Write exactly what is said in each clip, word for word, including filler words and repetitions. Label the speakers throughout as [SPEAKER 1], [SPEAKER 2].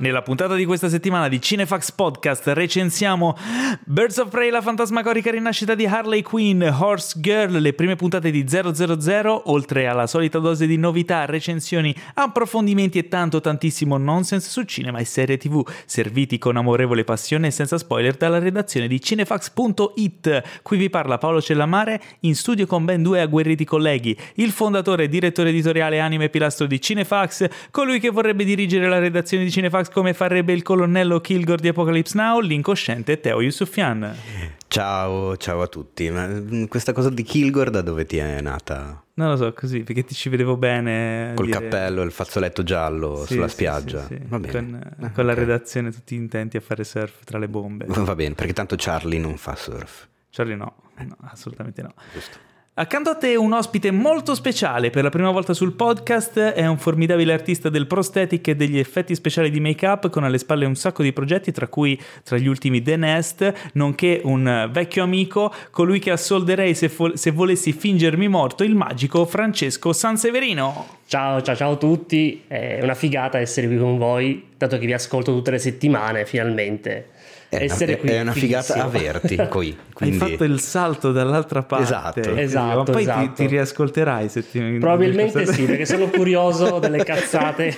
[SPEAKER 1] Nella puntata di questa settimana di Cinefax Podcast recensiamo Birds of Prey, la fantasmagorica rinascita di Harley Quinn, Horse Girl, le prime puntate di zero zero zero, oltre alla solita dose di novità, recensioni, approfondimenti e tanto tantissimo nonsense su cinema e serie tv, serviti con amorevole passione e senza spoiler dalla redazione di cinefax punto it. Qui vi parla Paolo Cellamare, in studio con ben due agguerriti colleghi, il fondatore e direttore editoriale anime e pilastro di Cinefax, colui che vorrebbe dirigere la redazione di Cinefax come farebbe il colonnello Kilgore di Apocalypse Now, l'incosciente Teo Yusufian.
[SPEAKER 2] Ciao, ciao a tutti. Ma questa cosa di Kilgore da dove ti è nata?
[SPEAKER 1] Non lo so, così, perché ti ci vedevo bene.
[SPEAKER 2] Col
[SPEAKER 1] dire...
[SPEAKER 2] cappello e il fazzoletto giallo
[SPEAKER 1] sì,
[SPEAKER 2] sulla
[SPEAKER 1] sì,
[SPEAKER 2] spiaggia.
[SPEAKER 1] sì, sì.
[SPEAKER 2] Va bene.
[SPEAKER 1] Con,
[SPEAKER 2] ah,
[SPEAKER 1] con la
[SPEAKER 2] okay.
[SPEAKER 1] redazione tutti intenti a fare surf tra le bombe.
[SPEAKER 2] Va bene, perché tanto Charlie non fa surf.
[SPEAKER 1] Charlie no, no assolutamente no.
[SPEAKER 2] Giusto.
[SPEAKER 1] Accanto a te un ospite molto speciale per la prima volta sul podcast, è un formidabile artista del prosthetic e degli effetti speciali di make-up, con alle spalle un sacco di progetti, tra cui tra gli ultimi The Nest, nonché un vecchio amico, colui che assolderei se, fo- se volessi fingermi morto, il magico Francesco Sanseverino.
[SPEAKER 3] Ciao, ciao, ciao a tutti, è una figata essere qui con voi, dato che vi ascolto tutte le settimane, finalmente.
[SPEAKER 2] È
[SPEAKER 3] essere
[SPEAKER 2] una,
[SPEAKER 3] qui
[SPEAKER 2] è una figata averti qui. Quindi...
[SPEAKER 1] Hai fatto il salto dall'altra parte.
[SPEAKER 2] Esatto,
[SPEAKER 3] esatto.
[SPEAKER 1] Ma poi
[SPEAKER 3] esatto.
[SPEAKER 1] Ti, ti riascolterai se ti...
[SPEAKER 3] Probabilmente sì, perché sono curioso delle cazzate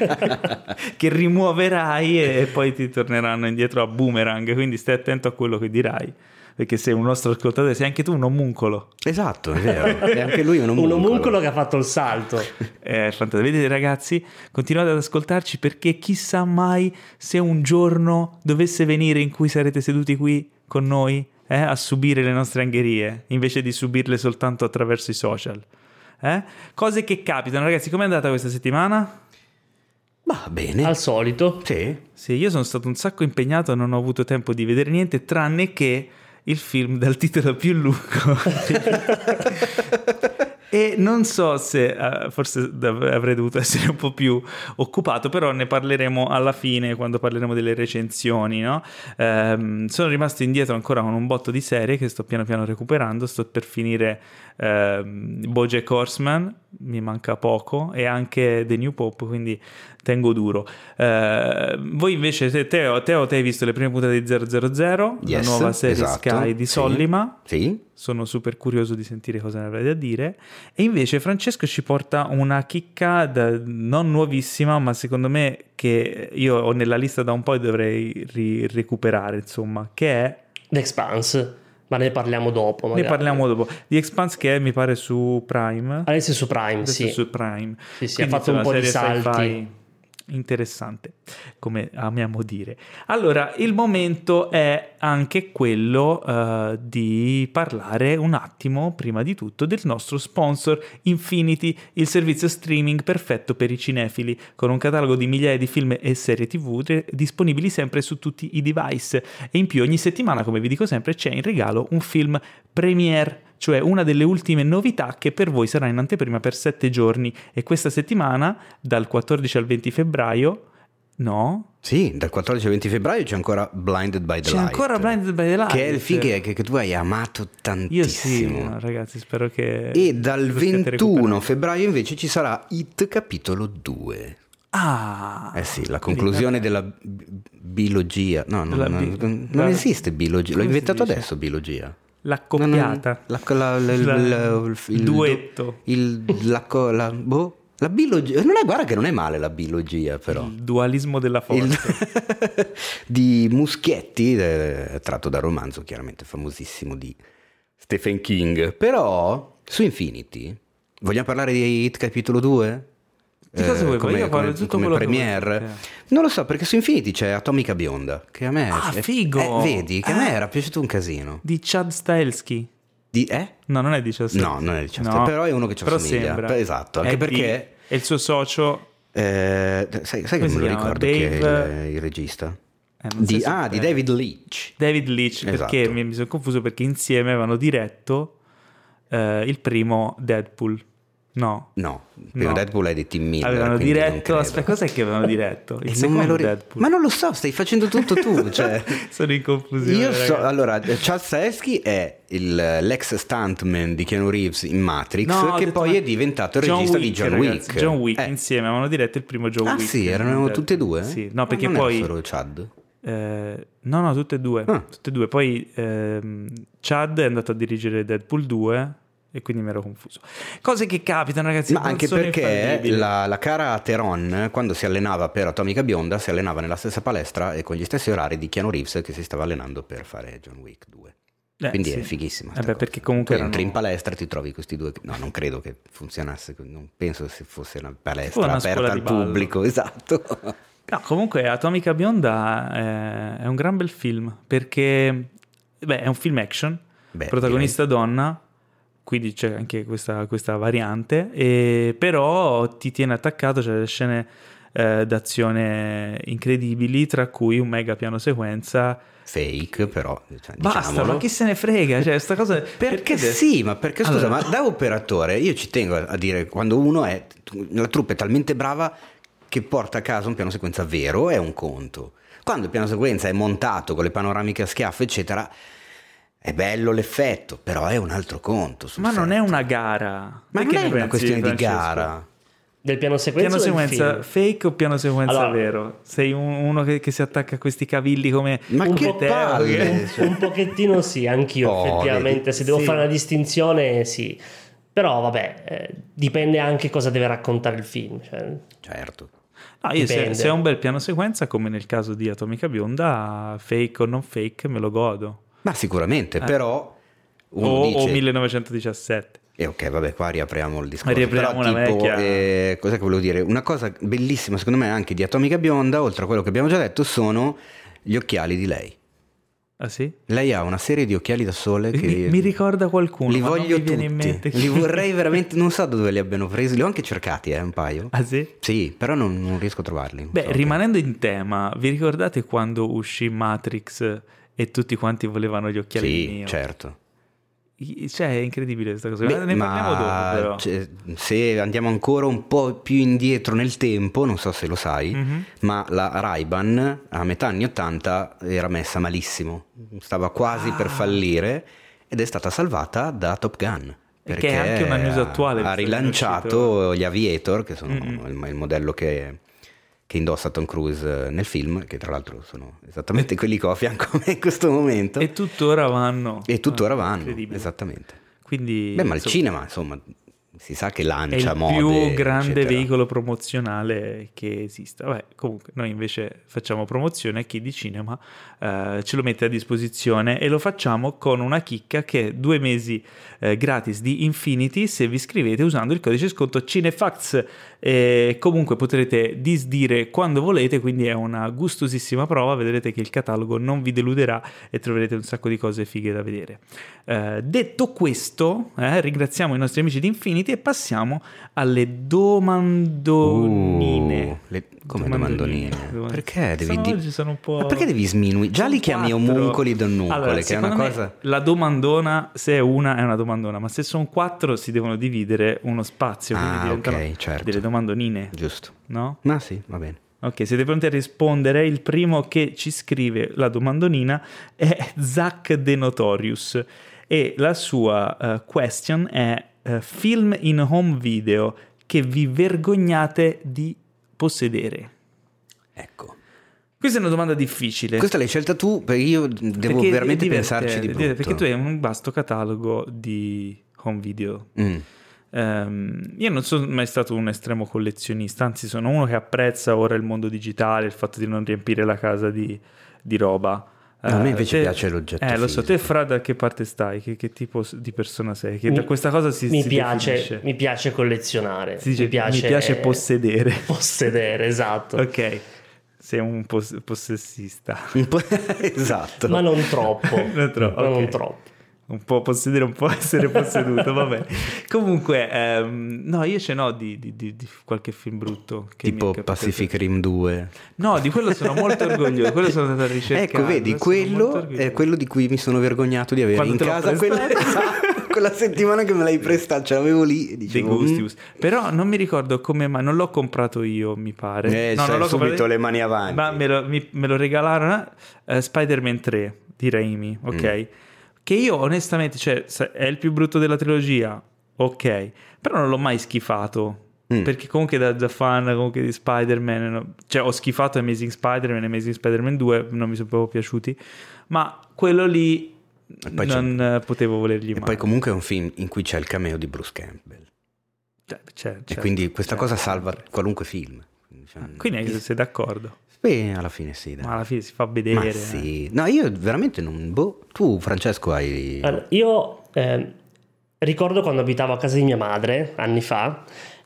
[SPEAKER 1] che rimuoverai e poi ti torneranno indietro a boomerang, quindi stai attento a quello che dirai, perché sei un nostro ascoltatore, sei anche tu un omuncolo.
[SPEAKER 2] Esatto, è vero, è anche lui un omuncolo.
[SPEAKER 3] Un omuncolo che ha fatto il salto.
[SPEAKER 1] È fantastico. Vedete ragazzi, continuate ad ascoltarci, perché chissà mai se un giorno dovesse venire in cui sarete seduti qui con noi eh, a subire le nostre angherie, invece di subirle soltanto attraverso i social. Eh? Cose che capitano, ragazzi. Com'è andata questa settimana?
[SPEAKER 2] Va bene.
[SPEAKER 3] Al solito.
[SPEAKER 2] Sì.
[SPEAKER 1] Sì, io sono stato un sacco impegnato, non ho avuto tempo di vedere niente, tranne che il film dal titolo più lungo. E non so se uh, forse avrei dovuto essere un po' più occupato, però ne parleremo alla fine quando parleremo delle recensioni, no? Um, sono rimasto indietro ancora con un botto di serie che sto piano piano recuperando. Sto per finire um, BoJack Horseman, mi manca poco, e anche The New Pope, quindi tengo duro. Uh, voi invece, Teo, Teo, te hai visto le prime puntate di zero zero zero,
[SPEAKER 2] yes,
[SPEAKER 1] la nuova serie
[SPEAKER 2] esatto,
[SPEAKER 1] Sky di
[SPEAKER 2] sì,
[SPEAKER 1] Sollima.
[SPEAKER 2] Sì.
[SPEAKER 1] Sono super curioso di sentire cosa ne avrei da dire. E invece Francesco ci porta una chicca da, non nuovissima, ma secondo me che io ho nella lista da un po' e dovrei ri- recuperare, insomma, che è
[SPEAKER 3] The Expanse, ma ne parliamo dopo magari.
[SPEAKER 1] Ne parliamo dopo. The Expanse, che è, mi pare, su Prime.
[SPEAKER 3] Adesso è su Prime,
[SPEAKER 1] Adesso
[SPEAKER 3] sì.
[SPEAKER 1] è su Prime.
[SPEAKER 3] Sì, sì,
[SPEAKER 1] Quindi
[SPEAKER 3] ha fatto un po' di salti.
[SPEAKER 1] Sci-fi interessante, come amiamo dire. Allora, il momento è anche quello uh, di parlare un attimo, prima di tutto, del nostro sponsor Infinity, il servizio streaming perfetto per i cinefili, con un catalogo di migliaia di film e serie tv re- disponibili sempre su tutti i device. E in più ogni settimana, come vi dico sempre, c'è in regalo un film premiere, cioè una delle ultime novità che per voi sarà in anteprima per sette giorni. E questa settimana, dal quattordici al venti febbraio, no?
[SPEAKER 2] Sì, dal quattordici al venti febbraio c'è ancora Blinded by the
[SPEAKER 1] c'è
[SPEAKER 2] Light.
[SPEAKER 1] C'è ancora Blinded by the Light.
[SPEAKER 2] Che è il film che, che tu hai amato tantissimo.
[SPEAKER 1] Io sì, no, ragazzi, spero che...
[SPEAKER 2] E dal ventuno febbraio invece ci sarà It capitolo due.
[SPEAKER 1] Ah!
[SPEAKER 2] Eh sì, la conclusione della b- biologia. No, no,
[SPEAKER 1] La
[SPEAKER 2] no,
[SPEAKER 1] bi-
[SPEAKER 2] non
[SPEAKER 1] la-
[SPEAKER 2] esiste biologia. L'ho
[SPEAKER 1] come si
[SPEAKER 2] inventato
[SPEAKER 1] dice?
[SPEAKER 2] adesso biologia.
[SPEAKER 1] L'accoppiata.
[SPEAKER 2] No, no, la, la, la, la, il,
[SPEAKER 1] il duetto.
[SPEAKER 2] Il, la, la, boh, la biologia. Non è, guarda che non è male la biologia, però.
[SPEAKER 1] Il dualismo della forza.
[SPEAKER 2] Il, di Muschietti, eh, tratto dal romanzo chiaramente famosissimo di Stephen King. Però su Infinity vogliamo parlare di It capitolo due?
[SPEAKER 1] Di cosa vuoi?
[SPEAKER 2] come,
[SPEAKER 1] Io parlo
[SPEAKER 2] come,
[SPEAKER 1] di tutto
[SPEAKER 2] come
[SPEAKER 1] quello
[SPEAKER 2] premiere.
[SPEAKER 1] che vuoi.
[SPEAKER 2] Non lo so, perché su Infinity c'è Atomica Bionda, che a me
[SPEAKER 1] Ah,
[SPEAKER 2] è,
[SPEAKER 1] figo!
[SPEAKER 2] eh, vedi, che a me
[SPEAKER 1] Ah.
[SPEAKER 2] era piaciuto un casino.
[SPEAKER 1] Di Chad Stahelski.
[SPEAKER 2] Di eh?
[SPEAKER 1] No, non è di Chad Stahelski.
[SPEAKER 2] No, non è di Chad
[SPEAKER 1] No,
[SPEAKER 2] Stahelski, però è uno che ci
[SPEAKER 1] però
[SPEAKER 2] assomiglia.
[SPEAKER 1] sembra.
[SPEAKER 2] Esatto, anche
[SPEAKER 1] È
[SPEAKER 2] perché
[SPEAKER 1] di- è il suo socio.
[SPEAKER 2] eh, sai, sai che
[SPEAKER 1] Come
[SPEAKER 2] me lo
[SPEAKER 1] si chiama?
[SPEAKER 2] ricordo
[SPEAKER 1] Dave-
[SPEAKER 2] che è il, il regista?
[SPEAKER 1] Eh, non
[SPEAKER 2] Di,
[SPEAKER 1] so se-
[SPEAKER 2] ah, di David Leitch.
[SPEAKER 1] David Leitch,
[SPEAKER 2] Esatto.
[SPEAKER 1] perché mi, mi sono confuso perché insieme avevano diretto eh, il primo Deadpool. No.
[SPEAKER 2] No, il primo
[SPEAKER 1] No.
[SPEAKER 2] Deadpool è di Tim Miller.
[SPEAKER 1] Avevano
[SPEAKER 2] quindi non
[SPEAKER 1] diretto,
[SPEAKER 2] credo.
[SPEAKER 1] aspetta, cos'è che avevano diretto? Il
[SPEAKER 2] E non
[SPEAKER 1] secondo
[SPEAKER 2] me lo ri-
[SPEAKER 1] Deadpool.
[SPEAKER 2] Ma non lo so, stai facendo tutto tu. Cioè.
[SPEAKER 1] Sono in confusione.
[SPEAKER 2] Io so,
[SPEAKER 1] ragazzi.
[SPEAKER 2] allora, Charles Stahelski è il, l'ex stuntman di Keanu Reeves in Matrix,
[SPEAKER 1] No, ho
[SPEAKER 2] che
[SPEAKER 1] detto,
[SPEAKER 2] poi
[SPEAKER 1] ma-
[SPEAKER 2] è diventato il
[SPEAKER 1] John
[SPEAKER 2] regista
[SPEAKER 1] Wick,
[SPEAKER 2] di John
[SPEAKER 1] ragazzi,
[SPEAKER 2] Wick.
[SPEAKER 1] John Wick
[SPEAKER 2] Eh.
[SPEAKER 1] insieme avevano diretto il primo John
[SPEAKER 2] Ah
[SPEAKER 1] Wick.
[SPEAKER 2] sì, erano
[SPEAKER 1] Deadpool.
[SPEAKER 2] tutte e due?
[SPEAKER 1] Sì, no,
[SPEAKER 2] Ma
[SPEAKER 1] perché
[SPEAKER 2] non
[SPEAKER 1] poi
[SPEAKER 2] era solo Chad?
[SPEAKER 1] eh, no, no, tutte e due.
[SPEAKER 2] Ah.
[SPEAKER 1] Tutte e due. Poi ehm, Chad è andato a dirigere Deadpool due e quindi mi ero confuso. Cose che capitano, ragazzi.
[SPEAKER 2] Ma
[SPEAKER 1] non
[SPEAKER 2] anche
[SPEAKER 1] sono
[SPEAKER 2] perché
[SPEAKER 1] infallibili.
[SPEAKER 2] la, la cara Theron, quando si allenava per Atomica Bionda, si allenava nella stessa palestra e con gli stessi orari di Keanu Reeves, che si stava allenando per fare John Wick due.
[SPEAKER 1] Eh,
[SPEAKER 2] Quindi
[SPEAKER 1] sì.
[SPEAKER 2] è fighissima
[SPEAKER 1] Eh
[SPEAKER 2] sta
[SPEAKER 1] beh,
[SPEAKER 2] cosa.
[SPEAKER 1] perché comunque
[SPEAKER 2] Poi entri in
[SPEAKER 1] erano-
[SPEAKER 2] palestra e ti trovi questi due. No, non credo che funzionasse, non penso se fosse una
[SPEAKER 1] Tipo
[SPEAKER 2] palestra
[SPEAKER 1] una
[SPEAKER 2] aperta
[SPEAKER 1] scuola
[SPEAKER 2] al
[SPEAKER 1] di ballo.
[SPEAKER 2] pubblico, esatto.
[SPEAKER 1] No, comunque Atomica Bionda è, è un gran bel film perché beh, è un film action,
[SPEAKER 2] Beh,
[SPEAKER 1] protagonista donna, quindi c'è anche questa, questa variante, e però ti tiene attaccato, c'è delle scene eh, d'azione incredibili, tra cui un mega piano sequenza.
[SPEAKER 2] Fake, però. Cioè,
[SPEAKER 1] Basta,
[SPEAKER 2] diciamolo.
[SPEAKER 1] ma chi se ne frega? Cioè, sta cosa...
[SPEAKER 2] Perché sì, ma perché scusa,
[SPEAKER 1] Allora-
[SPEAKER 2] ma da operatore io ci tengo a dire, quando uno è, la troupe è talmente brava che porta a casa un piano sequenza vero è un conto. Quando il piano sequenza è montato con le panoramiche a schiaffo eccetera, è bello l'effetto, però è un altro conto sul
[SPEAKER 1] Ma non
[SPEAKER 2] set.
[SPEAKER 1] è una gara.
[SPEAKER 2] Ma
[SPEAKER 1] Te
[SPEAKER 2] non
[SPEAKER 1] che
[SPEAKER 2] è
[SPEAKER 1] ne
[SPEAKER 2] una
[SPEAKER 1] pensi,
[SPEAKER 2] questione di
[SPEAKER 1] Francesco?
[SPEAKER 2] gara.
[SPEAKER 3] Del piano sequenza
[SPEAKER 1] Piano
[SPEAKER 3] o del
[SPEAKER 1] sequenza
[SPEAKER 3] film?
[SPEAKER 1] fake o piano sequenza
[SPEAKER 3] Allora-
[SPEAKER 1] vero? Sei un- uno che, che si attacca a questi cavilli come
[SPEAKER 2] Ma
[SPEAKER 3] Un
[SPEAKER 2] che
[SPEAKER 3] po'
[SPEAKER 2] palle!
[SPEAKER 1] che-
[SPEAKER 2] Cioè.
[SPEAKER 3] Un pochettino sì, anch'io
[SPEAKER 2] Oh,
[SPEAKER 3] effettivamente,
[SPEAKER 2] vedi.
[SPEAKER 3] se devo
[SPEAKER 1] Sì.
[SPEAKER 3] fare una distinzione sì, però vabbè, eh, dipende anche cosa deve raccontare il film, cioè,
[SPEAKER 2] Certo.
[SPEAKER 1] No, io se,
[SPEAKER 3] Dipende.
[SPEAKER 1] se è un bel piano sequenza, come nel caso di Atomica Bionda, fake o non fake, me lo godo.
[SPEAKER 2] Ma sicuramente, però uno
[SPEAKER 1] O,
[SPEAKER 2] dice
[SPEAKER 1] o millenovecentodiciassette.
[SPEAKER 2] E ok, vabbè, qua riapriamo il discorso.
[SPEAKER 1] Riapriamo
[SPEAKER 2] Però,
[SPEAKER 1] una
[SPEAKER 2] tipo,
[SPEAKER 1] vecchia-
[SPEAKER 2] eh, cos'è che volevo dire? Una cosa bellissima, secondo me, anche di Atomica Bionda, oltre a quello che abbiamo già detto, sono gli occhiali di lei.
[SPEAKER 1] Ah sì?
[SPEAKER 2] Lei ha una serie di occhiali da sole che
[SPEAKER 1] Mi, mi ricorda qualcuno,
[SPEAKER 2] li
[SPEAKER 1] ma
[SPEAKER 2] voglio
[SPEAKER 1] non mi viene
[SPEAKER 2] tutti.
[SPEAKER 1] in mente chi-
[SPEAKER 2] Li vorrei veramente, non so dove li abbiano presi, li ho anche cercati, eh, un paio.
[SPEAKER 1] Ah sì?
[SPEAKER 2] Sì, però non, non riesco a trovarli. non
[SPEAKER 1] Beh,
[SPEAKER 2] so.
[SPEAKER 1] rimanendo in tema, vi ricordate quando uscì Matrix e tutti quanti volevano gli occhiali di
[SPEAKER 2] Sì,
[SPEAKER 1] Neo?
[SPEAKER 2] certo.
[SPEAKER 1] I- Cioè, è incredibile questa cosa.
[SPEAKER 2] Beh,
[SPEAKER 1] ne
[SPEAKER 2] ma
[SPEAKER 1] parliamo dopo, però.
[SPEAKER 2] cioè, se andiamo ancora un po' più indietro nel tempo, non so se lo sai,
[SPEAKER 1] Mhm.
[SPEAKER 2] ma la Ray-Ban a metà anni ottanta era messa malissimo, stava quasi
[SPEAKER 1] Ah.
[SPEAKER 2] per fallire ed è stata salvata da Top Gun.
[SPEAKER 1] E che è anche una news attuale,
[SPEAKER 2] ha
[SPEAKER 1] visto che è
[SPEAKER 2] rilanciato gli Aviator, che sono
[SPEAKER 1] Mm-mm.
[SPEAKER 2] il, il modello che, che indossa Tom Cruise nel film, che tra l'altro sono esattamente quelli che ho a fianco a me in questo momento.
[SPEAKER 1] E tuttora vanno.
[SPEAKER 2] E tuttora
[SPEAKER 1] Ah,
[SPEAKER 2] vanno,
[SPEAKER 1] incredibile.
[SPEAKER 2] esattamente.
[SPEAKER 1] Quindi,
[SPEAKER 2] Beh, ma il
[SPEAKER 1] insomma,
[SPEAKER 2] cinema, insomma, si sa che
[SPEAKER 1] è
[SPEAKER 2] lancia
[SPEAKER 1] il
[SPEAKER 2] mode,
[SPEAKER 1] più grande
[SPEAKER 2] eccetera.
[SPEAKER 1] veicolo promozionale che esista. Vabbè, comunque noi invece facciamo promozione a chi di cinema eh, ce lo mette a disposizione e lo facciamo con una chicca che è due mesi eh, gratis di Infinity se vi iscrivete usando il codice sconto Cinefax. E comunque potrete disdire quando volete, quindi è una gustosissima prova, vedrete che il catalogo non vi deluderà e troverete un sacco di cose fighe da vedere. Eh, detto questo, eh, ringraziamo i nostri amici di Infinity e passiamo alle domandonine.
[SPEAKER 2] Uh, le- come domandonine?
[SPEAKER 1] Domand-
[SPEAKER 2] Perché devi
[SPEAKER 1] Sono-
[SPEAKER 2] di-
[SPEAKER 1] oggi sono un po'...
[SPEAKER 2] Ma perché devi sminuire? Già
[SPEAKER 1] Sono
[SPEAKER 2] li chiami
[SPEAKER 1] quattro.
[SPEAKER 2] omuncoli donnuncole,
[SPEAKER 1] Allora,
[SPEAKER 2] che è una
[SPEAKER 1] secondo me
[SPEAKER 2] cosa...
[SPEAKER 1] La domandona, se è una, è una domandona, ma se sono quattro si devono dividere uno spazio, quindi
[SPEAKER 2] Ah,
[SPEAKER 1] diventano
[SPEAKER 2] ok, certo.
[SPEAKER 1] delle domandonine,
[SPEAKER 2] Giusto.
[SPEAKER 1] no?
[SPEAKER 2] Ma sì, va bene.
[SPEAKER 1] Ok, siete pronti a rispondere? Il primo che ci scrive la domandonina è Zach De Notorious e la sua eh, question è eh, film in home video che vi vergognate di possedere.
[SPEAKER 2] Ecco.
[SPEAKER 1] Questa è una domanda difficile.
[SPEAKER 2] Questa l'hai scelta tu, perché io devo
[SPEAKER 1] perché è
[SPEAKER 2] veramente
[SPEAKER 1] divertente,
[SPEAKER 2] pensarci di
[SPEAKER 1] è
[SPEAKER 2] brutto.
[SPEAKER 1] divertente, perché tu hai un vasto catalogo di home video.
[SPEAKER 2] Mm.
[SPEAKER 1] Ehm, io non sono mai stato un estremo collezionista, anzi sono uno che apprezza ora il mondo digitale, il fatto di non riempire la casa di, di roba.
[SPEAKER 2] A me
[SPEAKER 1] Eh,
[SPEAKER 2] invece
[SPEAKER 1] te-
[SPEAKER 2] piace l'oggetto
[SPEAKER 1] Eh, lo so, te
[SPEAKER 2] fisico.
[SPEAKER 1] Fra da che parte stai? Che, che tipo di persona sei? Che
[SPEAKER 3] Mi-
[SPEAKER 1] da questa cosa si,
[SPEAKER 3] mi,
[SPEAKER 1] si
[SPEAKER 3] piace,
[SPEAKER 1] definisce.
[SPEAKER 3] mi piace collezionare,
[SPEAKER 1] Si dice,
[SPEAKER 3] mi piace,
[SPEAKER 1] mi piace possedere.
[SPEAKER 3] possedere, esatto,
[SPEAKER 1] Ok, sei un pos- possessista.
[SPEAKER 2] Un po'... esatto.
[SPEAKER 3] ma non troppo,
[SPEAKER 1] Non troppo,
[SPEAKER 3] ma
[SPEAKER 1] ok.
[SPEAKER 3] non troppo.
[SPEAKER 1] Un po' possedere, un po' essere posseduto, vabbè. Comunque, ehm, no, io ce n'ho di, di- di- di qualche film brutto. Che mi è
[SPEAKER 2] Tipo
[SPEAKER 1] capitato.
[SPEAKER 2] Pacific Rim due.
[SPEAKER 1] No, di quello sono molto orgoglioso. Quello sono andato a ricercare.
[SPEAKER 2] Ecco, vedi,
[SPEAKER 1] sono molto
[SPEAKER 2] quello
[SPEAKER 1] orgoglioso.
[SPEAKER 2] è quello di cui mi sono vergognato di avere
[SPEAKER 1] Quando
[SPEAKER 2] in
[SPEAKER 1] te l'ho
[SPEAKER 2] casa. Quello...
[SPEAKER 1] prestato.
[SPEAKER 2] Esatto. quella settimana che me l'hai prestato, ce l'avevo lì e
[SPEAKER 1] dei
[SPEAKER 2] dicevo...
[SPEAKER 1] Gustius. Però non mi ricordo come mai, non l'ho comprato io, mi pare.
[SPEAKER 2] Eh,
[SPEAKER 1] no,
[SPEAKER 2] cioè,
[SPEAKER 1] non l'ho
[SPEAKER 2] subito
[SPEAKER 1] comprato io,
[SPEAKER 2] le mani avanti.
[SPEAKER 1] ma me lo, mi- me lo regalarono eh, Spider-Man tre di Raimi, ok?
[SPEAKER 2] Mm.
[SPEAKER 1] Che io onestamente, cioè, se- è il più brutto della trilogia, ok, però non l'ho mai schifato.
[SPEAKER 2] Mm.
[SPEAKER 1] Perché comunque da, da fan comunque di Spider-Man, no- cioè ho schifato Amazing Spider-Man e Amazing Spider-Man due, non mi sono proprio piaciuti, ma quello lì
[SPEAKER 2] E poi
[SPEAKER 1] non eh, potevo volergli
[SPEAKER 2] E
[SPEAKER 1] male.
[SPEAKER 2] poi comunque è un film in cui c'è il cameo di Bruce Campbell.
[SPEAKER 1] Cioè, c'è-
[SPEAKER 2] E
[SPEAKER 1] c'è-
[SPEAKER 2] quindi questa
[SPEAKER 1] c'è
[SPEAKER 2] cosa
[SPEAKER 1] sempre.
[SPEAKER 2] salva qualunque film. Cioè,
[SPEAKER 1] Quindi sei d'accordo?
[SPEAKER 2] Beh, alla fine sì. Dai.
[SPEAKER 1] Ma alla fine si fa
[SPEAKER 2] Ma
[SPEAKER 1] vedere. eh.
[SPEAKER 2] sì. No, io veramente non... Boh. Tu, Francesco, hai...
[SPEAKER 3] Allora, io eh, ricordo quando abitavo a casa di mia madre anni fa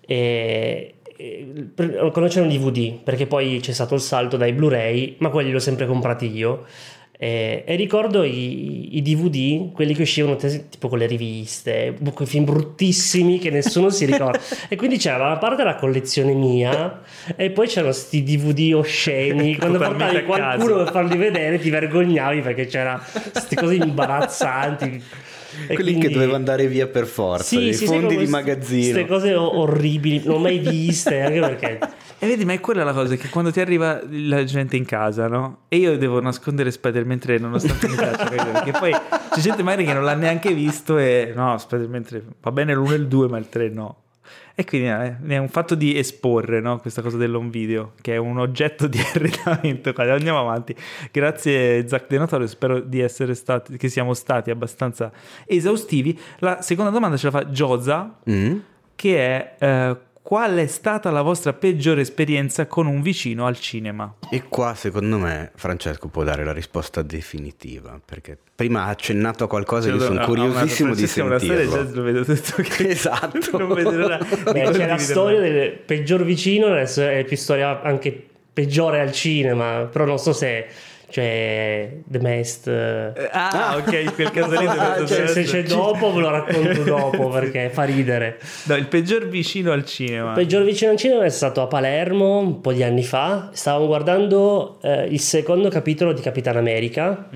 [SPEAKER 3] e, e per- quando c'erano i D V D, perché poi c'è stato il salto dai Blu-ray, ma quelli li ho sempre comprati io. E, e ricordo i, i D V D, quelli che uscivano te- tipo con le riviste, bu- quei film bruttissimi che nessuno si ricorda. E quindi c'era da una parte la collezione mia e poi c'erano sti D V D osceni. Quando
[SPEAKER 1] Totalmente
[SPEAKER 3] portavi
[SPEAKER 1] a
[SPEAKER 3] qualcuno
[SPEAKER 1] caso.
[SPEAKER 3] per farli vedere ti vergognavi perché c'era queste cose imbarazzanti. E
[SPEAKER 2] Quelli
[SPEAKER 3] quindi-
[SPEAKER 2] che doveva andare via per forza,
[SPEAKER 3] Sì,
[SPEAKER 2] dei
[SPEAKER 3] sì, sì,
[SPEAKER 2] fondi
[SPEAKER 3] con
[SPEAKER 2] di
[SPEAKER 3] queste-
[SPEAKER 2] magazzino.
[SPEAKER 3] queste cose o- orribili, non ho mai viste, anche perché
[SPEAKER 1] E vedi, ma è quella la cosa, che quando ti arriva la gente in casa, no? E io devo nascondere Spider-Man tre nonostante mi piaccia, capito? Perché poi c'è gente magari che non l'ha neanche visto e no, Spider-Man tre va bene l'uno e il due, ma il tre no. E quindi eh, è un fatto di esporre, no? Questa cosa dell'home video, che è un oggetto di arredamento. Andiamo avanti. Grazie Zach De Notario, spero di essere stati, che siamo stati abbastanza esaustivi. La seconda domanda ce la fa Gioza,
[SPEAKER 2] Mm?
[SPEAKER 1] che è eh, qual è stata la vostra peggiore esperienza con un vicino al cinema?
[SPEAKER 2] E qua secondo me Francesco può dare la risposta definitiva, perché prima ha accennato a qualcosa e io sono
[SPEAKER 1] No,
[SPEAKER 2] curiosissimo
[SPEAKER 1] no,
[SPEAKER 2] di
[SPEAKER 1] Francesca, una storia
[SPEAKER 2] sentirlo.
[SPEAKER 1] già lo vedo tutto che
[SPEAKER 2] Esatto.
[SPEAKER 1] non vedo l'ora di
[SPEAKER 3] beh, c'è la
[SPEAKER 1] condividerla.
[SPEAKER 3] storia del peggior vicino, adesso è più storia anche peggiore al cinema, però non so se cioè The Mist eh,
[SPEAKER 1] Ah, ok, in quel caso lì deve
[SPEAKER 3] cioè, se c'è dopo ve lo racconto dopo perché fa ridere.
[SPEAKER 1] No, il peggior vicino al cinema.
[SPEAKER 3] Il peggior vicino al cinema è stato a Palermo un po' di anni fa. Stavamo guardando eh, il secondo capitolo di Capitan America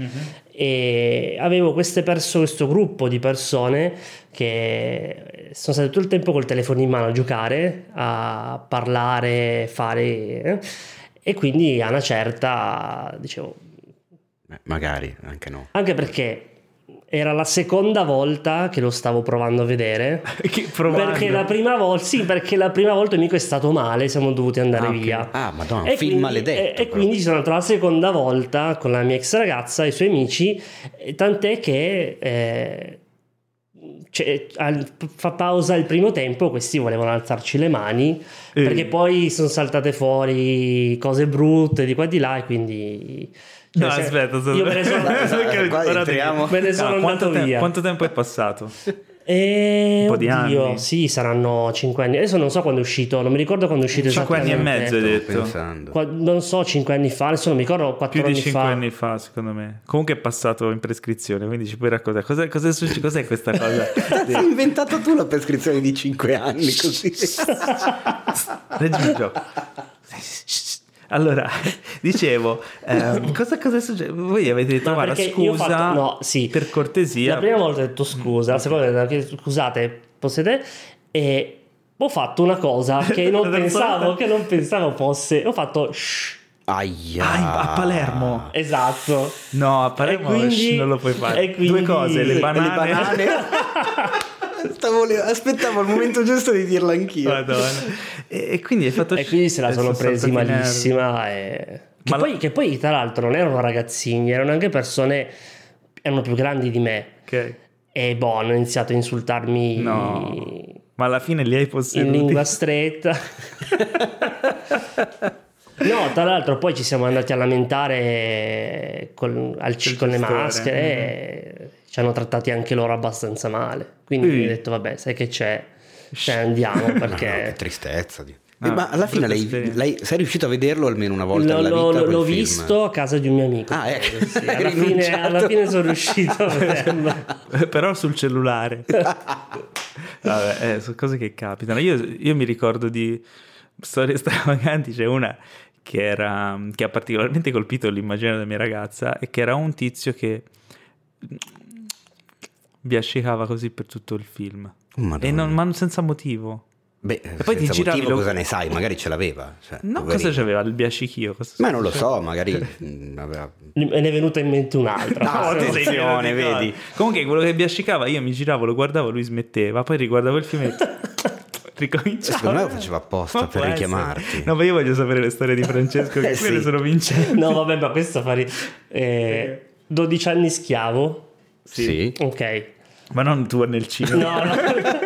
[SPEAKER 3] e avevo queste perso- questo gruppo di persone che sono state tutto il tempo col telefono in mano a giocare, a parlare, fare eh, e quindi a una certa dicevo
[SPEAKER 2] Eh, magari, anche no.
[SPEAKER 3] anche perché era la seconda volta che lo stavo provando a vedere.
[SPEAKER 1] Che provando.
[SPEAKER 3] Perché la prima volta, sì, perché la prima volta il amico è stato male, siamo dovuti andare
[SPEAKER 1] Ah, ok.
[SPEAKER 3] via.
[SPEAKER 2] Ah, madonna, un
[SPEAKER 3] E
[SPEAKER 2] film
[SPEAKER 3] quindi-
[SPEAKER 2] maledetto.
[SPEAKER 3] E, e
[SPEAKER 2] però.
[SPEAKER 3] quindi sono andato la seconda volta con la mia ex ragazza e i suoi amici, e tant'è che eh, cioè, al- fa pausa il primo tempo, questi volevano alzarci le mani,
[SPEAKER 1] Eh.
[SPEAKER 3] perché poi sono saltate fuori cose brutte di qua e di là e quindi... cioè,
[SPEAKER 1] No,
[SPEAKER 3] se-
[SPEAKER 1] aspetta, aspetta.
[SPEAKER 3] io me ne sono,
[SPEAKER 2] Esatto, qua
[SPEAKER 1] Guardate,
[SPEAKER 2] entriamo.
[SPEAKER 3] me ne sono
[SPEAKER 1] no, quanto,
[SPEAKER 3] andato
[SPEAKER 1] te-
[SPEAKER 3] via.
[SPEAKER 1] quanto tempo è passato?
[SPEAKER 3] E,
[SPEAKER 1] Un po' di
[SPEAKER 3] oddio,
[SPEAKER 1] anni.
[SPEAKER 3] sì, saranno cinque anni. Adesso non so quando è uscito, non mi ricordo quando è uscito
[SPEAKER 1] Cinque anni e
[SPEAKER 3] esattamente.
[SPEAKER 1] mezzo hai
[SPEAKER 2] Stavo
[SPEAKER 1] detto.
[SPEAKER 2] pensando.
[SPEAKER 3] Qua- non so, cinque anni fa, adesso non mi ricordo, quattro
[SPEAKER 1] Più di
[SPEAKER 3] anni
[SPEAKER 1] cinque
[SPEAKER 3] fa.
[SPEAKER 1] anni fa, secondo me. Comunque è passato in prescrizione, quindi ci puoi raccontare. Cos'è, cos'è, succe- cos'è questa cosa?
[SPEAKER 2] Hai inventato tu la prescrizione di cinque anni così.
[SPEAKER 1] Leggi il gioco. Allora, dicevo, ehm, cosa, cosa è successo? Voi avete detto,
[SPEAKER 3] Ma
[SPEAKER 1] guarda,
[SPEAKER 3] perché io ho
[SPEAKER 1] scusa,
[SPEAKER 3] fatto- no, sì.
[SPEAKER 1] per cortesia.
[SPEAKER 3] La prima volta ho detto scusa, la seconda volta ho detto scusate, possiate? E ho fatto una cosa che non
[SPEAKER 1] La terza
[SPEAKER 3] pensavo,
[SPEAKER 1] volta?
[SPEAKER 3] che non pensavo fosse. Ho fatto shh.
[SPEAKER 2] Aia.
[SPEAKER 1] Ah, a Palermo.
[SPEAKER 3] Esatto.
[SPEAKER 1] No, a Palermo
[SPEAKER 3] E quindi-
[SPEAKER 1] non lo puoi fare.
[SPEAKER 3] e quindi-
[SPEAKER 1] Due cose, le
[SPEAKER 3] Le
[SPEAKER 1] banane.
[SPEAKER 2] Le banane. Stavo le- aspettavo il momento giusto di dirla anch'io.
[SPEAKER 1] Madonna. E, e quindi hai fatto
[SPEAKER 3] E quindi se la sono
[SPEAKER 1] sono
[SPEAKER 3] presi
[SPEAKER 1] saltati i nervi.
[SPEAKER 3] malissima. E... Che,
[SPEAKER 1] Ma la-
[SPEAKER 3] poi, che poi, tra l'altro, non erano ragazzini, erano anche persone, erano più grandi di me.
[SPEAKER 1] Ok.
[SPEAKER 3] E boh, hanno iniziato a insultarmi
[SPEAKER 1] No. Ma alla fine li hai
[SPEAKER 3] in
[SPEAKER 1] posseduti.
[SPEAKER 3] lingua stretta. No, tra l'altro poi ci siamo andati a lamentare col, al C- con le
[SPEAKER 1] gestore.
[SPEAKER 3] maschere e ci hanno trattati anche loro abbastanza male. Quindi
[SPEAKER 1] Sì.
[SPEAKER 3] ho detto, vabbè, sai che c'è? Cioè, andiamo
[SPEAKER 2] Ma no, che
[SPEAKER 3] perché...
[SPEAKER 2] tristezza. di-
[SPEAKER 1] Ah,
[SPEAKER 2] Eh, ma alla fine
[SPEAKER 1] brutta
[SPEAKER 2] lei,
[SPEAKER 1] esperienza.
[SPEAKER 2] lei- sei riuscito a vederlo almeno una volta
[SPEAKER 3] L'ho,
[SPEAKER 2] nella
[SPEAKER 3] l'ho-
[SPEAKER 2] vita? quel
[SPEAKER 3] l'ho
[SPEAKER 2] film?
[SPEAKER 3] visto a casa di un mio amico.
[SPEAKER 2] Ah, ecco.
[SPEAKER 3] Sì,
[SPEAKER 2] Hai
[SPEAKER 3] alla, fine,
[SPEAKER 2] rinunciato.
[SPEAKER 3] alla fine sono riuscito a vederlo.
[SPEAKER 1] Però sul cellulare. Vabbè, eh, sono cose che capitano. Io, io mi ricordo di storie stravaganti. C'è una che, era, che ha particolarmente colpito l'immagine della mia ragazza, e che era un tizio che biascicava così per tutto il film.
[SPEAKER 2] Oh, Madonna.
[SPEAKER 1] E non, ma senza motivo.
[SPEAKER 2] Beh,
[SPEAKER 1] E poi ti
[SPEAKER 2] senza
[SPEAKER 1] giravi
[SPEAKER 2] motivo
[SPEAKER 1] lo-
[SPEAKER 2] cosa ne sai? Magari ce l'aveva. Cioè,
[SPEAKER 1] No,
[SPEAKER 2] poverino.
[SPEAKER 1] cosa c'aveva il biascichio? Cosa
[SPEAKER 2] Ma non lo so, magari mh, aveva...
[SPEAKER 3] Me ne è venuta in mente un'altra.
[SPEAKER 2] No,
[SPEAKER 1] No,
[SPEAKER 2] attenzione,
[SPEAKER 1] sei pieno di
[SPEAKER 2] vedi.
[SPEAKER 1] cose. Comunque quello che biascicava, io mi giravo, lo guardavo, lui smetteva, poi riguardavo il film e ricominciava.
[SPEAKER 2] Secondo me lo faceva apposta
[SPEAKER 1] Ma
[SPEAKER 2] per
[SPEAKER 1] può
[SPEAKER 2] richiamarti.
[SPEAKER 1] essere. No, ma io voglio sapere le storie di Francesco, che
[SPEAKER 2] Eh,
[SPEAKER 1] quelle
[SPEAKER 2] sì.
[SPEAKER 1] sono vincenti.
[SPEAKER 3] No, vabbè, ma questo fa ri- eh, dodici anni schiavo.
[SPEAKER 2] Sì.
[SPEAKER 3] Ok.
[SPEAKER 1] Ma non tu nel cinema.
[SPEAKER 3] No, no.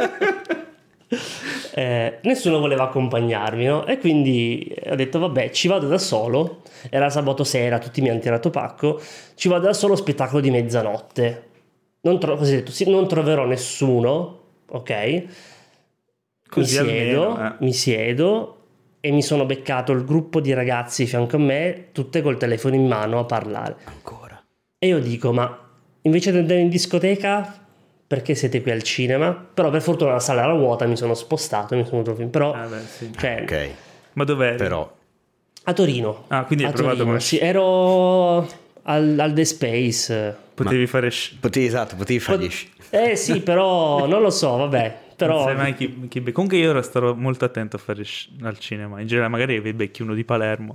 [SPEAKER 3] Eh, nessuno voleva accompagnarmi, no? E quindi ho detto vabbè, ci vado da solo. Era sabato sera, tutti mi hanno tirato pacco. Ci vado da solo, spettacolo di mezzanotte. Non, tro- così ho detto, sì, non troverò nessuno, ok?
[SPEAKER 1] Così
[SPEAKER 3] mi siedo,
[SPEAKER 1] almeno, eh.
[SPEAKER 3] mi siedo e mi sono beccato il gruppo di ragazzi di fianco a me, tutte col telefono in mano a parlare.
[SPEAKER 2] Ancora.
[SPEAKER 3] E io dico, ma invece di andare in discoteca, perché siete qui al cinema? Però per fortuna la sala era vuota, mi sono spostato, mi sono venuto il film. Però,
[SPEAKER 1] Ah, beh, sì.
[SPEAKER 3] cioè,
[SPEAKER 2] Ok,
[SPEAKER 1] Ma dov'eri?
[SPEAKER 2] però...
[SPEAKER 3] a Torino.
[SPEAKER 1] Ah, quindi hai
[SPEAKER 3] a
[SPEAKER 1] provato
[SPEAKER 3] Torino,
[SPEAKER 1] con-
[SPEAKER 3] sì, ero al, al The Space.
[SPEAKER 1] Potevi fare... sh-
[SPEAKER 2] Potevi, esatto, potevi fargli... sci-
[SPEAKER 3] Eh sì, però non lo so, vabbè.
[SPEAKER 1] Non
[SPEAKER 3] Però
[SPEAKER 1] sai mai chi, chi be- Comunque io ora starò molto attento a fare sh- al cinema. In generale magari becchi uno di Palermo.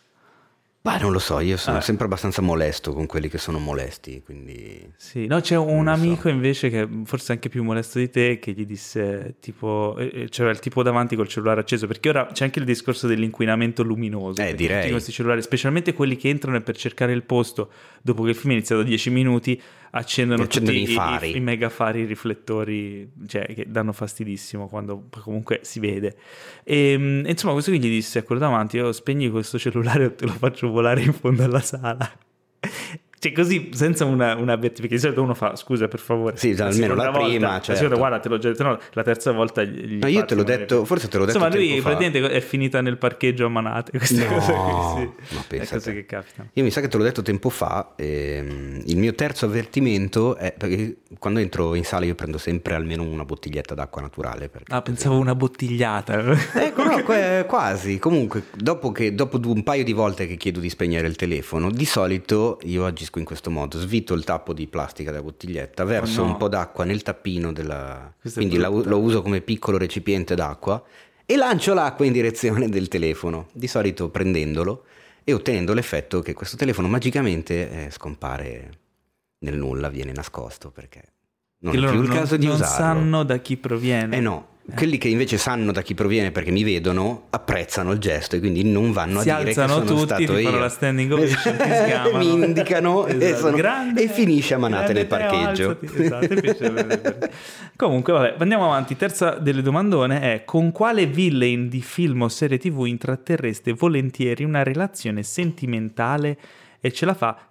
[SPEAKER 2] Ma non lo so, io sono
[SPEAKER 1] Eh.
[SPEAKER 2] sempre abbastanza molesto con quelli che sono molesti, quindi...
[SPEAKER 1] Sì, no, c'è un
[SPEAKER 2] lo so.
[SPEAKER 1] amico invece che forse è anche più molesto di te, che gli disse tipo, eh, eh, c'era il tipo davanti col cellulare acceso, perché ora c'è anche il discorso dell'inquinamento luminoso.
[SPEAKER 2] Eh,
[SPEAKER 1] perché
[SPEAKER 2] direi.
[SPEAKER 1] tutti questi cellulari, specialmente quelli che entrano e per cercare il posto dopo che il film è iniziato a dieci minuti, accendono,
[SPEAKER 2] Accendono
[SPEAKER 1] tutti
[SPEAKER 2] i fari.
[SPEAKER 1] i, i mega fari, i riflettori, cioè che danno fastidissimo quando comunque si vede. E mm, insomma, questo qui gli disse a quello davanti: io spegni questo cellulare o te lo faccio volare in fondo alla sala. Cioè così, senza una, una avverti- perché di solito uno fa scusa per favore.
[SPEAKER 2] Sì, almeno la
[SPEAKER 1] seconda volta,
[SPEAKER 2] prima,
[SPEAKER 1] la
[SPEAKER 2] certo.
[SPEAKER 1] seconda, guarda, te l'ho già detto, no, la terza volta gli
[SPEAKER 2] No, io
[SPEAKER 1] farsi
[SPEAKER 2] te l'ho
[SPEAKER 1] magari-
[SPEAKER 2] detto, forse te l'ho detto
[SPEAKER 1] Insomma, lui
[SPEAKER 2] tempo fa.
[SPEAKER 1] praticamente è finita nel parcheggio a manate, queste
[SPEAKER 2] No,
[SPEAKER 1] cose qui, sì.
[SPEAKER 2] ma
[SPEAKER 1] È
[SPEAKER 2] pensa
[SPEAKER 1] cose
[SPEAKER 2] te.
[SPEAKER 1] che capitano.
[SPEAKER 2] Io mi sa che te l'ho detto tempo fa, ehm, il mio terzo avvertimento è perché quando entro in sala io prendo sempre almeno una bottiglietta d'acqua naturale. Perché
[SPEAKER 1] Ah, pensavo una bottigliata.
[SPEAKER 2] Ecco, no, que- quasi. Comunque, dopo, che, dopo due- un paio di volte che chiedo di spegnere il telefono, di solito io agisco in questo modo: svito il tappo di plastica della bottiglietta, verso
[SPEAKER 1] Oh no.
[SPEAKER 2] un po' d'acqua nel tappino della...
[SPEAKER 1] Questo è
[SPEAKER 2] quindi la-
[SPEAKER 1] brutto.
[SPEAKER 2] lo uso come piccolo recipiente d'acqua e lancio l'acqua in direzione del telefono, di solito prendendolo e ottenendo l'effetto che questo telefono magicamente eh, scompare nel nulla, viene nascosto perché non
[SPEAKER 1] Che
[SPEAKER 2] è
[SPEAKER 1] loro
[SPEAKER 2] più il
[SPEAKER 1] non,
[SPEAKER 2] caso di
[SPEAKER 1] non
[SPEAKER 2] usarlo.
[SPEAKER 1] sanno da chi proviene.
[SPEAKER 2] Eh no, quelli che invece sanno da chi proviene perché mi vedono apprezzano il gesto e quindi non vanno
[SPEAKER 1] Si
[SPEAKER 2] a dire che
[SPEAKER 1] alzano
[SPEAKER 2] sono
[SPEAKER 1] tutti,
[SPEAKER 2] stato
[SPEAKER 1] ti
[SPEAKER 2] io.
[SPEAKER 1] fanno la standing ovation, ti sgamano.
[SPEAKER 2] Mi indicano e,
[SPEAKER 1] Esatto.
[SPEAKER 2] sono-
[SPEAKER 1] Grande,
[SPEAKER 2] e finisce a manate nel
[SPEAKER 1] grande Teo,
[SPEAKER 2] parcheggio.
[SPEAKER 1] alzati. Esatto, e finisce- Comunque, vabbè, andiamo avanti. Terza delle domandone è: con quale villain di film o serie tv intratterreste volentieri una relazione sentimentale? E ce la fa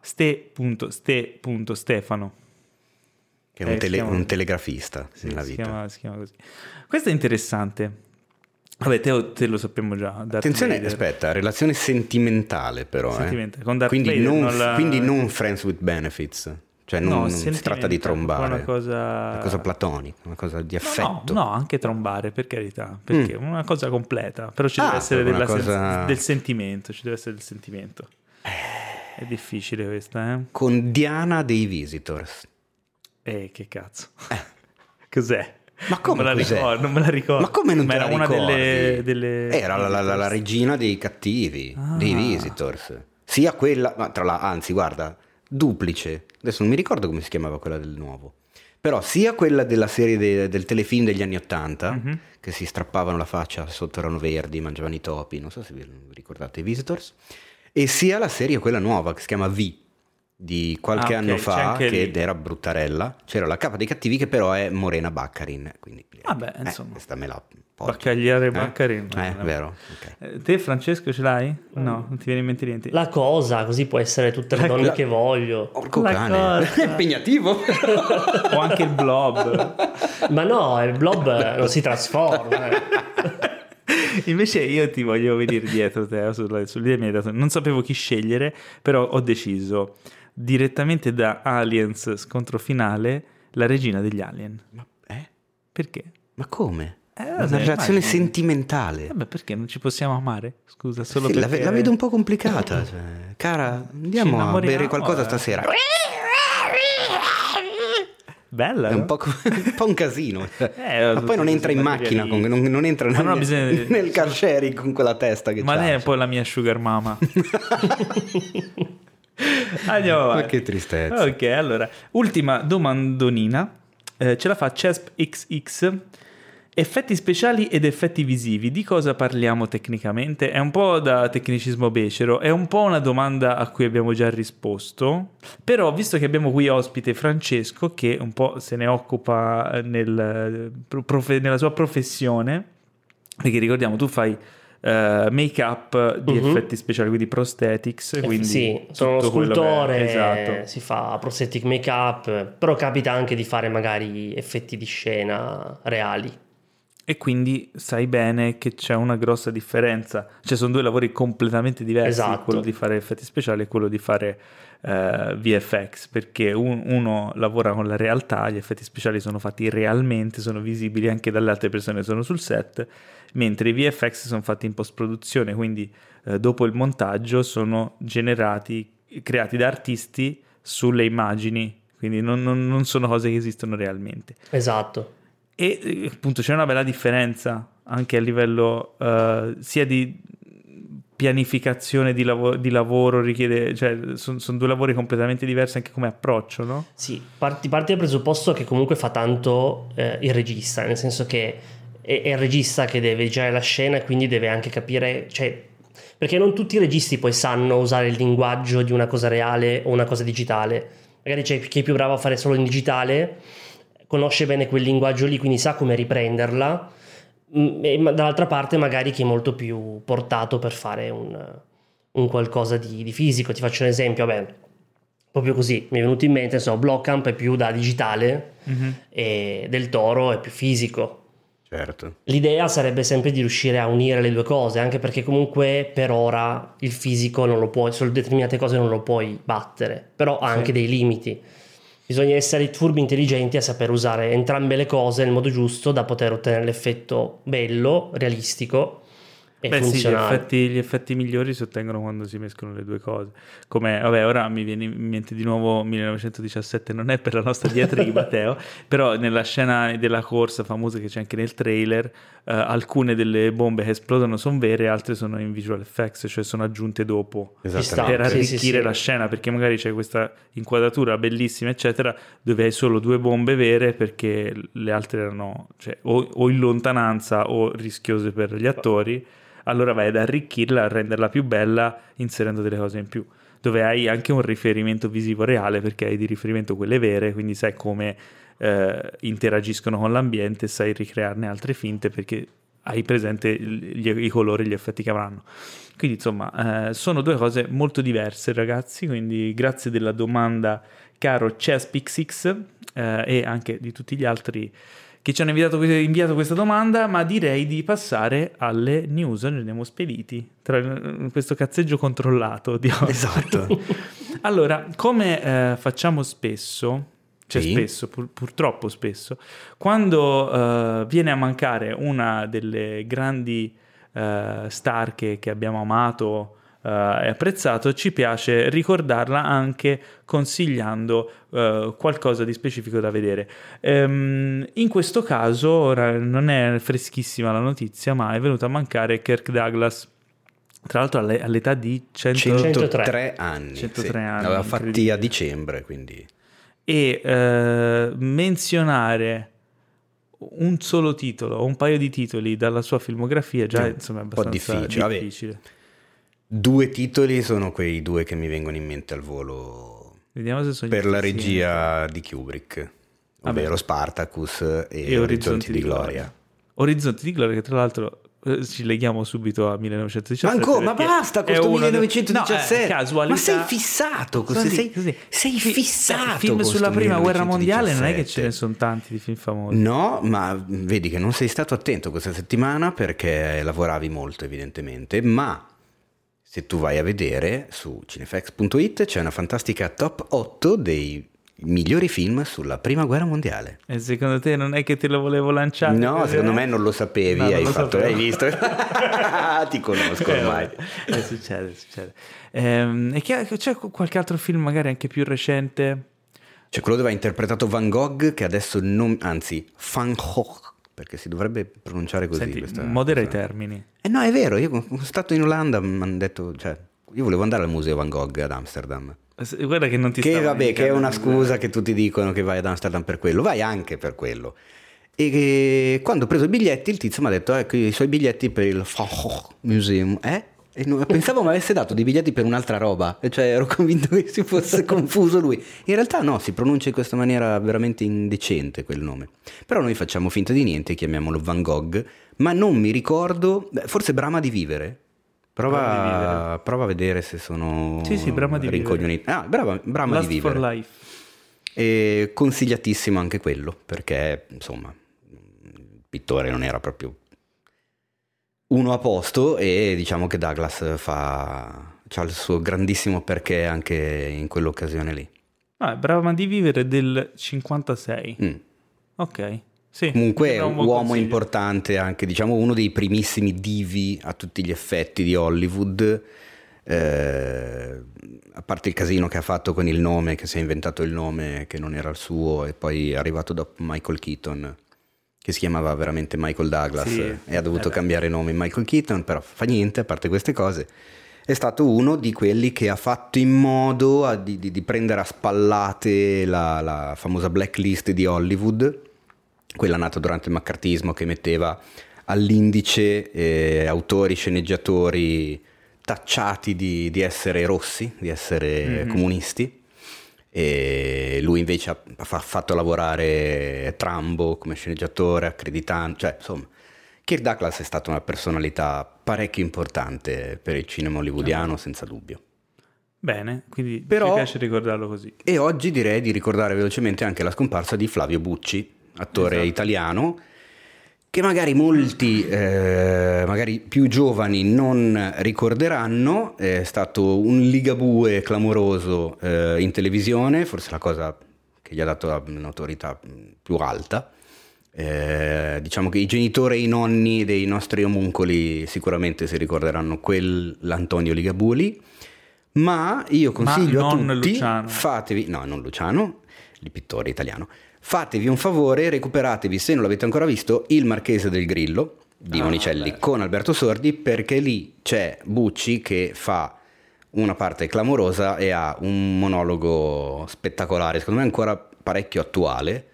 [SPEAKER 1] Ste.Ste.Stefano.
[SPEAKER 2] Che è un,
[SPEAKER 1] Eh,
[SPEAKER 2] tele-
[SPEAKER 1] si chiama-
[SPEAKER 2] un telegrafista
[SPEAKER 1] Sì,
[SPEAKER 2] nella
[SPEAKER 1] si
[SPEAKER 2] vita.
[SPEAKER 1] chiama, si chiama così. Questo è interessante. Vabbè, te, te lo sappiamo già. Darth
[SPEAKER 2] Attenzione,
[SPEAKER 1] Vader.
[SPEAKER 2] aspetta, relazione sentimentale però. eh.
[SPEAKER 1] Sentimentale, con Darth
[SPEAKER 2] Quindi,
[SPEAKER 1] Vader
[SPEAKER 2] non,
[SPEAKER 1] non la-
[SPEAKER 2] quindi non friends with benefits. Cioè non,
[SPEAKER 1] No,
[SPEAKER 2] non si
[SPEAKER 1] sentimentale,
[SPEAKER 2] tratta di trombare.
[SPEAKER 1] una cosa-
[SPEAKER 2] Una cosa platonica, una cosa di
[SPEAKER 1] No,
[SPEAKER 2] affetto.
[SPEAKER 1] no, anche trombare, per carità, perché
[SPEAKER 2] Mm.
[SPEAKER 1] una cosa completa, però ci
[SPEAKER 2] Ah,
[SPEAKER 1] deve essere
[SPEAKER 2] una
[SPEAKER 1] della
[SPEAKER 2] cosa-
[SPEAKER 1] sen- del sentimento, ci deve essere del sentimento. È difficile questa, eh?
[SPEAKER 2] Con Diana dei Visitors.
[SPEAKER 1] Eh, che cazzo. Cos'è?
[SPEAKER 2] Ma come
[SPEAKER 1] non me la
[SPEAKER 2] cos'è?
[SPEAKER 1] ricordo, non me la ricordo.
[SPEAKER 2] Ma come non
[SPEAKER 1] Ma
[SPEAKER 2] te
[SPEAKER 1] era
[SPEAKER 2] la
[SPEAKER 1] una
[SPEAKER 2] ricordi?
[SPEAKER 1] delle, delle...
[SPEAKER 2] Era la, la- la- la regina dei cattivi,
[SPEAKER 1] Ah.
[SPEAKER 2] dei Visitors. Sia quella, ma tra la, anzi guarda, duplice. Adesso non mi ricordo come si chiamava quella del nuovo. Però sia quella della serie de- del telefilm degli anni Ottanta,
[SPEAKER 1] Mhm.
[SPEAKER 2] che si strappavano la faccia, sotto erano verdi, mangiavano i topi, non so se vi ricordate i Visitors, e sia la serie quella nuova che si chiama V, di qualche
[SPEAKER 1] Ah, ok,
[SPEAKER 2] anno
[SPEAKER 1] c'è
[SPEAKER 2] fa,
[SPEAKER 1] anche
[SPEAKER 2] che
[SPEAKER 1] lì.
[SPEAKER 2] era bruttarella. C'era la capa dei cattivi che però è Morena Baccarin. Quindi,
[SPEAKER 1] Vabbè,
[SPEAKER 2] eh,
[SPEAKER 1] insomma.
[SPEAKER 2] questa me la appoggio.
[SPEAKER 1] Baccagliare
[SPEAKER 2] Eh?
[SPEAKER 1] Baccarin.
[SPEAKER 2] Eh, vero. ok.
[SPEAKER 1] Eh, Te, Francesco, ce l'hai? No, non ti viene in mente niente.
[SPEAKER 3] la cosa, così può essere tutte le
[SPEAKER 1] La-
[SPEAKER 3] donne
[SPEAKER 2] la-
[SPEAKER 3] che voglio.
[SPEAKER 2] Porco
[SPEAKER 1] La
[SPEAKER 2] cane,
[SPEAKER 1] cosa.
[SPEAKER 2] è impegnativo.
[SPEAKER 1] O anche il blob.
[SPEAKER 3] Ma no, il blob non si trasforma. eh.
[SPEAKER 1] Invece io ti voglio venire dietro te sulla- sull'idea mi hai dato. Non sapevo chi scegliere, però ho deciso direttamente da Aliens scontro finale la regina degli alien.
[SPEAKER 2] Ma, eh?
[SPEAKER 1] Perché?
[SPEAKER 2] Ma come?
[SPEAKER 1] Eh,
[SPEAKER 2] Una
[SPEAKER 1] vabbè,
[SPEAKER 2] relazione
[SPEAKER 1] ma-
[SPEAKER 2] sentimentale.
[SPEAKER 1] Vabbè, perché non ci possiamo amare? Scusa, solo
[SPEAKER 2] Sì, la,
[SPEAKER 1] perché
[SPEAKER 2] la vedo un po' complicata. Cioè, cara, andiamo a
[SPEAKER 1] innamoriamo,
[SPEAKER 2] bere qualcosa
[SPEAKER 1] eh.
[SPEAKER 2] stasera.
[SPEAKER 1] Bella,
[SPEAKER 2] è
[SPEAKER 1] no?
[SPEAKER 2] un po', un po' un casino.
[SPEAKER 1] Eh,
[SPEAKER 2] ma poi non entra in macchina, con, non, non entra nel,
[SPEAKER 1] no, bisogna...
[SPEAKER 2] nel car sharing con quella testa che
[SPEAKER 1] ma
[SPEAKER 2] c'ha.
[SPEAKER 1] lei è un po' la mia sugar mama. Andiamo avanti.
[SPEAKER 2] Ma che tristezza.
[SPEAKER 1] Ok, allora, ultima domandonina, eh, ce la fa Cesp X X. Effetti speciali ed effetti visivi, di cosa parliamo tecnicamente? È un po' da tecnicismo becero, è un po' una domanda a cui abbiamo già risposto, però visto che abbiamo qui ospite Francesco che un po' se ne occupa nel, profe, nella sua professione, perché ricordiamo tu fai uh, make-up di uh-huh. effetti speciali, quindi prosthetics,
[SPEAKER 3] eh,
[SPEAKER 1] quindi
[SPEAKER 3] sì, sono uno scultore,
[SPEAKER 1] che... esatto.
[SPEAKER 3] Si fa prosthetic make-up, però capita anche di fare magari effetti di scena reali.
[SPEAKER 1] E quindi sai bene che c'è una grossa differenza, cioè sono due lavori completamente diversi,
[SPEAKER 3] esatto.
[SPEAKER 1] Quello di fare effetti speciali e quello di fare uh, V F X, perché un, uno lavora con la realtà, gli effetti speciali sono fatti realmente, sono visibili anche dalle altre persone che sono sul set, mentre i V F X sono fatti in post-produzione, quindi uh, dopo il montaggio sono generati, creati da artisti sulle immagini, quindi non, non, non sono cose che esistono realmente.
[SPEAKER 3] Esatto.
[SPEAKER 1] E appunto c'è una bella differenza anche a livello uh, sia di pianificazione di, lav- di lavoro, richiede, cioè sono son due lavori completamente diversi anche come approccio, no?
[SPEAKER 3] Sì, parti, parti dal presupposto che comunque fa tanto eh, il regista, nel senso che è, è il regista che deve girare la scena e quindi deve anche capire, cioè, perché non tutti i registi poi sanno usare il linguaggio di una cosa reale o una cosa digitale, magari c'è chi è più bravo a fare solo in digitale, conosce bene quel linguaggio lì, quindi sa come riprenderla, e dall'altra parte magari chi è molto più portato per fare un, un qualcosa di, di fisico. Ti faccio un esempio, vabbè, proprio così mi è venuto in mente, insomma, Blockamp è più da digitale, mm-hmm. e Del Toro è più fisico.
[SPEAKER 2] Certo.
[SPEAKER 3] L'idea sarebbe sempre di riuscire a unire le due cose, anche perché comunque per ora il fisico non lo puoi, su determinate cose non lo puoi battere, però ha sì. anche dei limiti. Bisogna essere furbi, intelligenti a saper usare entrambe le cose nel modo giusto da poter ottenere l'effetto bello, realistico e
[SPEAKER 1] Beh,
[SPEAKER 3] funzionale.
[SPEAKER 1] Sì, gli effetti, gli effetti migliori si ottengono quando si mescolano le due cose. Come, vabbè, ora mi viene in mente di nuovo millenovecentodiciassette, non è per la nostra diatriba, Matteo, però nella scena della corsa famosa che c'è anche nel trailer, uh, alcune delle bombe che esplodono sono vere, altre sono in visual effects, cioè sono aggiunte dopo per arricchire sì, sì, sì. la scena, perché magari c'è questa inquadratura bellissima, eccetera, dove hai solo due bombe vere perché le altre erano cioè, o, o in lontananza o rischiose per gli attori. Allora vai ad arricchirla, a renderla più bella inserendo delle cose in più, dove hai anche un riferimento visivo reale perché hai di riferimento quelle vere, quindi sai come eh, interagiscono con l'ambiente, sai ricrearne altre finte perché hai presente gli, i colori, gli effetti che avranno. Quindi insomma eh, sono due cose molto diverse, ragazzi, quindi grazie della domanda caro CespixX eh, e anche di tutti gli altri che ci hanno inviato, inviato questa domanda, ma direi di passare alle news. Noi andiamo spediti tra questo cazzeggio controllato di oggi.
[SPEAKER 2] Esatto.
[SPEAKER 1] Allora, come eh, facciamo spesso, cioè
[SPEAKER 2] sì. spesso,
[SPEAKER 1] pur, purtroppo spesso, quando eh, viene a mancare una delle grandi eh, star che, che abbiamo amato Uh, è apprezzato, ci piace ricordarla anche consigliando uh, qualcosa di specifico da vedere. Um, in questo caso, ora non è freschissima la notizia, ma è venuta a mancare Kirk Douglas, tra l'altro all'età di cento...
[SPEAKER 2] centotré anni.
[SPEAKER 1] centotré
[SPEAKER 2] sì.
[SPEAKER 1] anni.
[SPEAKER 2] L'aveva fatti a dicembre, quindi.
[SPEAKER 1] E uh, menzionare un solo titolo o un paio di titoli dalla sua filmografia già
[SPEAKER 2] no,
[SPEAKER 1] insomma è abbastanza
[SPEAKER 2] un po' difficile.
[SPEAKER 1] difficile.
[SPEAKER 2] Vabbè. Due titoli sono quei due che mi vengono in mente al volo.
[SPEAKER 1] Vediamo se sono
[SPEAKER 2] per la regia di Kubrick, ovvero Vabbè. Spartacus e, e Orizzonti, Orizzonti di Gloria. Gloria.
[SPEAKER 1] Orizzonti di Gloria, che tra l'altro eh, ci leghiamo subito a millenovecentodiciassette.
[SPEAKER 2] Ma ancora, ma basta con questo millenovecentodiciassette.
[SPEAKER 1] No, casualità.
[SPEAKER 2] Ma sei fissato così, sei, così. sei fissato.
[SPEAKER 1] Film sulla prima guerra mondiale non è che ce ne sono tanti di film famosi.
[SPEAKER 2] No, ma vedi che non sei stato attento questa settimana perché lavoravi molto evidentemente, ma se tu vai a vedere su cinefx punto it c'è una fantastica top otto dei migliori film sulla prima guerra mondiale.
[SPEAKER 1] E secondo te non è che te lo volevo lanciare?
[SPEAKER 2] No, secondo me non lo sapevi, no, hai, lo fatto, hai visto? Ti conosco ormai.
[SPEAKER 1] Eh, succede, succede. Ehm, e c'è qualche altro film magari anche più recente
[SPEAKER 2] Cioè quello dove ha interpretato Van Gogh, che adesso non... anzi, Van Gogh, perché si dovrebbe pronunciare così.
[SPEAKER 1] Senti,
[SPEAKER 2] questa,
[SPEAKER 1] modera
[SPEAKER 2] questa...
[SPEAKER 1] i termini.
[SPEAKER 2] Eh no, è vero, io sono stato in Olanda, mi hanno detto... cioè, io volevo andare al museo Van Gogh ad Amsterdam.
[SPEAKER 1] Guarda che non ti
[SPEAKER 2] Che vabbè, che è una
[SPEAKER 1] indicando.
[SPEAKER 2] scusa che tutti dicono che vai ad Amsterdam per quello, vai anche per quello. E che quando ho preso i biglietti il tizio mi ha detto ecco i suoi biglietti per il Van Gogh Museum, eh? E non, pensavo mi avesse dato dei biglietti per un'altra roba, cioè ero convinto che si fosse confuso lui. In realtà no, si pronuncia in questa maniera veramente indecente quel nome. Però noi facciamo finta di niente, chiamiamolo Van Gogh, ma non mi ricordo, beh, forse Brama di vivere. Prova,
[SPEAKER 1] Brama di vivere.
[SPEAKER 2] prova a vedere se sono
[SPEAKER 1] Sì, sì, Brama di
[SPEAKER 2] rincoglioniti. Ah, brava, Brama
[SPEAKER 1] Lust
[SPEAKER 2] di vivere.
[SPEAKER 1] for Life.
[SPEAKER 2] E consigliatissimo anche quello, perché insomma il pittore non era proprio uno a posto e diciamo che Douglas fa c'ha il suo grandissimo perché anche in quell'occasione lì.
[SPEAKER 1] Ah, Brama di vivere del cinquantasei.
[SPEAKER 2] Mm.
[SPEAKER 1] Ok. Sì,
[SPEAKER 2] Comunque è
[SPEAKER 1] sembra
[SPEAKER 2] un
[SPEAKER 1] buon
[SPEAKER 2] uomo
[SPEAKER 1] consiglio.
[SPEAKER 2] importante, anche diciamo uno dei primissimi divi a tutti gli effetti di Hollywood, eh, a parte il casino che ha fatto con il nome, che si è inventato il nome che non era il suo e poi è arrivato dopo Michael Keaton che si chiamava veramente Michael Douglas,
[SPEAKER 1] Sì,
[SPEAKER 2] e ha dovuto
[SPEAKER 1] eh
[SPEAKER 2] cambiare nome Michael Keaton, però fa niente, a parte queste cose. È stato uno di quelli che ha fatto in modo a- di, di- di prendere a spallate la, la famosa blacklist di Hollywood, quella nata durante il maccartismo, che metteva all'indice eh, autori, sceneggiatori tacciati di, di essere rossi, di essere
[SPEAKER 1] Mhm.
[SPEAKER 2] comunisti. E lui invece ha, ha fatto lavorare Trumbo come sceneggiatore, accreditando, cioè insomma Kirk Douglas è stata una personalità parecchio importante per il cinema hollywoodiano, senza dubbio.
[SPEAKER 1] Bene, quindi
[SPEAKER 2] Però-
[SPEAKER 1] mi piace ricordarlo così.
[SPEAKER 2] E oggi direi di ricordare velocemente anche la scomparsa di Flavio Bucci, attore
[SPEAKER 1] Esatto.
[SPEAKER 2] italiano, che magari molti, eh, magari più giovani, non ricorderanno. È stato un ligabue clamoroso eh, in televisione, forse la cosa che gli ha dato la notorietà mh, più alta. Eh, diciamo che i genitori e i nonni dei nostri omuncoli sicuramente si ricorderanno quell'Antonio Ligabue, ma io consiglio a
[SPEAKER 1] non
[SPEAKER 2] tutti,
[SPEAKER 1] Luciano.
[SPEAKER 2] fatevi, no, non Luciano, il pittore italiano, fatevi un favore, recuperatevi, se non l'avete ancora visto, Il Marchese del Grillo di
[SPEAKER 1] Ah,
[SPEAKER 2] Monicelli
[SPEAKER 1] beh.
[SPEAKER 2] con Alberto Sordi, perché lì c'è Bucci che fa una parte clamorosa e ha un monologo spettacolare, secondo me ancora parecchio attuale.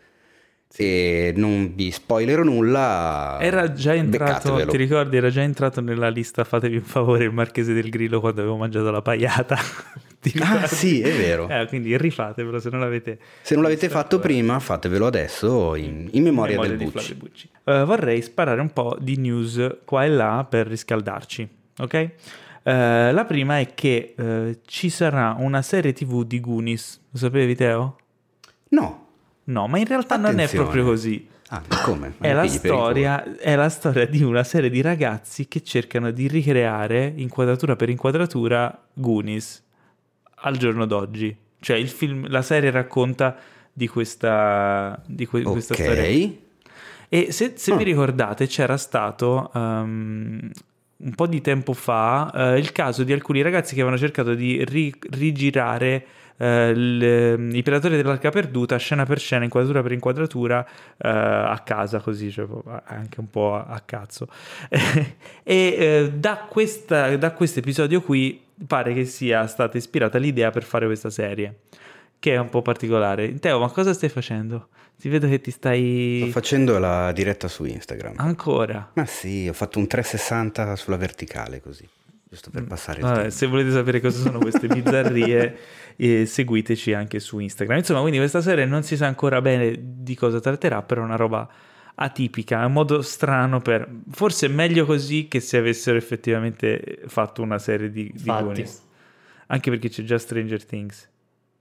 [SPEAKER 2] E non vi spoilerò nulla.
[SPEAKER 1] Era già entrato,
[SPEAKER 2] beccatevelo.
[SPEAKER 1] ti ricordi, era già entrato nella lista, fatevi un favore, il Marchese del Grillo quando avevo mangiato la pagliata. Ti
[SPEAKER 2] Ah
[SPEAKER 1] ricordi?
[SPEAKER 2] sì, è vero.
[SPEAKER 1] Eh, quindi rifatevelo se non l'avete
[SPEAKER 2] Se non l'avete
[SPEAKER 1] visto
[SPEAKER 2] fatto
[SPEAKER 1] ancora.
[SPEAKER 2] prima, fatevelo adesso in, in memoria,
[SPEAKER 1] Memoria
[SPEAKER 2] del
[SPEAKER 1] di
[SPEAKER 2] Bucci.
[SPEAKER 1] Flavio Bucci. Eh, vorrei sparare un po' di news qua e là per riscaldarci, ok? Eh, la prima è che eh, ci sarà una serie tivù di Goonies, lo sapevi Teo?
[SPEAKER 2] No.
[SPEAKER 1] No, ma in realtà non è
[SPEAKER 2] Attenzione.
[SPEAKER 1] proprio così.
[SPEAKER 2] Ah, ma come?
[SPEAKER 1] È la,
[SPEAKER 2] Pigli per il culo.
[SPEAKER 1] storia, è la storia di una serie di ragazzi che cercano di ricreare inquadratura per inquadratura Goonies al giorno d'oggi. Cioè il film, la serie racconta di questa, di que- questa storia.
[SPEAKER 2] Ok.
[SPEAKER 1] E se, se
[SPEAKER 2] Ah.
[SPEAKER 1] vi ricordate c'era stato um, un po' di tempo fa eh, il caso di alcuni ragazzi che avevano cercato di ri- rigirare eh, il- i Predatori dell'Arca Perduta scena per scena, inquadratura per inquadratura eh, a casa, così, cioè, anche un po' a, a cazzo. E eh, da questa, da questo episodio qui pare che sia stata ispirata l'idea per fare questa serie, che è un po' particolare. Teo, ma cosa stai facendo? Ti vedo che ti stai...
[SPEAKER 2] Sto facendo la diretta su Instagram.
[SPEAKER 1] Ancora?
[SPEAKER 2] Ma sì, ho fatto un trecentosessanta sulla verticale così, giusto per passare il
[SPEAKER 1] Vabbè,
[SPEAKER 2] tempo.
[SPEAKER 1] se volete sapere cosa sono queste bizzarrie, eh, seguiteci anche su Instagram. Insomma, quindi questa serie non si sa ancora bene di cosa tratterà, però è una roba atipica, è un modo strano per... Forse è meglio così che se avessero effettivamente fatto una serie di, di
[SPEAKER 3] Infatti.
[SPEAKER 1] Goonies. Anche perché c'è già Stranger Things.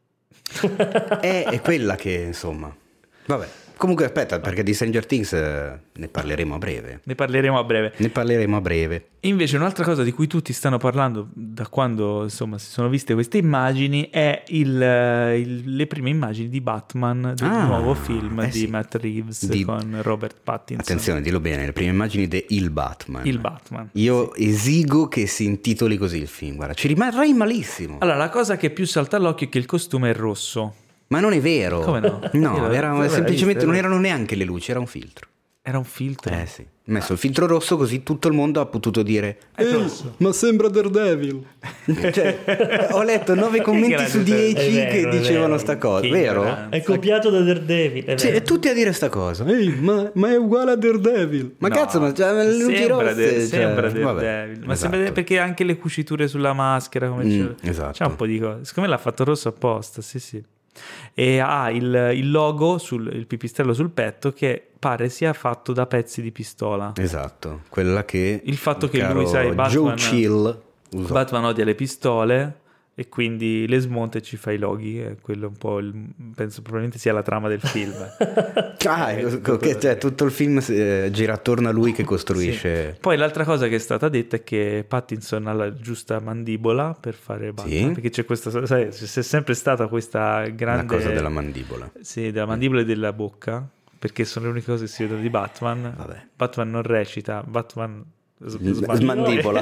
[SPEAKER 2] È, è quella che, insomma... Vabbè, comunque aspetta, perché di Stranger Things eh, ne parleremo a breve.
[SPEAKER 1] Ne parleremo a breve.
[SPEAKER 2] Ne parleremo a breve.
[SPEAKER 1] Invece un'altra cosa di cui tutti stanno parlando da quando insomma si sono viste queste immagini è il, eh, il- le prime immagini di Batman del
[SPEAKER 2] Ah,
[SPEAKER 1] nuovo film
[SPEAKER 2] eh
[SPEAKER 1] di
[SPEAKER 2] sì.
[SPEAKER 1] Matt Reeves
[SPEAKER 2] Di-
[SPEAKER 1] con Robert Pattinson.
[SPEAKER 2] Attenzione, dillo bene, le prime immagini di Il Batman.
[SPEAKER 1] Il Batman.
[SPEAKER 2] Io esigo che si intitoli così il film, guarda, ci rimarrei malissimo.
[SPEAKER 1] Allora, la cosa che più salta all'occhio è che il costume è rosso.
[SPEAKER 2] Ma non è vero.
[SPEAKER 1] Come no?
[SPEAKER 2] No, era
[SPEAKER 1] L'ho
[SPEAKER 2] semplicemente
[SPEAKER 1] vista,
[SPEAKER 2] non
[SPEAKER 1] era-
[SPEAKER 2] erano neanche le luci, era un filtro.
[SPEAKER 1] Era un filtro.
[SPEAKER 2] Eh sì. Ha messo il filtro rosso così tutto il mondo ha potuto dire
[SPEAKER 1] È rosso.
[SPEAKER 2] ma sembra Daredevil. Cioè, ho letto nove commenti
[SPEAKER 1] grande
[SPEAKER 2] su dieci
[SPEAKER 3] È vero,
[SPEAKER 2] che
[SPEAKER 3] è
[SPEAKER 2] dicevano
[SPEAKER 3] vero.
[SPEAKER 2] sta cosa,
[SPEAKER 1] Che
[SPEAKER 2] vero?
[SPEAKER 1] ignoranza.
[SPEAKER 3] È copiato da Daredevil, è
[SPEAKER 2] Sì,
[SPEAKER 3] vero.
[SPEAKER 2] e tutti a dire sta cosa. Ehi, ma, ma è uguale a Daredevil. Ma
[SPEAKER 1] No,
[SPEAKER 2] cazzo, ma cioè, le luci
[SPEAKER 1] sembra
[SPEAKER 2] rosse,
[SPEAKER 1] de-
[SPEAKER 2] cioè,
[SPEAKER 1] sembra
[SPEAKER 2] vabbè,
[SPEAKER 1] Daredevil. Ma
[SPEAKER 2] esatto.
[SPEAKER 1] sembra de- perché anche le cuciture sulla maschera come
[SPEAKER 2] Mm,
[SPEAKER 1] c'è,
[SPEAKER 2] esatto.
[SPEAKER 1] c'è un po' di cose. Secondo me l'ha fatto rosso apposta, sì sì. E ha il, il logo, sul, il pipistrello sul petto che pare sia fatto da pezzi di pistola.
[SPEAKER 2] Esatto, quella che
[SPEAKER 1] Il fatto che
[SPEAKER 2] caro
[SPEAKER 1] lui, sai, Batman-
[SPEAKER 2] Joe Chill usò.
[SPEAKER 1] Batman odia le pistole e quindi le smonta e ci fa i loghi. E quello è un po' il, penso probabilmente sia la trama del film.
[SPEAKER 2] Ah,
[SPEAKER 1] Eh,
[SPEAKER 2] ecco,
[SPEAKER 1] tutto
[SPEAKER 2] che,
[SPEAKER 1] da-
[SPEAKER 2] cioè, tutto il film eh, gira attorno a lui che costruisce.
[SPEAKER 1] Sì. Poi l'altra cosa che è stata detta è che Pattinson ha la giusta mandibola per fare Batman,
[SPEAKER 2] Sì.
[SPEAKER 1] perché c'è questa, sai, c'è sempre stata questa grande
[SPEAKER 2] La cosa della mandibola.
[SPEAKER 1] sì, della mandibola e della bocca, perché sono le uniche cose che si vedono di Batman.
[SPEAKER 2] Vabbè.
[SPEAKER 1] Batman non recita, Batman s-
[SPEAKER 2] S-
[SPEAKER 1] sbaglia.
[SPEAKER 2] smandibola.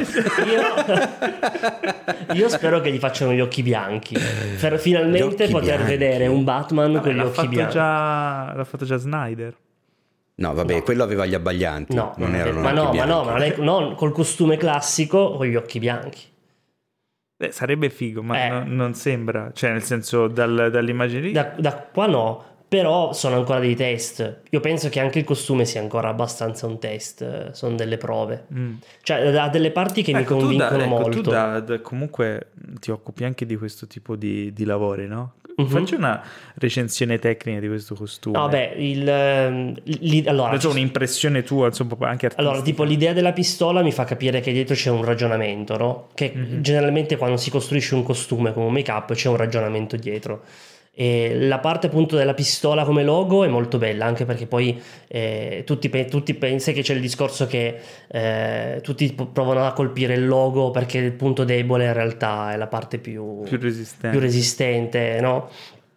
[SPEAKER 3] Io, io spero che gli facciano gli occhi bianchi per finalmente
[SPEAKER 2] occhi
[SPEAKER 3] poter
[SPEAKER 2] bianchi.
[SPEAKER 3] vedere un Batman
[SPEAKER 1] Vabbè,
[SPEAKER 3] con gli
[SPEAKER 1] l'ha
[SPEAKER 3] occhi
[SPEAKER 1] fatto
[SPEAKER 3] bianchi.
[SPEAKER 1] già l'ha fatto già Snyder.
[SPEAKER 2] No, vabbè, quello aveva gli abbaglianti,
[SPEAKER 3] No,
[SPEAKER 2] non
[SPEAKER 3] eh,
[SPEAKER 2] erano
[SPEAKER 3] ma
[SPEAKER 2] occhi
[SPEAKER 3] no, ma
[SPEAKER 2] bianchi.
[SPEAKER 3] no, ma non, è, non col costume classico con gli occhi bianchi.
[SPEAKER 1] Beh, sarebbe figo, ma
[SPEAKER 3] Eh.
[SPEAKER 1] no- non sembra, cioè nel senso dal- dall'immagine lì.
[SPEAKER 3] Da, da qua no, però sono ancora dei test. Io penso che anche il costume sia ancora abbastanza un test, eh, sono delle prove.
[SPEAKER 1] Mm.
[SPEAKER 3] Cioè, ha delle parti che
[SPEAKER 1] Ecco,
[SPEAKER 3] mi
[SPEAKER 1] tu da-
[SPEAKER 3] convincono
[SPEAKER 1] ecco,
[SPEAKER 3] molto.
[SPEAKER 1] tu da- da- comunque ti occupi anche di questo tipo di, di lavori, no?
[SPEAKER 3] Mhm.
[SPEAKER 1] Facci una recensione tecnica di questo costume.
[SPEAKER 3] No, beh, il, ehm, l'i- allora,
[SPEAKER 1] Non so,
[SPEAKER 3] ci-
[SPEAKER 1] un'impressione tua, insomma, anche artistica.
[SPEAKER 3] allora, tipo l'idea della pistola mi fa capire che dietro c'è un ragionamento, no? Che
[SPEAKER 1] Mhm.
[SPEAKER 3] generalmente quando si costruisce un costume come un make-up c'è un ragionamento dietro. E la parte appunto della pistola come logo è molto bella, anche perché poi eh, tutti, pe- tutti pensano che c'è il discorso che eh, tutti po- provano a colpire il logo perché il punto debole in realtà è la parte più,
[SPEAKER 1] più resistente.
[SPEAKER 3] più resistente, no?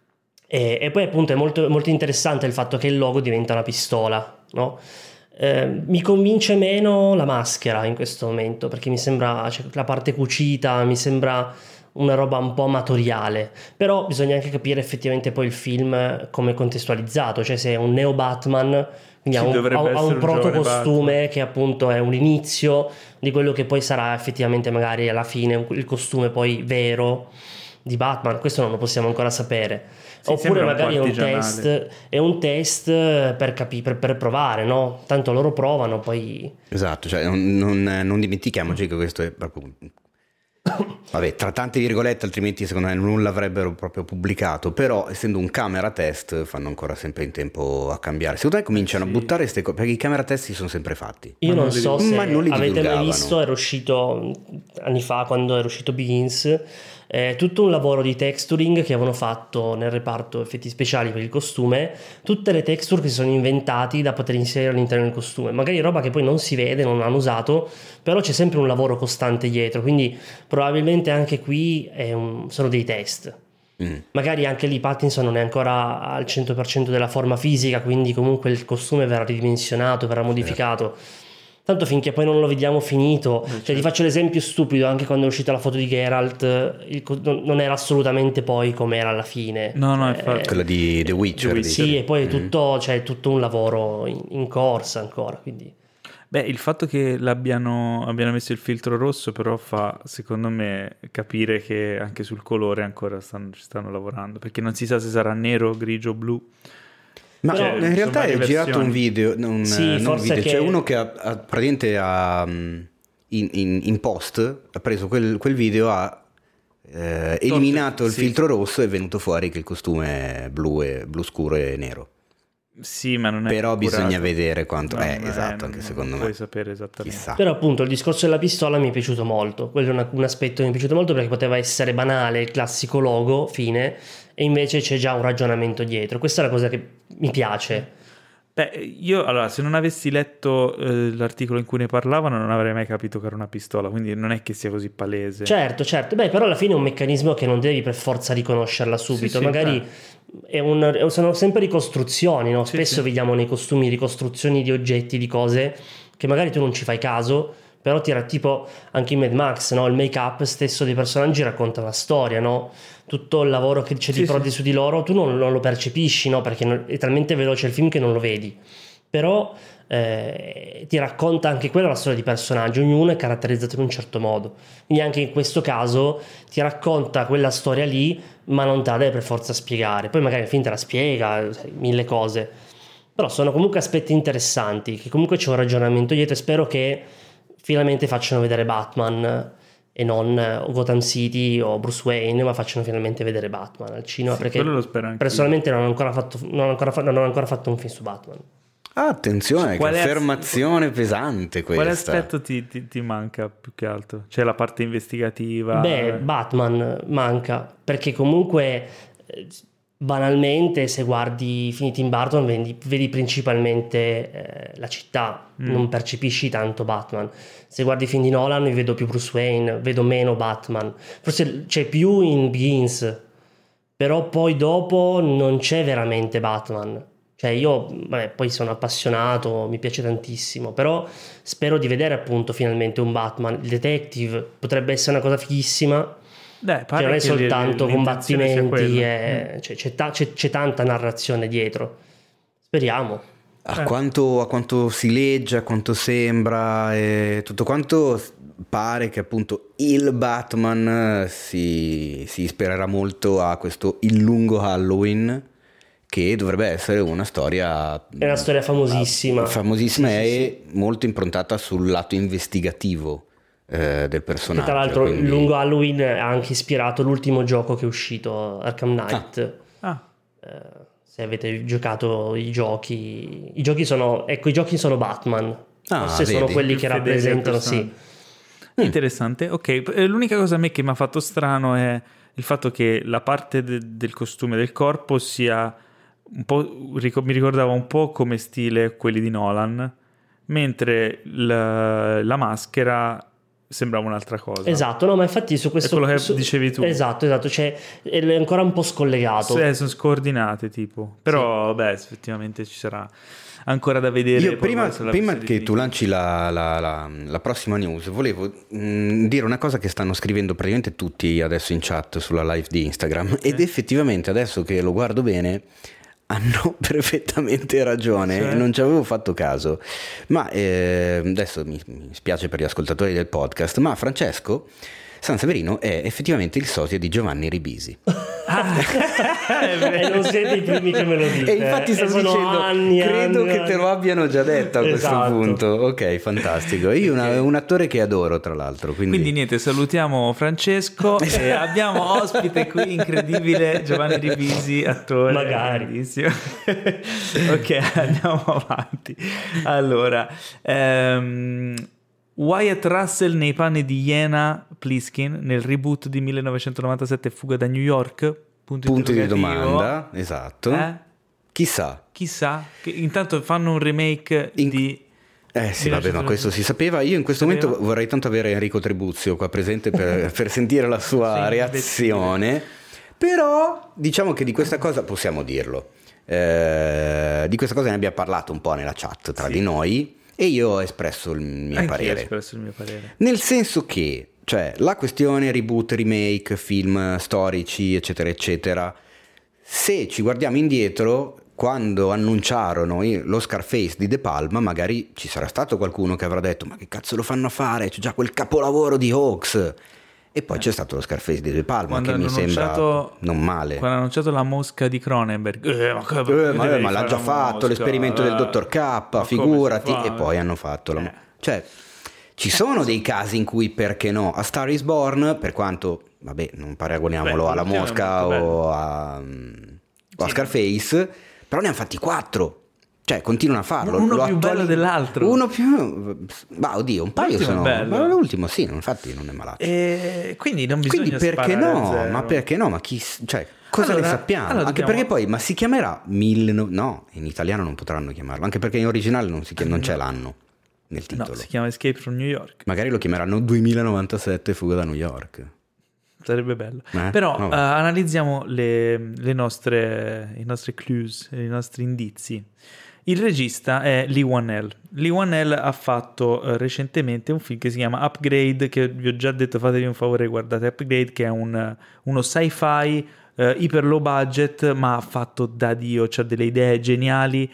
[SPEAKER 3] E, e poi appunto è molto, molto interessante il fatto che il logo diventa una pistola, no? Eh, mi convince meno la maschera in questo momento perché mi sembra, cioè, la parte cucita mi sembra una roba un po' amatoriale, però bisogna anche capire effettivamente poi il film come è contestualizzato, cioè se è un neo Batman, quindi
[SPEAKER 1] Sì,
[SPEAKER 3] ha un,
[SPEAKER 1] dovrebbe
[SPEAKER 3] ha- ha
[SPEAKER 1] essere
[SPEAKER 3] un
[SPEAKER 1] un
[SPEAKER 3] proto
[SPEAKER 1] giovane
[SPEAKER 3] costume
[SPEAKER 1] Batman.
[SPEAKER 3] che appunto è un inizio di quello che poi sarà effettivamente magari alla fine il costume poi vero di Batman. Questo non lo possiamo ancora sapere.
[SPEAKER 1] Sì,
[SPEAKER 3] Oppure
[SPEAKER 1] sembra un po'
[SPEAKER 3] magari è un
[SPEAKER 1] artigianale.
[SPEAKER 3] test, è un test per, capi- per, per provare, no? Tanto loro provano, poi
[SPEAKER 2] Esatto, cioè non, non, non dimentichiamoci che questo è proprio... Vabbè, tra tante virgolette, altrimenti secondo me non l'avrebbero proprio pubblicato, però essendo un camera test fanno ancora sempre in tempo a cambiare. Secondo me cominciano
[SPEAKER 1] Sì.
[SPEAKER 2] a buttare queste cose, perché i camera test si sono sempre fatti.
[SPEAKER 3] io
[SPEAKER 1] Ma
[SPEAKER 3] non
[SPEAKER 1] non li-
[SPEAKER 3] so se
[SPEAKER 2] ma non li
[SPEAKER 3] avete mai
[SPEAKER 2] divulgavano.
[SPEAKER 3] visto, era uscito anni fa quando era uscito Beans, eh, tutto un lavoro di texturing che avevano fatto nel reparto effetti speciali per il costume, tutte le texture che si sono inventati da poter inserire all'interno del costume, magari roba che poi non si vede, non hanno usato, però c'è sempre un lavoro costante dietro, quindi probabilmente anche qui è un- sono dei test.
[SPEAKER 2] Mm.
[SPEAKER 3] Magari anche lì Pattinson non è ancora al cento per cento della forma fisica, quindi comunque il costume verrà ridimensionato, verrà modificato. Tanto finché poi non lo vediamo finito, cioè ti faccio l'esempio stupido, anche quando è uscita la foto di Geralt, il co- non non era assolutamente poi come era alla fine.
[SPEAKER 1] No, no,
[SPEAKER 3] Cioè,
[SPEAKER 1] infatti.
[SPEAKER 2] Quella di The Witcher.
[SPEAKER 1] The Witcher.
[SPEAKER 2] dici?
[SPEAKER 3] sì, e poi è
[SPEAKER 2] Mm.
[SPEAKER 3] tutto, cioè, è tutto un lavoro in, in corsa ancora, quindi...
[SPEAKER 1] Beh, il fatto che l'abbiano abbiano messo il filtro rosso però fa, secondo me, capire che anche sul colore ancora stanno, ci stanno lavorando, perché non si sa se sarà nero, grigio, blu.
[SPEAKER 2] Ma
[SPEAKER 3] Però,
[SPEAKER 2] in
[SPEAKER 1] sono
[SPEAKER 2] realtà
[SPEAKER 1] varie
[SPEAKER 2] è girato
[SPEAKER 1] versioni.
[SPEAKER 2] un video, non,
[SPEAKER 3] Sì,
[SPEAKER 2] non un
[SPEAKER 3] forse
[SPEAKER 2] video,
[SPEAKER 3] che-
[SPEAKER 2] c'è uno che ha, ha praticamente ha, mm, in, in- in post ha preso quel, quel video, ha eh, eliminato il
[SPEAKER 1] sì.
[SPEAKER 2] filtro rosso e è venuto fuori che il costume è blu, e, blu scuro e nero.
[SPEAKER 1] Sì, ma non è
[SPEAKER 2] Però
[SPEAKER 1] accurato.
[SPEAKER 2] bisogna vedere quanto...
[SPEAKER 1] No,
[SPEAKER 2] eh,
[SPEAKER 1] non
[SPEAKER 2] esatto,
[SPEAKER 1] non-
[SPEAKER 2] anche
[SPEAKER 1] non
[SPEAKER 2] secondo me.
[SPEAKER 1] puoi sapere esattamente.
[SPEAKER 2] Chissà.
[SPEAKER 3] Però appunto il discorso della pistola mi è piaciuto molto, quello è una- un aspetto che mi è piaciuto molto perché poteva essere banale, il classico logo, fine, e invece c'è già un ragionamento dietro. Questa è la cosa che mi piace.
[SPEAKER 1] Beh, io allora, se non avessi letto eh, l'articolo in cui ne parlavano, non avrei mai capito che era una pistola, quindi non è che sia così palese.
[SPEAKER 3] Certo, certo, beh, però alla fine è un meccanismo che non devi per forza riconoscerla subito,
[SPEAKER 1] Sì, sì,
[SPEAKER 3] magari è un- sono sempre ricostruzioni, no?
[SPEAKER 1] Sì,
[SPEAKER 3] Spesso
[SPEAKER 1] sì.
[SPEAKER 3] vediamo nei costumi ricostruzioni di oggetti, di cose che magari tu non ci fai caso, però ti, tipo anche in Mad Max, no? Il make-up stesso dei personaggi racconta una storia, no? Tutto il lavoro che c'è
[SPEAKER 1] Sì,
[SPEAKER 3] di prodi
[SPEAKER 1] sì.
[SPEAKER 3] su di loro tu non, non lo percepisci, no? Perché non, è talmente veloce il film che non lo vedi, però eh, ti racconta anche quella la storia di personaggi, ognuno è caratterizzato in un certo modo, quindi anche in questo caso ti racconta quella storia lì, ma non te la deve per forza spiegare, poi magari il film te la spiega, sai, mille cose, però sono comunque aspetti interessanti, che comunque c'è un ragionamento dietro, e spero che finalmente facciano vedere Batman e non Gotham City o Bruce Wayne, ma facciano finalmente vedere Batman al cinema,
[SPEAKER 1] Sì,
[SPEAKER 3] perché
[SPEAKER 1] quello lo spero anch'io.
[SPEAKER 3] personalmente non ho ancora fatto, non ho ancora, fa- non ho ancora fatto un film su Batman.
[SPEAKER 2] Ah, attenzione, che
[SPEAKER 1] Qual è-
[SPEAKER 2] affermazione pesante questa.
[SPEAKER 1] Quale aspetto ti, ti- ti manca più che altro? C'è la parte investigativa?
[SPEAKER 3] Beh, Batman manca, perché comunque eh, banalmente se guardi i film di Tim Burton vedi, vedi principalmente eh, la città,
[SPEAKER 1] Mm.
[SPEAKER 3] non percepisci tanto Batman. Se guardi i film di Nolan io vedo più Bruce Wayne, vedo meno Batman, forse c'è più in Begins, però poi dopo non c'è veramente Batman. Cioè io, vabbè, poi sono appassionato, mi piace tantissimo, però spero di vedere appunto finalmente un Batman. Il detective potrebbe essere una cosa fighissima,
[SPEAKER 1] Dai,
[SPEAKER 3] cioè
[SPEAKER 1] pare
[SPEAKER 3] non è
[SPEAKER 1] che le-
[SPEAKER 3] soltanto
[SPEAKER 1] l'intenzione sia
[SPEAKER 3] combattimenti,
[SPEAKER 1] quella.
[SPEAKER 3] e-
[SPEAKER 1] Mm.
[SPEAKER 3] cioè, c'è, ta- c'è- c'è tanta narrazione dietro. Speriamo.
[SPEAKER 2] A,
[SPEAKER 1] Eh.
[SPEAKER 2] quanto, a quanto si legge, a quanto sembra e tutto quanto, pare che appunto il Batman si, si ispirerà molto a questo Il lungo Halloween, che dovrebbe essere una storia
[SPEAKER 3] È una storia famosissima.
[SPEAKER 2] famosissima
[SPEAKER 3] Sì, sì,
[SPEAKER 2] e molto improntata sul lato investigativo eh, del
[SPEAKER 3] Che
[SPEAKER 2] personaggio.
[SPEAKER 3] tra l'altro
[SPEAKER 2] quindi-
[SPEAKER 3] il lungo Halloween ha anche ispirato l'ultimo gioco che è uscito, Arkham Knight.
[SPEAKER 1] Ah,
[SPEAKER 3] Eh, se avete giocato i giochi, i giochi sono, ecco, i giochi sono Batman.
[SPEAKER 2] Ah,
[SPEAKER 3] Forse sono
[SPEAKER 2] vedi?
[SPEAKER 3] quelli
[SPEAKER 1] Più
[SPEAKER 3] che
[SPEAKER 1] fedeli al
[SPEAKER 3] rappresentano,
[SPEAKER 1] personaggio.
[SPEAKER 3] sì.
[SPEAKER 1] interessante. Ok, eh, l'unica cosa a me che mi ha fatto strano è il fatto che la parte de- del costume del corpo sia un po', ric- mi ricordava un po' come stile quelli di Nolan, mentre la, la maschera sembrava un'altra cosa.
[SPEAKER 3] Esatto, no, ma infatti su questo...
[SPEAKER 1] quello che
[SPEAKER 3] su-
[SPEAKER 1] dicevi tu.
[SPEAKER 3] Esatto, esatto, cioè è ancora un po' scollegato.
[SPEAKER 1] Sì, sono scordinate tipo, però beh, effettivamente ci sarà ancora da vedere.
[SPEAKER 2] Io
[SPEAKER 1] poi
[SPEAKER 2] prima,
[SPEAKER 1] poi sulla
[SPEAKER 2] prima
[SPEAKER 1] versione
[SPEAKER 2] che tu
[SPEAKER 1] definitiva.
[SPEAKER 2] lanci la, la- la- la prossima news, volevo mh, dire una cosa che stanno scrivendo praticamente tutti adesso in chat sulla live di Instagram, ed effettivamente adesso che lo guardo bene hanno perfettamente ragione,
[SPEAKER 1] Cioè?
[SPEAKER 2] non ci avevo fatto caso, ma eh, adesso mi, mi spiace per gli ascoltatori del podcast, ma Francesco Sanseverino è effettivamente il socio di Giovanni Ribisi.
[SPEAKER 3] E non siete i primi che me lo dite.
[SPEAKER 2] E infatti
[SPEAKER 3] eh.
[SPEAKER 2] stavo
[SPEAKER 3] sono
[SPEAKER 2] dicendo,
[SPEAKER 3] anni,
[SPEAKER 2] credo
[SPEAKER 3] anni,
[SPEAKER 2] che te lo
[SPEAKER 3] anni.
[SPEAKER 2] abbiano già detto a questo
[SPEAKER 3] Esatto.
[SPEAKER 2] punto. Ok, fantastico. Io una- un attore che adoro, tra l'altro. Quindi,
[SPEAKER 1] Quindi niente, salutiamo Francesco e abbiamo ospite qui incredibile Giovanni Ribisi, attore.
[SPEAKER 3] Magari.
[SPEAKER 1] grandissimo. Ok, andiamo avanti. Allora, ehm, Wyatt Russell nei panni di Jena Pliskin nel reboot di millenovecentonovantasette Fuga da New York? Punto,
[SPEAKER 2] punto di
[SPEAKER 1] interrogativo.
[SPEAKER 2] domanda, esatto.
[SPEAKER 1] Eh?
[SPEAKER 2] Chissà.
[SPEAKER 1] Chissà, che intanto fanno un remake
[SPEAKER 2] In-
[SPEAKER 1] di...
[SPEAKER 2] Eh sì, vabbè, ma
[SPEAKER 1] millenovecentonovantasette.
[SPEAKER 2] questo si sapeva. Io in questo
[SPEAKER 1] Sapeva?
[SPEAKER 2] momento vorrei tanto avere Enrico Tribuzio qua presente per, per sentire la sua
[SPEAKER 1] Sì,
[SPEAKER 2] reazione. Però diciamo che di questa cosa possiamo dirlo. Eh, di questa cosa ne abbiamo parlato un po' nella chat tra
[SPEAKER 1] Sì.
[SPEAKER 2] di noi e io ho espresso il mio
[SPEAKER 1] Anch'io ho
[SPEAKER 2] parere.
[SPEAKER 1] espresso il mio parere.
[SPEAKER 2] Nel senso che, cioè, la questione reboot, remake, film storici, eccetera, eccetera, se ci guardiamo indietro, quando annunciarono i- lo Scarface di De Palma, magari ci sarà stato qualcuno che avrà detto: ma che cazzo lo fanno a fare? C'è già quel capolavoro di Hawks. E poi c'è stato lo Scarface di De Palma,
[SPEAKER 1] Quando
[SPEAKER 2] che mi
[SPEAKER 1] hanno
[SPEAKER 2] sembra
[SPEAKER 1] annunciato-
[SPEAKER 2] non male.
[SPEAKER 1] Quando hanno annunciato la mosca di Cronenberg, eh, ma, che-
[SPEAKER 2] Eh,
[SPEAKER 1] perché
[SPEAKER 2] ma,
[SPEAKER 1] devi
[SPEAKER 2] ma l'ha
[SPEAKER 1] fare
[SPEAKER 2] già
[SPEAKER 1] la
[SPEAKER 2] fatto
[SPEAKER 1] mosca?
[SPEAKER 2] l'esperimento del
[SPEAKER 1] Eh,
[SPEAKER 2] dottor K,
[SPEAKER 1] ma come
[SPEAKER 2] figurati,
[SPEAKER 1] si fa?
[SPEAKER 2] e poi hanno fatto la...
[SPEAKER 1] Eh.
[SPEAKER 2] Cioè, ci sono dei casi in cui, perché no, a Star is Born, per quanto, vabbè, non paragoniamolo
[SPEAKER 1] Beh,
[SPEAKER 2] alla
[SPEAKER 1] l'ultimo è
[SPEAKER 2] mosca
[SPEAKER 1] molto
[SPEAKER 2] o a, mm, o a
[SPEAKER 1] Sì.
[SPEAKER 2] Scarface, però ne hanno fatti quattro. Cioè, continuano a farlo.
[SPEAKER 1] Uno
[SPEAKER 2] Lo
[SPEAKER 1] più bello dell'altro.
[SPEAKER 2] Uno più... Ma oddio, un paio
[SPEAKER 1] L'ultimo è
[SPEAKER 2] sono...
[SPEAKER 1] bello.
[SPEAKER 2] Ma l'ultimo sì, infatti non è malato.
[SPEAKER 1] E quindi non bisogna
[SPEAKER 2] Quindi perché
[SPEAKER 1] sparare
[SPEAKER 2] no?
[SPEAKER 1] a zero.
[SPEAKER 2] Ma perché no? Ma chi, cioè, cosa
[SPEAKER 1] Allora-
[SPEAKER 2] ne sappiamo?
[SPEAKER 1] allora
[SPEAKER 2] Anche
[SPEAKER 1] dobbiamo-
[SPEAKER 2] perché poi, ma si chiamerà mille no, no, in italiano non potranno chiamarlo, anche perché in originale non, si chiama, non c'è l'anno nel
[SPEAKER 1] No,
[SPEAKER 2] titolo.
[SPEAKER 1] si chiama Escape from New York.
[SPEAKER 2] Magari lo chiameranno duemilanovantasette Fuga da New York.
[SPEAKER 1] Sarebbe bello.
[SPEAKER 2] Eh?
[SPEAKER 1] Però
[SPEAKER 2] Vabbè.
[SPEAKER 1] eh, analizziamo le, le nostre, i nostri clues, i nostri indizi. Il regista è Leigh Whannell. Leigh Whannell ha fatto eh, recentemente un film che si chiama Upgrade, che vi ho già detto, fatevi un favore, guardate Upgrade, che è un, uno sci-fi eh, iper low budget, ma fatto da Dio, c'ha delle idee geniali,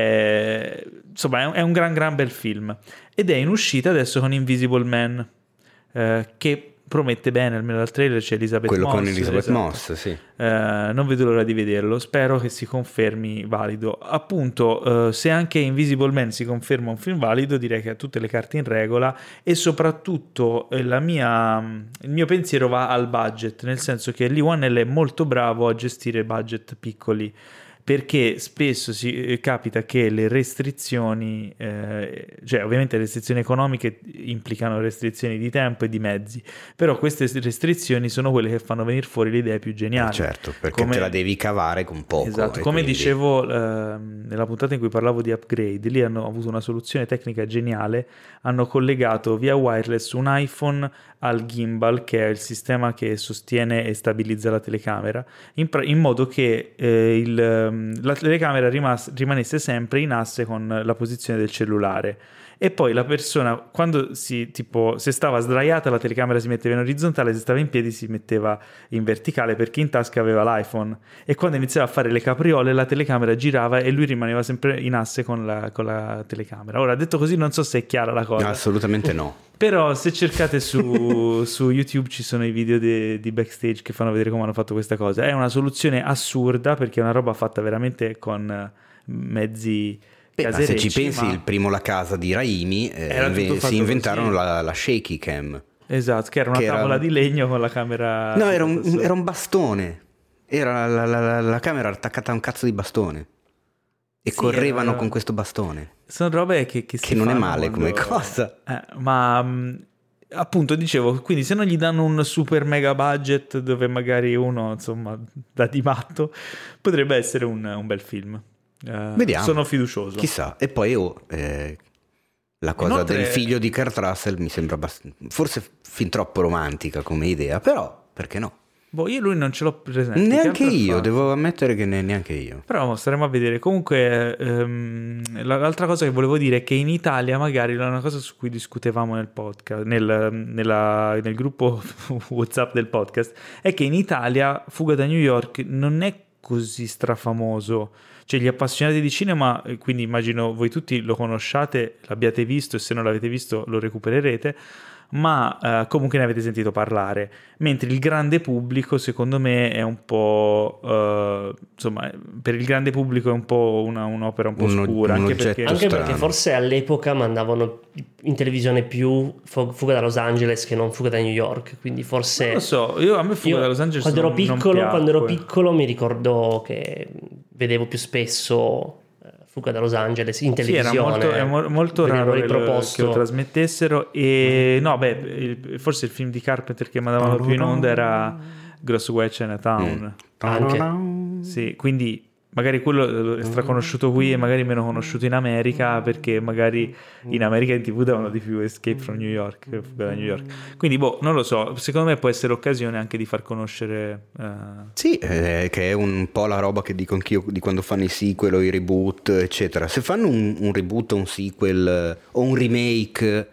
[SPEAKER 1] eh, insomma è un, è un gran gran bel film. Ed è in uscita adesso con Invisible Man, eh, che promette bene, almeno dal trailer c'è Elizabeth
[SPEAKER 2] quello
[SPEAKER 1] Moss.
[SPEAKER 2] con Elizabeth
[SPEAKER 1] esatto.
[SPEAKER 2] Moss, sì.
[SPEAKER 1] Eh, non vedo l'ora di vederlo, spero che si confermi valido. Appunto, eh, se anche Invisible Man si conferma un film valido, direi che ha tutte le carte in regola, e soprattutto eh, la mia, il mio pensiero va al budget, nel senso che Leigh Whannell è molto bravo a gestire budget piccoli, perché spesso si eh, capita che le restrizioni, eh, cioè ovviamente le restrizioni economiche implicano restrizioni di tempo e di mezzi, però queste restrizioni sono quelle che fanno venire fuori le idee più geniali.
[SPEAKER 2] Eh certo, perché
[SPEAKER 1] come,
[SPEAKER 2] te la devi cavare con poco.
[SPEAKER 1] Esatto, come
[SPEAKER 2] quindi...
[SPEAKER 1] dicevo eh, nella puntata in cui parlavo di Upgrade, lì hanno avuto una soluzione tecnica geniale, hanno collegato via wireless un iPhone al gimbal, che è il sistema che sostiene e stabilizza la telecamera, in, pra- in modo che eh, il, la telecamera rimas- rimanesse sempre in asse con la posizione del cellulare. E poi la persona, quando si, tipo, se stava sdraiata la telecamera si metteva in orizzontale, se stava in piedi si metteva in verticale, perché in tasca aveva l'iPhone, e quando iniziava a fare le capriole la telecamera girava e lui rimaneva sempre in asse con la, con la telecamera. Ora, detto così, non so se è chiara la cosa.
[SPEAKER 2] No, assolutamente no.
[SPEAKER 1] Però se cercate su, su YouTube ci sono i video de, di backstage che fanno vedere come hanno fatto questa cosa. È una soluzione assurda, perché è una roba fatta veramente con mezzi...
[SPEAKER 2] Beh, ma se ci pensi,
[SPEAKER 1] ma...
[SPEAKER 2] il primo La Casa di Raimi eh, inve- si inventarono la, la shaky cam.
[SPEAKER 1] Esatto, che era una che tavola era... di legno con la camera...
[SPEAKER 2] No, era un, era un bastone. Era la, la, la, la camera attaccata a un cazzo di bastone. E sì, correvano era... con questo bastone.
[SPEAKER 1] Sono robe che, che, si
[SPEAKER 2] che non è male
[SPEAKER 1] quando...
[SPEAKER 2] come cosa.
[SPEAKER 1] Eh, ma... appunto dicevo, quindi se non gli danno un super mega budget dove magari uno, insomma, da di matto, potrebbe essere un, un bel film. Uh,
[SPEAKER 2] Vediamo.
[SPEAKER 1] Sono fiducioso.
[SPEAKER 2] Chissà. E poi oh, eh, la cosa Inoltre... del figlio di Kurt Russell mi sembra abbast- forse fin troppo romantica come idea, però perché no?
[SPEAKER 1] Boh, io lui non ce l'ho presente.
[SPEAKER 2] Neanche io, devo ammettere che ne- neanche io.
[SPEAKER 1] Però staremo a vedere. Comunque ehm, l'altra cosa che volevo dire è che in Italia magari è una cosa su cui discutevamo nel podcast, nel, nella, nel gruppo WhatsApp del podcast, è che in Italia Fuga da New York non è così strafamoso. Cioè gli appassionati di cinema, quindi immagino voi tutti lo conosciate, l'abbiate visto, e se non l'avete visto lo recupererete, ma uh, comunque ne avete sentito parlare, mentre il grande pubblico secondo me è un po' uh, insomma, per il grande pubblico è un po' una, un'opera un po'
[SPEAKER 2] un,
[SPEAKER 1] oscura,
[SPEAKER 2] un
[SPEAKER 1] anche, perché...
[SPEAKER 3] anche perché forse all'epoca mandavano in televisione più Fuga da Los Angeles che non Fuga da New York, quindi forse
[SPEAKER 1] non lo so, io a me Fuga
[SPEAKER 3] io,
[SPEAKER 1] da Los Angeles
[SPEAKER 3] quando ero
[SPEAKER 1] non,
[SPEAKER 3] piccolo
[SPEAKER 1] non
[SPEAKER 3] quando ero piccolo mi ricordo che vedevo più spesso Fuga da Los Angeles in televisione.
[SPEAKER 1] Sì, era molto, è mo- molto raro che lo, che lo trasmettessero. E no, beh, il, forse il film di Carpenter che mandavano più in onda era Grossway Chinatown.
[SPEAKER 3] Mm. Anche.
[SPEAKER 1] Sì, quindi magari quello è straconosciuto qui e magari meno conosciuto in America, perché magari in America in tv davano di più Escape from New York, Fuga da New York. Quindi boh, non lo so, secondo me può essere occasione anche di far conoscere uh...
[SPEAKER 2] sì, eh, che è un po' la roba che dico anch'io di quando fanno i sequel o i reboot eccetera. Se fanno un, un reboot o un sequel eh, o un remake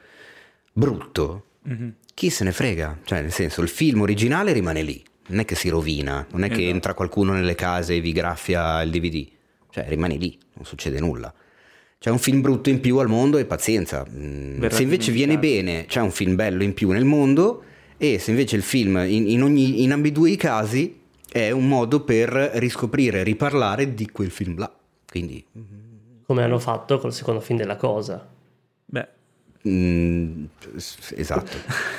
[SPEAKER 2] brutto, mm-hmm. chi se ne frega, cioè nel senso il film originale rimane lì, non è che si rovina, non è che esatto. entra qualcuno nelle case e vi graffia il D V D, cioè rimane lì, non succede nulla. C'è un film brutto in più al mondo e pazienza. Verrà se invece viene bene, c'è un film bello in più nel mondo, e se invece il film in, in, ogni, in ambedue i casi è un modo per riscoprire, riparlare di quel film là. Quindi
[SPEAKER 3] come hanno fatto col secondo film della Cosa.
[SPEAKER 1] Beh,
[SPEAKER 2] Mm, esatto.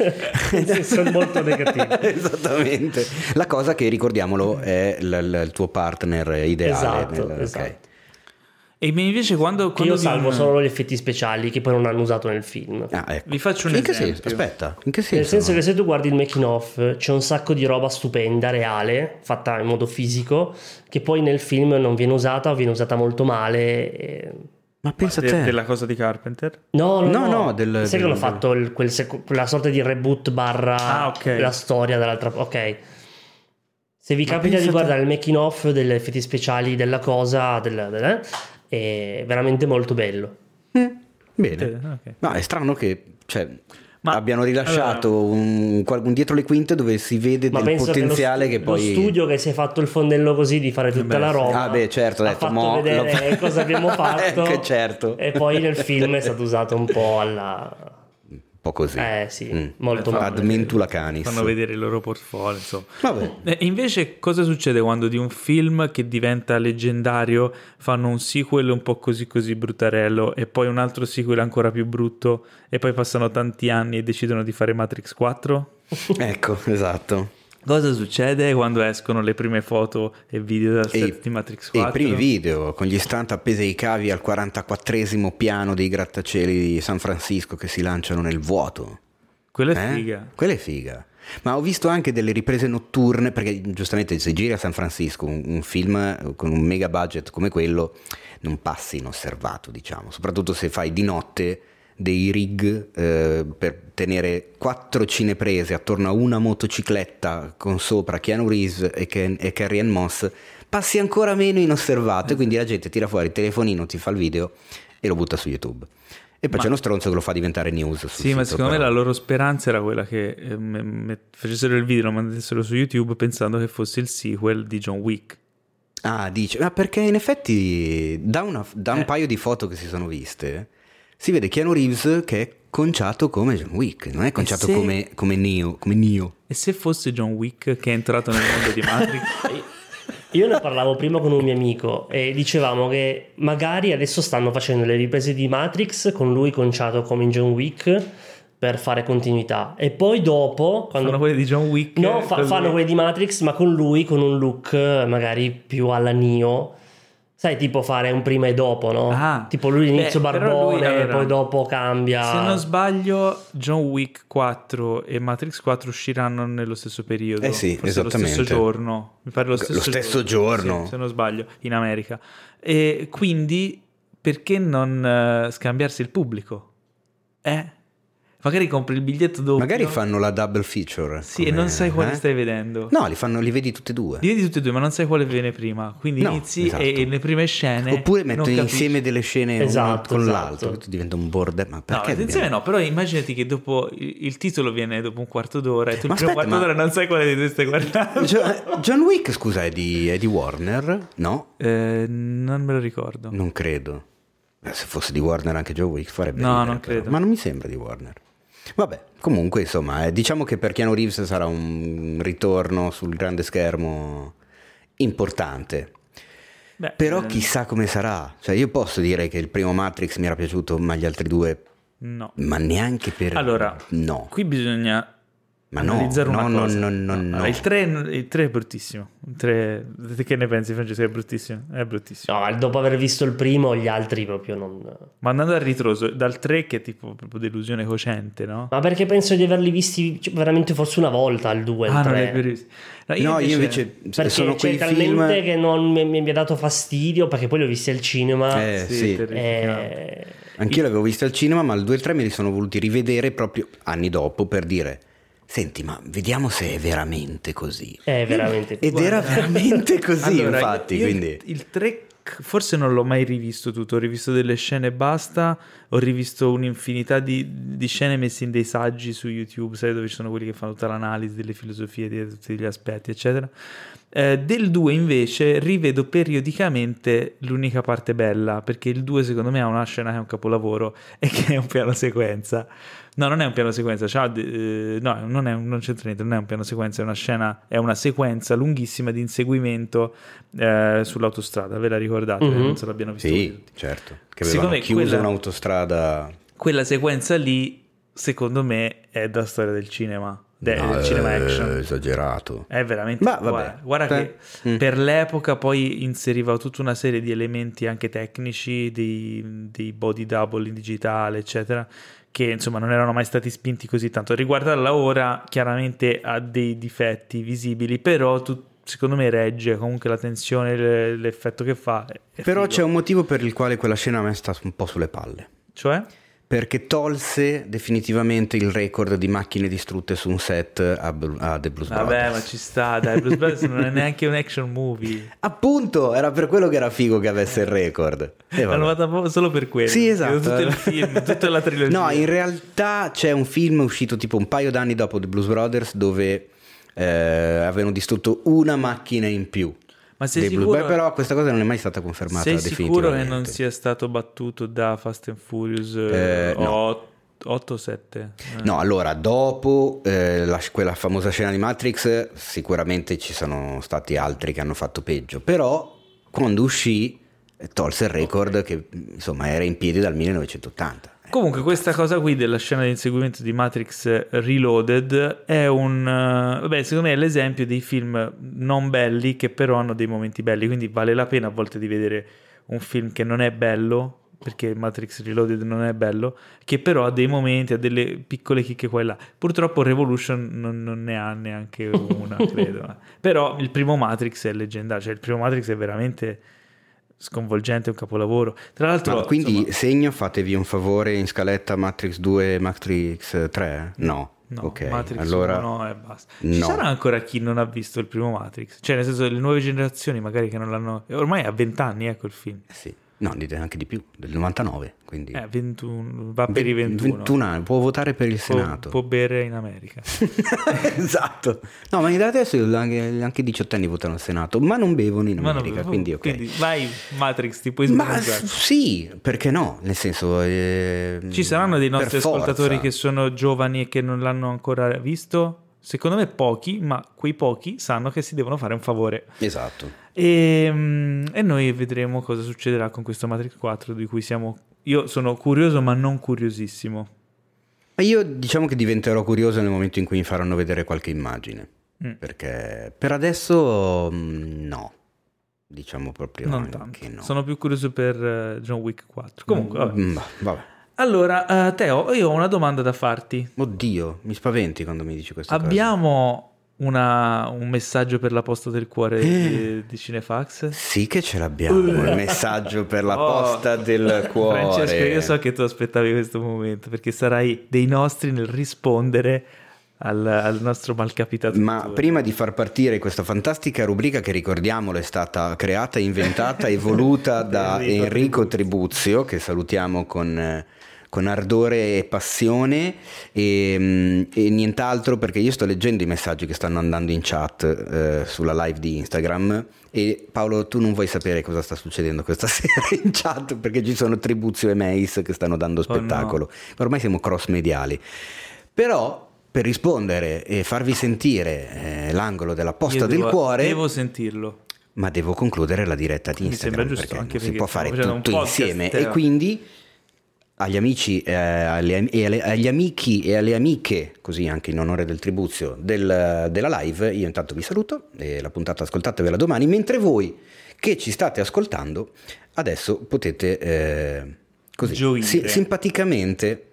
[SPEAKER 3] Sono molto negativo.
[SPEAKER 2] Esattamente. La Cosa, che ricordiamolo è l- l- il tuo partner ideale.
[SPEAKER 3] Esatto,
[SPEAKER 2] nel...
[SPEAKER 3] esatto.
[SPEAKER 2] Okay.
[SPEAKER 1] E invece quando, quando
[SPEAKER 3] io salvo
[SPEAKER 1] vi...
[SPEAKER 3] solo gli effetti speciali che poi non hanno usato nel film.
[SPEAKER 2] Ah, ecco.
[SPEAKER 1] Vi faccio un
[SPEAKER 2] in che
[SPEAKER 1] esempio.
[SPEAKER 2] senso? Aspetta, in che senso?
[SPEAKER 3] Nel senso che se tu guardi il making of c'è un sacco di roba stupenda, reale, fatta in modo fisico, che poi nel film non viene usata o viene usata molto male. E...
[SPEAKER 2] Ma pensa
[SPEAKER 1] de-
[SPEAKER 2] te
[SPEAKER 1] della Cosa di Carpenter?
[SPEAKER 3] No, no,
[SPEAKER 2] no,
[SPEAKER 3] no,
[SPEAKER 2] no del,
[SPEAKER 3] sai
[SPEAKER 2] del,
[SPEAKER 3] che hanno fatto il, quel sec- quella sorta di reboot barra
[SPEAKER 1] ah, okay.
[SPEAKER 3] la storia dall'altra. Ok. Se vi
[SPEAKER 2] Ma
[SPEAKER 3] capita di
[SPEAKER 2] pensate...
[SPEAKER 3] guardare il making of degli effetti speciali della Cosa, del, del, è veramente molto bello.
[SPEAKER 2] Mm, bene.
[SPEAKER 1] Eh, ok.
[SPEAKER 2] No, è strano che cioè,
[SPEAKER 1] Ma-
[SPEAKER 2] abbiano rilasciato
[SPEAKER 1] allora-
[SPEAKER 2] un, un dietro le quinte dove si vede
[SPEAKER 3] Ma
[SPEAKER 2] del
[SPEAKER 3] penso
[SPEAKER 2] potenziale
[SPEAKER 3] che,
[SPEAKER 2] che,
[SPEAKER 3] lo, stu-
[SPEAKER 2] poi...
[SPEAKER 3] lo studio che si è fatto il fondello così di fare tutta
[SPEAKER 1] Beh,
[SPEAKER 3] la
[SPEAKER 1] sì.
[SPEAKER 3] roba
[SPEAKER 2] Ah, beh, certo, ha
[SPEAKER 3] ha
[SPEAKER 2] detto,
[SPEAKER 3] fatto
[SPEAKER 2] mo,
[SPEAKER 3] vedere
[SPEAKER 2] lo-
[SPEAKER 3] cosa abbiamo fatto
[SPEAKER 2] Ecco, certo.
[SPEAKER 3] e poi nel film è stato usato un po' alla
[SPEAKER 2] Un po' così.
[SPEAKER 3] eh sì
[SPEAKER 2] Mm.
[SPEAKER 3] molto
[SPEAKER 1] Eh, fa-
[SPEAKER 2] Ad
[SPEAKER 3] male.
[SPEAKER 2] mentula canis.
[SPEAKER 1] Fanno vedere il loro portfolio, insomma.
[SPEAKER 2] Vabbè.
[SPEAKER 1] E invece cosa succede quando di un film che diventa leggendario fanno un sequel un po' così così bruttarello e poi un altro sequel ancora più brutto e poi passano tanti anni e decidono di fare Matrix quattro?
[SPEAKER 2] Ecco, esatto.
[SPEAKER 1] Cosa succede quando escono le prime foto e video dal
[SPEAKER 2] E,
[SPEAKER 1] set di Matrix
[SPEAKER 2] e i
[SPEAKER 1] quattro?
[SPEAKER 2] primi video con gli stunt appesi ai cavi al quarantaquattresimo piano dei grattacieli di San Francisco che si lanciano nel vuoto.
[SPEAKER 1] Quella è
[SPEAKER 2] Eh?
[SPEAKER 1] figa.
[SPEAKER 2] Quella è figa. Ma ho visto anche delle riprese notturne, perché giustamente se giri a San Francisco un, un film con un mega budget come quello non passi inosservato, diciamo, soprattutto se fai di notte dei rig eh, per tenere quattro cineprese attorno a una motocicletta con sopra Keanu Reeves e, Ken, e Carrie Ann Moss, passi ancora meno inosservato e quindi la gente tira fuori il telefonino, ti fa il video e lo butta su YouTube. E poi
[SPEAKER 1] Ma-
[SPEAKER 2] c'è uno stronzo che lo fa diventare news sul
[SPEAKER 1] Sì, ma
[SPEAKER 2] sito,
[SPEAKER 1] secondo
[SPEAKER 2] però.
[SPEAKER 1] me la loro speranza era quella che eh, me- me- facessero il video e lo mandassero su YouTube pensando che fosse il sequel di John Wick.
[SPEAKER 2] Ah, dice, ma perché in effetti da, una, da un
[SPEAKER 1] Eh.
[SPEAKER 2] paio di foto che si sono viste si vede Keanu Reeves che è conciato come John Wick, non è conciato
[SPEAKER 1] se-
[SPEAKER 2] come, come Neo, come Neo.
[SPEAKER 1] E se fosse John Wick che è entrato nel mondo di Matrix?
[SPEAKER 3] Io ne parlavo prima con un mio amico e dicevamo che magari adesso stanno facendo le riprese di Matrix con lui conciato come in John Wick per fare continuità e poi dopo quando
[SPEAKER 1] Fanno quelli di John Wick?
[SPEAKER 3] no fa-
[SPEAKER 1] con
[SPEAKER 3] fanno
[SPEAKER 1] lui.
[SPEAKER 3] quelli di Matrix ma con lui con un look magari più alla Neo, sai, tipo fare un prima e dopo, no?
[SPEAKER 1] Ah.
[SPEAKER 3] Tipo lui all'inizio
[SPEAKER 1] Beh, però
[SPEAKER 3] barbone
[SPEAKER 1] lui, allora,
[SPEAKER 3] poi dopo cambia.
[SPEAKER 1] Se non sbaglio, John Wick quattro e Matrix quattro usciranno nello stesso periodo.
[SPEAKER 2] Eh sì,
[SPEAKER 1] forse
[SPEAKER 2] esattamente.
[SPEAKER 1] Lo stesso giorno. Mi pare lo stesso,
[SPEAKER 2] Lo stesso giorno.
[SPEAKER 1] Sì, se non sbaglio, in America. E quindi perché non eh, scambiarsi il pubblico? Eh? Magari compri il biglietto doppio.
[SPEAKER 2] Magari fanno la double feature.
[SPEAKER 1] Sì,
[SPEAKER 2] come-
[SPEAKER 1] e non sai quale
[SPEAKER 2] eh?
[SPEAKER 1] stai vedendo.
[SPEAKER 2] No, li, fanno, li vedi tutti e due.
[SPEAKER 1] Li vedi tutti e due, ma non sai quale viene prima. Quindi
[SPEAKER 2] No,
[SPEAKER 1] inizi
[SPEAKER 2] esatto.
[SPEAKER 1] e, e le prime scene.
[SPEAKER 2] Oppure
[SPEAKER 1] non
[SPEAKER 2] mettono
[SPEAKER 1] capisci.
[SPEAKER 2] insieme delle scene una
[SPEAKER 3] Esatto,
[SPEAKER 2] con
[SPEAKER 3] esatto.
[SPEAKER 2] l'altro, tutto diventa un bordello. Ma
[SPEAKER 1] No,
[SPEAKER 2] perché
[SPEAKER 1] attenzione
[SPEAKER 2] dobbiamo-
[SPEAKER 1] no, però immaginati che dopo il il titolo viene dopo un quarto d'ora e tu il
[SPEAKER 2] Ma
[SPEAKER 1] primo
[SPEAKER 2] aspetta,
[SPEAKER 1] quarto
[SPEAKER 2] ma-
[SPEAKER 1] d'ora non sai quale di due stai guardando.
[SPEAKER 2] Jo- John Wick, scusa, è di, è di Warner? No?
[SPEAKER 1] Eh, non me lo ricordo.
[SPEAKER 2] Non credo. Eh, se fosse di Warner anche John Wick farebbe
[SPEAKER 1] No,
[SPEAKER 2] ridere,
[SPEAKER 1] non
[SPEAKER 2] però.
[SPEAKER 1] credo.
[SPEAKER 2] Ma non mi sembra di Warner. Vabbè, comunque insomma, eh, diciamo che per Keanu Reeves sarà un ritorno sul grande schermo importante.
[SPEAKER 1] Beh,
[SPEAKER 2] Però
[SPEAKER 1] eh,
[SPEAKER 2] chissà come sarà. Cioè io posso dire che il primo Matrix mi era piaciuto, ma gli altri due
[SPEAKER 1] no.
[SPEAKER 2] ma neanche per...
[SPEAKER 1] Allora,
[SPEAKER 2] no.
[SPEAKER 1] qui bisogna
[SPEAKER 2] Ma no,
[SPEAKER 1] analizzare una
[SPEAKER 2] no, no,
[SPEAKER 1] cosa.
[SPEAKER 2] no, no, no.
[SPEAKER 1] Allora, il tre il tre è bruttissimo. Il tre che ne pensi, Francesco? È bruttissimo. È bruttissimo.
[SPEAKER 3] No, dopo aver visto il primo gli altri proprio non.
[SPEAKER 1] Ma andando al ritroso, dal tre che è tipo proprio delusione cocente, no?
[SPEAKER 3] Ma perché penso di averli visti cioè, veramente forse una volta al due, il
[SPEAKER 1] Ah, non
[SPEAKER 3] tre.
[SPEAKER 1] l'hai più visto. No,
[SPEAKER 2] No, io invece
[SPEAKER 3] Perché
[SPEAKER 2] sono
[SPEAKER 3] c'è
[SPEAKER 2] quei
[SPEAKER 3] talmente
[SPEAKER 2] film...
[SPEAKER 3] che non mi, mi ha dato fastidio perché poi li ho visti al cinema.
[SPEAKER 2] Eh, sì.
[SPEAKER 1] terrificante.
[SPEAKER 3] eh,
[SPEAKER 2] Anch'io l'avevo visto al cinema, ma il due e il tre me li sono voluti rivedere proprio anni dopo per dire: senti, ma vediamo se è veramente così.
[SPEAKER 3] è veramente.
[SPEAKER 2] Ed
[SPEAKER 1] Guarda.
[SPEAKER 2] era veramente così,
[SPEAKER 1] Allora,
[SPEAKER 2] infatti.
[SPEAKER 1] io
[SPEAKER 2] Quindi...
[SPEAKER 1] il, il tre forse non l'ho mai rivisto tutto, ho rivisto delle scene e basta, ho rivisto un'infinità di, di scene messe in dei saggi su YouTube, sai, dove ci sono quelli che fanno tutta l'analisi delle filosofie, di tutti gli aspetti, eccetera. Eh, del due invece rivedo periodicamente l'unica parte bella, perché il due secondo me ha una scena che è un capolavoro e che è un piano sequenza. No, non è un piano sequenza, c'ha, eh, no, non, è, non c'entra niente, non è un piano sequenza, è una scena, è una sequenza lunghissima di inseguimento eh, sull'autostrada, ve la ricordate?
[SPEAKER 3] Mhm.
[SPEAKER 1] Non se l'abbiano visto
[SPEAKER 2] Sì,
[SPEAKER 1] tutti.
[SPEAKER 2] certo. Che
[SPEAKER 1] Secondo
[SPEAKER 2] avevano
[SPEAKER 1] me
[SPEAKER 2] chiuso
[SPEAKER 1] quella-
[SPEAKER 2] un'autostrada.
[SPEAKER 1] Quella sequenza lì, secondo me, è da storia del cinema, de-
[SPEAKER 2] No,
[SPEAKER 1] del cinema
[SPEAKER 2] eh,
[SPEAKER 1] action.
[SPEAKER 2] esagerato.
[SPEAKER 1] È veramente
[SPEAKER 2] Ma vabbè.
[SPEAKER 1] guarda, guarda
[SPEAKER 2] Eh.
[SPEAKER 1] che
[SPEAKER 2] Mm.
[SPEAKER 1] per l'epoca poi inseriva tutta una serie di elementi anche tecnici, dei, dei body double in digitale, eccetera, che insomma non erano mai stati spinti così tanto. Riguardarla ora chiaramente ha dei difetti visibili, però tu, secondo me regge comunque la tensione, le- l'effetto che fa. è- è
[SPEAKER 2] Però
[SPEAKER 1] figo.
[SPEAKER 2] c'è un motivo per il quale quella scena a me sta un po' sulle palle.
[SPEAKER 1] Cioè?
[SPEAKER 2] perché tolse definitivamente il record di macchine distrutte su un set a, a The Blues Brothers.
[SPEAKER 1] Vabbè, ma ci sta, dai, Blues Brothers non è neanche un action movie.
[SPEAKER 2] Appunto, era per quello che era figo che avesse il record. E
[SPEAKER 1] L'hanno fatto solo per quello.
[SPEAKER 2] Sì, esatto.
[SPEAKER 1] Tutto il film, tutta la trilogia.
[SPEAKER 2] No, in realtà c'è un film uscito tipo un paio d'anni dopo The Blues Brothers dove eh, avevano distrutto una macchina in più.
[SPEAKER 1] Ma sei
[SPEAKER 2] Blues,
[SPEAKER 1] sicuro?
[SPEAKER 2] Beh, però questa cosa non è mai stata confermata
[SPEAKER 1] Sei
[SPEAKER 2] definitivamente.
[SPEAKER 1] sicuro che non sia stato battuto da Fast and Furious
[SPEAKER 2] Eh, no.
[SPEAKER 1] otto sette? Eh.
[SPEAKER 2] No, allora dopo eh, la, quella famosa scena di Matrix sicuramente ci sono stati altri che hanno fatto peggio, però quando uscì eh, tolse il record che insomma era in piedi dal millenovecentottanta.
[SPEAKER 1] Comunque questa cosa qui della scena di inseguimento di Matrix Reloaded è un uh, vabbè, secondo me è l'esempio dei film non belli che però hanno dei momenti belli, quindi vale la pena a volte di vedere un film che non è bello, perché Matrix Reloaded non è bello, che però ha dei momenti, ha delle piccole chicche qua e là. Purtroppo Revolution non, non ne ha neanche una, credo. Però il primo Matrix è leggendario, cioè il primo Matrix è veramente sconvolgente, un capolavoro. Tra l'altro,
[SPEAKER 2] Ma quindi
[SPEAKER 1] insomma,
[SPEAKER 2] segno, fatevi un favore in scaletta Matrix due, Matrix tre? No.
[SPEAKER 1] no,
[SPEAKER 2] Ok,
[SPEAKER 1] Matrix
[SPEAKER 2] allora
[SPEAKER 1] uno e basta. Ci
[SPEAKER 2] no.
[SPEAKER 1] sarà ancora chi non ha visto il primo Matrix? Cioè, nel senso, le nuove generazioni magari che non l'hanno... Ormai ha vent'anni, ecco il film.
[SPEAKER 2] Eh sì. No, dite anche di più, del novantanove, quindi
[SPEAKER 1] Eh, ventuno, va per i ventuno.
[SPEAKER 2] ventuno anni, può votare per il
[SPEAKER 1] Può,
[SPEAKER 2] Senato.
[SPEAKER 1] può bere in America.
[SPEAKER 2] Esatto. No, ma in realtà adesso anche, anche i diciottenni votano al Senato, ma non bevono in
[SPEAKER 1] Ma no,
[SPEAKER 2] America,
[SPEAKER 1] oh,
[SPEAKER 2] quindi ok.
[SPEAKER 1] quindi vai Matrix, ti puoi
[SPEAKER 2] Ma
[SPEAKER 1] sbronzare.
[SPEAKER 2] sì, perché no? Nel senso... eh,
[SPEAKER 1] Ci saranno dei nostri
[SPEAKER 2] per forza.
[SPEAKER 1] ascoltatori che sono giovani e che non l'hanno ancora visto? Secondo me pochi, ma quei pochi sanno che si devono fare un favore.
[SPEAKER 2] Esatto.
[SPEAKER 1] E, mm, e noi vedremo cosa succederà con questo Matrix quattro di cui siamo... Io sono curioso ma non curiosissimo.
[SPEAKER 2] Ma io diciamo che diventerò curioso nel momento in cui mi faranno vedere qualche immagine. Mm. Perché per adesso mm, no. Diciamo proprio
[SPEAKER 1] non
[SPEAKER 2] anche
[SPEAKER 1] tanto.
[SPEAKER 2] no.
[SPEAKER 1] Sono più curioso per uh, John Wick quattro. Comunque, vabbè.
[SPEAKER 2] Mm, vabbè.
[SPEAKER 1] Allora, uh, Teo, io ho una domanda da farti.
[SPEAKER 2] Oddio, mi spaventi quando mi dici questa cosa.
[SPEAKER 1] Abbiamo una, un messaggio per la posta del cuore
[SPEAKER 2] Eh.
[SPEAKER 1] di, di Cinefax?
[SPEAKER 2] Sì che ce l'abbiamo, il messaggio per la
[SPEAKER 1] Oh.
[SPEAKER 2] posta del cuore.
[SPEAKER 1] Francesco, io so che tu aspettavi questo momento perché sarai dei nostri nel rispondere al, al nostro malcapitato.
[SPEAKER 2] Ma
[SPEAKER 1] tuo.
[SPEAKER 2] prima di far partire questa fantastica rubrica che ricordiamolo è stata creata, inventata e voluta da
[SPEAKER 1] Enrico
[SPEAKER 2] Enrico Tribuzio, che salutiamo con, eh, con ardore e passione e, mm, e nient'altro, perché io sto leggendo i messaggi che stanno andando in chat eh, sulla live di Instagram e Paolo, tu non vuoi sapere cosa sta succedendo questa sera in chat perché ci sono Tribuzio e Mace che stanno dando spettacolo.
[SPEAKER 1] Oh no.
[SPEAKER 2] Ormai siamo cross mediali. Però per rispondere e farvi sentire eh, l'angolo della posta
[SPEAKER 1] Io
[SPEAKER 2] del
[SPEAKER 1] devo,
[SPEAKER 2] cuore,
[SPEAKER 1] devo sentirlo.
[SPEAKER 2] ma devo concludere la diretta di
[SPEAKER 1] Mi
[SPEAKER 2] Instagram
[SPEAKER 1] sembra giusto,
[SPEAKER 2] perché
[SPEAKER 1] anche
[SPEAKER 2] non si
[SPEAKER 1] perché
[SPEAKER 2] può
[SPEAKER 1] stiamo
[SPEAKER 2] fare
[SPEAKER 1] facendo un
[SPEAKER 2] tutto
[SPEAKER 1] podcast,
[SPEAKER 2] insieme
[SPEAKER 1] Teo.
[SPEAKER 2] e quindi agli amici eh, alle, e alle, agli amici e alle amiche, così anche in onore del Tribuzio del, della live, io intanto vi saluto e la puntata ascoltatevela domani, mentre voi che ci state ascoltando adesso potete eh, così
[SPEAKER 1] Gioire.
[SPEAKER 2] si, simpaticamente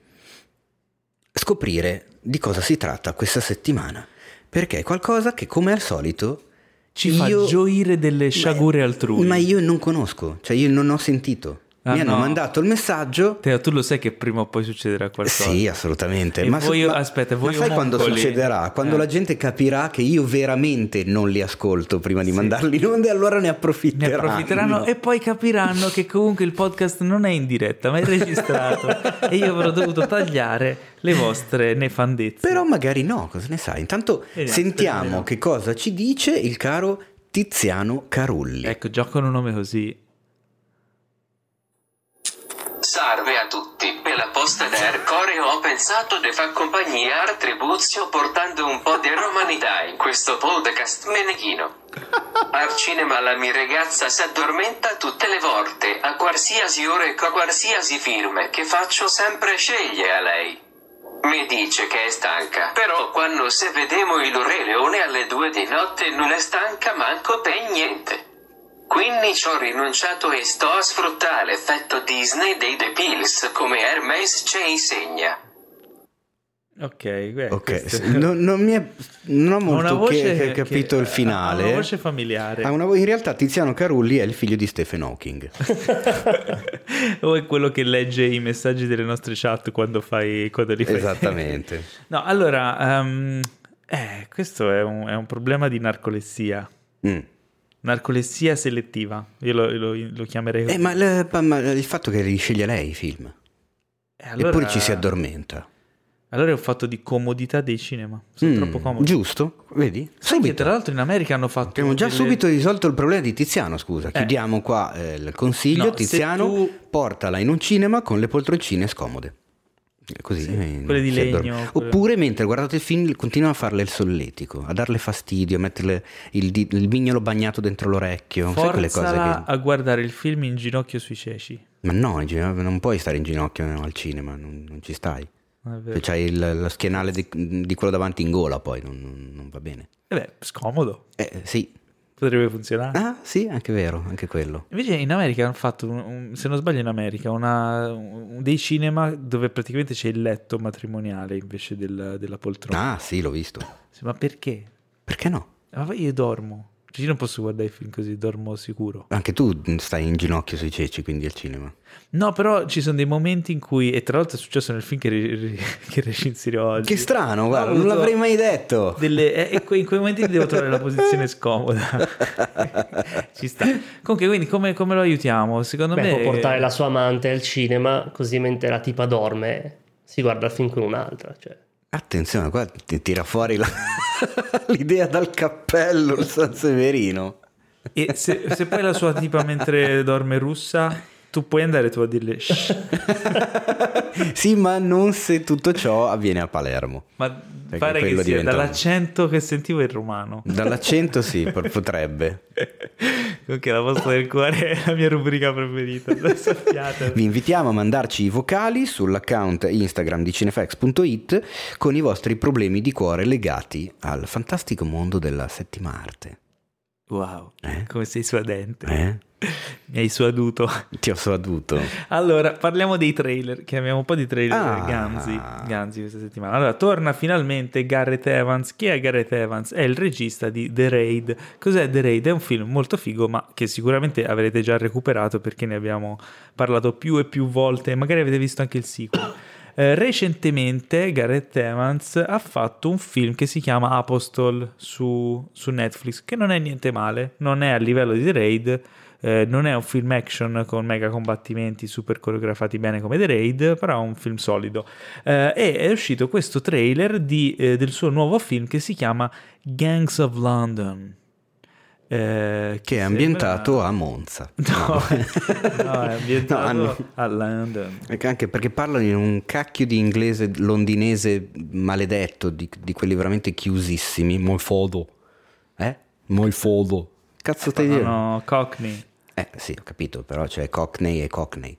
[SPEAKER 2] scoprire di cosa si tratta questa settimana, perché è qualcosa che come al solito
[SPEAKER 1] Ci fa
[SPEAKER 2] io-
[SPEAKER 1] gioire delle sciagure
[SPEAKER 2] ma,
[SPEAKER 1] altrui.
[SPEAKER 2] ma io non conosco, cioè io non ho sentito.
[SPEAKER 1] Ah,
[SPEAKER 2] Mi hanno
[SPEAKER 1] no.
[SPEAKER 2] mandato il messaggio.
[SPEAKER 1] Teo, tu lo sai che prima o poi succederà qualcosa.
[SPEAKER 2] Sì, assolutamente.
[SPEAKER 1] E
[SPEAKER 2] ma,
[SPEAKER 1] voi-
[SPEAKER 2] ma-
[SPEAKER 1] aspetta, voi
[SPEAKER 2] ma sai quando
[SPEAKER 1] omuncoli?
[SPEAKER 2] succederà? Quando
[SPEAKER 1] Eh.
[SPEAKER 2] la gente capirà che io veramente non li ascolto prima di
[SPEAKER 1] Sì.
[SPEAKER 2] mandarli in onda e allora ne
[SPEAKER 1] Ne
[SPEAKER 2] approfitteranno.
[SPEAKER 1] approfitteranno e poi capiranno che comunque il podcast non è in diretta ma è registrato e io avrò dovuto tagliare le vostre nefandezze.
[SPEAKER 2] Però magari no, cosa ne sai? Intanto
[SPEAKER 1] Vediamo,
[SPEAKER 2] sentiamo
[SPEAKER 1] speriamo.
[SPEAKER 2] che cosa ci dice il caro Tiziano Carulli.
[SPEAKER 1] Ecco, già con un nome così.
[SPEAKER 4] Salve a tutti, per la posta del cuore ho pensato di far compagnia al Tribuzio portando un po' di romanità in questo podcast menechino. Al cinema la mia ragazza si addormenta tutte le volte, a qualsiasi ora e con qualsiasi film che faccio sempre sceglie a lei. Mi dice che è stanca, però quando se vediamo il Re Leone alle due di notte non è stanca manco per niente. Quindi ci ho rinunciato e sto a sfruttare l'effetto Disney dei The Pills come Hermes ci insegna.
[SPEAKER 1] Ok, beh,
[SPEAKER 2] Ok,
[SPEAKER 1] questo-
[SPEAKER 2] non, non mi è, non ho
[SPEAKER 1] Ha una
[SPEAKER 2] molto
[SPEAKER 1] voce
[SPEAKER 2] che, che capito
[SPEAKER 1] che-
[SPEAKER 2] il finale.
[SPEAKER 1] Ha una voce familiare.
[SPEAKER 2] Ha una vo- in realtà Tiziano Carulli è il figlio di Stephen Hawking.
[SPEAKER 1] O è quello che legge i messaggi delle nostre chat quando fai quando li fai.
[SPEAKER 2] Esattamente.
[SPEAKER 1] No, allora, ehm, eh, questo è un, è un problema di narcolessia.
[SPEAKER 2] Mm.
[SPEAKER 1] Narcolessia selettiva. Io lo, lo- lo chiamerei così.
[SPEAKER 2] Eh, ma, le- ma il fatto che li sceglie lei i film,
[SPEAKER 1] Eh, allora-
[SPEAKER 2] eppure ci si addormenta.
[SPEAKER 1] Allora è un fatto di comodità dei cinema. Sono
[SPEAKER 2] Mm,
[SPEAKER 1] troppo comodi.
[SPEAKER 2] giusto? Vedi?
[SPEAKER 1] Sai che
[SPEAKER 2] Subito.
[SPEAKER 1] tra l'altro in America hanno fatto
[SPEAKER 2] Abbiamo già
[SPEAKER 1] delle-
[SPEAKER 2] subito risolto il problema di Tiziano, scusa. Chiudiamo qua eh, il consiglio.
[SPEAKER 1] No, se
[SPEAKER 2] Tiziano,
[SPEAKER 1] tu-
[SPEAKER 2] portala in un cinema con le poltroncine scomode. Eh, Così,
[SPEAKER 1] Sì,
[SPEAKER 2] eh,
[SPEAKER 1] quelle di
[SPEAKER 2] si
[SPEAKER 1] legno,
[SPEAKER 2] addormenta.
[SPEAKER 1] quelle-
[SPEAKER 2] Oppure mentre guardate il film continua a farle il solletico, a darle fastidio, a metterle il, di- il mignolo bagnato dentro l'orecchio. Sai quelle cose
[SPEAKER 1] Forzala
[SPEAKER 2] che...
[SPEAKER 1] a guardare il film in ginocchio sui ceci.
[SPEAKER 2] Ma no, in gin- non puoi stare in ginocchio al cinema, non, non ci stai.
[SPEAKER 1] È vero.
[SPEAKER 2] Se c'hai il, lo schienale di, di quello davanti in gola, poi non, non- non va bene.
[SPEAKER 1] E beh, scomodo.
[SPEAKER 2] Eh, sì.
[SPEAKER 1] Potrebbe funzionare.
[SPEAKER 2] Ah, sì, anche vero, anche quello.
[SPEAKER 1] Invece in America hanno fatto, un- un- se non sbaglio in America, una, un- dei cinema dove praticamente c'è il letto matrimoniale invece del- della poltrona.
[SPEAKER 2] Ah, sì, l'ho visto.
[SPEAKER 1] Sì, ma perché?
[SPEAKER 2] Perché no?
[SPEAKER 1] Ma poi io dormo. Cioè, io non posso guardare i film così, dormo sicuro.
[SPEAKER 2] Anche tu stai in ginocchio sui ceci, quindi al cinema.
[SPEAKER 1] No, però ci sono dei momenti in cui, e tra l'altro è successo nel film che, re- che recensirò oggi.
[SPEAKER 2] Che strano, guarda,
[SPEAKER 1] Ho
[SPEAKER 2] non
[SPEAKER 1] avuto
[SPEAKER 2] l'avrei mai detto.
[SPEAKER 1] delle- e e que- in quei momenti devo trovare la posizione scomoda. Ci sta. Comunque, quindi come, come lo aiutiamo? Secondo
[SPEAKER 3] Beh,
[SPEAKER 1] me
[SPEAKER 3] può portare la sua amante al cinema, così mentre la tipa dorme si guarda il film con un'altra. Cioè.
[SPEAKER 2] Attenzione, qua ti tira fuori la- l'idea dal cappello il San Severino.
[SPEAKER 1] E se, se poi la sua tipa mentre dorme russa, tu puoi andare tu a dirle "Shh".
[SPEAKER 2] Sì, ma non se tutto ciò avviene a Palermo.
[SPEAKER 1] Ma
[SPEAKER 2] Perché
[SPEAKER 1] pare che
[SPEAKER 2] quello
[SPEAKER 1] sia
[SPEAKER 2] diventa un-
[SPEAKER 1] dall'accento che sentivo il romano.
[SPEAKER 2] Dall'accento sì, por- potrebbe.
[SPEAKER 1] Comunque la posta del cuore è la mia rubrica preferita. Lo sappiate.
[SPEAKER 2] Vi invitiamo a mandarci i vocali sull'account Instagram di cinefx punto it con i vostri problemi di cuore legati al fantastico mondo della settima arte.
[SPEAKER 1] Wow,
[SPEAKER 2] Eh?
[SPEAKER 1] come sei suadente.
[SPEAKER 2] Eh?
[SPEAKER 1] Mi hai suaduto.
[SPEAKER 2] Ti ho suaduto.
[SPEAKER 1] Allora, parliamo dei trailer. Chiamiamo un po' di trailer
[SPEAKER 2] Ah.
[SPEAKER 1] ganzi, ganzi questa settimana. Allora, torna finalmente Gareth Evans. Chi è Gareth Evans? È il regista di The Raid. Cos'è The Raid? È un film molto figo, ma che sicuramente avrete già recuperato perché ne abbiamo parlato più e più volte. Magari avete visto anche il sequel. Eh, recentemente Gareth Evans ha fatto un film che si chiama Apostle su, su Netflix, che non è niente male, non è a livello di The Raid, eh, non è un film action con mega combattimenti super coreografati bene come The Raid, però è un film solido. Eh, e è uscito questo trailer di, eh, del suo nuovo film che si chiama Gangs of London. Eh,
[SPEAKER 2] Che è
[SPEAKER 1] sembra-
[SPEAKER 2] ambientato a Monza.
[SPEAKER 1] No, no, è ambientato
[SPEAKER 2] No, hanno-
[SPEAKER 1] a London.
[SPEAKER 2] Anche perché parlano in un cacchio di inglese londinese maledetto, di, di quelli veramente chiusissimi. Molfodo. Eh? Molfodo. Cazzo stai dicendo?
[SPEAKER 1] No, no, Cockney.
[SPEAKER 2] Eh sì, ho capito, però c'è Cockney e Cockney.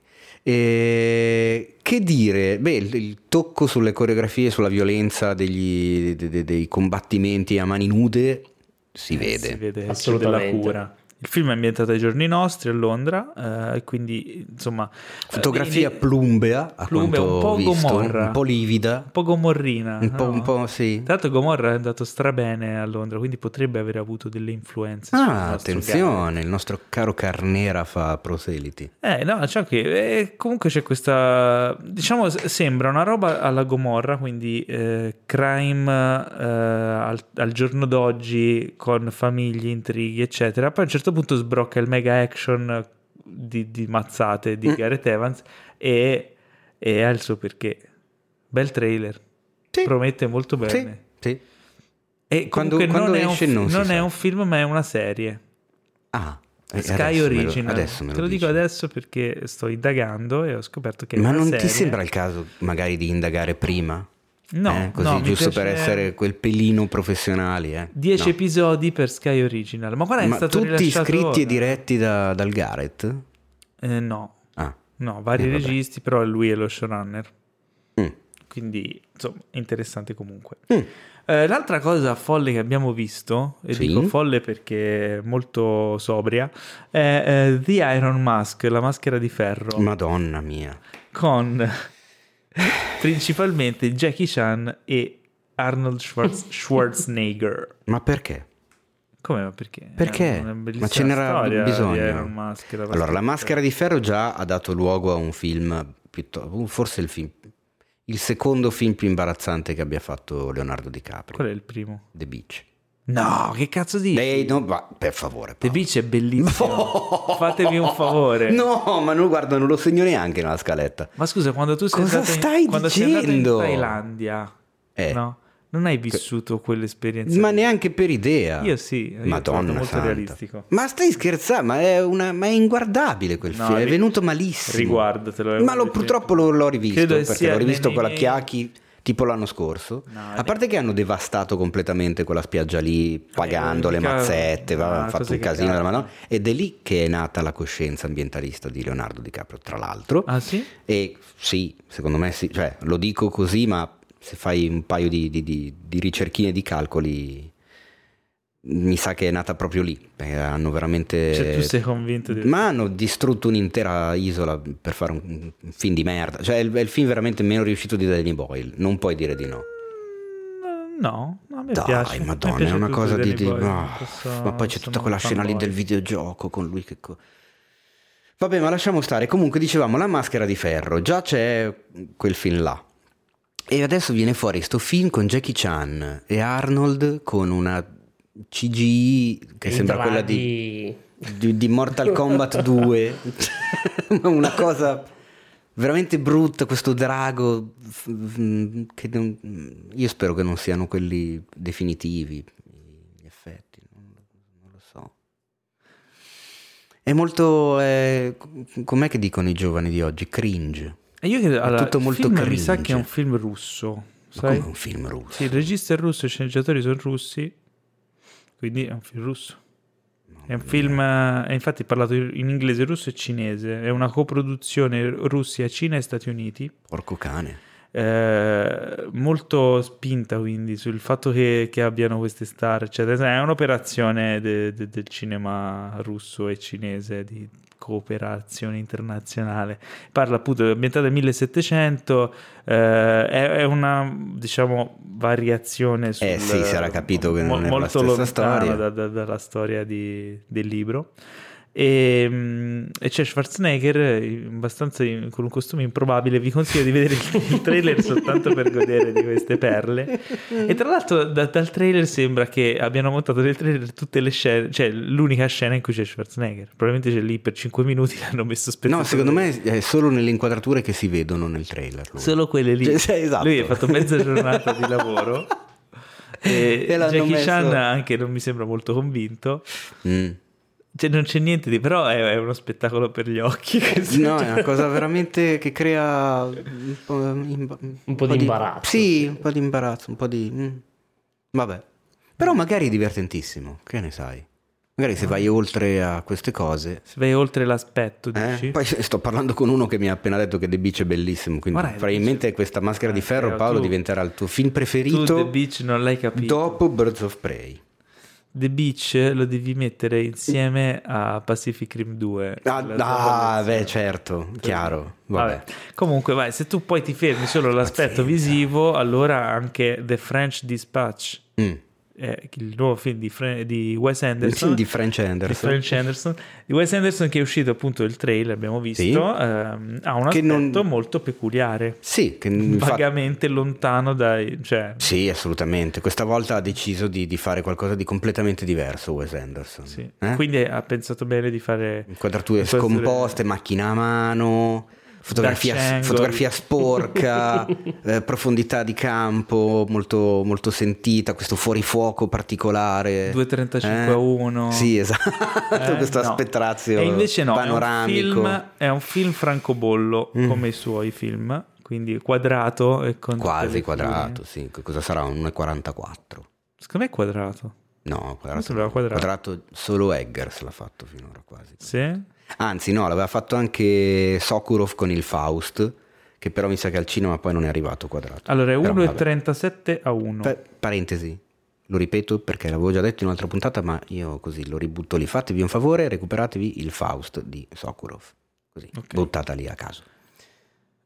[SPEAKER 2] E che dire? Beh, il, il tocco sulle coreografie, sulla violenza degli, de- de- dei combattimenti a mani nude si
[SPEAKER 1] Eh,
[SPEAKER 2] vede.
[SPEAKER 1] si vede c'è
[SPEAKER 3] Assolutamente.
[SPEAKER 1] della cura. Il film è ambientato ai giorni nostri a Londra, eh, quindi insomma
[SPEAKER 2] Fotografia
[SPEAKER 1] eh,
[SPEAKER 2] plumbea, a
[SPEAKER 1] plumbea,
[SPEAKER 2] quanto
[SPEAKER 1] un po'
[SPEAKER 2] visto,
[SPEAKER 1] Gomorra.
[SPEAKER 2] un po' livida,
[SPEAKER 1] un po' gomorrina,
[SPEAKER 2] un po',
[SPEAKER 1] no?
[SPEAKER 2] un po' sì.
[SPEAKER 1] Tra l'altro Gomorra è andato strabene a Londra, quindi potrebbe aver avuto delle influenze sul
[SPEAKER 2] Ah,
[SPEAKER 1] nostro
[SPEAKER 2] attenzione, il nostro caro Carnera fa proseliti.
[SPEAKER 1] Eh, no, ciò che eh, comunque c'è questa, diciamo, s- sembra una roba alla Gomorra, quindi eh, crime eh, al, al giorno d'oggi con famiglie, intrighi, eccetera. Poi a un certo punto sbrocca il mega action di, di mazzate di
[SPEAKER 2] Mm.
[SPEAKER 1] Gareth Evans e, e ha il suo perché. Bel trailer,
[SPEAKER 2] Sì.
[SPEAKER 1] promette molto
[SPEAKER 2] Sì,
[SPEAKER 1] bene.
[SPEAKER 2] sì.
[SPEAKER 1] E
[SPEAKER 2] Quando-
[SPEAKER 1] comunque
[SPEAKER 2] quando
[SPEAKER 1] non, è un,
[SPEAKER 2] esce
[SPEAKER 1] fi-
[SPEAKER 2] non si
[SPEAKER 1] non è
[SPEAKER 2] sa.
[SPEAKER 1] un film, ma è una serie.
[SPEAKER 2] Ah, e
[SPEAKER 1] Sky
[SPEAKER 2] adesso me lo-
[SPEAKER 1] Original.
[SPEAKER 2] adesso me
[SPEAKER 1] Te lo dico
[SPEAKER 2] dici.
[SPEAKER 1] adesso perché sto indagando e ho scoperto che è
[SPEAKER 2] Ma
[SPEAKER 1] una
[SPEAKER 2] non
[SPEAKER 1] serie.
[SPEAKER 2] ti sembra il caso magari di indagare prima?
[SPEAKER 1] No,
[SPEAKER 2] Eh, così
[SPEAKER 1] no, mi
[SPEAKER 2] giusto
[SPEAKER 1] piace-
[SPEAKER 2] per essere quel pelino professionali, eh?
[SPEAKER 1] dieci
[SPEAKER 2] No.
[SPEAKER 1] episodi per Sky Original. Ma qual è
[SPEAKER 2] Ma
[SPEAKER 1] stato
[SPEAKER 2] tutti
[SPEAKER 1] rilasciato
[SPEAKER 2] scritti
[SPEAKER 1] ora?
[SPEAKER 2] e diretti da- dal Gareth?
[SPEAKER 1] Eh, no,
[SPEAKER 2] Ah,
[SPEAKER 1] no, vari
[SPEAKER 2] Eh, vabbè.
[SPEAKER 1] registi, però lui è lo showrunner.
[SPEAKER 2] mm.
[SPEAKER 1] Quindi, insomma, interessante comunque.
[SPEAKER 2] Mm.
[SPEAKER 1] Eh, l'altra cosa folle che abbiamo visto, e
[SPEAKER 2] Sì.
[SPEAKER 1] dico folle perché è molto sobria, è eh, The Iron Mask, la maschera di ferro,
[SPEAKER 2] Madonna mia.
[SPEAKER 1] con principalmente Jackie Chan e Arnold Schwarz- Schwarzenegger.
[SPEAKER 2] Ma perché?
[SPEAKER 1] Come, ma perché?
[SPEAKER 2] Perché?
[SPEAKER 1] È una bellissima
[SPEAKER 2] Ma ce n'era
[SPEAKER 1] storia
[SPEAKER 2] bisogno.
[SPEAKER 1] di Iron Mask, la
[SPEAKER 2] Allora, La Maschera di Ferro già ha dato luogo a un film piuttosto, forse il film il secondo film più imbarazzante che abbia fatto Leonardo DiCaprio.
[SPEAKER 1] Qual è il primo?
[SPEAKER 2] The Beach.
[SPEAKER 1] No, che cazzo dici?
[SPEAKER 2] Lei, no, ma per favore.
[SPEAKER 1] The
[SPEAKER 2] Paolo.
[SPEAKER 1] Beach è bellissimo.
[SPEAKER 2] No!
[SPEAKER 1] Fatemi un favore.
[SPEAKER 2] No, ma non, guarda, non lo segno neanche nella scaletta.
[SPEAKER 1] Ma scusa, quando tu sei
[SPEAKER 2] Cosa
[SPEAKER 1] andato in,
[SPEAKER 2] stai
[SPEAKER 1] quando sei andato in
[SPEAKER 2] dicendo?
[SPEAKER 1] Thailandia,
[SPEAKER 2] Eh.
[SPEAKER 1] no? Non hai vissuto quell'esperienza?
[SPEAKER 2] Ma
[SPEAKER 1] lì?
[SPEAKER 2] neanche per idea.
[SPEAKER 1] Io sì, io
[SPEAKER 2] Madonna
[SPEAKER 1] sono molto
[SPEAKER 2] santa.
[SPEAKER 1] realistico.
[SPEAKER 2] Ma stai scherzando? Ma è, una, ma è inguardabile quel
[SPEAKER 1] No,
[SPEAKER 2] film. È
[SPEAKER 1] ri-
[SPEAKER 2] venuto malissimo.
[SPEAKER 1] Riguardatelo.
[SPEAKER 2] Ma lo, purtroppo lo- l'ho rivisto
[SPEAKER 1] Credo
[SPEAKER 2] perché
[SPEAKER 1] sia
[SPEAKER 2] l'ho rivisto
[SPEAKER 1] nei-
[SPEAKER 2] con la
[SPEAKER 1] nei-
[SPEAKER 2] Chiacchi tipo l'anno scorso.
[SPEAKER 1] No,
[SPEAKER 2] A parte che hanno devastato completamente quella spiaggia lì, pagando le
[SPEAKER 1] mica-
[SPEAKER 2] mazzette,
[SPEAKER 1] no,
[SPEAKER 2] avevano fatto
[SPEAKER 1] cose
[SPEAKER 2] un
[SPEAKER 1] che
[SPEAKER 2] casino della
[SPEAKER 1] cazzo.
[SPEAKER 2] Madonna. Ed è lì che è nata la coscienza ambientalista di Leonardo DiCaprio, tra l'altro.
[SPEAKER 1] Ah sì?
[SPEAKER 2] E sì, secondo me sì, cioè lo dico così, ma se fai un paio di, di, di, di ricerchine di calcoli, mi sa che è nata proprio lì, perché hanno veramente...
[SPEAKER 1] Cioè tu sei convinto di...
[SPEAKER 2] Ma hanno distrutto un'intera isola per fare un, un film di merda, cioè è il, è il film veramente meno riuscito di Danny Boyle, non puoi dire di no.
[SPEAKER 1] No, no, a me
[SPEAKER 2] Dai,
[SPEAKER 1] piace. A me
[SPEAKER 2] madonna,
[SPEAKER 1] piace
[SPEAKER 2] è una
[SPEAKER 1] tutto
[SPEAKER 2] cosa di...
[SPEAKER 1] Danny
[SPEAKER 2] di-
[SPEAKER 1] Boyle,
[SPEAKER 2] ah,
[SPEAKER 1] questo-
[SPEAKER 2] ma poi c'è
[SPEAKER 1] questo
[SPEAKER 2] tutta quella scena lì
[SPEAKER 1] fanboy.
[SPEAKER 2] del videogioco con lui che... co- Vabbè, ma lasciamo stare. Comunque dicevamo La Maschera di Ferro, già c'è quel film là. E adesso viene fuori sto film con Jackie Chan e Arnold con una C G I che
[SPEAKER 3] I
[SPEAKER 2] sembra quella di, di, di Mortal Kombat due. Una cosa veramente brutta, questo drago f- che non- io spero che non siano quelli definitivi gli effetti, non, non lo so. È molto eh, com'è che dicono i giovani di oggi? Cringe.
[SPEAKER 1] E io credo, allora,
[SPEAKER 2] tutto
[SPEAKER 1] il
[SPEAKER 2] molto
[SPEAKER 1] film mi
[SPEAKER 2] cringe.
[SPEAKER 1] sa che è un film russo,
[SPEAKER 2] Ma
[SPEAKER 1] sai?
[SPEAKER 2] come un film russo?
[SPEAKER 1] Sì, il regista è russo, i sceneggiatori sono russi, quindi è un film russo. È un film, eh, è infatti parlato in inglese, russo e cinese, è una coproduzione Russia, Cina e Stati Uniti.
[SPEAKER 2] Porco cane.
[SPEAKER 1] Eh, molto spinta quindi sul fatto che, che abbiano queste star, eccetera. È un'operazione de- de- del cinema russo e cinese di cooperazione internazionale. Parla appunto ambientata nel millesettecento, eh, è, è una diciamo variazione sul,
[SPEAKER 2] Eh sì, si era capito che non era la
[SPEAKER 1] molto
[SPEAKER 2] stessa
[SPEAKER 1] lontana
[SPEAKER 2] storia.
[SPEAKER 1] da- da- dalla storia di- del libro. E, mm, e c'è Schwarzenegger eh, abbastanza in- con un costume improbabile. Vi consiglio di vedere il, il trailer soltanto per godere di queste perle. E tra l'altro da- dal trailer sembra che abbiano montato nel trailer tutte le scene, cioè l'unica scena in cui c'è Schwarzenegger. Probabilmente c'è lì per cinque minuti, l'hanno messo spettatori.
[SPEAKER 2] No, secondo me è solo nelle inquadrature che si vedono nel trailer. lui.
[SPEAKER 1] solo quelle lì.
[SPEAKER 2] Cioè, sì, esatto.
[SPEAKER 1] Lui ha fatto mezza giornata di lavoro. E
[SPEAKER 2] E l'hanno
[SPEAKER 1] Jackie
[SPEAKER 2] messo-
[SPEAKER 1] Chan anche non mi sembra molto convinto.
[SPEAKER 2] Mm.
[SPEAKER 1] Cioè, non c'è niente di, però è, è uno spettacolo per gli occhi. questo.
[SPEAKER 2] No, è una cosa veramente che crea un po', imba-
[SPEAKER 3] Un po' di imbarazzo,
[SPEAKER 2] Sì,
[SPEAKER 3] sì.
[SPEAKER 2] un po' di imbarazzo, un po' di... mm. Vabbè. Però magari è divertentissimo, che ne sai? Magari se vai oltre a queste cose...
[SPEAKER 1] Se vai oltre l'aspetto,
[SPEAKER 2] eh?
[SPEAKER 1] dici?
[SPEAKER 2] Poi sto parlando con uno che mi ha appena detto che The Beach è bellissimo, quindi
[SPEAKER 1] Guarda, The
[SPEAKER 2] probabilmente questa Maschera di
[SPEAKER 1] Eh,
[SPEAKER 2] Ferro,
[SPEAKER 1] però
[SPEAKER 2] Paolo,
[SPEAKER 1] tu-
[SPEAKER 2] diventerà il tuo film
[SPEAKER 1] Tu
[SPEAKER 2] preferito
[SPEAKER 1] The Beach non l'hai capito.
[SPEAKER 2] dopo Birds of Prey.
[SPEAKER 1] The Beach lo devi mettere insieme a Pacific Rim due.
[SPEAKER 2] Ah,
[SPEAKER 1] La
[SPEAKER 2] ah,
[SPEAKER 1] tua
[SPEAKER 2] beh,
[SPEAKER 1] collezione.
[SPEAKER 2] certo, chiaro. Vabbè.
[SPEAKER 1] Vabbè. Comunque, vai, se tu poi ti fermi solo all'aspetto
[SPEAKER 2] Pazienza.
[SPEAKER 1] visivo, allora anche The French Dispatch,
[SPEAKER 2] Mm.
[SPEAKER 1] eh, il nuovo film di, Fre- di Wes Anderson,
[SPEAKER 2] Di French
[SPEAKER 1] di
[SPEAKER 2] Anderson.
[SPEAKER 1] French Anderson, di Wes Anderson, che è uscito appunto il trailer, abbiamo visto,
[SPEAKER 2] Sì.
[SPEAKER 1] ehm, ha un
[SPEAKER 2] Che
[SPEAKER 1] aspetto
[SPEAKER 2] non-
[SPEAKER 1] molto peculiare,
[SPEAKER 2] Sì, che infatti-
[SPEAKER 1] vagamente lontano dai... Cioè,
[SPEAKER 2] Sì, assolutamente. Questa volta ha deciso di, di fare qualcosa di completamente diverso Wes Anderson.
[SPEAKER 1] sì.
[SPEAKER 2] Eh?
[SPEAKER 1] Quindi ha pensato bene di fare...
[SPEAKER 2] Inquadrature
[SPEAKER 1] inquadrature-
[SPEAKER 2] scomposte, macchina a mano, fotografia,
[SPEAKER 1] Dutch angle.
[SPEAKER 2] fotografia sporca, eh, profondità di campo molto, molto sentita, questo fuorifuoco particolare.
[SPEAKER 1] due trentacinque a uno.
[SPEAKER 2] Sì, esatto,
[SPEAKER 1] Eh,
[SPEAKER 2] questo
[SPEAKER 1] no.
[SPEAKER 2] spetrazio
[SPEAKER 1] E invece no,
[SPEAKER 2] panoramico.
[SPEAKER 1] È un film, è un film francobollo
[SPEAKER 2] Mm.
[SPEAKER 1] come i suoi film, quindi quadrato e con tutte
[SPEAKER 2] Quasi
[SPEAKER 1] le
[SPEAKER 2] quadrato,
[SPEAKER 1] figure.
[SPEAKER 2] sì. Cosa sarà? uno e quarantaquattro?
[SPEAKER 1] Secondo me è quadrato.
[SPEAKER 2] No, quadrato,
[SPEAKER 1] sembrava
[SPEAKER 2] no.
[SPEAKER 1] quadrato.
[SPEAKER 2] Quadrato solo Eggers l'ha fatto finora quasi.
[SPEAKER 1] Sì?
[SPEAKER 2] Anzi no, l'aveva fatto anche Sokurov con il Faust, che però mi sa che al cinema poi non è arrivato quadrato.
[SPEAKER 1] Allora è
[SPEAKER 2] Però
[SPEAKER 1] uno e
[SPEAKER 2] vabbè.
[SPEAKER 1] trentasette a uno.
[SPEAKER 2] Pa- parentesi, lo ripeto perché l'avevo già detto in un'altra puntata, ma io così lo ributto lì. Fatevi un favore, recuperatevi il Faust di Sokurov, così,
[SPEAKER 1] Ok.
[SPEAKER 2] buttata lì a caso.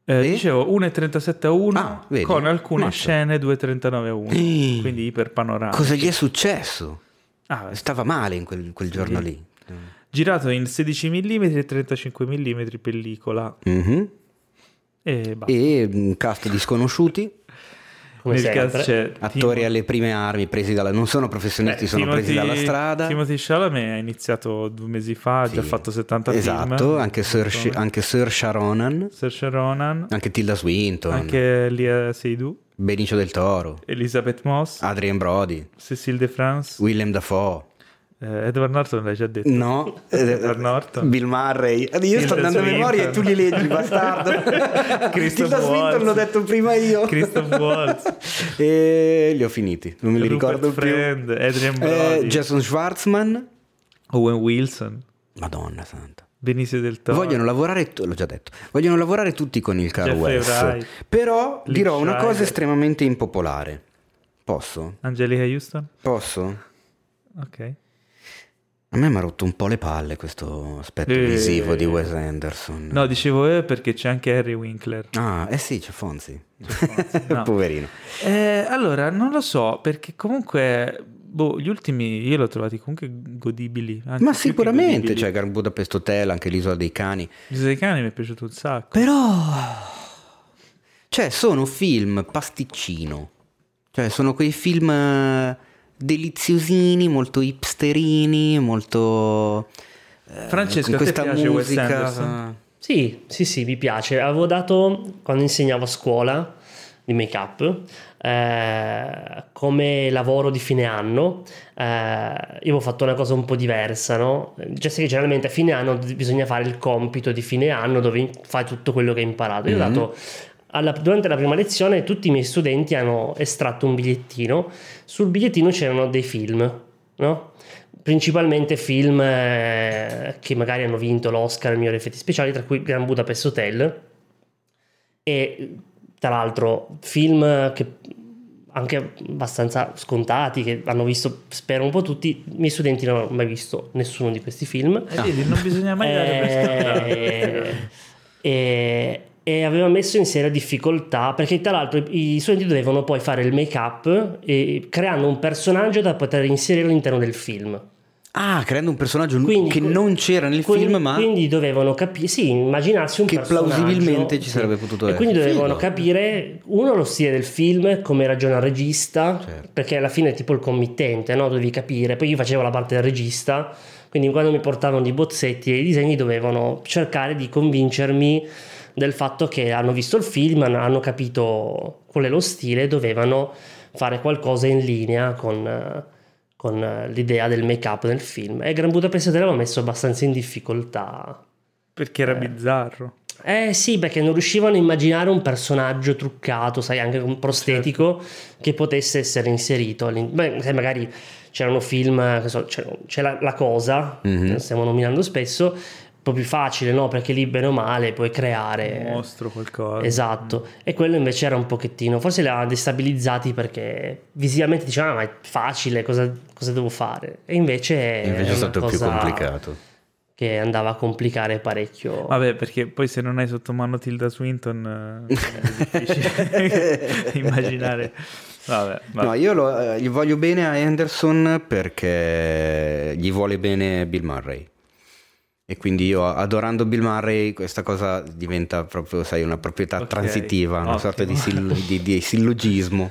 [SPEAKER 1] Eh,
[SPEAKER 2] E?
[SPEAKER 1] dicevo uno e trentasette a uno
[SPEAKER 2] Ah, vedi?
[SPEAKER 1] con alcune
[SPEAKER 2] Mazza.
[SPEAKER 1] scene due e trentanove a uno,
[SPEAKER 2] Eh.
[SPEAKER 1] quindi iperpanoramiche.
[SPEAKER 2] Cosa gli è successo?
[SPEAKER 1] Ah,
[SPEAKER 2] Stava male in quel, quel giorno lì.
[SPEAKER 1] girato in sedici millimetri e trentacinque millimetri pellicola
[SPEAKER 2] Mhm.
[SPEAKER 1] e basta.
[SPEAKER 2] E un cast di sconosciuti,
[SPEAKER 3] Come
[SPEAKER 1] Nel
[SPEAKER 3] sempre.
[SPEAKER 1] caso c'è
[SPEAKER 2] attori
[SPEAKER 1] Timo-
[SPEAKER 2] alle prime armi, presi dalla, non sono professionisti,
[SPEAKER 1] eh,
[SPEAKER 2] sono
[SPEAKER 1] Timothy-
[SPEAKER 2] presi dalla strada.
[SPEAKER 1] Timothy Chalamet ha iniziato due mesi fa, ha
[SPEAKER 2] Sì.
[SPEAKER 1] già fatto settanta film.
[SPEAKER 2] Esatto, anche Sir, Sh- anche Sir Sharonan,
[SPEAKER 1] Saoirse Ronan,
[SPEAKER 2] anche Tilda Swinton,
[SPEAKER 1] anche Lia Seydoux,
[SPEAKER 2] Benicio del Toro,
[SPEAKER 1] Elizabeth Moss,
[SPEAKER 2] Adrien Brody,
[SPEAKER 1] Cécile de France,
[SPEAKER 2] William Dafoe.
[SPEAKER 1] eh, Edward Norton l'hai già detto.
[SPEAKER 2] No,
[SPEAKER 1] Edward Norton.
[SPEAKER 2] Bill Murray. Io
[SPEAKER 1] Tilda
[SPEAKER 2] sto andando a
[SPEAKER 1] Swinton.
[SPEAKER 2] memoria e tu li leggi, bastardo.
[SPEAKER 1] Christoph
[SPEAKER 2] Tilda Swinton
[SPEAKER 1] Waltz.
[SPEAKER 2] l'ho detto prima io.
[SPEAKER 1] Christoph Waltz,
[SPEAKER 2] E li ho finiti, non me li
[SPEAKER 1] Rupert
[SPEAKER 2] ricordo più.
[SPEAKER 1] Friend, Adrian
[SPEAKER 2] Eh,
[SPEAKER 1] Brody,
[SPEAKER 2] Jason Schwartzman.
[SPEAKER 1] Owen Wilson,
[SPEAKER 2] Madonna santa.
[SPEAKER 1] Benicio del Toro.
[SPEAKER 2] Vogliono lavorare, tu- l'ho già detto, vogliono lavorare tutti con il caro
[SPEAKER 1] Jeffrey
[SPEAKER 2] Wes.
[SPEAKER 1] Wright.
[SPEAKER 2] Però
[SPEAKER 1] Liv
[SPEAKER 2] dirò una
[SPEAKER 1] Schreiber.
[SPEAKER 2] cosa estremamente impopolare. Posso?
[SPEAKER 1] Angelica Houston?
[SPEAKER 2] Posso?
[SPEAKER 1] Ok.
[SPEAKER 2] A me mi ha rotto un po' le palle questo aspetto
[SPEAKER 1] Eh.
[SPEAKER 2] visivo di Wes Anderson.
[SPEAKER 1] No, dicevo eh perché c'è anche Harry Winkler.
[SPEAKER 2] Ah, eh sì, c'è Fonzi.
[SPEAKER 1] No.
[SPEAKER 2] Poverino.
[SPEAKER 1] Eh, allora, non lo so, perché comunque boh, gli ultimi io l'ho trovati comunque godibili. anzi,
[SPEAKER 2] Ma
[SPEAKER 1] più che
[SPEAKER 2] sicuramente,
[SPEAKER 1] godibili.
[SPEAKER 2] c'è Grand Budapest Hotel, anche l'Isola dei Cani.
[SPEAKER 1] L'isola dei cani mi è piaciuto un sacco.
[SPEAKER 2] Però, cioè, sono film pasticcino. Cioè, sono quei film eh, deliziosini, molto hipsterini, molto... eh,
[SPEAKER 1] Francesco,
[SPEAKER 2] con
[SPEAKER 1] a te
[SPEAKER 2] questa
[SPEAKER 1] piace Wes
[SPEAKER 2] musica...
[SPEAKER 1] Anderson?
[SPEAKER 3] Sì, sì, sì, mi piace. Avevo dato, quando insegnavo a scuola di make-up, eh, come lavoro di fine anno, eh, io avevo fatto una cosa un po' diversa, no? Già sai che generalmente a fine anno bisogna fare il compito di fine anno dove fai tutto quello che hai imparato. Io ho
[SPEAKER 2] Mhm.
[SPEAKER 3] dato... Alla- durante la prima lezione tutti i miei studenti hanno estratto un bigliettino. Sul bigliettino c'erano dei film, no? Principalmente film eh, che magari hanno vinto l'Oscar ai migliori effetti speciali, tra cui Grand Budapest Hotel, e tra l'altro film che anche abbastanza scontati, che hanno visto spero un po' tutti. I miei studenti non hanno mai visto nessuno di questi film.
[SPEAKER 1] Eh, vedi, non bisogna mai dare per scontato.
[SPEAKER 3] Eh, e, e aveva messo in seria difficoltà perché tra l'altro i, i studenti dovevano poi fare il make up e, creando un personaggio da poter inserire all'interno del film.
[SPEAKER 2] Ah, creando un personaggio
[SPEAKER 3] Quindi-
[SPEAKER 2] che non c'era nel
[SPEAKER 3] quindi,
[SPEAKER 2] film, ma
[SPEAKER 3] quindi dovevano capire, sì, immaginarsi un
[SPEAKER 2] che
[SPEAKER 3] personaggio
[SPEAKER 2] plausibilmente ci
[SPEAKER 3] sì.
[SPEAKER 2] sarebbe potuto
[SPEAKER 3] e
[SPEAKER 2] essere.
[SPEAKER 3] quindi dovevano
[SPEAKER 2] Figo.
[SPEAKER 3] capire uno lo stile del film, come ragiona il regista,
[SPEAKER 2] Certo.
[SPEAKER 3] perché alla fine è tipo il committente, no? Dovevi capire. Poi io facevo la parte del regista, quindi quando mi portavano i bozzetti e i disegni dovevano cercare di convincermi del fatto che hanno visto il film, hanno hanno capito qual è lo stile e dovevano fare qualcosa in linea con, eh, con eh, l'idea del make-up nel film. E Grand Budapest Hotel l'ho messo abbastanza in difficoltà.
[SPEAKER 1] Perché era bizzarro.
[SPEAKER 3] Eh sì, perché non riuscivano a immaginare un personaggio truccato, sai, anche un prostetico che potesse essere inserito. all'in- Beh, se magari c'erano film, che so, c'è, c'è la, la cosa,
[SPEAKER 2] Mhm.
[SPEAKER 3] che stiamo nominando spesso, un po' più facile, no? Perché lì bene o male puoi creare...
[SPEAKER 1] Un mostro, qualcosa.
[SPEAKER 3] Esatto, e quello invece era un pochettino, forse li ha destabilizzati perché visivamente dicevano ah, ma è facile, cosa, cosa devo fare? E invece,
[SPEAKER 2] invece è
[SPEAKER 3] una
[SPEAKER 2] stato più
[SPEAKER 3] cosa
[SPEAKER 2] complicato.
[SPEAKER 3] che andava a complicare parecchio.
[SPEAKER 1] Vabbè, perché poi se non hai sotto mano Tilda Swinton eh, è difficile immaginare. Vabbè, vabbè.
[SPEAKER 2] No, io lo- eh, gli voglio bene a Anderson perché gli vuole bene Bill Murray. E quindi io, adorando Bill Murray, questa cosa diventa proprio, sai, una proprietà
[SPEAKER 1] Ok,
[SPEAKER 2] transitiva, una
[SPEAKER 1] ottimo.
[SPEAKER 2] sorta di, sil- di- di sillogismo.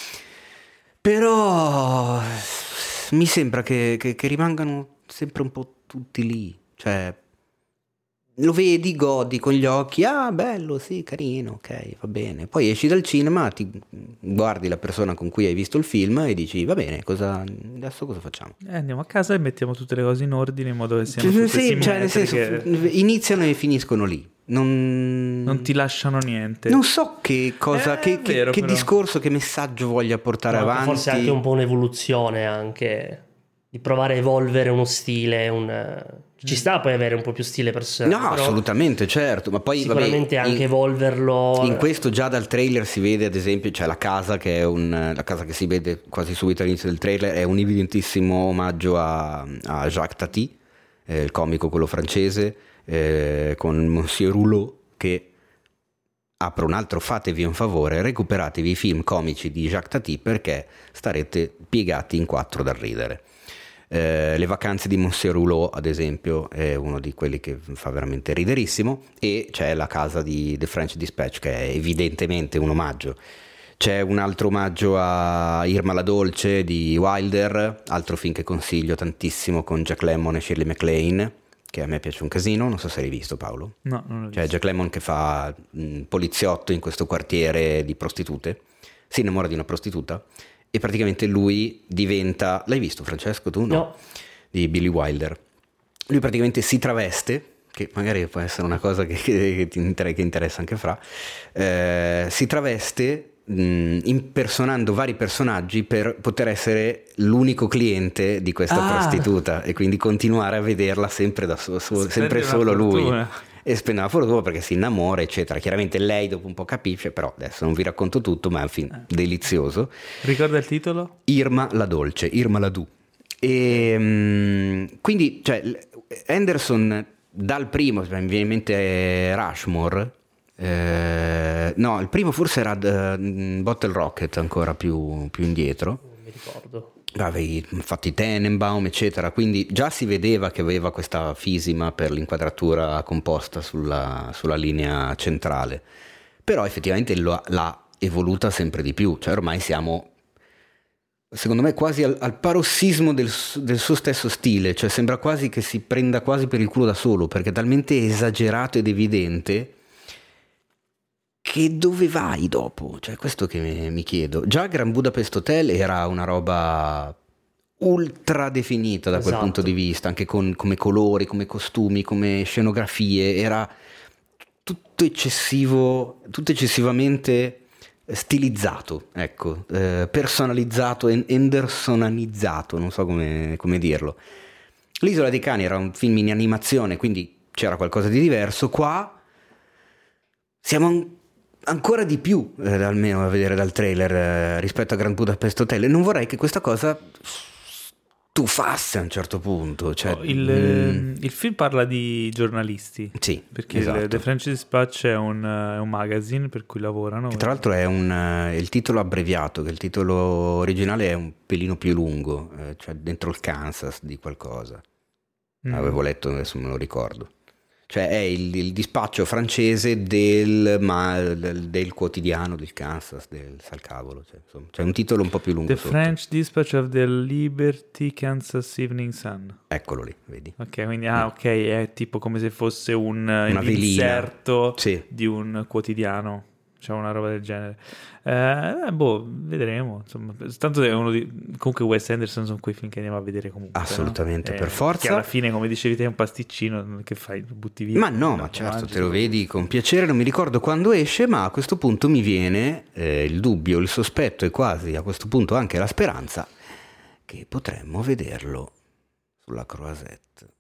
[SPEAKER 2] Però mi sembra che, che- che rimangano sempre un po' tutti lì. Cioè, lo vedi, godi con gli occhi, ah bello, sì, carino, ok, va bene. Poi esci dal cinema, ti guardi la persona con cui hai visto il film e dici, va bene, cosa, adesso cosa facciamo?
[SPEAKER 1] Eh, andiamo a casa e mettiamo tutte le cose in ordine in modo che siano
[SPEAKER 2] Sì,
[SPEAKER 1] tutte
[SPEAKER 2] sì, cioè, nel senso,
[SPEAKER 1] simmetriche.
[SPEAKER 2] iniziano e finiscono lì. Non,
[SPEAKER 1] Non ti lasciano niente.
[SPEAKER 2] non so che cosa,
[SPEAKER 1] Eh,
[SPEAKER 2] che,
[SPEAKER 1] è
[SPEAKER 2] che-
[SPEAKER 1] vero,
[SPEAKER 2] che
[SPEAKER 1] però.
[SPEAKER 2] discorso, che messaggio voglia portare
[SPEAKER 3] No,
[SPEAKER 2] avanti.
[SPEAKER 3] forse anche un po' un'evoluzione anche di provare a evolvere uno stile, un... ci sta poi avere un po' più stile personale.
[SPEAKER 2] No,
[SPEAKER 3] però
[SPEAKER 2] assolutamente, certo. Ma poi
[SPEAKER 3] sicuramente
[SPEAKER 2] vabbè,
[SPEAKER 3] anche
[SPEAKER 2] in-
[SPEAKER 3] evolverlo.
[SPEAKER 2] In questo già dal trailer si vede, ad esempio, c'è la casa che è un la casa che si vede quasi subito all'inizio del trailer, è un evidentissimo omaggio a, a Jacques Tati, eh, il comico quello francese, eh, con Monsieur Rouleau, che apro un altro, fatevi un favore, recuperatevi i film comici di Jacques Tati perché starete piegati in quattro dal ridere. Eh, le vacanze di Monsieur Hulot, ad esempio, è uno di quelli che fa veramente riderissimo, e c'è La casa di The French Dispatch, che è evidentemente un omaggio. C'è un altro omaggio a Irma la Dolce di Wilder, altro film che consiglio tantissimo, con Jack Lemmon e Shirley MacLaine, che a me piace un casino. Non so se l'hai visto, Paolo.
[SPEAKER 1] No, non l'ho
[SPEAKER 2] Cioè
[SPEAKER 1] visto.
[SPEAKER 2] Jack Lemmon che fa un poliziotto in questo quartiere di prostitute, si innamora di una prostituta e praticamente lui diventa... L'hai visto, Francesco, tu? No.
[SPEAKER 3] No.
[SPEAKER 2] Di Billy Wilder. Lui praticamente si traveste, che magari può essere una cosa che, che, ti inter- che interessa anche Fra, eh, si traveste mh, impersonando vari personaggi per poter essere l'unico cliente di questa
[SPEAKER 1] Ah.
[SPEAKER 2] prostituta e quindi continuare a vederla sempre, da so- so-
[SPEAKER 1] Spende
[SPEAKER 2] sempre
[SPEAKER 1] una
[SPEAKER 2] solo lui.
[SPEAKER 1] fortuna.
[SPEAKER 2] E spende una fortuna perché si innamora, eccetera. Chiaramente lei dopo un po' capisce, però adesso non vi racconto tutto, ma è un film delizioso.
[SPEAKER 1] Ricorda il titolo?
[SPEAKER 2] Irma la Dolce, Irma la Du. E mm, quindi, cioè, Anderson dal primo, mi viene in mente Rushmore, eh, no, il primo forse era uh, Bottle Rocket, ancora più, più indietro.
[SPEAKER 3] Non mi ricordo.
[SPEAKER 2] Avevi fatto i Tenenbaum, eccetera, quindi già si vedeva che aveva questa fisima per l'inquadratura composta sulla, sulla linea centrale, però effettivamente lo, l'ha evoluta sempre di più, cioè ormai siamo, secondo me, quasi al, al parossismo del, del suo stesso stile, cioè sembra quasi che si prenda quasi per il culo da solo, perché è talmente esagerato ed evidente che dove vai dopo? Cioè, questo che mi, mi chiedo. Già Grand Budapest Hotel era una roba ultra definita da quel
[SPEAKER 3] Esatto.
[SPEAKER 2] punto di vista, anche con, come colori, come costumi, come scenografie, era tutto eccessivo, tutto eccessivamente stilizzato, ecco, eh, personalizzato, andersonanizzato, non so come, come dirlo. L'Isola dei Cani era un film in animazione, quindi c'era qualcosa di diverso. Qua siamo an- ancora di più, eh, almeno a vedere dal trailer, eh, rispetto a Grand Budapest Hotel, e non vorrei che questa cosa stufasse a un certo punto. Cioè,
[SPEAKER 1] Oh, il,
[SPEAKER 2] mm,
[SPEAKER 1] il film parla di giornalisti.
[SPEAKER 2] sì,
[SPEAKER 1] Perché
[SPEAKER 2] esatto.
[SPEAKER 1] il The French Dispatch è un, è un magazine per cui lavorano.
[SPEAKER 2] Che tra l'altro è un, eh, il titolo abbreviato, che il titolo originale è un pelino più lungo, eh, cioè dentro il Kansas di qualcosa.
[SPEAKER 1] Mm.
[SPEAKER 2] Avevo letto, adesso me lo ricordo. Cioè è il, il dispaccio francese del, ma, del, del quotidiano del Kansas, del Salcavolo. Cioè, insomma, c'è un titolo un po' più lungo
[SPEAKER 1] The
[SPEAKER 2] sotto.
[SPEAKER 1] French Dispatch of the Liberty Kansas Evening Sun.
[SPEAKER 2] Eccolo lì, vedi?
[SPEAKER 1] Ok, quindi ah, ok, è tipo come se fosse un
[SPEAKER 2] Una velina.
[SPEAKER 1] inserto
[SPEAKER 2] Sì.
[SPEAKER 1] di un quotidiano, cioè una roba del genere. Eh, boh, vedremo. Insomma, tanto è uno di. Comunque, Wes Anderson sono quei film che andiamo a vedere comunque.
[SPEAKER 2] Assolutamente,
[SPEAKER 1] no?
[SPEAKER 2] per
[SPEAKER 1] Eh,
[SPEAKER 2] forza.
[SPEAKER 1] Che alla fine, come dicevi te, è un pasticcino. Che fai? Lo butti via?
[SPEAKER 2] Ma no,
[SPEAKER 1] Lo
[SPEAKER 2] ma certo,
[SPEAKER 1] mangi,
[SPEAKER 2] te lo
[SPEAKER 1] lo-
[SPEAKER 2] vedi con piacere, non mi ricordo quando esce, ma a questo punto mi viene eh, il dubbio, il sospetto e quasi a questo punto anche la speranza che potremmo vederlo sulla Croisette.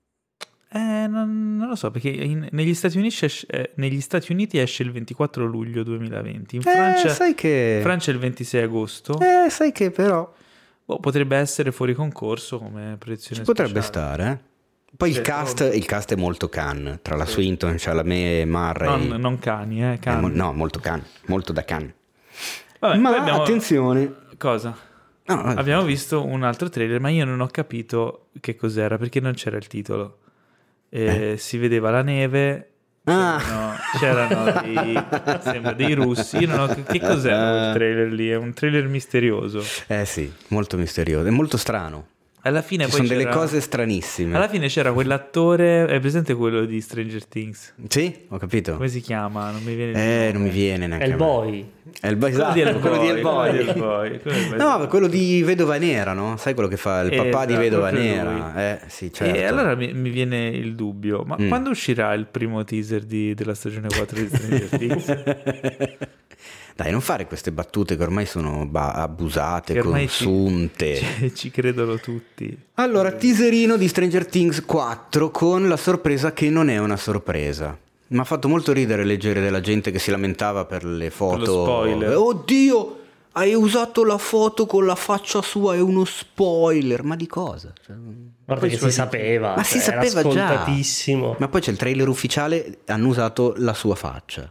[SPEAKER 1] Eh, non, non lo so, perché in- negli, Stati Uniti esce, eh, negli Stati Uniti esce il ventiquattro luglio duemilaventi. In Francia,
[SPEAKER 2] eh, sai che...
[SPEAKER 1] in Francia è il ventisei agosto.
[SPEAKER 2] Eh, sai che però
[SPEAKER 1] Boh, potrebbe essere fuori concorso come proiezione
[SPEAKER 2] ci potrebbe
[SPEAKER 1] speciale.
[SPEAKER 2] stare, eh? Poi il
[SPEAKER 1] Sì,
[SPEAKER 2] cast, il cast è molto Cannes, tra la Swinton, Chalamet, Murray.
[SPEAKER 1] Non, non cani, eh,
[SPEAKER 2] È
[SPEAKER 1] cani.
[SPEAKER 2] mo- no, molto Cannes, molto da Cannes.
[SPEAKER 1] Vabbè,
[SPEAKER 2] Ma
[SPEAKER 1] poi abbiamo-
[SPEAKER 2] attenzione,
[SPEAKER 1] Cosa?
[SPEAKER 2] no, no,
[SPEAKER 1] Abbiamo visto un altro trailer, ma io non ho capito che cos'era, perché non c'era il titolo. Eh, Si vedeva la neve,
[SPEAKER 2] Ah.
[SPEAKER 1] c'erano, c'erano dei, sembra dei russi. Io non ho, che cos'era quel trailer lì? È un trailer misterioso.
[SPEAKER 2] Eh sì, molto misterioso, è molto strano.
[SPEAKER 1] Alla fine
[SPEAKER 2] Ci
[SPEAKER 1] poi
[SPEAKER 2] sono delle
[SPEAKER 1] c'era-
[SPEAKER 2] cose stranissime.
[SPEAKER 1] Alla fine c'era quell'attore, è presente quello di Stranger Things?
[SPEAKER 2] Sì, ho capito.
[SPEAKER 1] Come si chiama? Non mi viene il
[SPEAKER 2] Eh,
[SPEAKER 1] nome.
[SPEAKER 2] non mi viene neanche
[SPEAKER 3] È il
[SPEAKER 2] a me.
[SPEAKER 3] boy.
[SPEAKER 2] È il boy,
[SPEAKER 1] Quello
[SPEAKER 2] esatto,
[SPEAKER 1] di El
[SPEAKER 2] quello di El
[SPEAKER 1] Boy, quello di
[SPEAKER 2] Boy.
[SPEAKER 1] El Boy, quello di El Boy.
[SPEAKER 2] No, quello di Vedova Nera, no? Sai quello che fa il papà di
[SPEAKER 1] Esatto,
[SPEAKER 2] Vedova
[SPEAKER 1] proprio
[SPEAKER 2] Nera?
[SPEAKER 1] lui.
[SPEAKER 2] Eh, sì, certo.
[SPEAKER 1] E allora mi, mi viene il dubbio, ma
[SPEAKER 2] Mm.
[SPEAKER 1] quando uscirà il primo teaser di- della stagione quattro di Stranger Things?
[SPEAKER 2] Dai, non fare queste battute che ormai sono ba- abusate,
[SPEAKER 1] Che ormai ci-
[SPEAKER 2] consunte.
[SPEAKER 1] Ci, ci credono tutti.
[SPEAKER 2] Allora, teaserino di Stranger Things quattro con la sorpresa che non è una sorpresa. Mi ha fatto molto ridere leggere della gente che si lamentava per le foto.
[SPEAKER 1] lo spoiler.
[SPEAKER 2] Oddio, hai usato la foto con la faccia sua, è uno spoiler. Ma di cosa? Cioè,
[SPEAKER 3] Guarda
[SPEAKER 1] poi
[SPEAKER 3] che
[SPEAKER 1] suoi-
[SPEAKER 3] si sapeva.
[SPEAKER 2] Ma si
[SPEAKER 3] cioè, era
[SPEAKER 2] sapeva già.
[SPEAKER 3] scontatissimo.
[SPEAKER 2] Ma poi c'è il trailer ufficiale, hanno usato la sua faccia.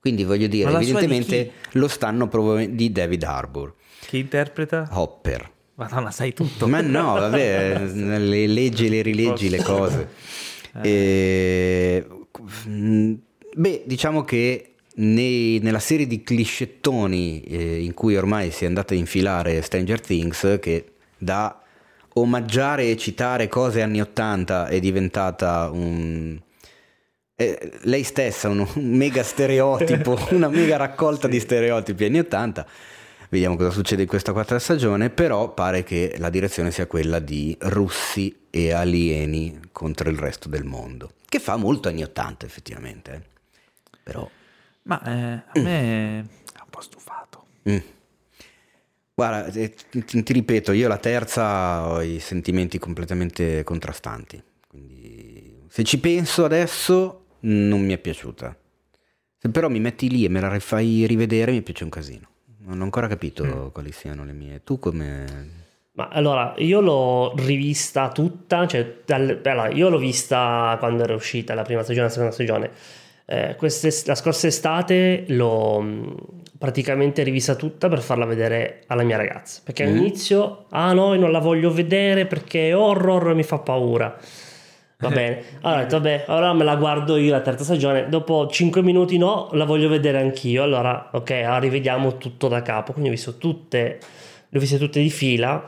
[SPEAKER 2] Quindi voglio dire,
[SPEAKER 1] Ma la sua
[SPEAKER 2] evidentemente
[SPEAKER 1] di
[SPEAKER 2] lo stanno provo- di David Harbour.
[SPEAKER 1] Che interpreta?
[SPEAKER 2] Hopper.
[SPEAKER 1] Madonna, sai tutto.
[SPEAKER 2] Ma no, vabbè, le leggi, le rileggi, le cose. E... Beh, diciamo che nei, nella serie di cliscettoni eh, in cui ormai si è andata a infilare Stranger Things, che da omaggiare e citare cose anni ottanta è diventata un... Eh, lei stessa un, un mega stereotipo, una mega raccolta sì. di stereotipi anni ottanta. Vediamo cosa succede in questa quarta stagione, però pare che la direzione sia quella di russi e alieni contro il resto del mondo, che fa molto anni ottanta effettivamente, eh. Però...
[SPEAKER 1] Ma eh, a me è un po' stufato.
[SPEAKER 2] Mm. Guarda, ti, ti, ti ripeto, io la terza ho i sentimenti completamente contrastanti, quindi se ci penso adesso non mi è piaciuta. Se però mi metti lì e me la fai rivedere mi piace un casino. Non ho ancora capito mm. quali siano le mie. Tu come...
[SPEAKER 3] Ma allora, io l'ho rivista tutta, cioè dal, allora, io l'ho vista quando era uscita la prima stagione e la seconda stagione. Eh, queste, la scorsa estate l'ho praticamente rivista tutta per farla vedere alla mia ragazza, perché mm. all'inizio, ah no, io non la voglio vedere perché horror mi fa paura. Va bene, allora ho detto, vabbè, allora me la guardo io la terza stagione, dopo cinque minuti no, la voglio vedere anch'io, allora ok, allora rivediamo tutto da capo, quindi ho visto tutte, le ho viste tutte di fila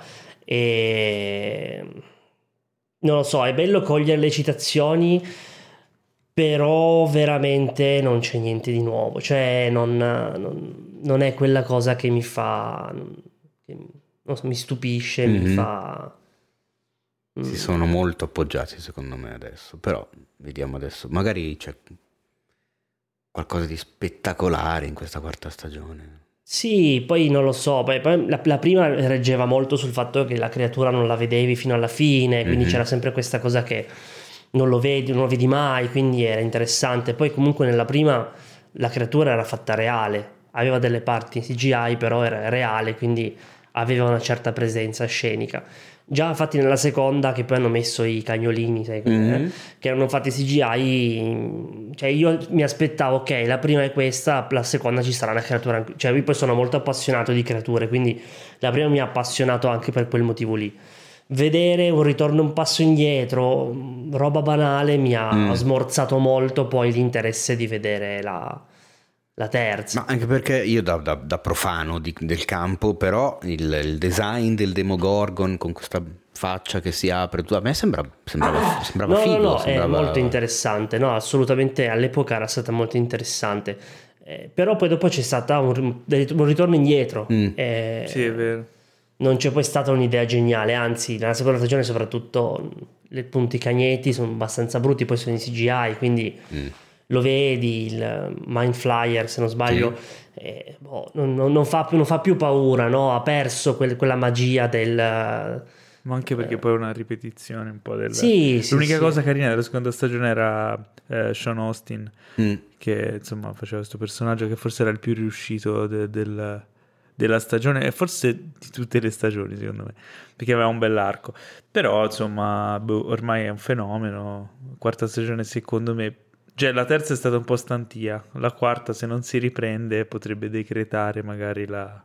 [SPEAKER 3] e non lo so, è bello cogliere le citazioni, però veramente non c'è niente di nuovo, cioè non, non, non è quella cosa che mi fa, che, non so, mi stupisce, mm-hmm. mi fa...
[SPEAKER 2] Si sono molto appoggiati secondo me adesso, però vediamo adesso, magari c'è qualcosa di spettacolare in questa quarta stagione.
[SPEAKER 3] Sì, poi non lo so, poi, poi la, la prima reggeva molto sul fatto che la creatura non la vedevi fino alla fine, quindi mm-hmm. c'era sempre questa cosa che non lo vedi, non lo vedi mai, quindi era interessante. Poi comunque nella prima la creatura era fatta reale, aveva delle parti in C G I, però era reale, quindi aveva una certa presenza scenica. Già infatti nella seconda, che poi hanno messo i cagnolini, sai, mm-hmm. eh, che erano fatti C G I, cioè io mi aspettavo, ok, la prima è questa, la seconda ci sarà una creatura, cioè io poi sono molto appassionato di creature, quindi la prima mi ha appassionato anche per quel motivo lì. Vedere un ritorno un passo indietro, roba banale, mi ha mm. smorzato molto poi l'interesse di vedere la... la terza.
[SPEAKER 2] Ma anche perché io da, da, da profano di, del campo, però il, il design del Demogorgon con questa faccia che si apre, a me sembra, sembrava, sembrava
[SPEAKER 3] no,
[SPEAKER 2] figo.
[SPEAKER 3] No, no,
[SPEAKER 2] sembrava...
[SPEAKER 3] è molto interessante, no, assolutamente all'epoca era stata molto interessante, eh, però poi dopo c'è stato un, un ritorno indietro.
[SPEAKER 2] Mm.
[SPEAKER 3] Eh,
[SPEAKER 1] sì, è vero.
[SPEAKER 3] Non c'è poi stata un'idea geniale, anzi nella seconda stagione soprattutto le punti cagneti sono abbastanza brutti, poi sono in C G I, quindi... Mm. Lo vedi, il Mind Flyer se non sbaglio, sì. eh, boh, non, non, fa, non fa più paura, no? Ha perso quel, quella magia del...
[SPEAKER 1] Ma anche perché eh, poi è una ripetizione un po' del...
[SPEAKER 3] Sì, sì,
[SPEAKER 1] l'unica
[SPEAKER 3] sì.
[SPEAKER 1] cosa carina della seconda stagione era eh, Sean Austin,
[SPEAKER 2] mm.
[SPEAKER 1] che insomma faceva questo personaggio che forse era il più riuscito de, del, della stagione, e forse di tutte le stagioni secondo me, perché aveva un bell'arco. Però insomma boh, ormai è un fenomeno. Quarta stagione secondo me... Cioè la terza è stata un po' stantia, la quarta se non si riprende potrebbe decretare magari la...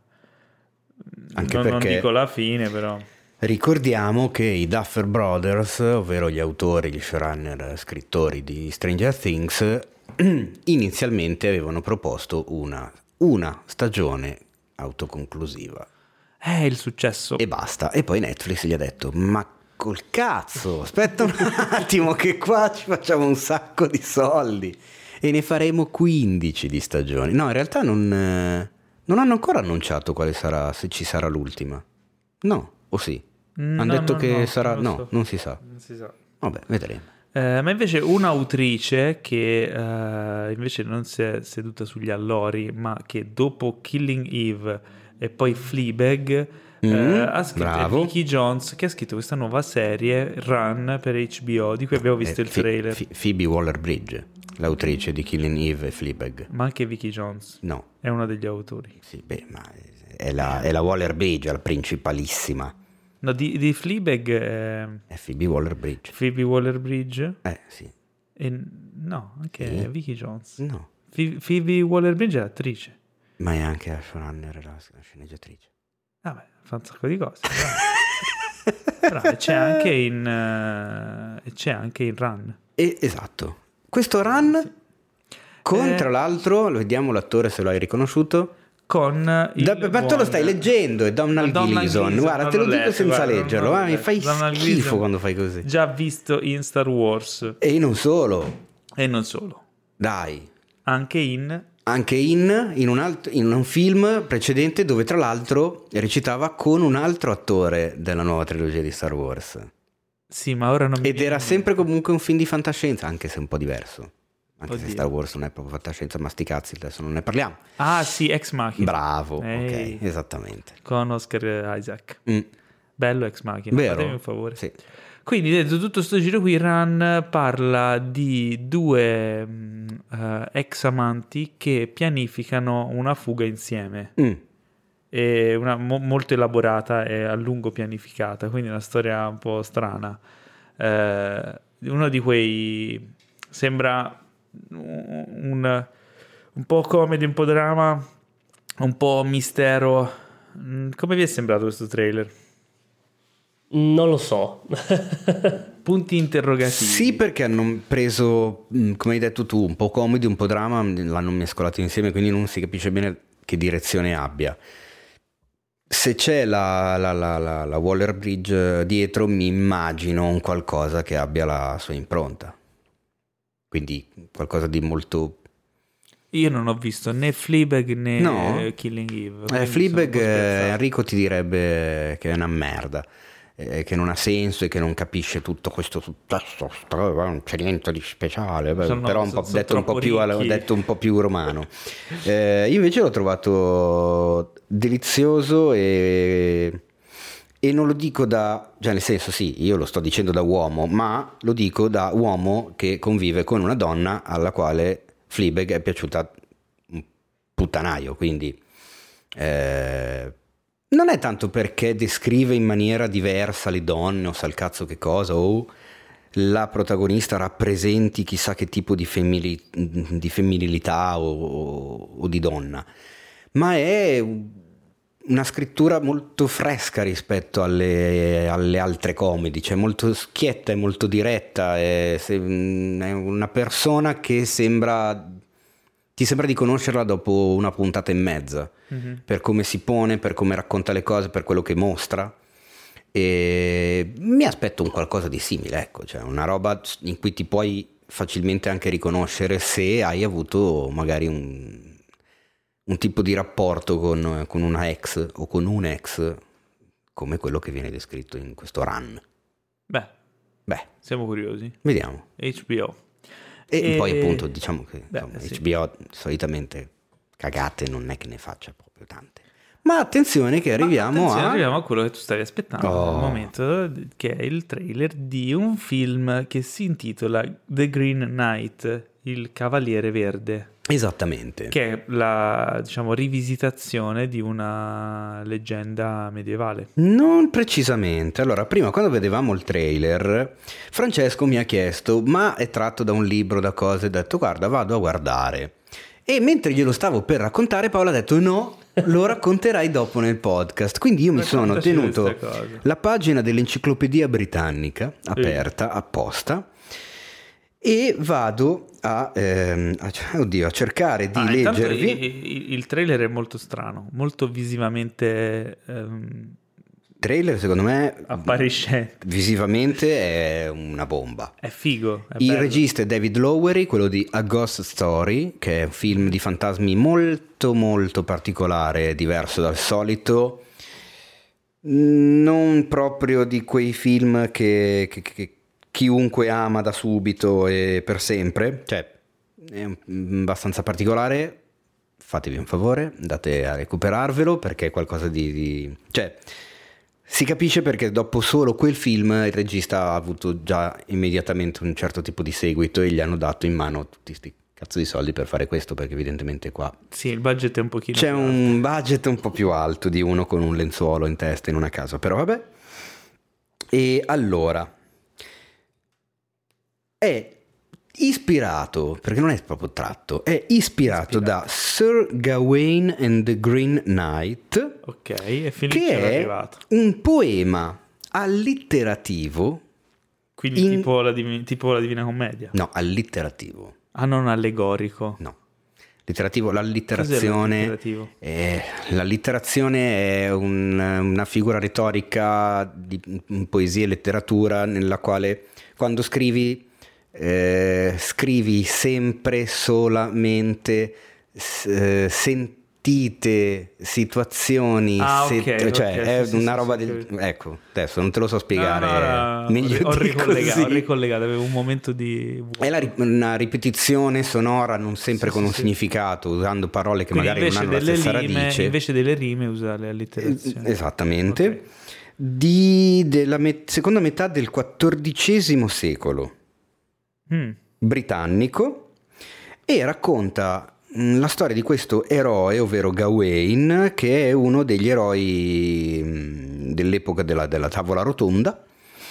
[SPEAKER 2] Anche
[SPEAKER 1] non,
[SPEAKER 2] perché
[SPEAKER 1] non dico la fine, però...
[SPEAKER 2] Ricordiamo che i Duffer Brothers, ovvero gli autori, gli showrunner, scrittori di Stranger Things, inizialmente avevano proposto una, una stagione autoconclusiva.
[SPEAKER 1] Eh, il successo.
[SPEAKER 2] E basta. E poi Netflix gli ha detto, ma col cazzo, aspetta un attimo che qua ci facciamo un sacco di soldi e ne faremo quindici di stagioni. No, in realtà non, eh, non hanno ancora annunciato quale sarà, se ci sarà l'ultima. No, o sì?
[SPEAKER 1] No,
[SPEAKER 2] hanno detto
[SPEAKER 1] no,
[SPEAKER 2] che
[SPEAKER 1] no,
[SPEAKER 2] sarà...
[SPEAKER 1] non
[SPEAKER 2] No,
[SPEAKER 1] so.
[SPEAKER 2] non si sa.
[SPEAKER 1] Non si sa.
[SPEAKER 2] Vabbè, vedremo.
[SPEAKER 1] Eh, ma invece un'autrice che eh, invece non si è seduta sugli allori, ma che dopo Killing Eve e poi Fleabag... Mm, eh, ha scritto
[SPEAKER 2] bravo.
[SPEAKER 1] Vicky Jones, che ha scritto questa nuova serie Run per H B O, di cui abbiamo visto
[SPEAKER 2] eh,
[SPEAKER 1] il trailer.
[SPEAKER 2] F- F- Phoebe Waller-Bridge, l'autrice di Killing Eve e Fleabag.
[SPEAKER 1] Ma anche Vicky Jones
[SPEAKER 2] no,
[SPEAKER 1] è uno degli autori.
[SPEAKER 2] Sì, beh, ma è la, è la Waller-Bridge, la principalissima.
[SPEAKER 1] No, di, di Fleabag è...
[SPEAKER 2] è Phoebe Waller-Bridge.
[SPEAKER 1] Phoebe Waller-Bridge.
[SPEAKER 2] Eh sì.
[SPEAKER 1] E no, anche
[SPEAKER 2] sì.
[SPEAKER 1] Vicky Jones.
[SPEAKER 2] No,
[SPEAKER 1] Phoebe Waller-Bridge è l'attrice.
[SPEAKER 2] Ma è anche la showrunner, la sceneggiatrice.
[SPEAKER 1] Vabbè, fa un sacco di cose. Però, però c'è anche in uh, c'è anche in Run.
[SPEAKER 2] E, esatto. Questo Run con,
[SPEAKER 1] eh,
[SPEAKER 2] tra l'altro, lo vediamo l'attore se lo hai riconosciuto.
[SPEAKER 1] Con il
[SPEAKER 2] da, ma
[SPEAKER 1] buon...
[SPEAKER 2] tu lo stai leggendo, è Donald Gleason. Guarda, te lo dico
[SPEAKER 1] letto,
[SPEAKER 2] senza
[SPEAKER 1] guarda,
[SPEAKER 2] leggerlo. Ah, mi fai
[SPEAKER 1] Donald
[SPEAKER 2] schifo
[SPEAKER 1] Gleason,
[SPEAKER 2] quando fai così.
[SPEAKER 1] Già visto in Star Wars.
[SPEAKER 2] E non solo.
[SPEAKER 1] E non solo.
[SPEAKER 2] Dai.
[SPEAKER 1] Anche in...
[SPEAKER 2] Anche in, in, un alt- in un film precedente dove tra l'altro recitava con un altro attore della nuova trilogia di Star Wars.
[SPEAKER 1] Sì, ma ora non mi
[SPEAKER 2] Ed
[SPEAKER 1] viene
[SPEAKER 2] era
[SPEAKER 1] in
[SPEAKER 2] sempre comunque un film di fantascienza, anche se un po' diverso. Anche
[SPEAKER 1] Oddio.
[SPEAKER 2] se Star Wars non è proprio fantascienza, ma sti cazzi, adesso non ne parliamo.
[SPEAKER 1] Ah sì, Ex Machina.
[SPEAKER 2] Bravo,
[SPEAKER 1] Ehi.
[SPEAKER 2] ok, esattamente.
[SPEAKER 1] Con Oscar Isaac.
[SPEAKER 2] Mm.
[SPEAKER 1] Bello Ex Machina.
[SPEAKER 2] Vero?
[SPEAKER 1] Fatemi un favore.
[SPEAKER 2] Sì.
[SPEAKER 1] Quindi, detto tutto sto giro qui, Run parla di due mh, uh, ex amanti che pianificano una fuga insieme.
[SPEAKER 2] Mm.
[SPEAKER 1] È una, mo- molto elaborata e a lungo pianificata, quindi una storia un po' strana. Eh, uno di quei sembra un, un po' comedy, un po' drama, un po' mistero. Mm, Come vi è sembrato questo trailer?
[SPEAKER 3] Non lo so.
[SPEAKER 1] Punti interrogativi.
[SPEAKER 2] Sì, perché hanno preso, mh, come hai detto tu, un po' comedy, un po' drama, l'hanno mescolato insieme, quindi non si capisce bene che direzione abbia. Se c'è la, la, la, la, la Waller-Bridge dietro, mi immagino un qualcosa che abbia la sua impronta. Quindi qualcosa di molto...
[SPEAKER 1] Io non ho visto né Fleabag né
[SPEAKER 2] No?
[SPEAKER 1] Killing Eve.
[SPEAKER 2] Eh,
[SPEAKER 1] quindi
[SPEAKER 2] Fleabag,
[SPEAKER 1] sono un po'
[SPEAKER 2] eh,
[SPEAKER 1] spiazzato.
[SPEAKER 2] Enrico ti direbbe che è una merda, eh, che non ha senso e che non capisce tutto questo successo, non c'è niente di speciale, beh,
[SPEAKER 1] Sono-
[SPEAKER 2] però un po',
[SPEAKER 1] sono
[SPEAKER 2] detto, un po'
[SPEAKER 1] troppo
[SPEAKER 2] più,
[SPEAKER 1] ricchi.
[SPEAKER 2] detto un po' più romano. Eh, io invece l'ho trovato delizioso e, e non lo dico da, cioè nel senso sì, io lo sto dicendo da uomo, ma lo dico da uomo che convive con una donna alla quale Fleabag è piaciuta un puttanaio, quindi eh, non è tanto perché descrive in maniera diversa le donne o sa il cazzo che cosa o la protagonista rappresenti chissà che tipo di, femmili- di femminilità o, o- o di donna, ma è una scrittura molto fresca rispetto alle, alle altre comedy, cioè molto schietta e molto diretta, è, se- è una persona che sembra, ti sembra di conoscerla dopo una puntata e mezza,
[SPEAKER 1] Mhm.
[SPEAKER 2] per come si pone, per come racconta le cose, per quello che mostra. E mi aspetto un qualcosa di simile, ecco, cioè una roba in cui ti puoi facilmente anche riconoscere se hai avuto magari un, un tipo di rapporto con, con una ex o con un ex come quello che viene descritto in questo Run.
[SPEAKER 1] Beh,
[SPEAKER 2] Beh,
[SPEAKER 1] siamo curiosi.
[SPEAKER 2] vediamo.
[SPEAKER 1] H B O.
[SPEAKER 2] E,
[SPEAKER 1] E-
[SPEAKER 2] poi appunto diciamo che
[SPEAKER 1] Beh,
[SPEAKER 2] insomma,
[SPEAKER 1] sì.
[SPEAKER 2] H B O solitamente cagate non è che ne faccia proprio tante. Ma attenzione che arriviamo
[SPEAKER 1] Attenzione,
[SPEAKER 2] a...
[SPEAKER 1] arriviamo a quello che tu stavi aspettando
[SPEAKER 2] Oh.
[SPEAKER 1] al momento, che è il trailer di un film che si intitola The Green Knight, il Cavaliere Verde,
[SPEAKER 2] Esattamente.
[SPEAKER 1] che è la, diciamo, rivisitazione di una leggenda medievale.
[SPEAKER 2] Non precisamente. Allora, prima quando vedevamo il trailer, Francesco mi ha chiesto, ma è tratto da un libro, da cose, ho detto, guarda, vado a guardare. E mentre glielo stavo per raccontare, Paola ha detto, no, lo racconterai dopo nel podcast. Quindi io mi sono
[SPEAKER 1] Raccontaci
[SPEAKER 2] tenuto
[SPEAKER 1] queste cose.
[SPEAKER 2] la pagina dell'Enciclopedia Britannica, aperta, apposta, e vado a, ehm, a, oddio, a cercare di
[SPEAKER 1] Ah, intanto
[SPEAKER 2] leggervi...
[SPEAKER 1] il, il- il trailer è molto strano, molto visivamente ehm,
[SPEAKER 2] Trailer, secondo me,
[SPEAKER 1] appariscente.
[SPEAKER 2] visivamente è una bomba.
[SPEAKER 1] È figo. È
[SPEAKER 2] Il
[SPEAKER 1] bello.
[SPEAKER 2] regista è David Lowery, quello di A Ghost Story, che è un film di fantasmi molto molto particolare, diverso dal solito, non proprio di quei film che, che- che chiunque ama da subito e per sempre, cioè è un- abbastanza particolare. Fatevi un favore, andate a recuperarvelo perché è qualcosa di... di- cioè si capisce perché dopo solo quel film il regista ha avuto già immediatamente un certo tipo di seguito e gli hanno dato in mano tutti sti cazzo di soldi per fare questo, perché evidentemente qua
[SPEAKER 1] Sì, il budget è un pochino
[SPEAKER 2] c'è
[SPEAKER 1] più
[SPEAKER 2] un budget un po' più alto di uno con un lenzuolo in testa in una casa, però vabbè. E allora è ispirato, perché non è proprio tratto, è ispirato, ispirato. da Sir Gawain and the Green Knight,
[SPEAKER 1] ok, e fin
[SPEAKER 2] che è arrivato. Un poema allitterativo.
[SPEAKER 1] Quindi in... tipo, la div- tipo la Divina Commedia?
[SPEAKER 2] No, allitterativo.
[SPEAKER 1] Ah, non allegorico?
[SPEAKER 2] No. Litterativo, l'allitterazione è, l'allitterazione è un, una figura retorica di poesia e letteratura nella quale quando scrivi eh, scrivi sempre solamente eh, sentite situazioni,
[SPEAKER 1] ah,
[SPEAKER 2] se,
[SPEAKER 1] okay,
[SPEAKER 2] cioè
[SPEAKER 1] okay,
[SPEAKER 2] è
[SPEAKER 1] sì,
[SPEAKER 2] una
[SPEAKER 1] sì,
[SPEAKER 2] roba
[SPEAKER 1] sì,
[SPEAKER 2] del
[SPEAKER 1] sì.
[SPEAKER 2] Ecco, adesso non te lo so spiegare
[SPEAKER 1] no, no, no,
[SPEAKER 2] meglio
[SPEAKER 1] ho,
[SPEAKER 2] di
[SPEAKER 1] ricollegato,
[SPEAKER 2] così.
[SPEAKER 1] ho ricollegato, avevo un momento di
[SPEAKER 2] è la, una ripetizione sonora non sempre sì, con sì, un sì. significato, usando parole che
[SPEAKER 1] quindi
[SPEAKER 2] magari non hanno la stessa
[SPEAKER 1] rime,
[SPEAKER 2] radice.
[SPEAKER 1] Invece delle rime usa le allitterazioni.
[SPEAKER 2] Esattamente.
[SPEAKER 1] Okay.
[SPEAKER 2] Di, della met- seconda metà del quattordicesimo secolo mm. britannico, e racconta la storia di questo eroe, ovvero Gawain, che è uno degli eroi dell'epoca della, della tavola rotonda,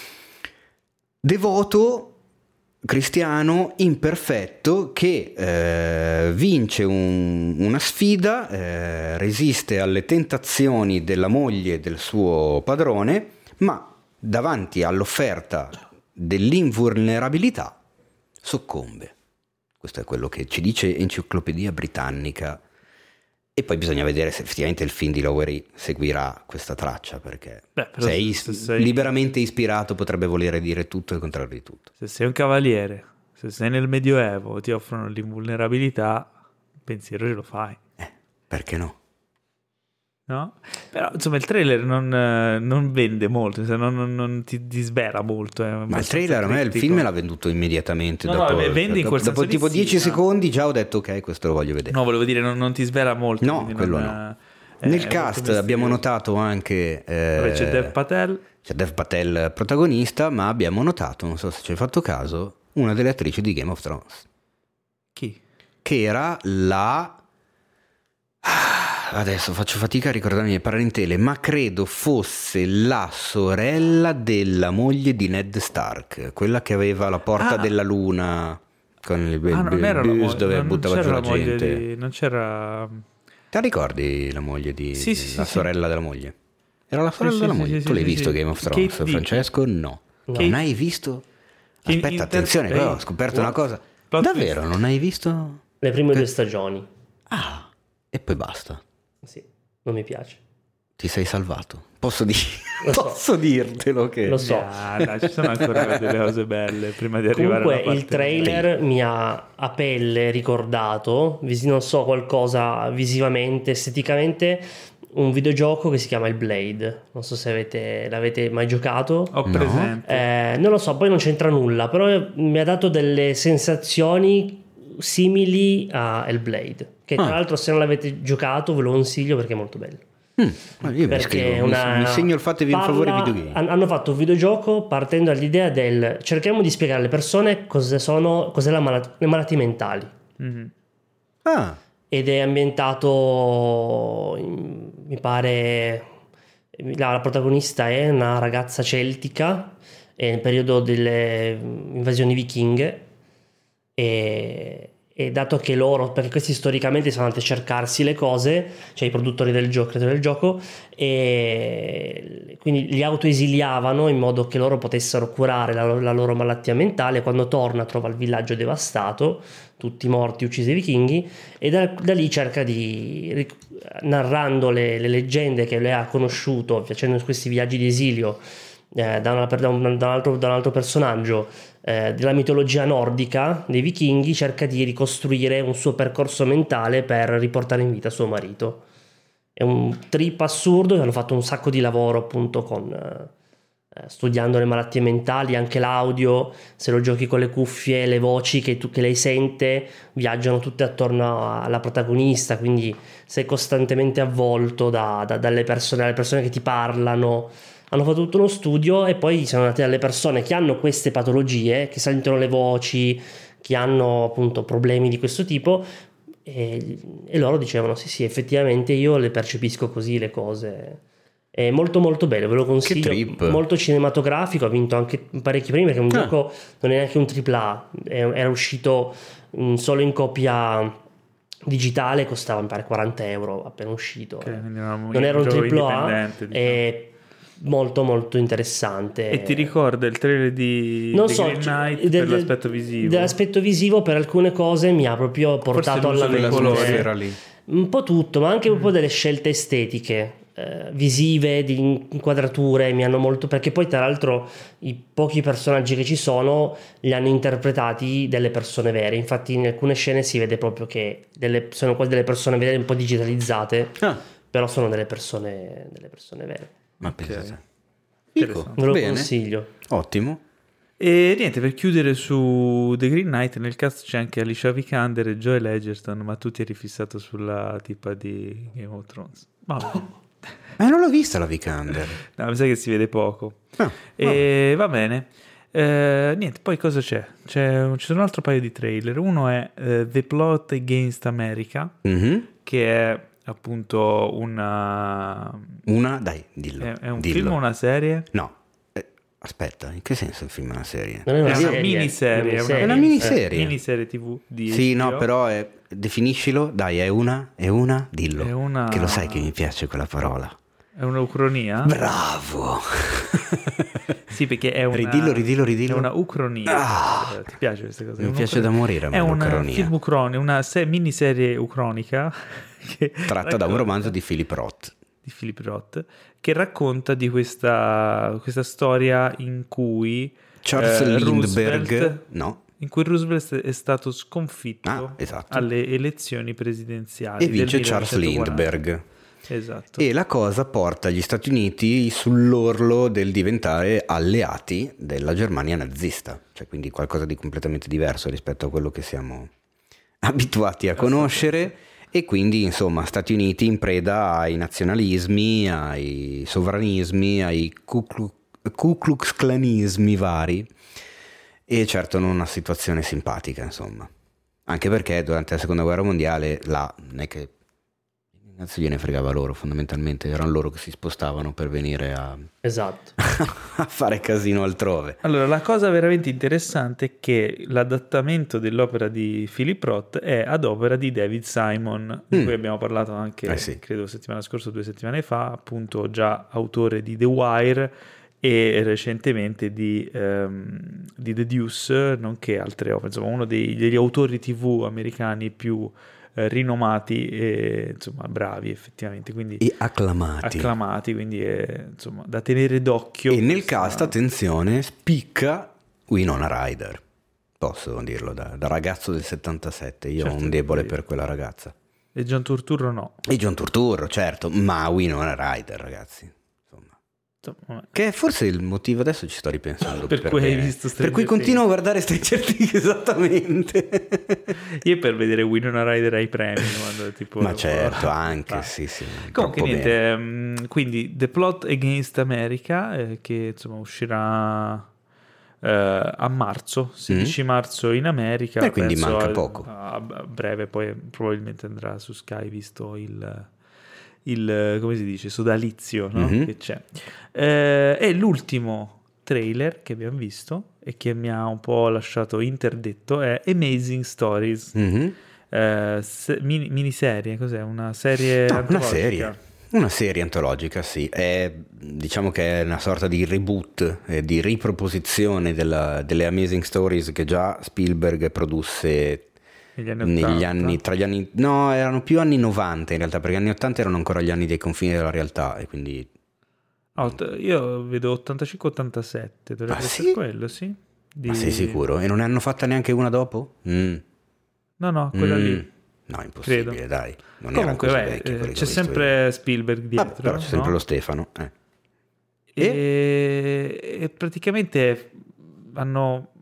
[SPEAKER 2] devoto cristiano imperfetto che eh, vince un, una sfida, eh, resiste alle tentazioni della moglie del suo padrone, ma davanti all'offerta dell'invulnerabilità soccombe. Questo è quello che ci dice Enciclopedia Britannica, e poi bisogna vedere se effettivamente il film di Lowery seguirà questa traccia, perché Beh, se, sei se sei liberamente ispirato potrebbe voler dire tutto e il contrario di tutto.
[SPEAKER 1] Se sei un cavaliere, se sei nel Medioevo, ti offrono l'invulnerabilità, il pensiero ce lo fai.
[SPEAKER 2] Eh, perché no?
[SPEAKER 1] No? Però insomma il trailer non, non vende molto, non, non, non ti, ti svela molto.
[SPEAKER 2] Ma il trailer a me il film me l'ha venduto immediatamente.
[SPEAKER 1] No,
[SPEAKER 2] dopo,
[SPEAKER 1] no, vende in quel
[SPEAKER 2] dopo, dopo tipo dieci
[SPEAKER 1] sì,
[SPEAKER 2] secondi già ho detto ok, questo lo voglio vedere.
[SPEAKER 1] No, volevo dire non, non ti svela molto.
[SPEAKER 2] No, quello
[SPEAKER 1] non,
[SPEAKER 2] no. Nel cast abbiamo notato anche eh,
[SPEAKER 1] c'è Dev Patel.
[SPEAKER 2] C'è Dev Patel protagonista, ma abbiamo notato, non so se ci hai fatto caso, una delle attrici di Game of Thrones.
[SPEAKER 1] Chi?
[SPEAKER 2] Che era la... Adesso faccio fatica a ricordarmi le parentele, ma credo fosse la sorella della moglie di Ned Stark, quella che aveva la porta ah. della luna con il,
[SPEAKER 1] ah,
[SPEAKER 2] il, il bus dove non, buttava
[SPEAKER 1] non
[SPEAKER 2] giù la gente.
[SPEAKER 1] Di, non c'era...
[SPEAKER 2] Ti ricordi la moglie di
[SPEAKER 1] sì, sì,
[SPEAKER 2] la
[SPEAKER 1] sì,
[SPEAKER 2] sorella
[SPEAKER 1] sì.
[SPEAKER 2] della moglie? Era la sorella
[SPEAKER 1] sì,
[SPEAKER 2] della
[SPEAKER 1] sì,
[SPEAKER 2] moglie.
[SPEAKER 1] Sì,
[SPEAKER 2] tu l'hai
[SPEAKER 1] sì,
[SPEAKER 2] visto
[SPEAKER 1] sì.
[SPEAKER 2] Game of Thrones,
[SPEAKER 1] Kate
[SPEAKER 2] Francesco? No.
[SPEAKER 1] Kate...
[SPEAKER 2] Non hai visto? Aspetta, Inter... attenzione, però ho scoperto What? una cosa. Plot Davvero, twist. Non hai visto?
[SPEAKER 3] Le prime che... due stagioni.
[SPEAKER 2] Ah, e poi basta.
[SPEAKER 3] Sì, non mi piace.
[SPEAKER 2] Ti sei salvato. Posso, dire...
[SPEAKER 3] so.
[SPEAKER 2] Posso dirtelo che...
[SPEAKER 3] Lo so.
[SPEAKER 1] Ah, dai, ci sono ancora delle cose belle prima di arrivare
[SPEAKER 3] Comunque
[SPEAKER 1] alla parte
[SPEAKER 3] il trailer
[SPEAKER 2] di...
[SPEAKER 3] mi ha a pelle ricordato, non so, qualcosa visivamente, esteticamente, un videogioco che si chiama il Blade. Non so se avete, l'avete mai giocato.
[SPEAKER 1] Ho presente.
[SPEAKER 3] Eh, non lo so, poi non c'entra nulla, però mi ha dato delle sensazioni simili a Hellblade, che tra ah. l'altro se non l'avete giocato ve lo consiglio perché è molto bello.
[SPEAKER 2] Mm, io mi, scrivo, una, mi segno il fatto di in favore videogame.
[SPEAKER 3] Hanno fatto un videogioco partendo dall'idea del cerchiamo di spiegare alle persone cosa sono, cos'è la malat- le malattie mentali.
[SPEAKER 1] Mm-hmm.
[SPEAKER 2] Ah.
[SPEAKER 3] Ed è ambientato in, mi pare la, la protagonista è una ragazza celtica, è nel periodo delle invasioni vichinghe, e E dato che loro, perché questi storicamente sono andati a cercarsi le cose, cioè i produttori del gioco, creatori del gioco, e quindi li autoesiliavano in modo che loro potessero curare la, la loro malattia mentale. Quando torna trova il villaggio devastato, tutti morti, uccisi dai vichinghi, e da, da lì cerca di, narrando le, le leggende che lei ha conosciuto, facendo questi viaggi di esilio, eh, da, una, da, un, da, un altro, da un altro personaggio, Eh, della mitologia nordica dei vichinghi, cerca di ricostruire un suo percorso mentale per riportare in vita suo marito. È un trip assurdo, hanno fatto un sacco di lavoro appunto con eh, studiando le malattie mentali, anche l'audio, se lo giochi con le cuffie, le voci che, tu, che lei sente viaggiano tutte attorno alla protagonista, quindi sei costantemente avvolto da, da, dalle persone, dalle persone che ti parlano. Hanno fatto tutto uno studio e poi sono andati alle persone che hanno queste patologie, che sentono le voci, che hanno appunto problemi di questo tipo, e, e loro dicevano sì sì, effettivamente io le percepisco così le cose, È molto molto bello, ve lo consiglio.
[SPEAKER 2] trip.
[SPEAKER 3] Molto cinematografico, ha vinto anche parecchi premi perché è un
[SPEAKER 2] Ah.
[SPEAKER 3] gioco non è neanche un tripla A, è- era uscito mm, solo in copia digitale, costava mi pare quaranta euro appena uscito.
[SPEAKER 1] Ok, quindi era un
[SPEAKER 3] Non era un
[SPEAKER 1] gioco
[SPEAKER 3] tripla A,
[SPEAKER 1] indipendente, diciamo.
[SPEAKER 3] è molto molto interessante.
[SPEAKER 1] E ti ricorda il trailer di
[SPEAKER 3] Non
[SPEAKER 1] The
[SPEAKER 3] so,
[SPEAKER 1] Green
[SPEAKER 3] c-
[SPEAKER 1] Knight
[SPEAKER 3] del-
[SPEAKER 1] per l'aspetto visivo?
[SPEAKER 3] Dell'aspetto visivo per alcune cose mi ha proprio portato
[SPEAKER 1] l'uso
[SPEAKER 3] alla
[SPEAKER 1] dei
[SPEAKER 3] mente.
[SPEAKER 1] colori.
[SPEAKER 2] Quell'atmosfera lì.
[SPEAKER 3] Un po' tutto, ma anche un po' delle scelte estetiche, eh, visive, di inquadrature, mi hanno molto. Perché poi, tra l'altro, i pochi personaggi che ci sono li hanno interpretati delle persone vere. Infatti, in alcune scene si vede proprio che delle, sono quasi delle persone vere un po' digitalizzate,
[SPEAKER 2] Ah,
[SPEAKER 3] però sono delle persone, delle persone vere.
[SPEAKER 2] ma pensate. Fico.
[SPEAKER 1] Interessante.
[SPEAKER 3] Ve lo
[SPEAKER 2] Bene.
[SPEAKER 3] consiglio.
[SPEAKER 2] Ottimo.
[SPEAKER 1] E niente, per chiudere su The Green Knight, nel cast c'è anche Alicia Vikander e Joel Edgerton, ma tu ti eri fissato sulla tipa di Game of Thrones. Vabbè.
[SPEAKER 2] Ma non l'ho vista la Vikander.
[SPEAKER 1] No, mi sa che si vede poco.
[SPEAKER 2] Ah,
[SPEAKER 1] E va bene. Eh, niente, poi cosa c'è? C'è? Ci sono un altro paio di trailer. Uno è eh, The Plot Against America,
[SPEAKER 2] mhm.
[SPEAKER 1] che è appunto una...
[SPEAKER 2] Una, dai, dillo.
[SPEAKER 1] È, è un
[SPEAKER 2] dillo.
[SPEAKER 1] film o una serie?
[SPEAKER 2] No. Eh, aspetta, in che senso il film è una serie?
[SPEAKER 3] Non è una
[SPEAKER 1] È una
[SPEAKER 3] serie,
[SPEAKER 1] miniserie, è una,
[SPEAKER 2] È una miniserie.
[SPEAKER 1] miniserie tivù di
[SPEAKER 2] Sì,
[SPEAKER 1] H B O.
[SPEAKER 2] no, però è, definiscilo, dai, è una, è una, dillo.
[SPEAKER 1] È una-
[SPEAKER 2] Che lo sai che mi piace quella parola.
[SPEAKER 1] È un'ucronia?
[SPEAKER 2] Bravo!
[SPEAKER 1] Sì, perché è una...
[SPEAKER 2] Ridillo, ridillo, ridillo.
[SPEAKER 1] È una ucronia.
[SPEAKER 2] Ah!
[SPEAKER 1] Eh, Ti piace questa cosa?
[SPEAKER 2] Mi
[SPEAKER 1] È
[SPEAKER 2] piace da morire a me
[SPEAKER 1] È una
[SPEAKER 2] l'ucronia.
[SPEAKER 1] film ucronia, una se- miniserie ucronica che
[SPEAKER 2] Tratta da un
[SPEAKER 1] racconta-
[SPEAKER 2] romanzo di Philip Roth.
[SPEAKER 1] di Philip Roth, che racconta di questa, questa storia in cui
[SPEAKER 2] Charles
[SPEAKER 1] eh,
[SPEAKER 2] Lindbergh,
[SPEAKER 1] Roosevelt-
[SPEAKER 2] no?
[SPEAKER 1] in cui Roosevelt è stato sconfitto
[SPEAKER 2] Ah, esatto.
[SPEAKER 1] alle elezioni presidenziali
[SPEAKER 2] E
[SPEAKER 1] del
[SPEAKER 2] vince Charles
[SPEAKER 1] millenovecentoquaranta.
[SPEAKER 2] Lindbergh.
[SPEAKER 1] Esatto.
[SPEAKER 2] E la cosa porta gli Stati Uniti sull'orlo del diventare alleati della Germania nazista, cioè quindi qualcosa di completamente diverso rispetto a quello che siamo abituati a conoscere. E quindi insomma Stati Uniti in preda ai nazionalismi, ai sovranismi, ai Ku Klux, Ku Klux Klanismi vari, e certo non una situazione simpatica, insomma, anche perché durante la seconda guerra mondiale là non è che cazzo gliene fregava loro, fondamentalmente erano loro che si spostavano per venire a,
[SPEAKER 3] Esatto.
[SPEAKER 2] a fare casino altrove.
[SPEAKER 1] Allora, la cosa veramente interessante è che l'adattamento dell'opera di Philip Roth è ad opera di David Simon, di
[SPEAKER 2] Mm.
[SPEAKER 1] cui abbiamo parlato anche,
[SPEAKER 2] Eh sì.
[SPEAKER 1] credo, settimana scorsa o due settimane fa, appunto già autore di The Wire e recentemente di, ehm, di The Deuce, nonché altre opere. Insomma, uno dei- degli autori tivù americani più eh, rinomati e insomma bravi effettivamente, quindi
[SPEAKER 2] E acclamati.
[SPEAKER 1] acclamati, quindi è insomma da tenere d'occhio.
[SPEAKER 2] E nel
[SPEAKER 1] questa-
[SPEAKER 2] cast, attenzione, spicca Winona Ryder. Posso dirlo da, da ragazzo del settantasette, io
[SPEAKER 1] Certo
[SPEAKER 2] ho un
[SPEAKER 1] che
[SPEAKER 2] debole
[SPEAKER 1] puoi.
[SPEAKER 2] per quella ragazza.
[SPEAKER 1] E John Turturro no.
[SPEAKER 2] E John Turturro, certo, ma Winona Ryder, ragazzi. Insomma.
[SPEAKER 1] Insomma,
[SPEAKER 2] Che è forse il motivo, adesso ci sto ripensando.
[SPEAKER 1] Per cui hai
[SPEAKER 2] bene.
[SPEAKER 1] visto
[SPEAKER 2] Per
[SPEAKER 1] Stranger
[SPEAKER 2] cui continuo
[SPEAKER 1] Things.
[SPEAKER 2] a guardare Stranger Things, esattamente.
[SPEAKER 1] io per vedere Winona Ryder ai premi quando, tipo,
[SPEAKER 2] Ma certo, anche,
[SPEAKER 1] Ah.
[SPEAKER 2] sì, sì.
[SPEAKER 1] Comunque
[SPEAKER 2] troppo
[SPEAKER 1] niente,
[SPEAKER 2] bene.
[SPEAKER 1] ehm, quindi The Plot Against America, eh, che insomma uscirà eh, a marzo, sedici marzo in America.
[SPEAKER 2] Eh, quindi
[SPEAKER 1] penso
[SPEAKER 2] manca
[SPEAKER 1] a-
[SPEAKER 2] poco.
[SPEAKER 1] A, a breve, poi probabilmente andrà su Sky, visto il, il come si dice, sodalizio, no?
[SPEAKER 2] Mhm.
[SPEAKER 1] Che c'è. Eh, è l'ultimo trailer che abbiamo visto e che mi ha un po' lasciato interdetto, è Amazing Stories.
[SPEAKER 2] Mhm.
[SPEAKER 1] Eh, se- mini- miniserie, cos'è? Una serie
[SPEAKER 2] No, una
[SPEAKER 1] antologica?
[SPEAKER 2] serie. Una serie antologica, sì. È, diciamo che è una sorta di reboot, eh, di riproposizione della- delle Amazing Stories che già Spielberg produsse
[SPEAKER 1] Negli anni
[SPEAKER 2] negli
[SPEAKER 1] ottanta.
[SPEAKER 2] anni, tra gli anni, no, erano più anni novanta in realtà, perché gli anni ottanta erano ancora gli anni dei confini della realtà, e quindi
[SPEAKER 1] Oh, t- io vedo ottantacinque ottantasette, dovrebbe
[SPEAKER 2] Ah,
[SPEAKER 1] essere
[SPEAKER 2] sì?
[SPEAKER 1] quello, sì. Di-
[SPEAKER 2] ma sei sicuro? E non ne hanno fatta neanche una dopo? Mm.
[SPEAKER 1] No, no, quella
[SPEAKER 2] Mm.
[SPEAKER 1] lì.
[SPEAKER 2] No, impossibile,
[SPEAKER 1] Credo.
[SPEAKER 2] dai. Non
[SPEAKER 1] Comunque,
[SPEAKER 2] erano
[SPEAKER 1] beh,
[SPEAKER 2] così vecchie
[SPEAKER 1] eh,
[SPEAKER 2] quelle che
[SPEAKER 1] c'è
[SPEAKER 2] ho visto
[SPEAKER 1] sempre Spielberg
[SPEAKER 2] io.
[SPEAKER 1] dietro,
[SPEAKER 2] Vabbè, però c'è sempre
[SPEAKER 1] no?
[SPEAKER 2] lo Stefano. eh.
[SPEAKER 1] E, e praticamente hanno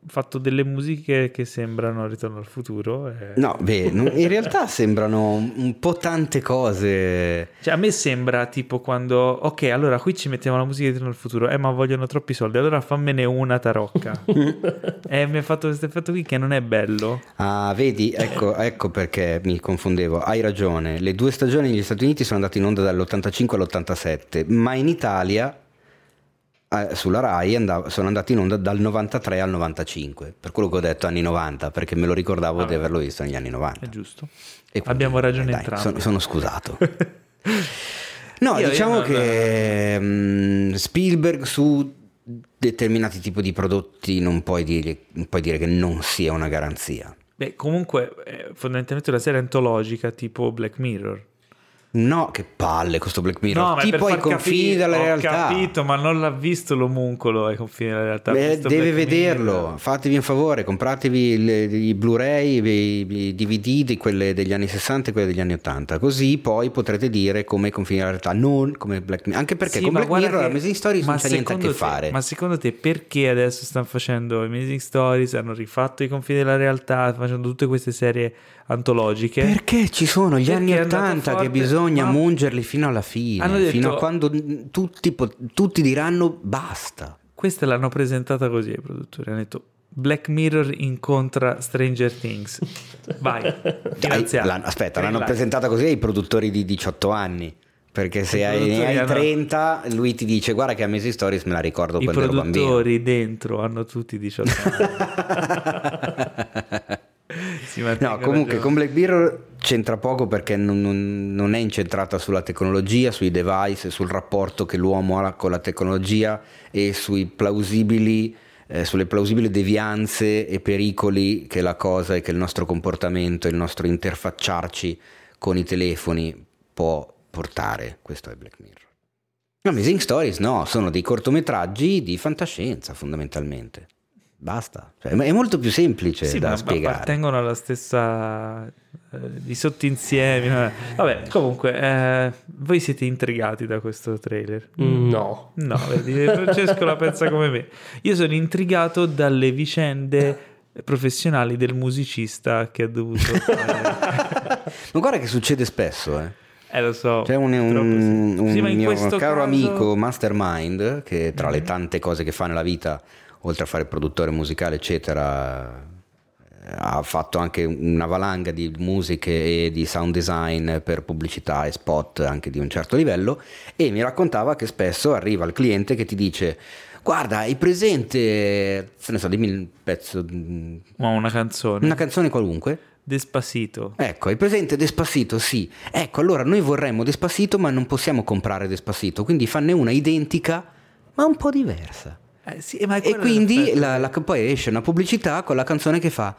[SPEAKER 1] fatto delle musiche che sembrano Ritorno al futuro. E...
[SPEAKER 2] No, beh, in realtà sembrano un po' tante cose.
[SPEAKER 1] Cioè, a me sembra tipo quando, ok, allora qui ci mettiamo la musica di Ritorno al futuro, eh, ma vogliono troppi soldi, allora fammene una tarocca. E mi ha fatto questo effetto qui che non è bello.
[SPEAKER 2] Ah, vedi, ecco, ecco perché mi confondevo. Hai ragione, le due stagioni negli Stati Uniti sono andate in onda dall'ottantacinque all'ottantasette, ma in Italia... sulla Rai andavo, sono andati in onda dal novantatré al novantacinque, per quello che ho detto anni novanta, perché me lo ricordavo
[SPEAKER 1] Vabbè,
[SPEAKER 2] di averlo visto negli anni novanta.
[SPEAKER 1] È giusto.
[SPEAKER 2] E quindi,
[SPEAKER 1] abbiamo ragione
[SPEAKER 2] eh, dai,
[SPEAKER 1] entrambi.
[SPEAKER 2] Sono, sono scusato. No,
[SPEAKER 1] Io-
[SPEAKER 2] diciamo
[SPEAKER 1] io non-
[SPEAKER 2] che mh, Spielberg su determinati tipi di prodotti non puoi dire, non puoi dire che non sia una garanzia.
[SPEAKER 1] Beh, comunque è fondamentalmente una serie antologica tipo Black Mirror.
[SPEAKER 2] No, che palle questo Black Mirror.
[SPEAKER 1] No, ma
[SPEAKER 2] tipo
[SPEAKER 1] per
[SPEAKER 2] ai
[SPEAKER 1] far
[SPEAKER 2] confini
[SPEAKER 1] capire-
[SPEAKER 2] della
[SPEAKER 1] ho
[SPEAKER 2] realtà.
[SPEAKER 1] capito, ma non l'ha visto l'omuncolo ai confini della realtà.
[SPEAKER 2] Beh,
[SPEAKER 1] Ha visto
[SPEAKER 2] deve
[SPEAKER 1] Black
[SPEAKER 2] vederlo,
[SPEAKER 1] Mirror.
[SPEAKER 2] fatevi un favore, compratevi le- i Blu-ray, i, i D V D di quelle degli anni sessanta e quelle degli anni ottanta, così poi potrete dire come confini della realtà, non come Black Mirror, anche perché
[SPEAKER 1] Sì,
[SPEAKER 2] con
[SPEAKER 1] ma
[SPEAKER 2] Black
[SPEAKER 1] guarda
[SPEAKER 2] Mirror
[SPEAKER 1] che-
[SPEAKER 2] Amazing Stories
[SPEAKER 1] ma
[SPEAKER 2] non c'è niente a
[SPEAKER 1] secondo
[SPEAKER 2] che
[SPEAKER 1] te-
[SPEAKER 2] fare.
[SPEAKER 1] Ma secondo te perché adesso stanno facendo Amazing Stories, hanno rifatto i confini della realtà, stanno facendo tutte queste serie antologiche?
[SPEAKER 2] Perché ci sono gli
[SPEAKER 1] Perché
[SPEAKER 2] anni
[SPEAKER 1] è andato
[SPEAKER 2] ottanta che
[SPEAKER 1] forte,
[SPEAKER 2] bisogna
[SPEAKER 1] ma-
[SPEAKER 2] mungerli fino alla fine,
[SPEAKER 1] Hanno detto-
[SPEAKER 2] fino a quando tutti, po- tutti diranno basta.
[SPEAKER 1] Questa l'hanno presentata così ai produttori, hanno detto Black Mirror incontra Stranger Things. Vai,
[SPEAKER 2] Dai,
[SPEAKER 1] finanziato.
[SPEAKER 2] l'hanno- aspetta, l'hanno
[SPEAKER 1] Relax.
[SPEAKER 2] presentata così ai produttori di diciotto anni. Perché se
[SPEAKER 1] I
[SPEAKER 2] hai, ne
[SPEAKER 1] produttori
[SPEAKER 2] hai
[SPEAKER 1] hanno-
[SPEAKER 2] trenta, lui ti dice guarda che Amazing Stories me la ricordo
[SPEAKER 1] I
[SPEAKER 2] quando ero bambino.
[SPEAKER 1] produttori dentro hanno tutti diciotto anni. Si
[SPEAKER 2] No,
[SPEAKER 1] mantengono
[SPEAKER 2] comunque
[SPEAKER 1] giovani.
[SPEAKER 2] con Black Mirror c'entra poco perché non, non- non è incentrata sulla tecnologia, sui device, sul rapporto che l'uomo ha con la tecnologia e sui plausibili, eh, sulle plausibili devianze e pericoli che la cosa e che il nostro comportamento, il nostro interfacciarci con i telefoni può portare. Questo è Black Mirror. Amazing Stories no, sono dei cortometraggi di fantascienza fondamentalmente. Basta, cioè, è molto più semplice
[SPEAKER 1] Sì,
[SPEAKER 2] da
[SPEAKER 1] ma
[SPEAKER 2] spiegare.
[SPEAKER 1] appartengono alla stessa eh, di sottinsiemi. no? Vabbè, comunque, eh, voi siete intrigati da questo trailer?
[SPEAKER 3] No.
[SPEAKER 1] No, vedi, Francesco la pensa come me. Io sono intrigato dalle vicende professionali del musicista che ha dovuto fare...
[SPEAKER 2] Ma guarda che succede spesso, eh.
[SPEAKER 1] Eh, lo so.
[SPEAKER 2] C'è un, un,
[SPEAKER 1] purtroppo sì.
[SPEAKER 2] un
[SPEAKER 1] Sì, ma in
[SPEAKER 2] mio
[SPEAKER 1] questo
[SPEAKER 2] caro
[SPEAKER 1] caso-
[SPEAKER 2] amico Mastermind che tra le tante cose che fa nella vita, oltre a fare il produttore musicale eccetera, ha fatto anche una valanga di musiche e di sound design per pubblicità e spot anche di un certo livello, e mi raccontava che spesso arriva il cliente che ti dice guarda, hai presente, se ne so, dimmi il pezzo,
[SPEAKER 1] Ma una canzone.
[SPEAKER 2] una canzone qualunque.
[SPEAKER 1] Despacito.
[SPEAKER 2] Ecco, hai presente Despacito? Sì. Ecco, allora noi vorremmo Despacito ma non possiamo comprare Despacito, quindi fanne una identica ma un po' diversa.
[SPEAKER 1] Eh, sì, ma è
[SPEAKER 2] E
[SPEAKER 1] quello
[SPEAKER 2] quindi
[SPEAKER 1] l'effetto.
[SPEAKER 2] la, la- poi esce una pubblicità con la canzone che fa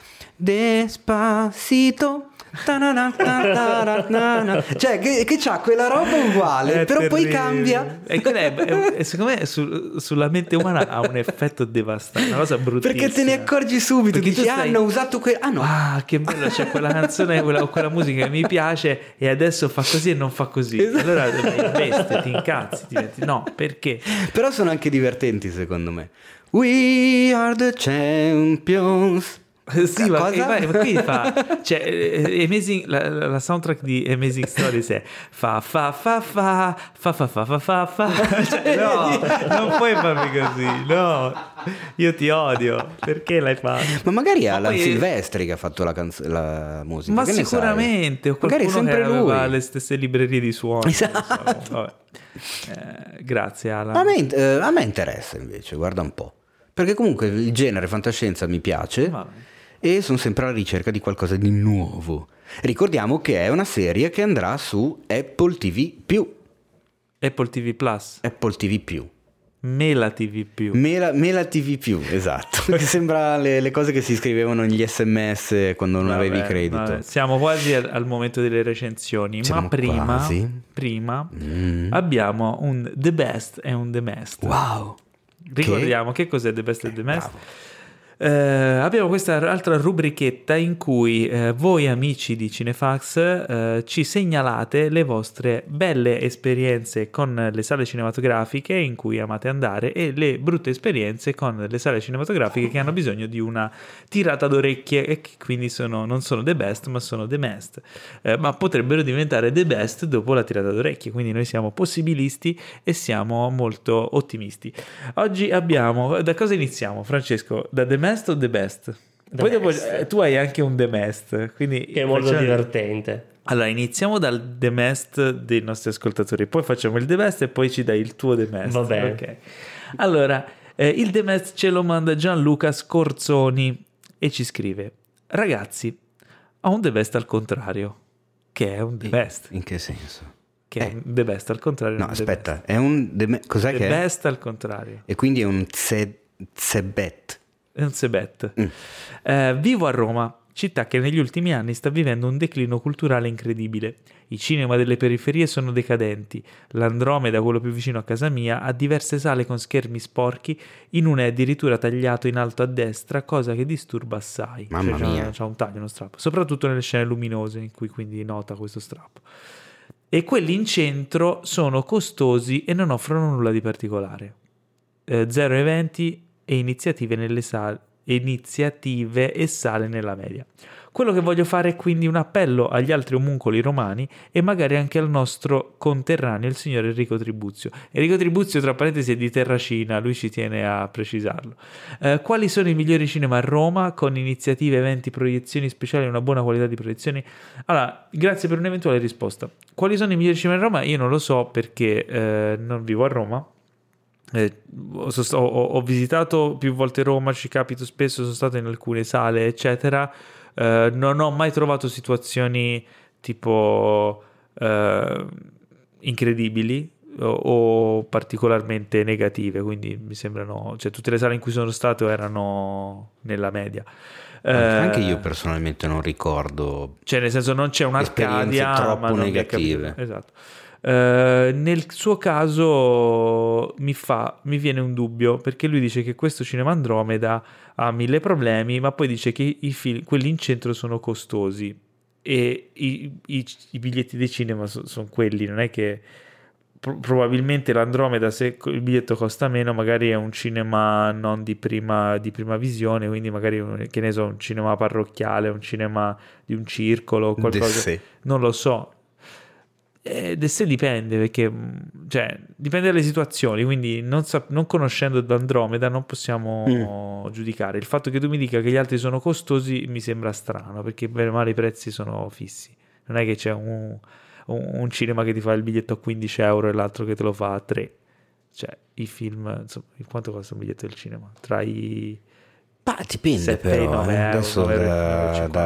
[SPEAKER 2] Despacito. ta-na-na, ta-ta-ra-na-na. Cioè che, che c'ha quella roba uguale,
[SPEAKER 1] È
[SPEAKER 2] però poi
[SPEAKER 1] terribile.
[SPEAKER 2] cambia.
[SPEAKER 1] E quella è, è- è- secondo me su- sulla mente umana ha un effetto devastante, una cosa bruttissima.
[SPEAKER 2] Perché te ne accorgi subito,
[SPEAKER 1] Perché
[SPEAKER 2] dici
[SPEAKER 1] tu
[SPEAKER 2] "Ah,
[SPEAKER 1] stai-
[SPEAKER 2] hanno usato quella ah no".
[SPEAKER 1] Ah, che bello, c'è quella canzone quella, o quella musica che mi piace e adesso fa così e non fa così.
[SPEAKER 2] Esatto.
[SPEAKER 1] Allora vai in veste, ti incazzi, ti metti. No, perché?
[SPEAKER 2] Però sono anche divertenti secondo me. We are the champions.
[SPEAKER 1] Sì, ma,
[SPEAKER 2] Cosa?
[SPEAKER 1] e vai- ma qui fa cioè, eh, Amazing, la, la- la soundtrack di Amazing Stories è fa fa fa fa fa fa fa fa fa fa cioè, no, non puoi farmi così, no, io ti odio, perché l'hai fatto?
[SPEAKER 2] Ma magari è
[SPEAKER 1] Ma
[SPEAKER 2] Alan
[SPEAKER 1] poi-
[SPEAKER 2] Silvestri che ha fatto la, canz- la musica.
[SPEAKER 1] Ma
[SPEAKER 2] che ne sai?
[SPEAKER 1] sicuramente, o
[SPEAKER 2] Magari è
[SPEAKER 1] qualcuno
[SPEAKER 2] sempre
[SPEAKER 1] che aveva
[SPEAKER 2] lui.
[SPEAKER 1] le stesse librerie di suoni.
[SPEAKER 2] Esatto.
[SPEAKER 1] non so, vabbè. Eh, grazie Alan.
[SPEAKER 2] A me, eh, a me interessa invece, guarda un po'. Perché comunque il genere fantascienza mi piace
[SPEAKER 1] Vabbè.
[SPEAKER 2] e sono sempre alla ricerca di qualcosa di nuovo. Ricordiamo che è una serie che andrà su Apple T V più.
[SPEAKER 1] Apple T V Plus,
[SPEAKER 2] Apple T V più.
[SPEAKER 1] Mela T V più.
[SPEAKER 2] Mela, Mela T V più, esatto. Che sembra le, le cose che si scrivevano negli sms quando non
[SPEAKER 1] Vabbè,
[SPEAKER 2] avevi credito.
[SPEAKER 1] vabbè, siamo quasi al, al momento delle recensioni,
[SPEAKER 2] Siamo
[SPEAKER 1] ma prima,
[SPEAKER 2] quasi.
[SPEAKER 1] prima
[SPEAKER 2] Mm.
[SPEAKER 1] abbiamo un The Best e un The Mest.
[SPEAKER 2] Wow.
[SPEAKER 1] Ricordiamo che, cos'è The Best e The Mest?
[SPEAKER 2] Bravo.
[SPEAKER 1] Eh, abbiamo questa altra rubrichetta in cui eh, voi amici di Cinefax eh, ci segnalate le vostre belle esperienze con le sale cinematografiche in cui amate andare e le brutte esperienze con le sale cinematografiche che hanno bisogno di una tirata d'orecchie e che quindi sono, non sono the best ma sono the best, eh, ma potrebbero diventare the best dopo la tirata d'orecchie, quindi noi siamo possibilisti e siamo molto ottimisti. Oggi abbiamo, da cosa iniziamo Francesco? Da the best o the best?
[SPEAKER 3] The
[SPEAKER 1] Poi dopo
[SPEAKER 3] best.
[SPEAKER 1] eh, tu hai anche un the best, quindi
[SPEAKER 3] Che è molto
[SPEAKER 1] facciamo-
[SPEAKER 3] divertente.
[SPEAKER 1] Allora iniziamo dal the best dei nostri ascoltatori, poi facciamo il the best e poi ci dai il tuo the best.
[SPEAKER 3] Va bene.
[SPEAKER 1] Ok. Allora eh, il the best ce lo manda Gianluca Scorzoni e ci scrive: ragazzi, ho un the best al contrario, che è un the best,
[SPEAKER 2] In che senso?
[SPEAKER 1] che è
[SPEAKER 2] Eh.
[SPEAKER 1] un the best al contrario.
[SPEAKER 2] No,
[SPEAKER 1] è un the
[SPEAKER 2] aspetta,
[SPEAKER 1] best.
[SPEAKER 2] è un... de- Cos'è
[SPEAKER 1] The
[SPEAKER 2] che è?
[SPEAKER 1] best al contrario.
[SPEAKER 2] E quindi è un ze- zebet.
[SPEAKER 1] È un sebet.
[SPEAKER 2] Mm.
[SPEAKER 1] Eh, vivo a Roma, città che negli ultimi anni sta vivendo un declino culturale incredibile. I cinema delle periferie sono decadenti. L'Andromeda, quello più vicino a casa mia, ha diverse sale con schermi sporchi, in una è addirittura tagliato in alto a destra, cosa che disturba assai.
[SPEAKER 2] Mamma
[SPEAKER 1] Cioè, c'ha-
[SPEAKER 2] mia.
[SPEAKER 1] c'ha un taglio, uno strappo, soprattutto nelle scene luminose in cui quindi nota questo strappo. E quelli in centro sono costosi e non offrono nulla di particolare. Eh, zero eventi e iniziative nelle sale, iniziative e sale nella media. Quello che voglio fare è quindi un appello agli altri omuncoli romani e magari anche al nostro conterraneo, il signor Enrico Tribuzio. Enrico Tribuzio, tra parentesi, è di Terracina, lui ci tiene a precisarlo. Eh, quali sono i migliori cinema a Roma con iniziative, eventi, proiezioni speciali e una buona qualità di proiezioni? Allora, grazie per un'eventuale risposta. Quali sono i migliori cinema a Roma? Io non lo so perché eh, non vivo a Roma. Eh, ho, ho, ho visitato più volte Roma, ci capito spesso, sono stato in alcune sale eccetera, eh, non ho mai trovato situazioni tipo eh, incredibili o, o particolarmente negative, quindi mi sembrano, cioè tutte le sale in cui sono stato erano nella media. Eh,
[SPEAKER 2] Anche io personalmente non ricordo.
[SPEAKER 1] cioè nel senso non c'è un'Arcadia
[SPEAKER 2] esperienze troppo
[SPEAKER 1] ma non mi è
[SPEAKER 2] negative.
[SPEAKER 1] capitato- esatto. Eh, nel suo caso mi fa mi viene un dubbio perché lui dice che questo cinema Andromeda ha mille problemi, ma poi dice che i film, quelli in centro sono costosi e i, i- i biglietti dei cinema so- sono quelli, non è che pro- probabilmente l'Andromeda, se il biglietto costa meno, magari è un cinema non di prima, di prima visione, quindi magari un- che ne so, un cinema parrocchiale, un cinema di un circolo, qualcosa,
[SPEAKER 2] D'essè.
[SPEAKER 1] non lo so. Eh, se dipende perché mh, cioè, dipende dalle situazioni, quindi non, sap- non conoscendo Andromeda non possiamo
[SPEAKER 2] Mm.
[SPEAKER 1] giudicare. Il fatto che tu mi dica che gli altri sono costosi mi sembra strano perché bene o male i prezzi sono fissi, non è che c'è un, un, un cinema che ti fa il biglietto a quindici euro e l'altro che te lo fa a tre. Cioè i film, insomma, quanto costa un biglietto del cinema? Tra i
[SPEAKER 2] Ma dipende
[SPEAKER 1] sette e
[SPEAKER 2] però,
[SPEAKER 1] nove
[SPEAKER 2] eh.
[SPEAKER 1] euro,
[SPEAKER 2] Adesso
[SPEAKER 1] nove euro,
[SPEAKER 2] da,
[SPEAKER 1] nove euro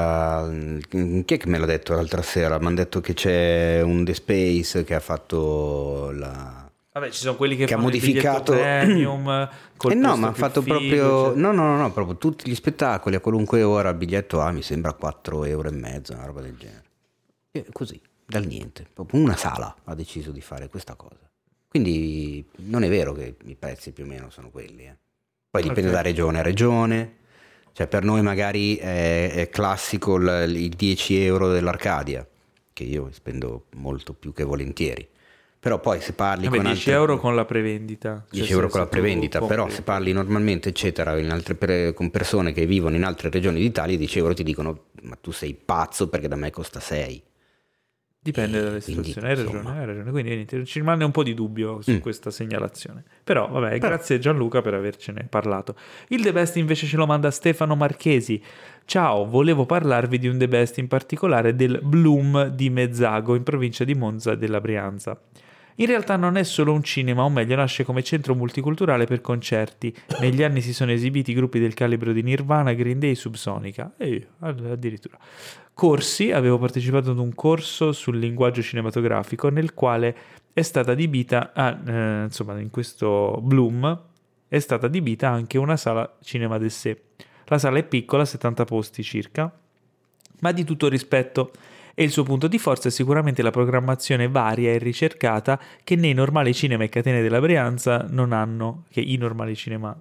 [SPEAKER 2] da- chi è che me l'ha detto l'altra sera? Mi hanno detto che c'è un The Space che ha fatto la...
[SPEAKER 1] Vabbè, ci sono quelli che,
[SPEAKER 2] che ha
[SPEAKER 1] fanno
[SPEAKER 2] modificato
[SPEAKER 1] il biglietto premium col
[SPEAKER 2] Eh no,
[SPEAKER 1] posto
[SPEAKER 2] ma ha
[SPEAKER 1] più
[SPEAKER 2] fatto
[SPEAKER 1] figo,
[SPEAKER 2] proprio
[SPEAKER 1] cioè-
[SPEAKER 2] no, no, no, no, proprio tutti gli spettacoli a qualunque ora il biglietto ha, mi sembra quattro euro e mezzo, una roba del genere. E così, dal niente, proprio una sala ha deciso di fare questa cosa. Quindi non è vero che i prezzi più o meno sono quelli, eh. Poi dipende
[SPEAKER 1] Ok.
[SPEAKER 2] da regione a regione. Cioè per noi magari è, è classico il, il dieci euro dell'Arcadia, che io spendo molto più che volentieri. Però poi se parli
[SPEAKER 1] Vabbè,
[SPEAKER 2] con
[SPEAKER 1] dieci
[SPEAKER 2] altre...
[SPEAKER 1] euro con la prevendita. Cioè,
[SPEAKER 2] dieci euro
[SPEAKER 1] se-
[SPEAKER 2] con la
[SPEAKER 1] se tu
[SPEAKER 2] prevendita,
[SPEAKER 1] compri-
[SPEAKER 2] però se parli normalmente eccetera in altre per- con persone che vivono in altre regioni d'Italia, dieci euro ti dicono ma tu sei pazzo perché da me costa sei.
[SPEAKER 1] Dipende
[SPEAKER 2] Eh,
[SPEAKER 1] dalle
[SPEAKER 2] quindi,
[SPEAKER 1] situazioni, hai ragione,
[SPEAKER 2] insomma.
[SPEAKER 1] hai ragione. Quindi niente, ci rimane un po' di dubbio su
[SPEAKER 2] Mm.
[SPEAKER 1] questa segnalazione. Però vabbè,
[SPEAKER 2] Però-
[SPEAKER 1] grazie Gianluca per avercene parlato. Il The Best invece ce lo manda Stefano Marchesi. Ciao, volevo parlarvi di un The Best in particolare del Bloom di Mezzago in provincia di Monza della Brianza. In realtà non è solo un cinema, o meglio nasce come centro multiculturale per concerti. Negli anni si sono esibiti gruppi del calibro di Nirvana, Green Day, Subsonica e addirittura corsi. Avevo partecipato ad un corso sul linguaggio cinematografico nel quale è stata adibita a, eh, insomma in questo Bloom è stata adibita anche una sala cinema d'essè. La sala è piccola, settanta posti circa, ma di tutto rispetto. E il suo punto di forza è sicuramente la programmazione varia e ricercata che nei normali cinema e catene della Brianza non hanno, che i normali cinema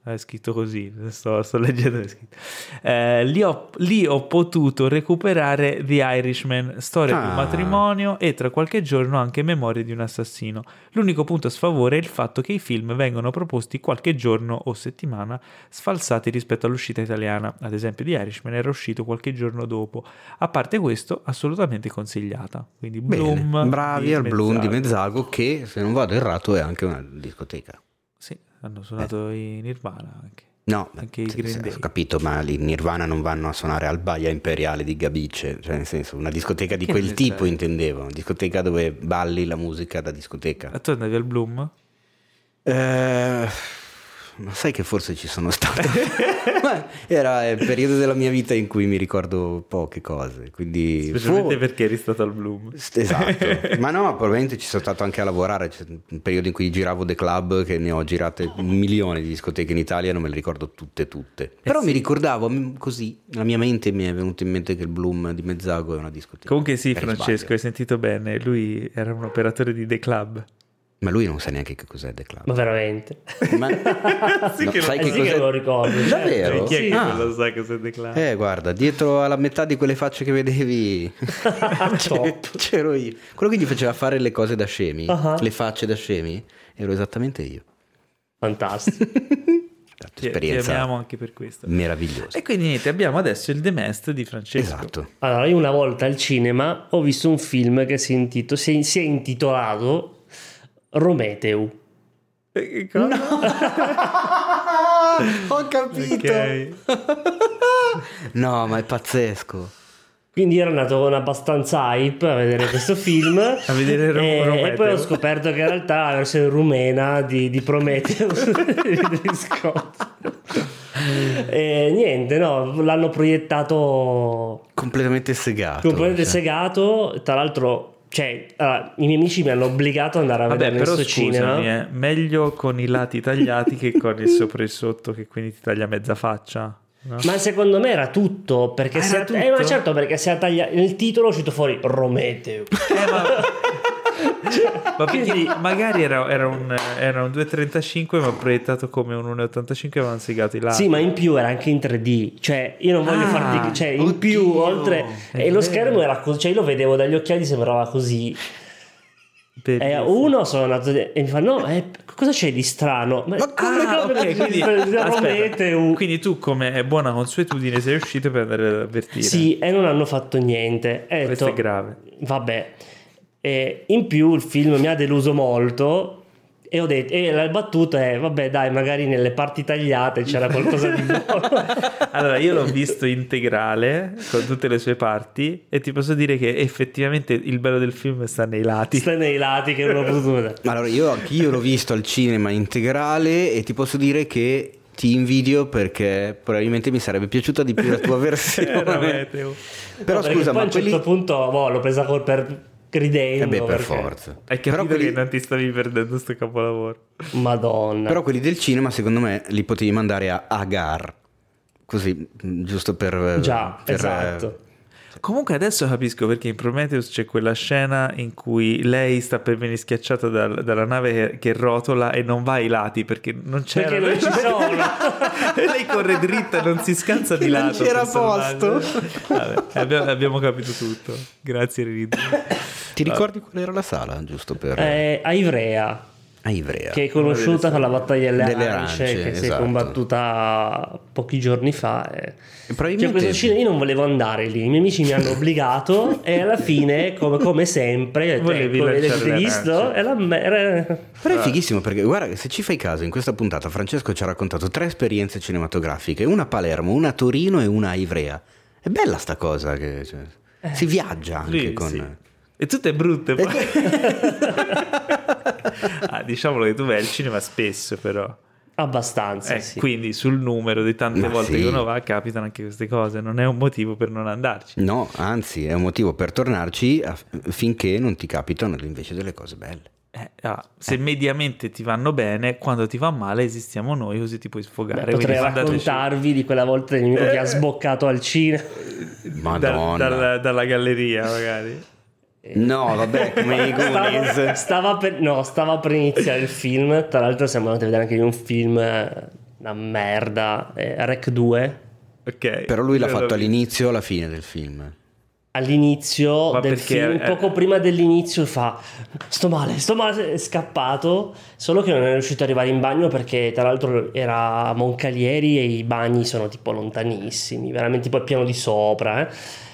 [SPEAKER 1] è scritto così, sto, sto leggendo, è scritto. Eh, lì, ho, lì ho potuto recuperare The Irishman, storia
[SPEAKER 2] Ah.
[SPEAKER 1] di un matrimonio e tra qualche giorno anche memorie di un assassino. L'unico punto a sfavore è il fatto che i film vengono proposti qualche giorno o settimana sfalsati rispetto all'uscita italiana. Ad esempio The Irishman era uscito qualche giorno dopo. A parte questo, assolutamente consigliata. Quindi
[SPEAKER 2] Bene,
[SPEAKER 1] Bloom
[SPEAKER 2] bravi
[SPEAKER 1] di
[SPEAKER 2] al Bloom di
[SPEAKER 1] Mezzago.
[SPEAKER 2] Mezzago, che se non vado errato è anche una discoteca.
[SPEAKER 1] Sì, hanno suonato i Nirvana anche.
[SPEAKER 2] No,
[SPEAKER 1] Anche i
[SPEAKER 2] sì,
[SPEAKER 1] Green
[SPEAKER 2] sì,
[SPEAKER 1] Day.
[SPEAKER 2] ho capito, ma i Nirvana non vanno a suonare al Baia Imperiale di Gabice, cioè nel senso una discoteca di
[SPEAKER 1] Che
[SPEAKER 2] quel
[SPEAKER 1] ne
[SPEAKER 2] tipo
[SPEAKER 1] sai?
[SPEAKER 2] intendevo, una discoteca dove balli la musica da discoteca.
[SPEAKER 1] E tu andavi al Bloom?
[SPEAKER 2] Eh, ma sai che forse ci sono stato? Ma era il periodo della mia vita in cui mi ricordo poche cose, quindi
[SPEAKER 1] Specialmente
[SPEAKER 2] fu-
[SPEAKER 1] perché eri stato al Bloom.
[SPEAKER 2] Esatto, ma no, probabilmente ci sono stato anche a lavorare. C'è un periodo in cui giravo The Club, che ne ho girate un milione di discoteche in Italia, non me le ricordo tutte tutte. Però mi ricordavo mm, così, nella mia mente mi è venuto in mente che il Bloom di Mezzago è una discoteca.
[SPEAKER 1] Comunque sì,
[SPEAKER 2] Per
[SPEAKER 1] Francesco,
[SPEAKER 2] sbaglio.
[SPEAKER 1] hai sentito bene, lui era un operatore di The Club.
[SPEAKER 2] Ma lui non sa neanche che cos'è The Club.
[SPEAKER 3] Ma veramente?
[SPEAKER 2] Ma...
[SPEAKER 1] Sì
[SPEAKER 2] No,
[SPEAKER 1] che lo-
[SPEAKER 2] sai
[SPEAKER 3] Eh
[SPEAKER 2] che
[SPEAKER 3] sì che
[SPEAKER 2] cos'è?
[SPEAKER 3] me lo ricordo. certo.
[SPEAKER 2] Davvero?
[SPEAKER 1] Chi è che
[SPEAKER 2] Ah.
[SPEAKER 1] lo sa cos'è The Club?
[SPEAKER 2] Eh, guarda, dietro alla metà di quelle facce che vedevi
[SPEAKER 3] Top.
[SPEAKER 2] c'ero io. Quello che gli faceva fare le cose da scemi,
[SPEAKER 3] Ah.
[SPEAKER 2] le facce da scemi, ero esattamente io.
[SPEAKER 3] Fantastico.
[SPEAKER 2] Tanto
[SPEAKER 1] Ti, ti
[SPEAKER 2] esperienza
[SPEAKER 1] amiamo anche per questo.
[SPEAKER 2] meravigliosa.
[SPEAKER 1] E quindi niente, abbiamo adesso il The Mest di Francesco.
[SPEAKER 2] Esatto.
[SPEAKER 3] Allora, io una volta al cinema ho visto un film che si, intito- si, si è intitolato Prometeu.
[SPEAKER 1] E che cosa?
[SPEAKER 2] Ho capito.
[SPEAKER 1] Ok.
[SPEAKER 2] No, ma è pazzesco.
[SPEAKER 3] Quindi ero andato con abbastanza hype a vedere questo film.
[SPEAKER 1] A vedere Ro-
[SPEAKER 3] e,
[SPEAKER 1] Prometeu.
[SPEAKER 3] e poi ho scoperto che in realtà è la versione rumena di, di Prometheus di Ridley Scott. E niente, no, l'hanno proiettato
[SPEAKER 2] Completamente segato.
[SPEAKER 3] completamente
[SPEAKER 2] cioè.
[SPEAKER 3] segato. Tra l'altro, cioè, allora, i miei amici mi hanno obbligato ad andare a
[SPEAKER 1] Vabbè,
[SPEAKER 3] vedere
[SPEAKER 1] però
[SPEAKER 3] questo
[SPEAKER 1] scusami,
[SPEAKER 3] cinema.
[SPEAKER 1] eh, meglio con i lati tagliati che con il sopra e sotto che quindi ti taglia mezza faccia. No?
[SPEAKER 3] Ma secondo me era tutto perché
[SPEAKER 1] Ah,
[SPEAKER 3] si
[SPEAKER 1] era
[SPEAKER 3] è, eh, ma
[SPEAKER 1] tutto?
[SPEAKER 3] certo, perché si è tagliato nel titolo è uscito fuori Prometeu.
[SPEAKER 1] Eh, ma... ma perché
[SPEAKER 3] Quindi-
[SPEAKER 1] magari era, era un, era un due virgola trentacinque ma proiettato come un uno virgola ottantacinque e avevano segato i lati.
[SPEAKER 3] Sì, ma in più era anche in tre D, cioè io non voglio
[SPEAKER 1] Ah,
[SPEAKER 3] farti, cioè in
[SPEAKER 2] oddio,
[SPEAKER 3] più oltre
[SPEAKER 1] è
[SPEAKER 3] e lo
[SPEAKER 1] vero.
[SPEAKER 3] schermo era così, cioè io lo vedevo dagli occhiali, sembrava così. E
[SPEAKER 1] Bellissimo.
[SPEAKER 3] uno sono andato e mi fa no, eh, cosa c'è di strano? Ma,
[SPEAKER 2] Ma come-
[SPEAKER 1] Ah,
[SPEAKER 3] come-
[SPEAKER 1] ok, quindi,
[SPEAKER 3] Prometeu.
[SPEAKER 1] aspetta, quindi tu come buona consuetudine sei uscito per andare ad avvertire.
[SPEAKER 3] Sì, e non hanno fatto niente. E ho
[SPEAKER 1] Questo
[SPEAKER 3] detto,
[SPEAKER 1] è grave.
[SPEAKER 3] Vabbè. E in più il film mi ha deluso molto e ho detto, e la battuta è vabbè dai, magari nelle parti tagliate c'era qualcosa di buono.
[SPEAKER 1] Allora, io l'ho visto integrale con tutte le sue parti e ti posso dire che effettivamente il bello del film sta nei lati.
[SPEAKER 3] Sta nei lati che non ho potuto vedere.
[SPEAKER 2] Ma allora io anch'io l'ho visto al cinema integrale e ti posso dire che ti invidio perché probabilmente mi sarebbe piaciuta di più la tua versione.
[SPEAKER 1] Era meteo.
[SPEAKER 2] Però
[SPEAKER 3] No, perché
[SPEAKER 2] scusa,
[SPEAKER 3] poi
[SPEAKER 2] ma
[SPEAKER 3] a un certo
[SPEAKER 2] quelli...
[SPEAKER 3] punto boh, l'ho presa col per ridendo.
[SPEAKER 2] Eh beh, per
[SPEAKER 3] perché-
[SPEAKER 2] forza.
[SPEAKER 1] Hai capito
[SPEAKER 2] Però quelli...
[SPEAKER 1] che non ti stavi perdendo sto capolavoro.
[SPEAKER 3] Madonna.
[SPEAKER 2] Però quelli del cinema secondo me li potevi mandare a Agar. Così, giusto per...
[SPEAKER 3] Già,
[SPEAKER 2] per,
[SPEAKER 3] esatto.
[SPEAKER 1] Comunque adesso capisco perché in Prometheus c'è quella scena in cui lei sta per venire schiacciata dal- dalla nave che, che rotola e non va ai lati perché non c'era.
[SPEAKER 3] Perché non ci sono.
[SPEAKER 1] E lei corre dritta e non si scansa di
[SPEAKER 2] Non
[SPEAKER 1] lato.
[SPEAKER 2] c'era
[SPEAKER 1] personaggio.
[SPEAKER 2] posto.
[SPEAKER 1] Vabbè, abbiamo, abbiamo capito tutto. Grazie Ridley.
[SPEAKER 2] Ti ricordi qual era la sala, giusto per...
[SPEAKER 3] Eh, a Ivrea,
[SPEAKER 2] a Ivrea.
[SPEAKER 3] che è conosciuta per la battaglia delle,
[SPEAKER 2] Delle
[SPEAKER 3] arance,
[SPEAKER 2] arance,
[SPEAKER 3] che si è
[SPEAKER 2] esatto.
[SPEAKER 3] combattuta pochi giorni fa. E...
[SPEAKER 2] E
[SPEAKER 3] Cioè,
[SPEAKER 2] probabilmente...
[SPEAKER 3] questo cinema io non volevo andare lì, i miei amici mi hanno obbligato e alla fine, come, come sempre,
[SPEAKER 1] Volevi
[SPEAKER 3] ecco,
[SPEAKER 1] lanciare
[SPEAKER 3] avete
[SPEAKER 1] le
[SPEAKER 3] visto?
[SPEAKER 1] arance.
[SPEAKER 3] E la me- era-
[SPEAKER 2] Però è fighissimo perché guarda, se ci fai caso, in questa puntata Francesco ci ha raccontato tre esperienze cinematografiche, una a Palermo, una a Torino e una a Ivrea. È bella sta cosa, che cioè, si viaggia anche
[SPEAKER 1] Sì,
[SPEAKER 2] con...
[SPEAKER 1] sì. E tutte brutte poi. Ah, diciamolo che tu vai al cinema spesso però.
[SPEAKER 3] abbastanza,
[SPEAKER 1] Eh,
[SPEAKER 3] sì.
[SPEAKER 1] Quindi sul numero di tante
[SPEAKER 2] Ma
[SPEAKER 1] volte
[SPEAKER 2] sì.
[SPEAKER 1] che uno va capitano anche queste cose. Non è un motivo per non andarci.
[SPEAKER 2] No, anzi, è un motivo per tornarci a- finché non ti capitano invece delle cose belle.
[SPEAKER 1] Eh, ah, se mediamente ti vanno bene, quando ti va male esistiamo noi, così ti puoi sfogare.
[SPEAKER 3] Beh, potrei
[SPEAKER 1] Quindi andateci.
[SPEAKER 3] raccontarvi di quella volta del nemico che ha sboccato al cinema.
[SPEAKER 2] Madonna.
[SPEAKER 1] Dal- dal- dalla galleria magari.
[SPEAKER 2] No, vabbè, come i
[SPEAKER 3] Stava,
[SPEAKER 2] Goonies.
[SPEAKER 3] stava per, no, stava per iniziare il film. Tra l'altro siamo andati a vedere anche un film eh, una merda. eh, Rec due.
[SPEAKER 1] Ok.
[SPEAKER 2] Però lui l'ha
[SPEAKER 1] Io
[SPEAKER 2] fatto
[SPEAKER 1] l'ho
[SPEAKER 2] all'inizio o alla fine del film?
[SPEAKER 3] All'inizio
[SPEAKER 1] Ma
[SPEAKER 3] del
[SPEAKER 1] perché-
[SPEAKER 3] film,
[SPEAKER 1] eh,
[SPEAKER 3] poco prima dell'inizio, fa sto male, sto male, è scappato, solo che non è riuscito ad arrivare in bagno perché tra l'altro era a Moncalieri e i bagni sono tipo lontanissimi, veramente tipo al piano di sopra, eh.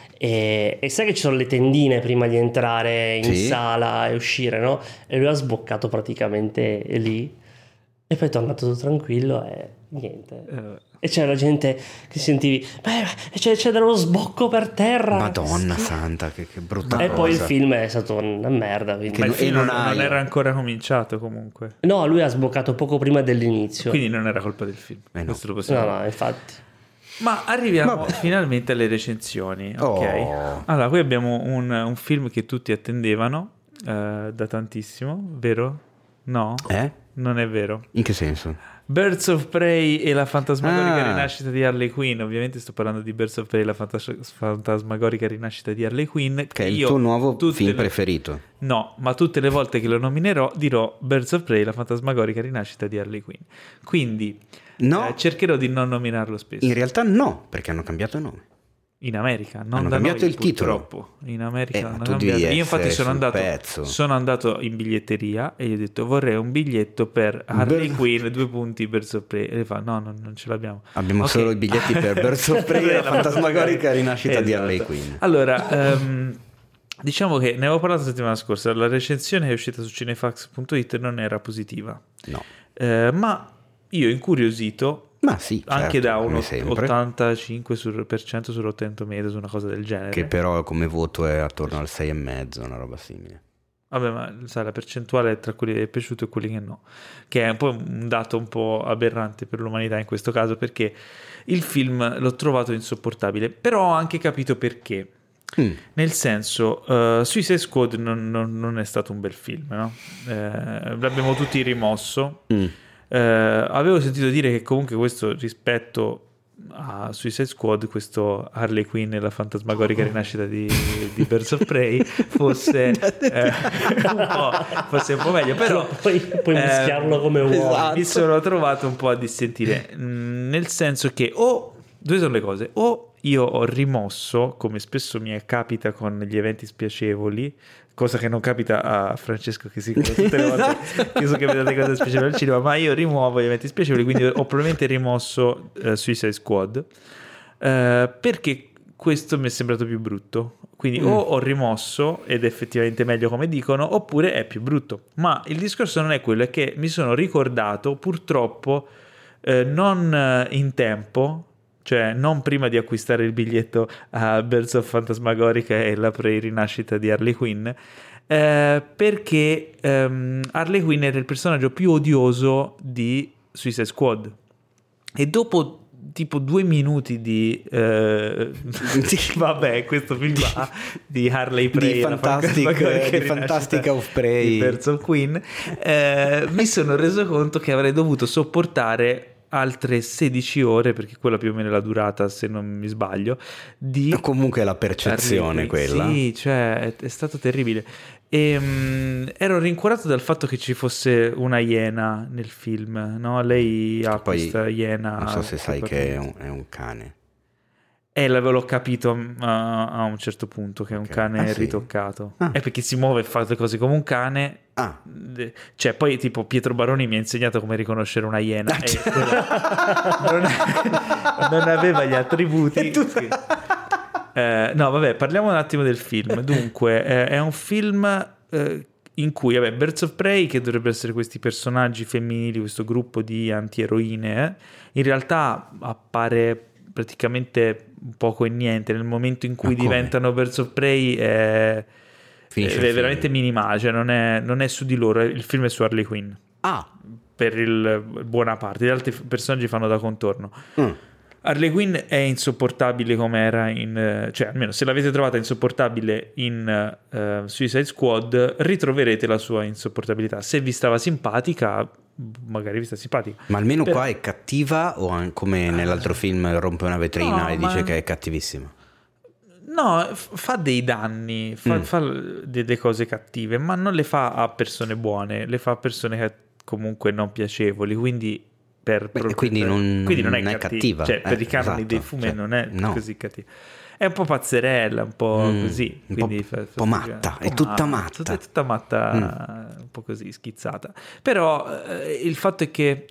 [SPEAKER 3] E, e sai che ci sono le tendine prima di entrare in
[SPEAKER 2] Sì.
[SPEAKER 3] sala e uscire, no? E lui ha sboccato praticamente lì e poi è tornato tutto tranquillo e niente.
[SPEAKER 1] Eh,
[SPEAKER 3] E c'era gente che sentivi, beh, c'è, c'è dello sbocco per terra.
[SPEAKER 2] Madonna santa, che, che brutta
[SPEAKER 3] E
[SPEAKER 2] cosa.
[SPEAKER 3] poi il film è stato una merda. quindi-
[SPEAKER 1] Ma il
[SPEAKER 2] no-
[SPEAKER 1] film
[SPEAKER 2] e non
[SPEAKER 1] non,
[SPEAKER 2] hai-
[SPEAKER 1] non era ancora cominciato comunque.
[SPEAKER 3] No, lui ha sboccato poco prima dell'inizio.
[SPEAKER 1] Quindi non era colpa del film.
[SPEAKER 2] Eh no.
[SPEAKER 1] Questo lo possiamo
[SPEAKER 3] No, no, infatti.
[SPEAKER 1] Ma arriviamo
[SPEAKER 2] Vabbè.
[SPEAKER 1] finalmente alle recensioni. Ok.
[SPEAKER 2] Oh.
[SPEAKER 1] Allora, qui abbiamo un, un film che tutti attendevano eh, da tantissimo, vero? No?
[SPEAKER 2] Eh?
[SPEAKER 1] Non è vero.
[SPEAKER 2] In che senso?
[SPEAKER 1] Birds of Prey e la fantasmagorica
[SPEAKER 2] Ah.
[SPEAKER 1] rinascita di Harley Quinn. Ovviamente sto parlando di Birds of Prey e la fantas- fantasmagorica rinascita di Harley Quinn.
[SPEAKER 2] Che è il
[SPEAKER 1] io
[SPEAKER 2] tuo nuovo
[SPEAKER 1] tutte
[SPEAKER 2] film
[SPEAKER 1] le-
[SPEAKER 2] preferito.
[SPEAKER 1] No, ma tutte le volte che lo nominerò dirò Birds of Prey, la fantasmagorica rinascita di Harley Quinn. Quindi
[SPEAKER 2] No,
[SPEAKER 1] eh, cercherò di non nominarlo spesso.
[SPEAKER 2] in realtà no, perché hanno cambiato nome.
[SPEAKER 1] In America, non
[SPEAKER 2] Hanno
[SPEAKER 1] da
[SPEAKER 2] cambiato
[SPEAKER 1] noi,
[SPEAKER 2] il titolo.
[SPEAKER 1] purtroppo. In America
[SPEAKER 2] Eh, ma
[SPEAKER 1] hanno
[SPEAKER 2] tu
[SPEAKER 1] cambiato.
[SPEAKER 2] devi
[SPEAKER 1] Io infatti
[SPEAKER 2] essere
[SPEAKER 1] sono
[SPEAKER 2] sul
[SPEAKER 1] andato,
[SPEAKER 2] pezzo.
[SPEAKER 1] sono andato in biglietteria e gli ho detto vorrei un biglietto per Harley
[SPEAKER 2] Birds-
[SPEAKER 1] Quinn, due punti Birds of Prey. E lei fa no, no, non ce l'abbiamo.
[SPEAKER 2] Abbiamo
[SPEAKER 1] Ok.
[SPEAKER 2] solo i biglietti per Birds of Prey e la fantasmagorica rinascita di
[SPEAKER 1] Esatto.
[SPEAKER 2] Harley Quinn.
[SPEAKER 1] Allora, ehm, diciamo che ne avevo parlato la settimana scorsa, la recensione che è uscita su cinefax punto it non era positiva.
[SPEAKER 2] No.
[SPEAKER 1] Eh, ma io incuriosito
[SPEAKER 2] Ma sì,
[SPEAKER 1] anche
[SPEAKER 2] certo,
[SPEAKER 1] da un
[SPEAKER 2] come sempre,
[SPEAKER 1] ottantacinque per cento su Rotten Tomatoes, una cosa del genere.
[SPEAKER 2] che però come voto è attorno al sei e mezzo, una roba simile.
[SPEAKER 1] Vabbè, ma sai, la percentuale tra quelli che è piaciuto e quelli che no, che è un po' un dato un po' aberrante per l'umanità in questo caso, perché il film l'ho trovato insopportabile, però ho anche capito perché.
[SPEAKER 2] Mm.
[SPEAKER 1] Nel senso, uh, Suicide Squad non, non- non è stato un bel film, no? Eh, l'abbiamo tutti rimosso.
[SPEAKER 2] Mm.
[SPEAKER 1] Eh, avevo sentito dire che comunque questo rispetto a Suicide Squad, questo Harley Quinn e la fantasmagorica rinascita di, di Birds of Prey fosse, eh, un po', fosse un po' meglio, però
[SPEAKER 3] Puoi, puoi
[SPEAKER 1] eh,
[SPEAKER 3] mischiarlo come vuoi.
[SPEAKER 2] esatto.
[SPEAKER 1] mi sono trovato un po' a dissentire, mh, nel senso che o due sono le cose, o io ho rimosso, come spesso mi capita con gli eventi spiacevoli, cosa che non capita a Francesco che si tutte le volte che sono capitate cose spiacevoli al cinema, ma io rimuovo gli eventi spiacevoli, quindi ho probabilmente rimosso eh, Suicide Squad eh, perché questo mi è sembrato più brutto, quindi
[SPEAKER 2] Mm.
[SPEAKER 1] o ho rimosso ed è effettivamente meglio come dicono, oppure è più brutto. Ma il discorso non è quello, è che mi sono ricordato purtroppo eh, non eh, in tempo, cioè non prima di acquistare il biglietto a Birds of Fantasmagorica e la Prey rinascita di Harley Quinn, eh, perché ehm, Harley Quinn era il personaggio più odioso di Suicide Squad, e dopo tipo due minuti di eh, vabbè, questo film va di Harley Prey
[SPEAKER 2] Di
[SPEAKER 1] e la
[SPEAKER 2] Fantastic-
[SPEAKER 1] Fantasmagorica
[SPEAKER 2] di
[SPEAKER 1] rinascita
[SPEAKER 2] Fantastic of Prey.
[SPEAKER 1] di Birds of Queen, eh, mi sono reso conto che avrei dovuto sopportare altre sedici ore, perché quella più o meno è la durata, se non mi sbaglio, di
[SPEAKER 2] Comunque è la percezione
[SPEAKER 1] Harley Quinn.
[SPEAKER 2] quella.
[SPEAKER 1] Sì, cioè è, è stato terribile. E, mm, ero rincuorato dal fatto che ci fosse una iena nel film, no? Lei ha
[SPEAKER 2] Poi,
[SPEAKER 1] questa iena.
[SPEAKER 2] Non so se sai
[SPEAKER 1] che
[SPEAKER 2] che è un, è un cane.
[SPEAKER 1] Eh, l'avevo capito mm, a, a un certo punto che è un
[SPEAKER 2] Ok.
[SPEAKER 1] cane
[SPEAKER 2] Ah, sì?
[SPEAKER 1] ritoccato.
[SPEAKER 2] Ah.
[SPEAKER 1] È perché si muove e fa le cose come un cane.
[SPEAKER 2] Ah,
[SPEAKER 1] De- Cioè, poi tipo Pietro Baroni mi ha insegnato come riconoscere una iena e
[SPEAKER 2] cioè.
[SPEAKER 1] quella- non, non aveva gli attributi. Sì. Eh, no, vabbè, parliamo un attimo del film. Dunque, eh, è un film eh, in cui, vabbè, Birds of Prey, che dovrebbero essere questi personaggi femminili, questo gruppo di antieroine, eh, in realtà appare praticamente poco e niente nel momento in cui
[SPEAKER 2] Ma come?
[SPEAKER 1] diventano Birds of Prey. È,
[SPEAKER 2] Finisce
[SPEAKER 1] è
[SPEAKER 2] il film.
[SPEAKER 1] veramente minimale, cioè non è, non è su di loro, il film è su Harley Quinn
[SPEAKER 2] ah.
[SPEAKER 1] per il buona parte, gli altri f- personaggi fanno da contorno.
[SPEAKER 2] Mm.
[SPEAKER 1] Harley Quinn è insopportabile come era in eh, cioè almeno se l'avete trovata insopportabile in eh, Suicide Squad, ritroverete la sua insopportabilità. Se vi stava simpatica, magari vi sta simpatica.
[SPEAKER 2] Ma almeno
[SPEAKER 1] Però-
[SPEAKER 2] qua è cattiva o an- come nell'altro film rompe una vetrina
[SPEAKER 1] No,
[SPEAKER 2] e dice
[SPEAKER 1] ma-
[SPEAKER 2] che è cattivissima?
[SPEAKER 1] No, f- fa dei danni, fa,
[SPEAKER 2] Mm.
[SPEAKER 1] fa delle cose cattive, ma non le fa a persone buone, le fa a persone che comunque non piacevoli, quindi per
[SPEAKER 2] Beh, quindi non,
[SPEAKER 1] quindi non è,
[SPEAKER 2] non è
[SPEAKER 1] cattiva,
[SPEAKER 2] cattiva.
[SPEAKER 1] cioè per
[SPEAKER 2] eh,
[SPEAKER 1] i canoni
[SPEAKER 2] esatto,
[SPEAKER 1] dei fumetti
[SPEAKER 2] cioè,
[SPEAKER 1] non è
[SPEAKER 2] no.
[SPEAKER 1] così cattiva, è un po' pazzerella, un po'
[SPEAKER 2] Mm,
[SPEAKER 1] così,
[SPEAKER 2] un po',
[SPEAKER 1] quindi fa,
[SPEAKER 2] un po' matta, è tutta matta.
[SPEAKER 1] è tutta matta, mm. un po' così schizzata, però eh, il fatto è che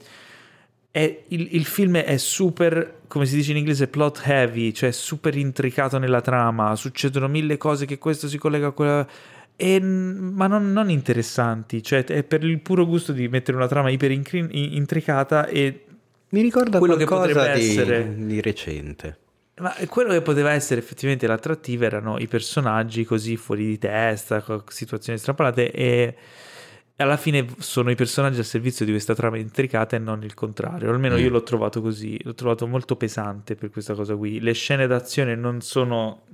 [SPEAKER 1] è, il, il film è super, come si dice in inglese, plot heavy, cioè super intricato nella trama, succedono mille cose che questo si collega a quella... E, ma non, non interessanti, cioè è per il puro gusto di mettere una trama iper incri- intricata e
[SPEAKER 2] mi ricorda
[SPEAKER 1] quello che
[SPEAKER 2] qualcosa
[SPEAKER 1] potrebbe
[SPEAKER 2] di,
[SPEAKER 1] essere
[SPEAKER 2] di recente.
[SPEAKER 1] ma quello che poteva essere effettivamente l'attrattivo erano i personaggi così fuori di testa, con situazioni strappalate, e alla fine sono i personaggi al servizio di questa trama intricata e non il contrario. Almeno mm. io l'ho trovato così, l'ho trovato molto pesante per questa cosa qui. Le scene d'azione non sono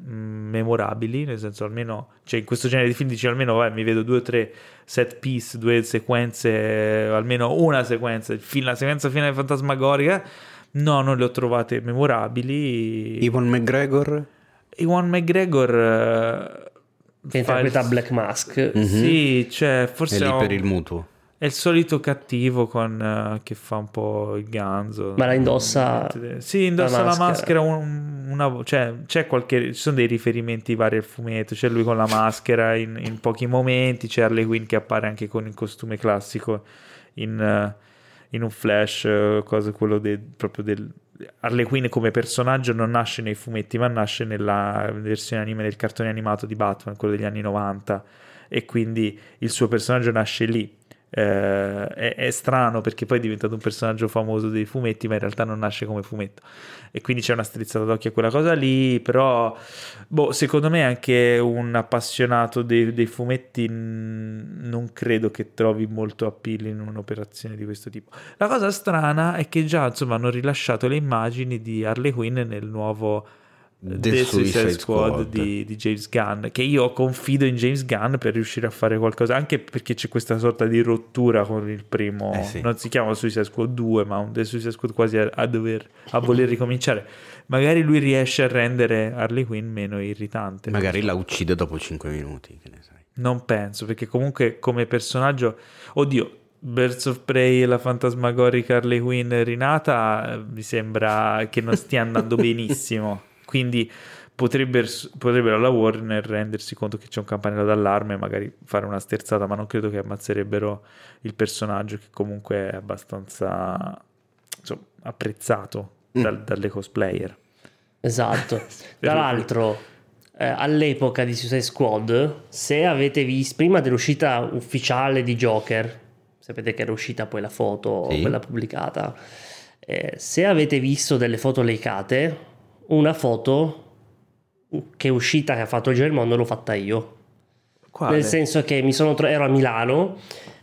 [SPEAKER 1] memorabili, nel senso, almeno, cioè in questo genere di film dici almeno vai, mi vedo due o tre set piece, due sequenze, almeno una sequenza, il film, la sequenza finale fantasmagorica, no, non le ho trovate memorabili.
[SPEAKER 2] Ewan McGregor
[SPEAKER 1] Ewan McGregor
[SPEAKER 3] che interpreta il... Black Mask,
[SPEAKER 1] mm-hmm. sì, cioè forse
[SPEAKER 2] è lì
[SPEAKER 1] ho...
[SPEAKER 2] per il mutuo.
[SPEAKER 1] È il solito cattivo con uh, che fa un po' il ganzo.
[SPEAKER 3] Ma la indossa.
[SPEAKER 1] Sì, indossa la maschera,
[SPEAKER 3] maschera
[SPEAKER 1] un, una, cioè c'è qualche, ci sono dei riferimenti vari al fumetto. C'è lui con la maschera in, in pochi momenti. C'è Harley Quinn che appare anche con il costume classico in, uh, in un flash, uh, cosa quello del, proprio del Harley Quinn come personaggio non nasce nei fumetti, ma nasce nella versione anime del cartone animato di Batman, quello degli anni novanta, e quindi il suo personaggio nasce lì. Eh, è, è strano perché poi è diventato un personaggio famoso dei fumetti, ma in realtà non nasce come fumetto, e quindi c'è una strizzata d'occhio a quella cosa lì. Però boh, secondo me anche un appassionato dei, dei fumetti non credo che trovi molto appeal in un'operazione di questo tipo. La cosa strana è che già insomma hanno rilasciato le immagini di Harley Quinn nel nuovo The, The Suicide Squad, Squad. Di, di James Gunn, che io confido in James Gunn per riuscire a fare qualcosa, anche perché c'è questa sorta di rottura con il primo,
[SPEAKER 2] eh sì.
[SPEAKER 1] non si chiama Suicide Squad due ma un The Suicide Squad quasi a, a dover a voler ricominciare. Magari lui riesce a rendere Harley Quinn meno irritante,
[SPEAKER 2] magari so. La uccide dopo cinque minuti, che ne sai.
[SPEAKER 1] Non penso, perché comunque come personaggio, oddio, Birds of Prey e la fantasmagorica Harley Quinn rinata mi sembra che non stia andando benissimo. Quindi potrebbero, potrebbero alla Warner rendersi conto che c'è un campanello d'allarme e magari fare una sterzata, ma non credo che ammazzerebbero il personaggio, che comunque è abbastanza insomma, apprezzato mm. dal, dalle cosplayer.
[SPEAKER 3] Esatto. Tra l'altro eh, all'epoca di Suicide Squad, se avete visto prima dell'uscita ufficiale di Joker, sapete che era uscita poi la foto, sì. quella pubblicata, eh, se avete visto delle foto leakate, una foto che è uscita, che ha fatto il giro del mondo, l'ho fatta io.
[SPEAKER 1] Quale?
[SPEAKER 3] Nel senso che mi sono ero a Milano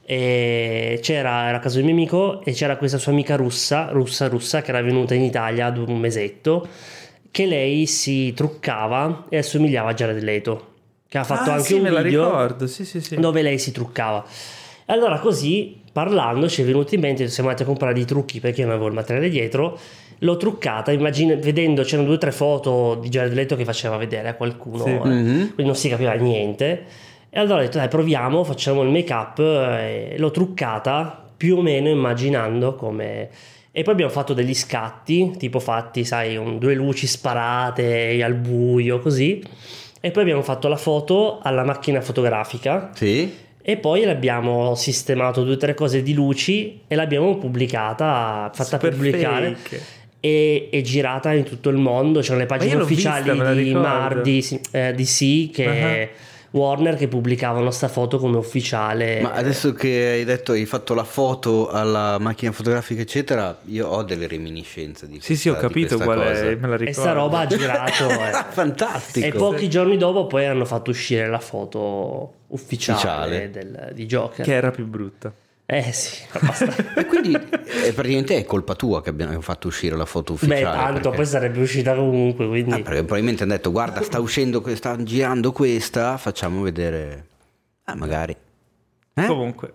[SPEAKER 3] e c'era, era a casa di un mio amico e c'era questa sua amica russa, russa, russa, che era venuta in Italia ad un mesetto, che lei si truccava e assomigliava a Jared Leto, che ha fatto
[SPEAKER 1] ah,
[SPEAKER 3] anche
[SPEAKER 1] sì,
[SPEAKER 3] un
[SPEAKER 1] me la
[SPEAKER 3] video
[SPEAKER 1] ricordo. Sì, sì, sì.
[SPEAKER 3] dove lei si truccava. Allora così, parlando, ci è venuto in mente, siamo andati a comprare dei trucchi perché io non avevo il materiale dietro. L'ho truccata, immagino, vedendo, c'erano due o tre foto di Jared Leto che faceva vedere a qualcuno,
[SPEAKER 1] sì.
[SPEAKER 3] eh, mm-hmm. quindi non si capiva niente. E allora ho detto, dai, proviamo, facciamo il make up. E l'ho truccata più o meno immaginando come... E poi abbiamo fatto degli scatti, tipo fatti, sai, un, due luci sparate al buio, così. E poi abbiamo fatto la foto alla macchina fotografica.
[SPEAKER 2] Sì.
[SPEAKER 3] E poi l'abbiamo sistemato due o tre cose di luci e l'abbiamo pubblicata, fatta
[SPEAKER 1] super
[SPEAKER 3] pubblicare.
[SPEAKER 1] Fake.
[SPEAKER 3] E, e girata in tutto il mondo. C'erano le pagine ufficiali
[SPEAKER 1] vista,
[SPEAKER 3] di Mar di, eh, D C che uh-huh. Warner, che pubblicavano sta foto come ufficiale.
[SPEAKER 2] Ma adesso che hai detto hai fatto la foto alla macchina fotografica eccetera, io ho delle reminiscenze di questa,
[SPEAKER 1] sì sì ho capito qual è, me la ricordo.
[SPEAKER 3] E sta roba ha girato eh.
[SPEAKER 2] Fantastico.
[SPEAKER 3] E pochi sì. giorni dopo poi hanno fatto uscire la foto ufficiale, ufficiale. Del, di Joker,
[SPEAKER 1] che era più brutta.
[SPEAKER 3] Eh sì,
[SPEAKER 2] e quindi è praticamente è colpa tua che abbiamo fatto uscire la foto ufficiale.
[SPEAKER 3] Beh, tanto
[SPEAKER 2] perché...
[SPEAKER 3] poi sarebbe uscita comunque, quindi...
[SPEAKER 2] ah, perché probabilmente hanno detto guarda sta uscendo, sta girando questa, facciamo vedere. Ah, magari
[SPEAKER 1] eh? Comunque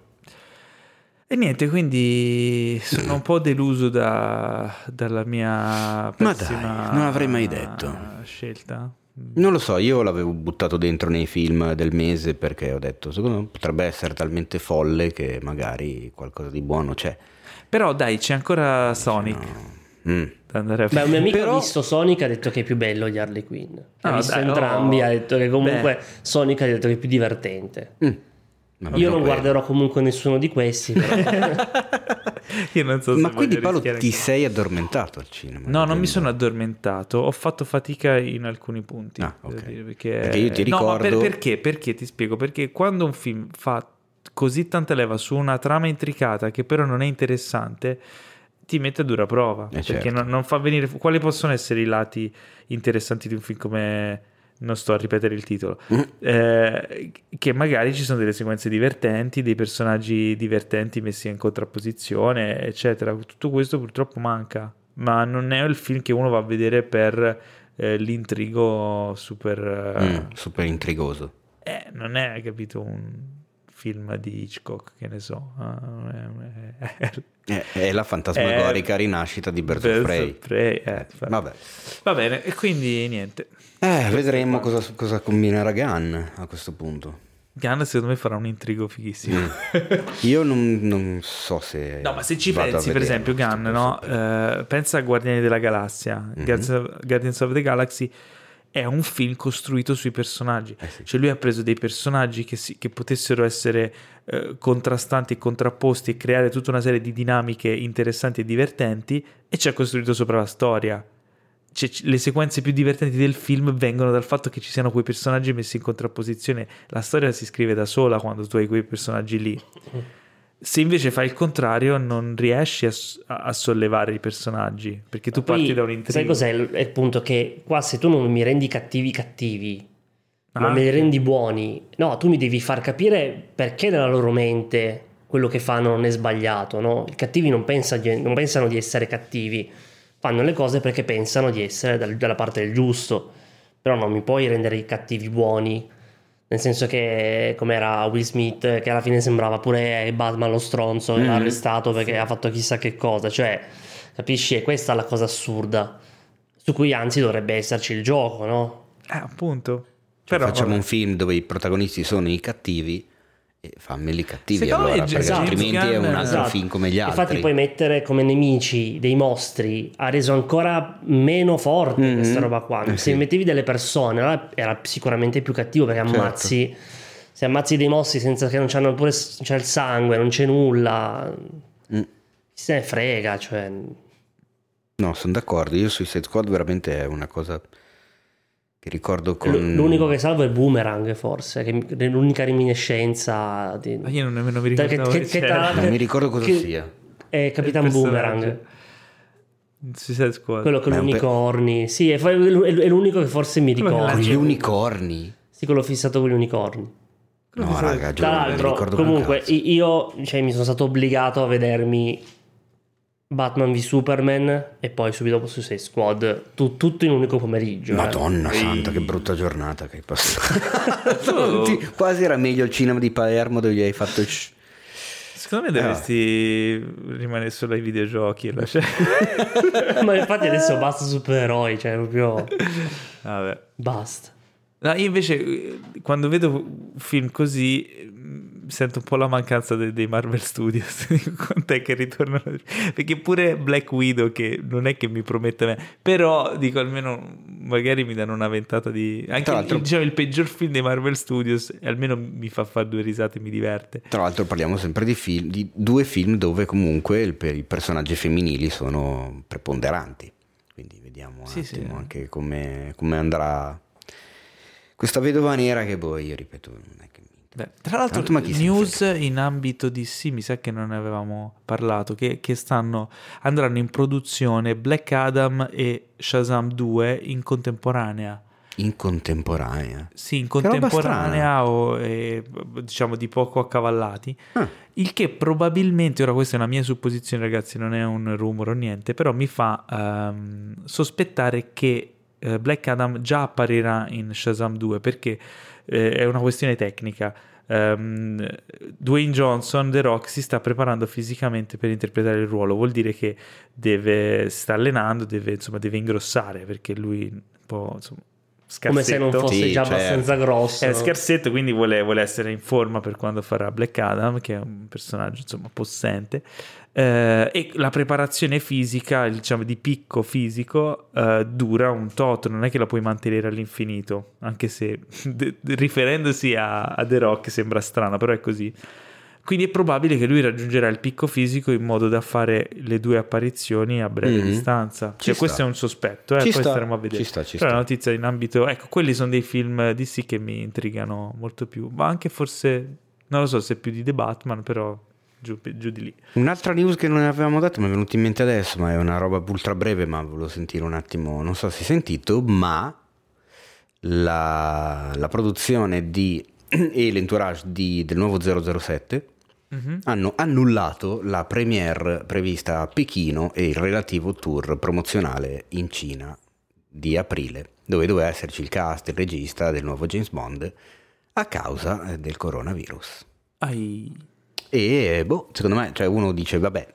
[SPEAKER 1] e niente, quindi sono un po' deluso da, dalla mia pessima
[SPEAKER 2] ma dai, non l'avrei mai detto
[SPEAKER 1] scelta.
[SPEAKER 2] Non lo so, io l'avevo buttato dentro nei film del mese perché ho detto, secondo me potrebbe essere talmente folle che magari qualcosa di buono c'è.
[SPEAKER 1] Però dai, c'è ancora Sonic.
[SPEAKER 2] No. Mm.
[SPEAKER 1] Da andare a
[SPEAKER 3] Beh, un mio amico
[SPEAKER 2] Però-
[SPEAKER 3] ha visto Sonic e ha detto che è più bello di Harley Quinn. Ha
[SPEAKER 1] Ah,
[SPEAKER 3] visto
[SPEAKER 1] dai,
[SPEAKER 3] entrambi,
[SPEAKER 1] oh.
[SPEAKER 3] ha detto che comunque
[SPEAKER 1] Beh.
[SPEAKER 3] Sonic ha detto che è più divertente.
[SPEAKER 2] Mm. Ma
[SPEAKER 3] Io non
[SPEAKER 2] quello.
[SPEAKER 3] guarderò comunque nessuno di questi, però.
[SPEAKER 1] Io non so se
[SPEAKER 2] Ma quindi
[SPEAKER 1] voglio
[SPEAKER 2] Paolo
[SPEAKER 1] rischiare
[SPEAKER 2] ti
[SPEAKER 1] anche-
[SPEAKER 2] sei addormentato al cinema?
[SPEAKER 1] No, non mi
[SPEAKER 2] vedendo?
[SPEAKER 1] sono addormentato, ho fatto fatica in alcuni punti.
[SPEAKER 2] Ah, ok.
[SPEAKER 1] devo dire, perché...
[SPEAKER 2] Perché io ti
[SPEAKER 1] No, ma per-
[SPEAKER 2] ricordo-
[SPEAKER 1] perché? Perché ti spiego, perché quando un film fa così tanta leva su una trama intricata che però non è interessante, ti mette a dura prova,
[SPEAKER 2] Eh,
[SPEAKER 1] perché
[SPEAKER 2] certo.
[SPEAKER 1] non, non fa venire... Quali possono essere i lati interessanti di un film come... Non sto a ripetere il titolo,
[SPEAKER 2] Mm.
[SPEAKER 1] eh, che magari ci sono delle sequenze divertenti, dei personaggi divertenti messi in contrapposizione, eccetera. Tutto questo purtroppo manca, ma non è il film che uno va a vedere per eh, l'intrigo super... eh,
[SPEAKER 2] Mm, super intrigoso.
[SPEAKER 1] eh, non è, capito, un film di Hitchcock, che ne so. ah, è- è-
[SPEAKER 2] È, è la fantasmagorica rinascita di Birds of
[SPEAKER 1] Birds
[SPEAKER 2] Prey.
[SPEAKER 1] of Prey, eh, fa-
[SPEAKER 2] Vabbè.
[SPEAKER 1] Va bene, e quindi niente.
[SPEAKER 2] Eh, vedremo cosa, cosa combinerà Gunn a questo punto.
[SPEAKER 1] Gunn secondo me farà un intrigo fighissimo.
[SPEAKER 2] Mm. Io non, non so se...
[SPEAKER 1] No, ma se ci
[SPEAKER 2] vado a
[SPEAKER 1] pensi, per
[SPEAKER 2] vederlo,
[SPEAKER 1] esempio, Gunn,
[SPEAKER 2] questo
[SPEAKER 1] no?
[SPEAKER 2] questo.
[SPEAKER 1] Eh, pensa a Guardiani della Galassia,
[SPEAKER 2] Mhm.
[SPEAKER 1] Guardians of- Guardians of the Galaxy è un film costruito sui personaggi.
[SPEAKER 2] Eh sì.
[SPEAKER 1] Cioè lui ha preso dei personaggi che, si- che potessero essere eh, contrastanti e contrapposti e creare tutta una serie di dinamiche interessanti e divertenti e ci ha costruito sopra la storia. Cioè, c- le sequenze più divertenti del film vengono dal fatto che ci siano quei personaggi messi in contrapposizione. La storia si scrive da sola quando tu hai quei personaggi lì. Se invece fai il contrario, non riesci a, s- a sollevare i personaggi perché tu
[SPEAKER 3] Poi,
[SPEAKER 1] parti da un intrigo.
[SPEAKER 3] sai cos'è il, è il punto? Che qua se tu non mi rendi cattivi cattivi, ma
[SPEAKER 1] Ah,
[SPEAKER 3] me li
[SPEAKER 1] ok.
[SPEAKER 3] rendi buoni, no, tu mi devi far capire perché nella loro mente quello che fanno non è sbagliato, no? I cattivi non, pensa di- non pensano di essere cattivi, fanno le cose perché pensano di essere dal- dalla parte del giusto, però non mi puoi rendere i cattivi buoni, nel senso che come era Will Smith che alla fine sembrava pure Batman lo stronzo, che
[SPEAKER 2] Mhm.
[SPEAKER 3] l'ha arrestato perché ha fatto chissà che cosa, cioè capisci? E questa è la cosa assurda su cui anzi dovrebbe esserci il gioco, no?
[SPEAKER 1] Eh, appunto.
[SPEAKER 2] Cioè,
[SPEAKER 1] Però
[SPEAKER 2] facciamo
[SPEAKER 1] vabbè.
[SPEAKER 2] un film dove i protagonisti sono i cattivi e fammeli cattivi
[SPEAKER 1] Secondo me
[SPEAKER 2] allora,
[SPEAKER 1] James
[SPEAKER 2] perché
[SPEAKER 3] Gunn-
[SPEAKER 2] altrimenti è un altro
[SPEAKER 3] Esatto.
[SPEAKER 2] film come gli altri.
[SPEAKER 3] Infatti poi mettere come nemici dei mostri ha reso ancora meno forte
[SPEAKER 2] Mhm.
[SPEAKER 3] questa roba qua.
[SPEAKER 2] Eh
[SPEAKER 3] Se
[SPEAKER 2] sì.
[SPEAKER 3] mettevi delle persone allora era sicuramente più cattivo perché
[SPEAKER 2] Certo.
[SPEAKER 3] ammazzi se ammazzi dei mostri senza che non c'hanno pure c'è il sangue, non c'è nulla.
[SPEAKER 2] Mm.
[SPEAKER 3] Chi se ne frega, cioè
[SPEAKER 2] No, sono d'accordo. Io Suicide Squad veramente è una cosa che ricordo con...
[SPEAKER 3] L- l'unico che salvo è Boomerang forse, che è l'unica reminiscenza di...
[SPEAKER 1] Ma io non nemmeno mi
[SPEAKER 3] Che-
[SPEAKER 1] ricordavo
[SPEAKER 3] che-
[SPEAKER 1] che
[SPEAKER 3] che
[SPEAKER 1] c'era.
[SPEAKER 3] tra-
[SPEAKER 2] Non mi ricordo cosa
[SPEAKER 3] che-
[SPEAKER 2] sia.
[SPEAKER 3] è Capitan
[SPEAKER 1] Il
[SPEAKER 3] Boomerang.
[SPEAKER 1] personaggio. Suicide Squad.
[SPEAKER 3] Quello con
[SPEAKER 2] Ma è un
[SPEAKER 3] gli
[SPEAKER 2] pe-
[SPEAKER 3] unicorni. Sì, è, è è l'unico che forse mi
[SPEAKER 1] Quello che
[SPEAKER 3] ricordo.
[SPEAKER 2] Con
[SPEAKER 1] lancia-
[SPEAKER 2] gli unicorni?
[SPEAKER 3] Sì, quello fissato con gli unicorni.
[SPEAKER 1] Quello
[SPEAKER 2] No,
[SPEAKER 1] che
[SPEAKER 2] raga, giuro,
[SPEAKER 3] Tra
[SPEAKER 2] non mi
[SPEAKER 3] l'altro,
[SPEAKER 2] ricordo più un
[SPEAKER 3] comunque,
[SPEAKER 2] cazzo.
[SPEAKER 3] i- io cioè, mi sono stato obbligato a vedermi Batman v Superman e poi subito dopo Suicide Squad. Tu- tutto in un unico pomeriggio. eh.
[SPEAKER 2] Madonna
[SPEAKER 1] Ehi.
[SPEAKER 2] santa, che brutta giornata che hai passato. Ti- Quasi era meglio il cinema di Palermo dove gli hai fatto il sh-
[SPEAKER 1] Secondo me dovresti rimanere solo ai videogiochi e lasciare...
[SPEAKER 3] Ma infatti adesso basta supereroi, cioè proprio
[SPEAKER 1] Vabbè.
[SPEAKER 3] basta.
[SPEAKER 1] No, io invece eh, quando vedo film così eh, sento un po' la mancanza de- dei Marvel Studios. Dico, quant'è che ritornano? Perché pure Black Widow, che non è che mi promette me, però dico almeno magari mi danno una ventata di... Anche
[SPEAKER 2] Tra l'altro-
[SPEAKER 1] il, diciamo, il peggior film dei Marvel Studios e almeno mi fa fare due risate e mi diverte.
[SPEAKER 2] Tra l'altro parliamo sempre di, film, di due film dove comunque il- per i personaggi femminili sono preponderanti. Quindi vediamo un
[SPEAKER 1] Sì, sì.
[SPEAKER 2] attimo anche come, come andrà questa vedova nera che poi, io ripeto, non è che mi
[SPEAKER 1] Beh, tra l'altro,
[SPEAKER 2] Tanto, ma chi se ne
[SPEAKER 1] news in ambito D C, mi sa che non ne avevamo parlato, che, che stanno andranno in produzione Black Adam e Shazam due in contemporanea.
[SPEAKER 2] in contemporanea.
[SPEAKER 1] Sì, in
[SPEAKER 2] Che roba
[SPEAKER 1] contemporanea o eh, diciamo di poco accavallati.
[SPEAKER 2] Ah.
[SPEAKER 1] Il che probabilmente, ora questa è una mia supposizione ragazzi, non è un rumore o niente, però mi fa ehm, sospettare che eh, Black Adam già apparirà in Shazam due perché eh, è una questione tecnica. Um, Dwayne Johnson, The Rock, si sta preparando fisicamente per interpretare il ruolo, vuol dire che deve, si sta allenando, deve, insomma, deve ingrossare perché lui un po', insomma, scarsetto.
[SPEAKER 3] Come se non fosse
[SPEAKER 2] Sì,
[SPEAKER 3] già
[SPEAKER 2] certo.
[SPEAKER 3] abbastanza grosso.
[SPEAKER 1] È scarsetto, quindi vuole, vuole essere in forma per quando farà Black Adam, che è un personaggio insomma possente. Eh, e la preparazione fisica, diciamo di picco fisico, eh, dura un tot, non è che la puoi mantenere all'infinito, anche se de- de- riferendosi a, a The Rock sembra strano, però è così. Quindi è probabile che lui raggiungerà il picco fisico in modo da fare le due apparizioni a breve
[SPEAKER 2] Mhm.
[SPEAKER 1] distanza.
[SPEAKER 2] Ci
[SPEAKER 1] Cioè,
[SPEAKER 2] sta.
[SPEAKER 1] questo è un sospetto, eh,
[SPEAKER 2] Ci
[SPEAKER 1] poi
[SPEAKER 2] sta,
[SPEAKER 1] staremo a vedere.
[SPEAKER 2] ci sta, ci
[SPEAKER 1] Però
[SPEAKER 2] sta.
[SPEAKER 1] la notizia in ambito, ecco, quelli sono dei film D C che mi intrigano molto più, ma anche forse, non lo so se più di The Batman, però giù, giù di lì.
[SPEAKER 2] Un'altra news che non avevamo dato mi è venuta in mente adesso, ma è una roba ultra breve, ma volevo sentire un attimo, non so se hai sentito, ma la, la produzione di e l'entourage di, del nuovo zero zero sette
[SPEAKER 1] Mhm.
[SPEAKER 2] hanno annullato la premiere prevista a Pechino e il relativo tour promozionale in Cina di aprile, dove doveva esserci il cast, il regista del nuovo James Bond, a causa eh, del coronavirus.
[SPEAKER 1] Ai...
[SPEAKER 2] E boh, secondo me, cioè uno dice vabbè,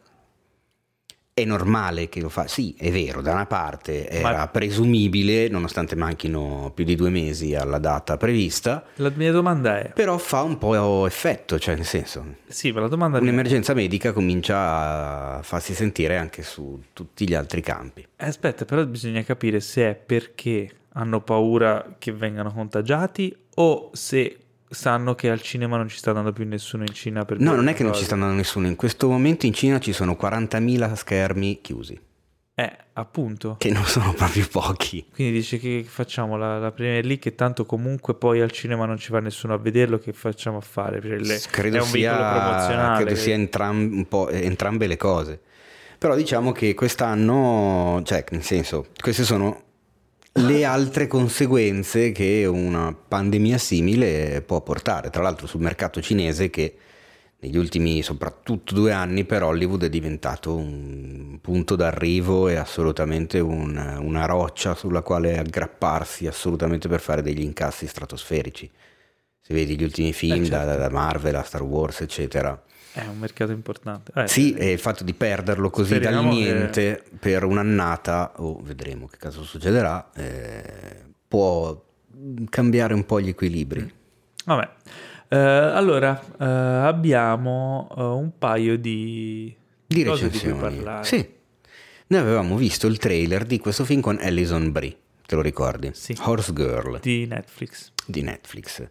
[SPEAKER 2] è normale che lo fa. Sì, è vero, da una parte era
[SPEAKER 1] Ma-
[SPEAKER 2] presumibile, nonostante manchino più di due mesi alla data prevista,
[SPEAKER 1] La mia domanda è,
[SPEAKER 2] però fa un po' effetto, cioè nel senso,
[SPEAKER 1] sì, ma la domanda mia
[SPEAKER 2] un'emergenza medica comincia a farsi sentire anche su tutti gli altri campi.
[SPEAKER 1] Eh, aspetta, però bisogna capire se è perché hanno paura che vengano contagiati o se sanno che al cinema non ci sta andando più nessuno in Cina per
[SPEAKER 2] No,
[SPEAKER 1] dire
[SPEAKER 2] non è
[SPEAKER 1] una
[SPEAKER 2] che non ci
[SPEAKER 1] cosa.
[SPEAKER 2] sta andando nessuno, in questo momento in Cina ci sono quarantamila schermi chiusi,
[SPEAKER 1] Eh, appunto.
[SPEAKER 2] che non sono proprio pochi.
[SPEAKER 1] Quindi dice che facciamo la, la Premier League, che tanto comunque poi al cinema non ci va nessuno a vederlo, che facciamo a fare? Perché le-
[SPEAKER 2] credo
[SPEAKER 1] è un
[SPEAKER 2] sia,
[SPEAKER 1] veicolo promozionale.
[SPEAKER 2] credo sia entram- un po' entrambe le cose, però diciamo che quest'anno, cioè nel senso, queste sono le altre conseguenze che una pandemia simile può portare, tra l'altro sul mercato cinese, che negli ultimi soprattutto due anni per Hollywood è diventato un punto d'arrivo e assolutamente un- una roccia sulla quale aggrapparsi assolutamente per fare degli incassi stratosferici. Se vedi gli ultimi film
[SPEAKER 1] Eh, certo.
[SPEAKER 2] da, da Marvel a Star Wars eccetera,
[SPEAKER 1] È un mercato importante. Eh,
[SPEAKER 2] sì,
[SPEAKER 1] eh,
[SPEAKER 2] e il fatto di perderlo così
[SPEAKER 1] Speriamo
[SPEAKER 2] dal
[SPEAKER 1] che-
[SPEAKER 2] niente per un'annata, o vedremo che caso succederà, eh, può cambiare un po' gli equilibri.
[SPEAKER 1] Vabbè. Eh, allora, eh, abbiamo eh, un paio di,
[SPEAKER 2] Di
[SPEAKER 1] cose di cui
[SPEAKER 2] recensioni.
[SPEAKER 1] parlare.
[SPEAKER 2] Sì. Noi avevamo visto il trailer di questo film con Alison Brie, te lo ricordi?
[SPEAKER 1] Sì.
[SPEAKER 2] Horse Girl
[SPEAKER 1] Di Netflix.
[SPEAKER 2] di Netflix.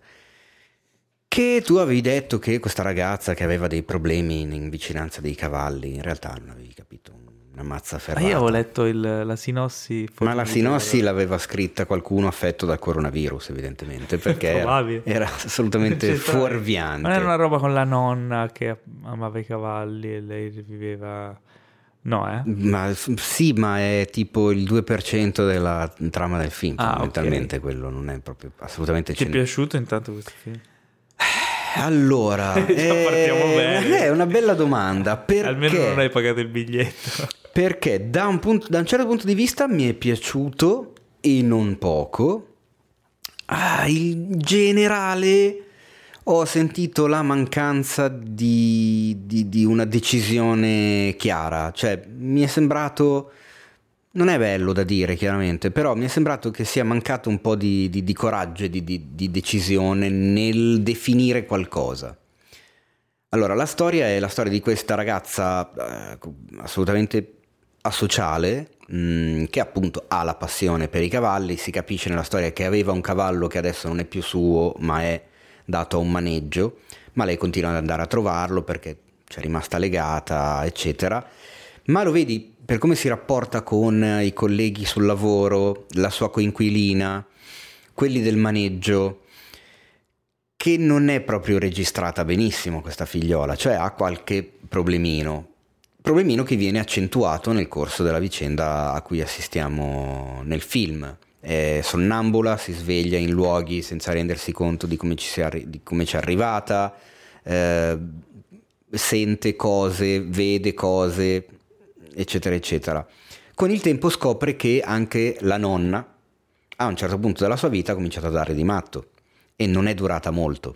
[SPEAKER 2] Che tu avevi detto che questa ragazza che aveva dei problemi in, in vicinanza dei cavalli, in realtà non avevi capito una mazza
[SPEAKER 1] Ah,
[SPEAKER 2] ferrata.
[SPEAKER 1] io avevo letto il- la sinossi.
[SPEAKER 2] Ma la
[SPEAKER 1] forse
[SPEAKER 2] sinossi
[SPEAKER 1] di-
[SPEAKER 2] l'aveva scritta qualcuno affetto dal coronavirus, evidentemente, perché era,
[SPEAKER 1] Probabile.
[SPEAKER 2] era assolutamente
[SPEAKER 1] Non c'entrava.
[SPEAKER 2] fuorviante.
[SPEAKER 1] Non era una roba con la nonna che amava i cavalli e lei viveva... No, eh?
[SPEAKER 2] Ma f- sì, ma è tipo il due per cento della trama del film,
[SPEAKER 1] Ah,
[SPEAKER 2] fondamentalmente
[SPEAKER 1] ok.
[SPEAKER 2] quello non è proprio assolutamente
[SPEAKER 1] Ti è
[SPEAKER 2] cen-
[SPEAKER 1] piaciuto intanto questo film?
[SPEAKER 2] Allora,
[SPEAKER 1] Già partiamo
[SPEAKER 2] eh,
[SPEAKER 1] bene.
[SPEAKER 2] è una bella domanda, perché
[SPEAKER 1] Almeno non hai pagato il biglietto.
[SPEAKER 2] Perché da un, punto, da un certo punto di vista mi è piaciuto e non poco. Ah, in generale ho sentito la mancanza di, di, di una decisione chiara, cioè mi è sembrato, non è bello da dire chiaramente, però mi è sembrato che sia mancato un po' di, di, di coraggio e di, di, di decisione nel definire qualcosa. Allora, la storia è la storia di questa ragazza eh, assolutamente asociale, mh, che appunto ha la passione per i cavalli. Si capisce nella storia che aveva un cavallo che adesso non è più suo, ma è dato a un maneggio, ma lei continua ad andare a trovarlo perché ci è rimasta legata, eccetera. Ma lo vedi per come si rapporta con i colleghi sul lavoro, la sua coinquilina, quelli del maneggio, che non è proprio registrata benissimo questa figliola, cioè ha qualche problemino, problemino che viene accentuato nel corso della vicenda a cui assistiamo nel film. È sonnambula, si sveglia in luoghi senza rendersi conto di come ci sia arri- di come ci è arrivata, eh, sente cose, vede cose, eccetera eccetera. Con il tempo scopre che anche la nonna a un certo punto della sua vita ha cominciato a dare di matto e non è durata molto.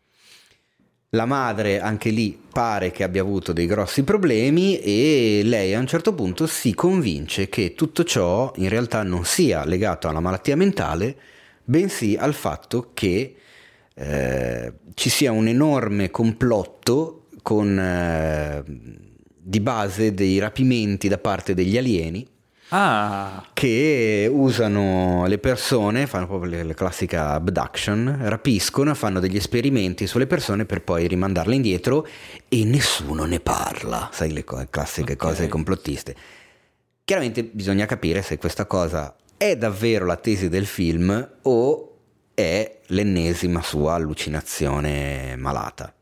[SPEAKER 2] La madre anche lì pare che abbia avuto dei grossi problemi e lei a un certo punto si convince che tutto ciò in realtà non sia legato a una malattia mentale, bensì al fatto che eh, ci sia un enorme complotto con eh, di base dei rapimenti da parte degli alieni.
[SPEAKER 1] Ah.
[SPEAKER 2] Che usano le persone, fanno proprio la classica abduction, rapiscono, fanno degli esperimenti sulle persone per poi rimandarle indietro e nessuno ne parla, sai, le co- classiche okay. cose complottiste. Chiaramente bisogna capire se questa cosa è davvero la tesi del film o è l'ennesima sua allucinazione malata.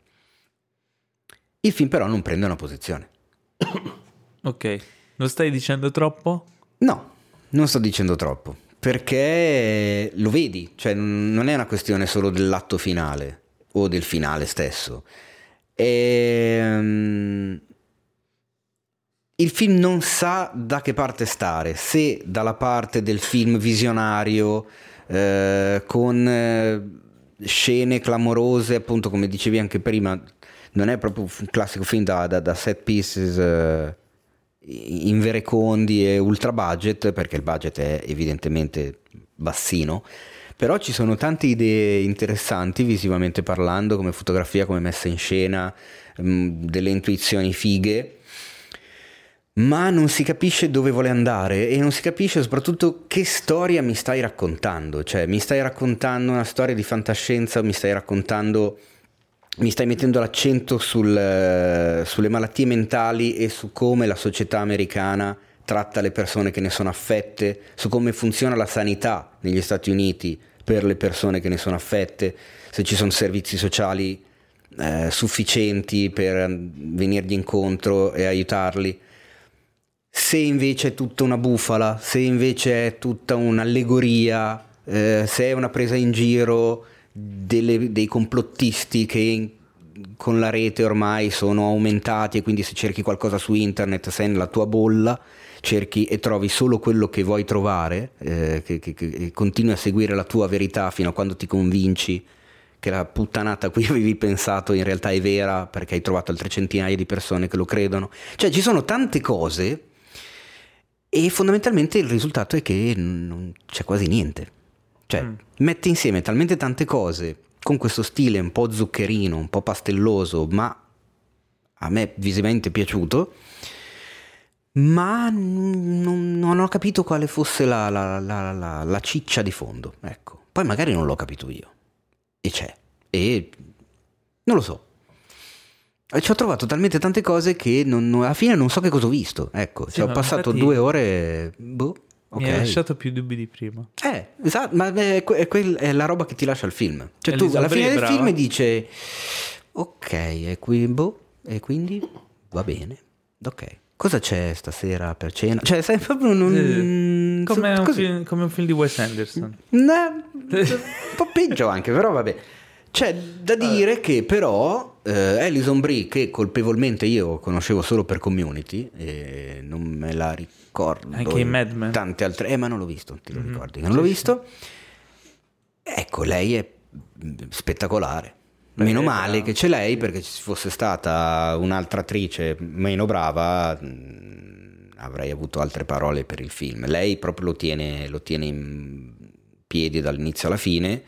[SPEAKER 2] Il film però non prende una posizione.
[SPEAKER 1] Ok, lo stai dicendo troppo?
[SPEAKER 2] No, non sto dicendo troppo, perché lo vedi, cioè non è una questione solo dell'atto finale o del finale stesso. E, um, il film non sa da che parte stare, se dalla parte del film visionario eh, con eh, scene clamorose, appunto come dicevi anche prima, non è proprio un classico film da, da, da set pieces eh, inverecondi e ultra budget, perché il budget è evidentemente bassino, però ci sono tante idee interessanti visivamente parlando, come fotografia, come messa in scena, mh, delle intuizioni fighe, ma non si capisce dove vuole andare e non si capisce soprattutto che storia mi stai raccontando. Cioè, mi stai raccontando una storia di fantascienza, mi stai raccontando mi stai mettendo l'accento sul, sulle malattie mentali e su come la società americana tratta le persone che ne sono affette, su come funziona la sanità negli Stati Uniti per le persone che ne sono affette, se ci sono servizi sociali eh, sufficienti per venirgli incontro e aiutarli. Se invece è tutta una bufala, se invece è tutta un'allegoria, eh, se è una presa in giro delle, dei complottisti che in, con la rete ormai sono aumentati e quindi se cerchi qualcosa su internet sei nella tua bolla, cerchi e trovi solo quello che vuoi trovare, eh, che, che, che continui a seguire la tua verità fino a quando ti convinci che la puttanata a cui avevi pensato in realtà è vera perché hai trovato altre centinaia di persone che lo credono. Cioè ci sono tante cose e fondamentalmente il risultato è che non c'è quasi niente. Cioè, mm. mette insieme talmente tante cose con questo stile un po' zuccherino, un po' pastelloso, ma a me visivamente piaciuto, ma non, non ho capito quale fosse la, la, la, la, la ciccia di fondo. Ecco, poi magari non l'ho capito io. E c'è. E non lo so. E ci ho trovato talmente tante cose che non, alla fine non so che cosa ho visto. Ecco, sì, cioè, ho passato due ore... Boh.
[SPEAKER 1] Okay. Mi hai lasciato più dubbi di prima.
[SPEAKER 2] Eh, esatto, ma è, è, è la roba che ti lascia il film. Cioè tu alla fine del
[SPEAKER 1] brava.
[SPEAKER 2] film dici ok, e, qui, boh, e quindi va bene, ok. Cosa c'è stasera per cena? Cioè sei proprio non...
[SPEAKER 1] Sì. Come, un film, come un film di Wes Anderson.
[SPEAKER 2] No, un po' peggio anche, però vabbè. C'è da dire uh. che però eh, Alison Brie, che colpevolmente io conoscevo solo per Community e non me la ricordo
[SPEAKER 1] anche in Mad Men,
[SPEAKER 2] tante altre, eh ma non l'ho visto, ti lo
[SPEAKER 1] mm-hmm.
[SPEAKER 2] ricordi che non l'ho visto? Ecco, lei è spettacolare. Beh, meno male bravo. Che c'è lei, perché se fosse stata un'altra attrice meno brava mh, avrei avuto altre parole per il film. Lei proprio lo tiene, lo tiene in piedi dall'inizio alla fine.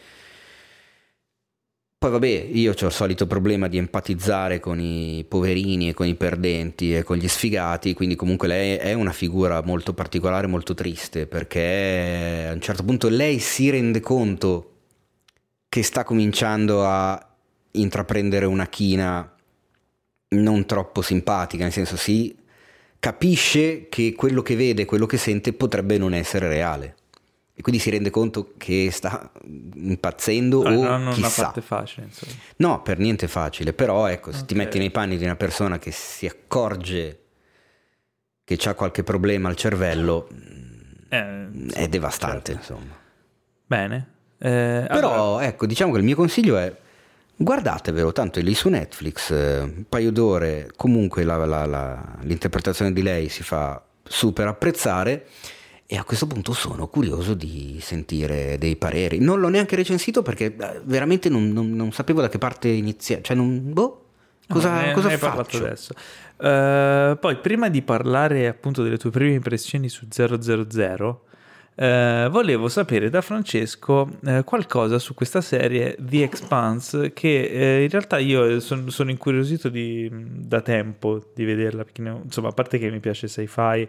[SPEAKER 2] Poi vabbè, io ho il solito problema di empatizzare con i poverini e con i perdenti e con gli sfigati, quindi comunque lei è una figura molto particolare, molto triste, perché a un certo punto lei si rende conto che sta cominciando a intraprendere una china non troppo simpatica, nel senso si capisce che quello che vede, quello che sente potrebbe non essere reale. E quindi si rende conto che sta impazzendo
[SPEAKER 1] no,
[SPEAKER 2] o
[SPEAKER 1] no, non
[SPEAKER 2] chissà.
[SPEAKER 1] una parte facile, insomma. No,
[SPEAKER 2] per niente facile, però ecco, se
[SPEAKER 1] okay.
[SPEAKER 2] ti metti nei panni di una persona che si accorge che c'ha qualche problema al cervello, eh, è devastante, certo. Insomma.
[SPEAKER 1] Bene. Eh,
[SPEAKER 2] però
[SPEAKER 1] allora...
[SPEAKER 2] ecco, diciamo che il mio consiglio è guardatevelo, tanto è lì su Netflix, un paio d'ore, comunque la, la, la, l'interpretazione di lei si fa super apprezzare. E a questo punto sono curioso di sentire dei pareri. Non l'ho neanche recensito perché veramente non, non, non sapevo da che parte iniziare. Cioè, non, boh, cosa,
[SPEAKER 1] no, ne,
[SPEAKER 2] cosa
[SPEAKER 1] ne
[SPEAKER 2] faccio?
[SPEAKER 1] Adesso. Uh, poi, prima di parlare appunto delle tue prime impressioni su zero zero zero, eh, volevo sapere da Francesco eh, qualcosa su questa serie The Expanse, che eh, in realtà io son, sono incuriosito di, da tempo di vederla, perché ne ho- insomma, a parte che mi piace sci-fi,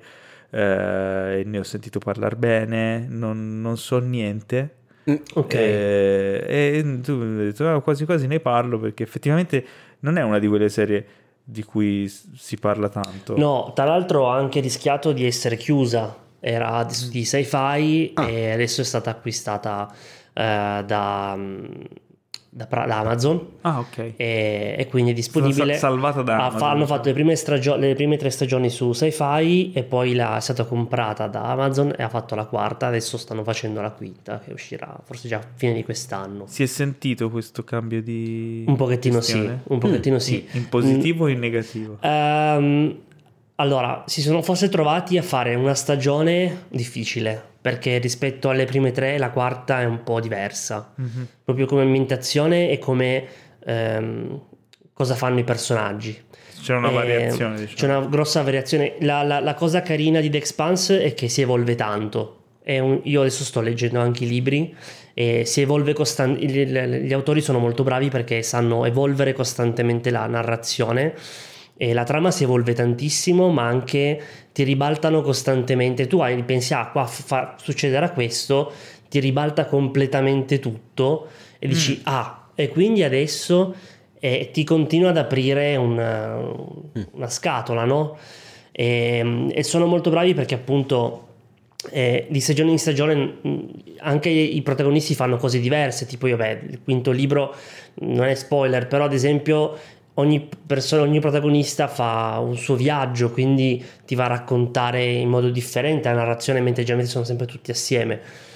[SPEAKER 1] eh, ne ho sentito parlare bene, non, non so niente.
[SPEAKER 3] Ok.
[SPEAKER 1] Eh, e tu mi hai detto, "Ah, quasi quasi ne parlo", perché effettivamente non è una di quelle serie di cui s- si parla tanto.
[SPEAKER 3] No, tra l'altro ha anche rischiato di essere chiusa, era di, di sci-fi
[SPEAKER 2] Ah.
[SPEAKER 3] e adesso è stata acquistata eh, da, da, Pra- da Amazon
[SPEAKER 1] Ah, ok.
[SPEAKER 3] e, e quindi è disponibile.
[SPEAKER 1] Sa- salvata da
[SPEAKER 3] Ha-
[SPEAKER 1] Amazon,
[SPEAKER 3] fa- hanno
[SPEAKER 1] diciamo.
[SPEAKER 3] fatto le prime, stagio- le prime tre stagioni su Sci-Fi e poi la, è stata comprata da Amazon e ha fatto la quarta, adesso stanno facendo la quinta che uscirà forse già a fine di quest'anno.
[SPEAKER 1] Si è sentito questo cambio di
[SPEAKER 3] Un pochettino
[SPEAKER 1] gestione?
[SPEAKER 3] sì, un pochettino sì.
[SPEAKER 1] In, in positivo o in negativo?
[SPEAKER 3] Ehm, allora, si sono forse trovati a fare una stagione difficile perché rispetto alle prime tre la quarta è un po' diversa,
[SPEAKER 1] Mhm.
[SPEAKER 3] proprio come ambientazione e come ehm, cosa fanno i personaggi.
[SPEAKER 1] C'è una
[SPEAKER 3] Eh,
[SPEAKER 1] variazione, diciamo.
[SPEAKER 3] C'è una grossa variazione. La, la- la cosa carina di The Expanse è che si evolve tanto. È un- io adesso sto leggendo anche i libri e si evolve costantemente. Gli autori sono molto bravi perché sanno evolvere costantemente la narrazione e la trama si evolve tantissimo, ma anche ti ribaltano costantemente. Tu hai, pensi, ah, qua fa- succederà questo, ti ribalta completamente tutto e dici, ah, e quindi adesso e ti continua ad aprire una, una scatola, no? E, e sono molto bravi perché appunto eh, di stagione in stagione mh, anche i protagonisti fanno cose diverse, tipo io, beh, il quinto libro non è spoiler, però ad esempio ogni persona, ogni protagonista fa un suo viaggio, quindi ti va a raccontare in modo differente la narrazione, mentre generalmente sono sempre tutti assieme.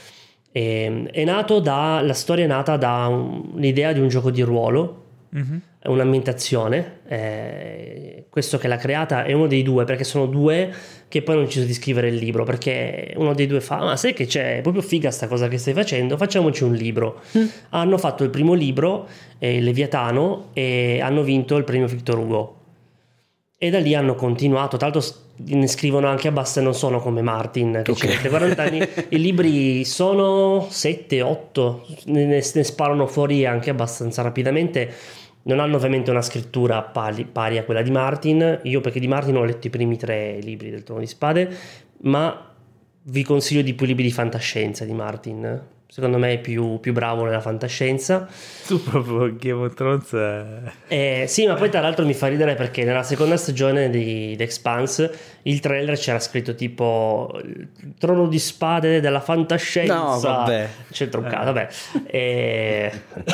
[SPEAKER 3] E, è nato da, la storia è nata da un- l'idea di un gioco di ruolo,
[SPEAKER 1] Mhm.
[SPEAKER 3] un'ambientazione, eh, questo che l'ha creata è uno dei due, perché sono due che poi hanno deciso di scrivere il libro, perché uno dei due fa, ma sai che c'è, è proprio figa sta cosa che stai facendo, facciamoci un libro. Hanno fatto il primo libro, eh, Leviatano, e hanno vinto il premio Victor Hugo e da lì hanno continuato. Tra l'altro s- ne scrivono anche abbastanza, non sono come Martin che
[SPEAKER 2] Ok.
[SPEAKER 3] ci mette quaranta anni. I libri sono sette otto, ne, ne sparano fuori anche abbastanza rapidamente. Non hanno ovviamente una scrittura pari, pari a quella di Martin. Io, perché di Martin ho letto i primi tre libri del Trono di Spade, ma vi consiglio di più libri di fantascienza di Martin. Secondo me è più, più bravo nella fantascienza.
[SPEAKER 1] Tu proprio Game of Thrones è...
[SPEAKER 3] Eh, sì, ma poi tra l'altro mi fa ridere perché nella seconda stagione di The Expanse il trailer c'era scritto tipo il Trono di Spade della fantascienza.
[SPEAKER 2] No, vabbè.
[SPEAKER 3] C'è truccato, vabbè. E...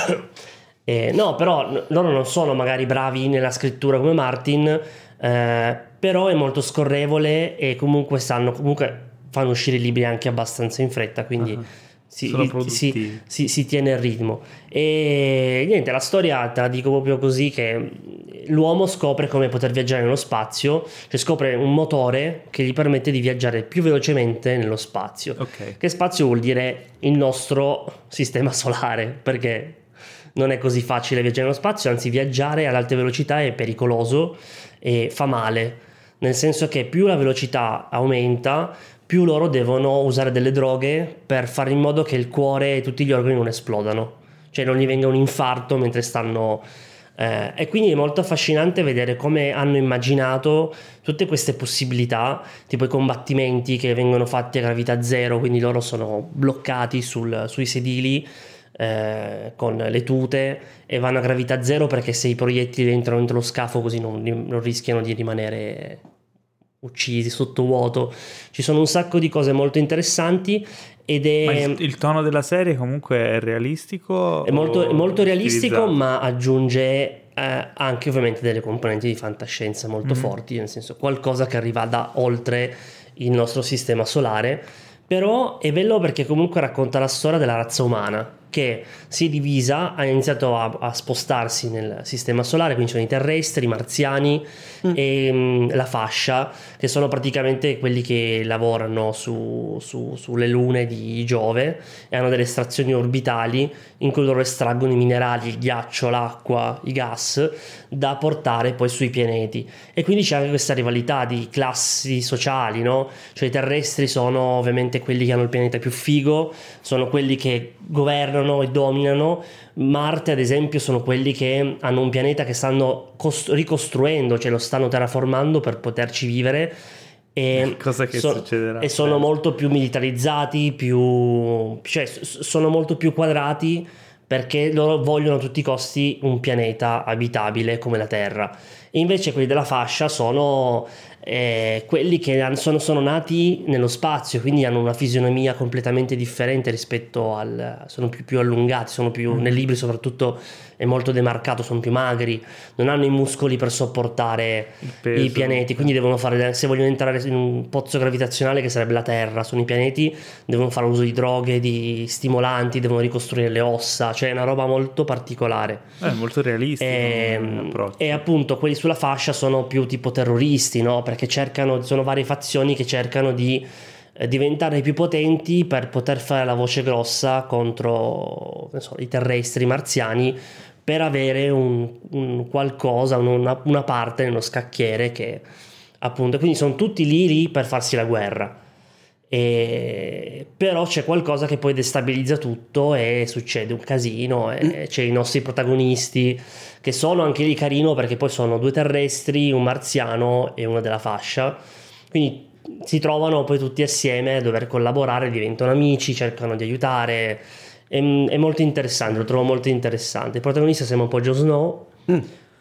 [SPEAKER 3] e, no, però n- loro non sono magari bravi nella scrittura come Martin, eh, però è molto scorrevole e comunque sanno, comunque fanno uscire i libri anche abbastanza in fretta, quindi...
[SPEAKER 1] Ah.
[SPEAKER 3] Si,
[SPEAKER 1] Sono
[SPEAKER 3] si-
[SPEAKER 1] produttivi.
[SPEAKER 3] si, si tiene il ritmo e niente, la storia te la dico proprio così, che l'uomo scopre come poter viaggiare nello spazio, cioè scopre un motore che gli permette di viaggiare più velocemente nello spazio.
[SPEAKER 1] Ok.
[SPEAKER 3] Che spazio vuol dire il nostro sistema solare, perché non è così facile viaggiare nello spazio, anzi viaggiare ad alte velocità è pericoloso e fa male, nel senso che più la velocità aumenta, più loro devono usare delle droghe per fare in modo che il cuore e tutti gli organi non esplodano, cioè non gli venga un infarto mentre stanno... Eh, e quindi è molto affascinante vedere come hanno immaginato tutte queste possibilità, tipo i combattimenti che vengono fatti a gravità zero, quindi loro sono bloccati sul- sui sedili eh, con le tute e vanno a gravità zero perché se i proiettili entrano dentro lo scafo così non, non rischiano di rimanere uccisi sotto vuoto. Ci sono un sacco di cose molto interessanti ed è,
[SPEAKER 1] Ma il, il tono della serie comunque è realistico?
[SPEAKER 3] è molto, è molto
[SPEAKER 1] o
[SPEAKER 3] realistico,
[SPEAKER 1] stilizzato?
[SPEAKER 3] ma aggiunge eh, anche ovviamente delle componenti di fantascienza molto
[SPEAKER 1] Mhm.
[SPEAKER 3] forti, nel senso qualcosa che arriva da oltre il nostro sistema solare. Però è bello perché comunque racconta la storia della razza umana, che si è divisa, ha iniziato a, a spostarsi nel sistema solare, quindi sono i terrestri, i marziani mm. e mh, la fascia, che sono praticamente quelli che lavorano su, su, sulle lune di Giove e hanno delle stazioni orbitali in cui loro estraggono i minerali, il ghiaccio, l'acqua, i gas da portare poi sui pianeti. E quindi c'è anche questa rivalità di classi sociali, no? Cioè i terrestri sono ovviamente quelli che hanno il pianeta più figo, sono quelli che governano e dominano. Marte ad esempio sono quelli che hanno un pianeta che stanno cost- ricostruendo, cioè lo stanno terraformando per poterci vivere, e,
[SPEAKER 1] cosa che
[SPEAKER 3] so-
[SPEAKER 1] succederà
[SPEAKER 3] e sono molto più militarizzati, più cioè s- sono molto più quadrati, perché loro vogliono a tutti i costi un pianeta abitabile come la Terra. E invece quelli della fascia sono eh, quelli che sono, sono nati nello spazio, quindi hanno una fisionomia completamente differente rispetto al... sono più, più allungati, sono più, nel libro soprattutto è molto demarcato, sono più magri, non hanno i muscoli per sopportare i pianeti, quindi devono fare, se vogliono entrare in un pozzo gravitazionale che sarebbe la Terra, sono i pianeti, devono fare uso di droghe, di stimolanti, devono ricostruire le ossa, cioè è una roba molto particolare.
[SPEAKER 1] È molto realistica.
[SPEAKER 3] E, e appunto quelli sulla fascia sono più tipo terroristi, no? Perché cercano, sono varie fazioni che cercano di eh, diventare più potenti per poter fare la voce grossa contro, non so, i terrestri marziani, per avere un, un qualcosa, una, una parte nello scacchiere che appunto, quindi sono tutti lì lì per farsi la guerra. E, però c'è qualcosa che poi destabilizza tutto e succede un casino, e c'è i nostri protagonisti che sono anche lì carino, perché poi sono due terrestri, un marziano e uno della fascia, quindi si trovano poi tutti assieme a dover collaborare, diventano amici, cercano di aiutare. È, è molto interessante, lo trovo molto interessante. Il protagonista sembra un po' Jon Snow, mm.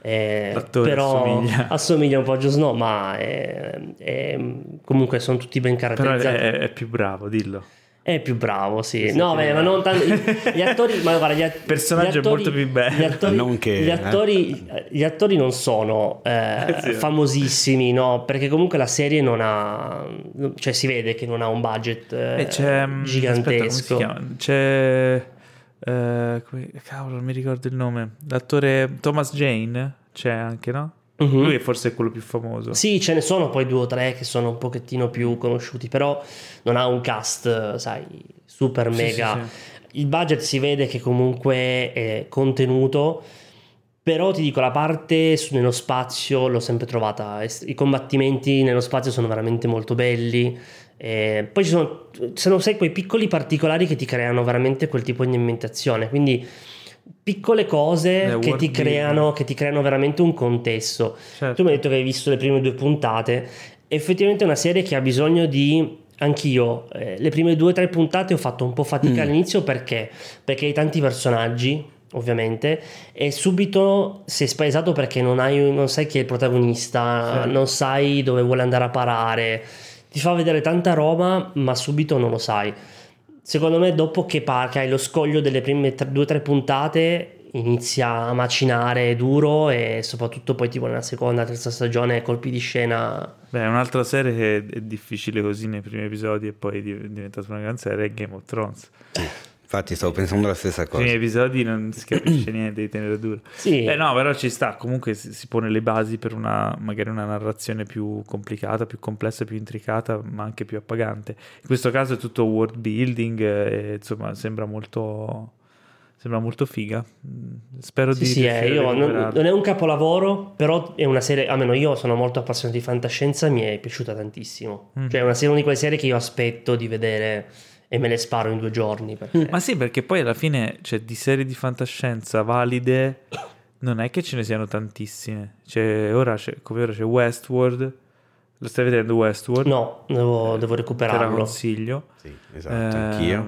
[SPEAKER 3] Eh, però
[SPEAKER 1] assomiglia.
[SPEAKER 3] assomiglia un po' a Jon Snow, ma è, è, comunque sono tutti ben caratterizzati.
[SPEAKER 1] Però è, è più bravo, dillo.
[SPEAKER 3] È più bravo, sì.
[SPEAKER 1] sì
[SPEAKER 3] no,
[SPEAKER 1] sì.
[SPEAKER 3] beh, ma non tanto. Gli attori, ma guarda, gli, att-
[SPEAKER 1] personaggio
[SPEAKER 3] gli attori,
[SPEAKER 1] è molto più bello.
[SPEAKER 3] Gli attori,
[SPEAKER 2] non che,
[SPEAKER 3] gli, attori
[SPEAKER 2] eh.
[SPEAKER 3] gli attori non sono eh,
[SPEAKER 1] sì.
[SPEAKER 3] famosissimi, no? Perché comunque la serie non ha, cioè si vede che non ha un budget eh,
[SPEAKER 1] e c'è,
[SPEAKER 3] gigantesco.
[SPEAKER 1] Aspetta, come si chiama? C'è eh, come, cavolo, non mi ricordo il nome. L'attore Thomas Jane c'è anche, no?
[SPEAKER 3] Uh-huh.
[SPEAKER 1] Lui è forse quello più famoso.
[SPEAKER 3] Sì, ce ne sono poi due o tre che sono un pochettino più conosciuti, però non ha un cast, sai, super mega.
[SPEAKER 1] Sì, sì, sì.
[SPEAKER 3] Il budget si vede che comunque è contenuto, però ti dico, la parte su, nello spazio l'ho sempre trovata. I combattimenti nello spazio sono veramente molto belli. E poi ci sono, se non sai, quei piccoli particolari che ti creano veramente quel tipo di ambientazione, quindi piccole cose
[SPEAKER 1] Le
[SPEAKER 3] che ti creano che ti creano veramente un contesto.
[SPEAKER 1] Certo.
[SPEAKER 3] Tu mi hai detto che hai visto le prime due puntate, effettivamente è una serie che ha bisogno di, anch'io eh, le prime due o tre puntate ho fatto un po' fatica mm. all'inizio, perché perché hai tanti personaggi ovviamente, e subito sei spaesato perché non hai non sai chi è il protagonista, sì. non sai dove vuole andare a parare, ti fa vedere tanta roba ma subito non lo sai. Secondo me dopo che, par- che hai lo scoglio delle prime tre, due o tre puntate inizia a macinare duro, e soprattutto poi tipo nella seconda, terza stagione colpi di scena.
[SPEAKER 1] Beh, un'altra serie che è difficile così nei primi episodi e poi è diventata una gran serie è Game of Thrones.
[SPEAKER 2] Infatti stavo pensando la stessa cosa.
[SPEAKER 1] Nei primi episodi non si capisce niente, di tenere duro.
[SPEAKER 3] Sì.
[SPEAKER 1] Eh no, però ci sta, comunque si, si pone le basi per una magari una narrazione più complicata, più complessa, più intricata, ma anche più appagante. In questo caso è tutto world building e insomma sembra molto sembra molto figa. Spero
[SPEAKER 3] sì,
[SPEAKER 1] di
[SPEAKER 3] sì, è, io, non, non è un capolavoro, però è una serie, almeno io sono molto appassionato di fantascienza, mi è piaciuta tantissimo. Mm. Cioè è una serie, una di quelle serie che io aspetto di vedere e me le sparo in due giorni perché...
[SPEAKER 1] Ma sì, perché poi alla fine, cioè, di serie di fantascienza valide non è che ce ne siano tantissime. Cioè, ora c'è, come ora c'è Westworld. Lo stai vedendo Westworld?
[SPEAKER 3] No, devo, devo recuperarlo.
[SPEAKER 1] Te la consiglio.
[SPEAKER 2] Sì, esatto, eh, anch'io.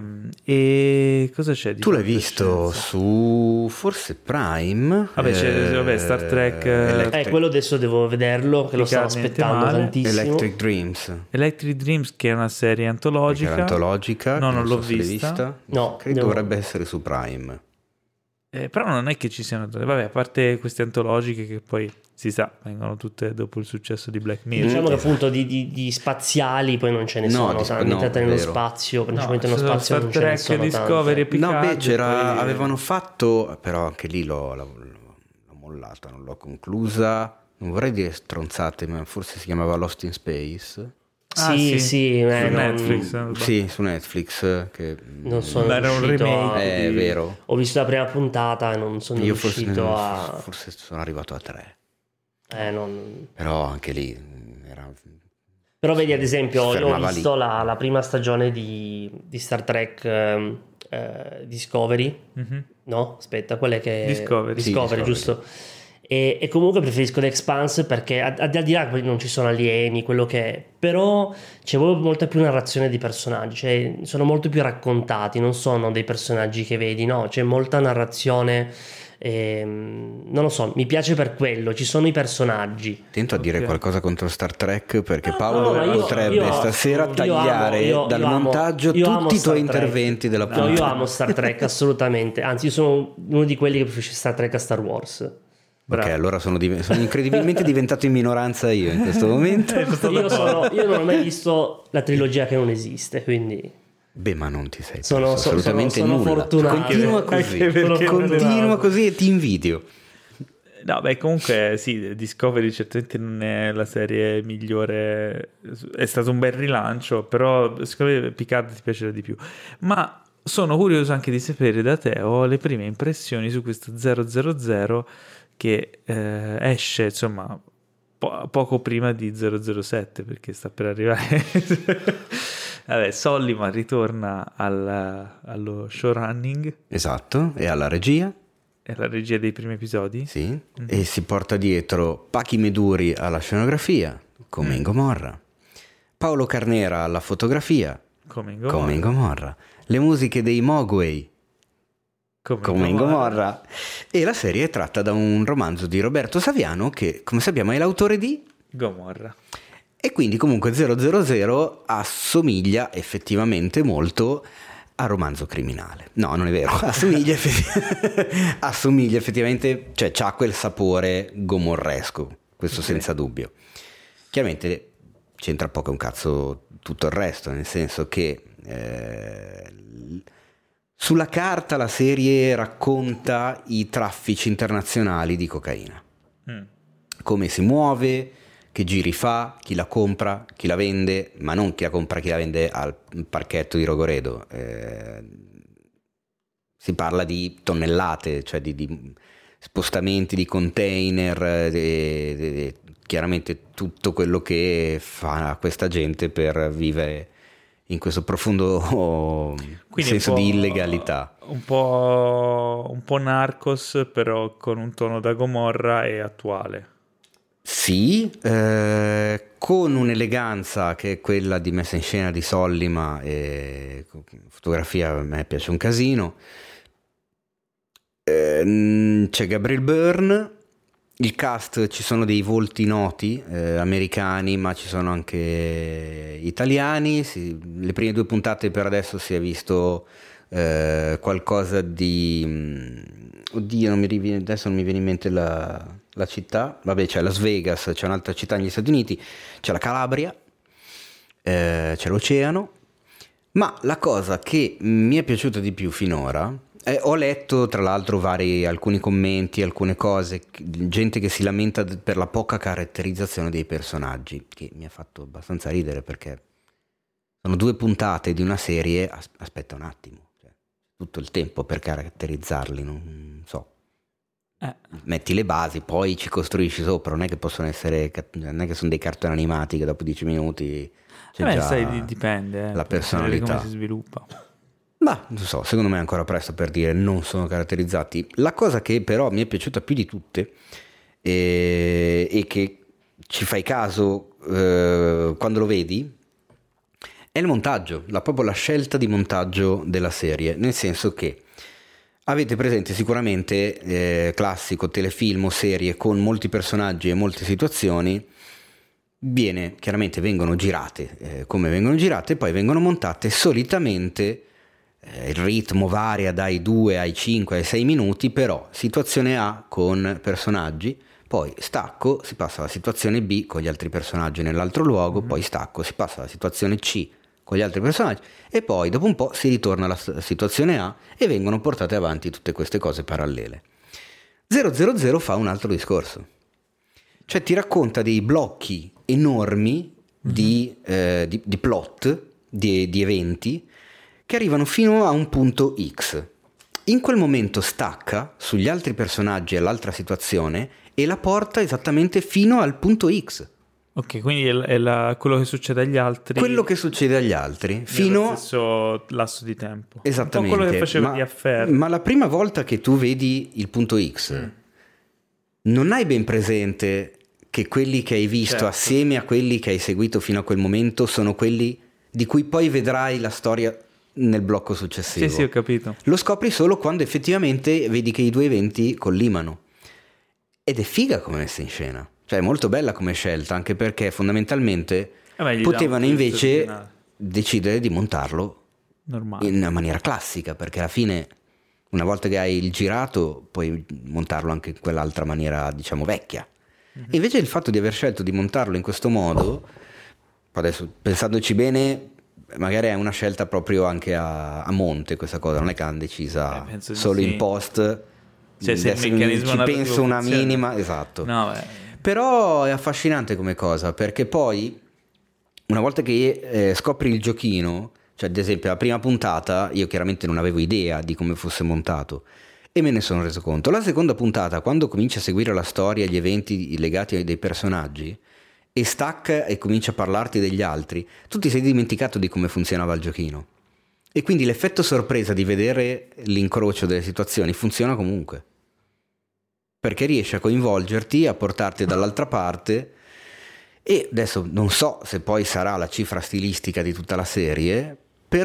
[SPEAKER 1] E cosa c'è di
[SPEAKER 2] Tu l'hai visto su forse Prime?
[SPEAKER 1] Vabbè, c'è
[SPEAKER 2] eh,
[SPEAKER 1] vabbè, Star Trek.
[SPEAKER 3] Eh, quello adesso devo vederlo, che lo stavo aspettando
[SPEAKER 1] male.
[SPEAKER 3] tantissimo.
[SPEAKER 2] Electric Dreams.
[SPEAKER 1] Electric Dreams, che è una serie antologica.
[SPEAKER 2] Che è antologica.
[SPEAKER 1] No, non, non
[SPEAKER 2] so
[SPEAKER 1] l'ho vista.
[SPEAKER 2] vista.
[SPEAKER 3] No,
[SPEAKER 2] credo
[SPEAKER 3] devo...
[SPEAKER 2] dovrebbe essere su Prime.
[SPEAKER 1] Eh, però non è che ci siano, vabbè, a parte queste antologiche che poi si sa, vengono tutte dopo il successo di Black Mirror.
[SPEAKER 3] Diciamo che
[SPEAKER 2] esatto.
[SPEAKER 3] appunto di, di, di spaziali poi non ce ne
[SPEAKER 2] No,
[SPEAKER 3] sono
[SPEAKER 2] di-
[SPEAKER 3] tanti,
[SPEAKER 2] no,
[SPEAKER 3] entrate nello
[SPEAKER 2] vero.
[SPEAKER 3] spazio,
[SPEAKER 1] No,
[SPEAKER 3] principalmente nello
[SPEAKER 1] ci sono
[SPEAKER 3] spazio
[SPEAKER 1] Star
[SPEAKER 3] non ce ne
[SPEAKER 1] Trek,
[SPEAKER 3] sono
[SPEAKER 1] Discovery e
[SPEAKER 3] tante.
[SPEAKER 2] No, beh,
[SPEAKER 1] Picard,
[SPEAKER 2] c'era,
[SPEAKER 1] poi-
[SPEAKER 2] avevano fatto, però anche lì l'ho, l'ho, l'ho mollata, non l'ho conclusa. Non vorrei dire stronzate, ma forse si chiamava Lost in Space.
[SPEAKER 1] Ah,
[SPEAKER 3] sì,
[SPEAKER 1] sì,
[SPEAKER 3] sì, eh,
[SPEAKER 1] su
[SPEAKER 3] non-
[SPEAKER 1] Netflix. eh,
[SPEAKER 2] Sì, su Netflix. Che,
[SPEAKER 3] Non sono
[SPEAKER 1] Era un
[SPEAKER 3] riuscito a...
[SPEAKER 1] remake.
[SPEAKER 2] È vero.
[SPEAKER 3] Ho visto la prima puntata e non sono
[SPEAKER 2] Io forse,
[SPEAKER 3] riuscito a...
[SPEAKER 2] forse sono arrivato a tre.
[SPEAKER 3] Eh, non...
[SPEAKER 2] Però anche lì era...
[SPEAKER 3] Però vedi, ad esempio, io ho
[SPEAKER 2] Fermava lì.
[SPEAKER 3] visto la, la prima stagione di, di Star Trek ehm, eh, Discovery,
[SPEAKER 1] Mhm.
[SPEAKER 3] no? Aspetta, quella che...
[SPEAKER 1] Discovery.
[SPEAKER 2] Sì,
[SPEAKER 3] Discovery,
[SPEAKER 2] Discovery.
[SPEAKER 3] giusto? E, e comunque preferisco The Expanse perché a- al di là che non ci sono alieni, quello che è, però c'è proprio molta più narrazione di personaggi, cioè sono molto più raccontati, non sono dei personaggi che vedi, no? C'è molta narrazione, ehm, non lo so, mi piace per quello, ci sono i personaggi.
[SPEAKER 2] Tento a dire
[SPEAKER 1] Ok.
[SPEAKER 2] qualcosa contro Star Trek perché
[SPEAKER 3] No,
[SPEAKER 2] Paolo
[SPEAKER 3] no, ma io-
[SPEAKER 2] potrebbe
[SPEAKER 3] io-
[SPEAKER 2] stasera
[SPEAKER 3] io
[SPEAKER 2] tagliare
[SPEAKER 3] amo- io-
[SPEAKER 2] dal
[SPEAKER 3] io amo-
[SPEAKER 2] montaggio
[SPEAKER 3] io amo
[SPEAKER 2] tutti i tuoi
[SPEAKER 3] Star Trek.
[SPEAKER 2] interventi della
[SPEAKER 3] No,
[SPEAKER 2] puntata.
[SPEAKER 3] io amo Star Trek assolutamente, anzi io sono uno di quelli che preferisce Star Trek a Star Wars.
[SPEAKER 2] Ok,
[SPEAKER 1] Bravo.
[SPEAKER 2] allora sono, div- sono incredibilmente diventato in minoranza io in questo momento.
[SPEAKER 1] Eh, sono
[SPEAKER 3] Io,
[SPEAKER 1] d'accordo.
[SPEAKER 3] sono- io non ho mai visto la trilogia che non esiste, quindi
[SPEAKER 2] Beh, ma non ti sei perso
[SPEAKER 3] Sono- sono-
[SPEAKER 2] assolutamente
[SPEAKER 3] sono- sono
[SPEAKER 2] nulla.
[SPEAKER 3] fortunato.
[SPEAKER 2] Continua
[SPEAKER 1] Anche
[SPEAKER 2] così,
[SPEAKER 1] perché non
[SPEAKER 2] continua
[SPEAKER 1] eravamo.
[SPEAKER 2] così e ti invidio.
[SPEAKER 1] No, beh, comunque sì, Discovery certamente non è la serie migliore, è stato un bel rilancio, però secondo me Picard ti piacerà di più. Ma sono curioso anche di sapere da te, ho le prime impressioni su questo zero zero zero che eh, esce, insomma, po- poco prima di zero zero sette, perché sta per arrivare. Vabbè, Solliman ritorna al- allo showrunning,
[SPEAKER 2] Esatto, e alla regia,
[SPEAKER 1] è la regia dei primi episodi.
[SPEAKER 2] sì, e si porta dietro Pachi Meduri alla scenografia, come in Gomorra, Paolo Carnera alla fotografia,
[SPEAKER 1] Come in
[SPEAKER 2] come in
[SPEAKER 1] Gomorra.
[SPEAKER 2] Gomorra, le musiche dei Mogwai, come in Gomorra, e la serie è tratta da un romanzo di Roberto Saviano che, come sappiamo, è l'autore di...
[SPEAKER 1] Gomorra.
[SPEAKER 2] E quindi comunque zero zero zero assomiglia effettivamente molto a Romanzo Criminale. No, non è vero, assomiglia, effetti- assomiglia effettivamente, cioè c'ha quel sapore gomorresco, questo
[SPEAKER 1] Ok.
[SPEAKER 2] senza dubbio. Chiaramente c'entra poco un cazzo tutto il resto, nel senso che eh, sulla carta la serie racconta i traffici internazionali di cocaina,
[SPEAKER 1] Mm.
[SPEAKER 2] come si muove, che giri fa, chi la compra, chi la vende, ma non chi la compra, chi la vende al parchetto di Rogoredo. Eh, si parla di tonnellate, cioè di, di spostamenti di container, eh, de- de- de- chiaramente tutto quello che fa questa gente per vivere in questo profondo oh,
[SPEAKER 1] Quindi
[SPEAKER 2] senso
[SPEAKER 1] un po'-
[SPEAKER 2] di illegalità.
[SPEAKER 1] Un po', un po' Narcos, però con un tono da Gomorra e attuale.
[SPEAKER 2] Sì, eh, con un'eleganza che è quella di messa in scena di Sollima, e fotografia a me piace un casino. Eh, c'è Gabriel Byrne, il cast, ci sono dei volti noti, eh, americani, ma ci sono anche italiani. Si- le prime due puntate per adesso si è visto eh, qualcosa di... mm, oddio, non mi riviene, adesso non mi viene in mente la, la città. Vabbè, c'è Las Vegas, c'è un'altra città negli Stati Uniti, c'è la Calabria, eh, c'è l'oceano. Ma la cosa che mi è piaciuta di più finora, eh, ho letto tra l'altro vari, alcuni commenti, alcune cose, gente che si lamenta d- per la poca caratterizzazione dei personaggi, che mi ha fatto abbastanza ridere perché sono due puntate di una serie, as- aspetta un attimo, cioè, tutto il tempo per caratterizzarli, non so.
[SPEAKER 1] Eh.
[SPEAKER 2] Metti le basi, poi ci costruisci sopra, non è che possono essere, cat- non è che sono dei cartoni animati che dopo dieci minuti c'è
[SPEAKER 1] Beh,
[SPEAKER 2] già
[SPEAKER 1] sai, di- dipende. Eh,
[SPEAKER 2] la
[SPEAKER 1] per vedere
[SPEAKER 2] personalità.
[SPEAKER 1] come si sviluppa.
[SPEAKER 2] Ma non so, secondo me è ancora presto per dire non sono caratterizzati. La cosa che però mi è piaciuta più di tutte e, e che ci fai caso eh, quando lo vedi è il montaggio, la, proprio la scelta di montaggio della serie, nel senso che avete presente sicuramente eh, classico telefilm o serie con molti personaggi e molte situazioni. Viene, chiaramente vengono girate eh, come vengono girate, poi vengono montate solitamente eh, il ritmo varia dai due ai cinque ai sei minuti, però situazione A con personaggi, poi stacco, si passa alla situazione B con gli altri personaggi nell'altro luogo, mm-hmm. poi stacco, si passa alla situazione C con gli altri personaggi e poi dopo un po' si ritorna alla situazione A e vengono portate avanti tutte queste cose parallele. zero zero zero fa un altro discorso, cioè ti racconta dei blocchi enormi mm-hmm. di, eh, di, di plot, di, di eventi che arrivano fino a un punto X. In quel momento stacca sugli altri personaggi e all'altra situazione e la porta esattamente fino al punto X.
[SPEAKER 1] Ok, quindi è, è la, quello che succede agli altri.
[SPEAKER 2] Quello che succede agli altri fino
[SPEAKER 1] allo stesso lasso di tempo.
[SPEAKER 2] Esattamente.
[SPEAKER 1] Un po' quello che faceva
[SPEAKER 2] ma,
[SPEAKER 1] di Affair.
[SPEAKER 2] Ma la prima volta che tu vedi il punto X mm. non hai ben presente che quelli che hai visto certo. assieme a quelli che hai seguito fino a quel momento sono quelli di cui poi vedrai la storia nel blocco successivo.
[SPEAKER 1] Sì, sì, ho capito.
[SPEAKER 2] Lo scopri solo quando effettivamente vedi che i due eventi collimano. Ed è figa come messa in scena. Cioè è molto bella come scelta, anche perché fondamentalmente eh, potevano invece decidere di montarlo normale, in maniera classica, perché alla fine una volta che hai il girato puoi montarlo anche in quell'altra maniera, diciamo, vecchia. Mm-hmm. E invece il fatto di aver scelto di montarlo in questo modo, adesso pensandoci bene, magari è una scelta proprio anche a, a monte questa cosa, non è che hanno decisa eh, solo di in sì. post,
[SPEAKER 1] cioè se il meccanismo
[SPEAKER 2] ci penso una funzione. Minima, esatto.
[SPEAKER 1] No, beh.
[SPEAKER 2] Però è affascinante come cosa, perché poi una volta che eh, scopri il giochino, cioè ad esempio la prima puntata io chiaramente non avevo idea di come fosse montato e me ne sono reso conto. La seconda puntata, quando cominci a seguire la storia, gli eventi legati ai dei personaggi e stacca e comincia a parlarti degli altri, tu ti sei dimenticato di come funzionava il giochino e quindi l'effetto sorpresa di vedere l'incrocio delle situazioni funziona comunque, perché riesce a coinvolgerti, a portarti dall'altra parte. E adesso non so se poi sarà la cifra stilistica di tutta la serie,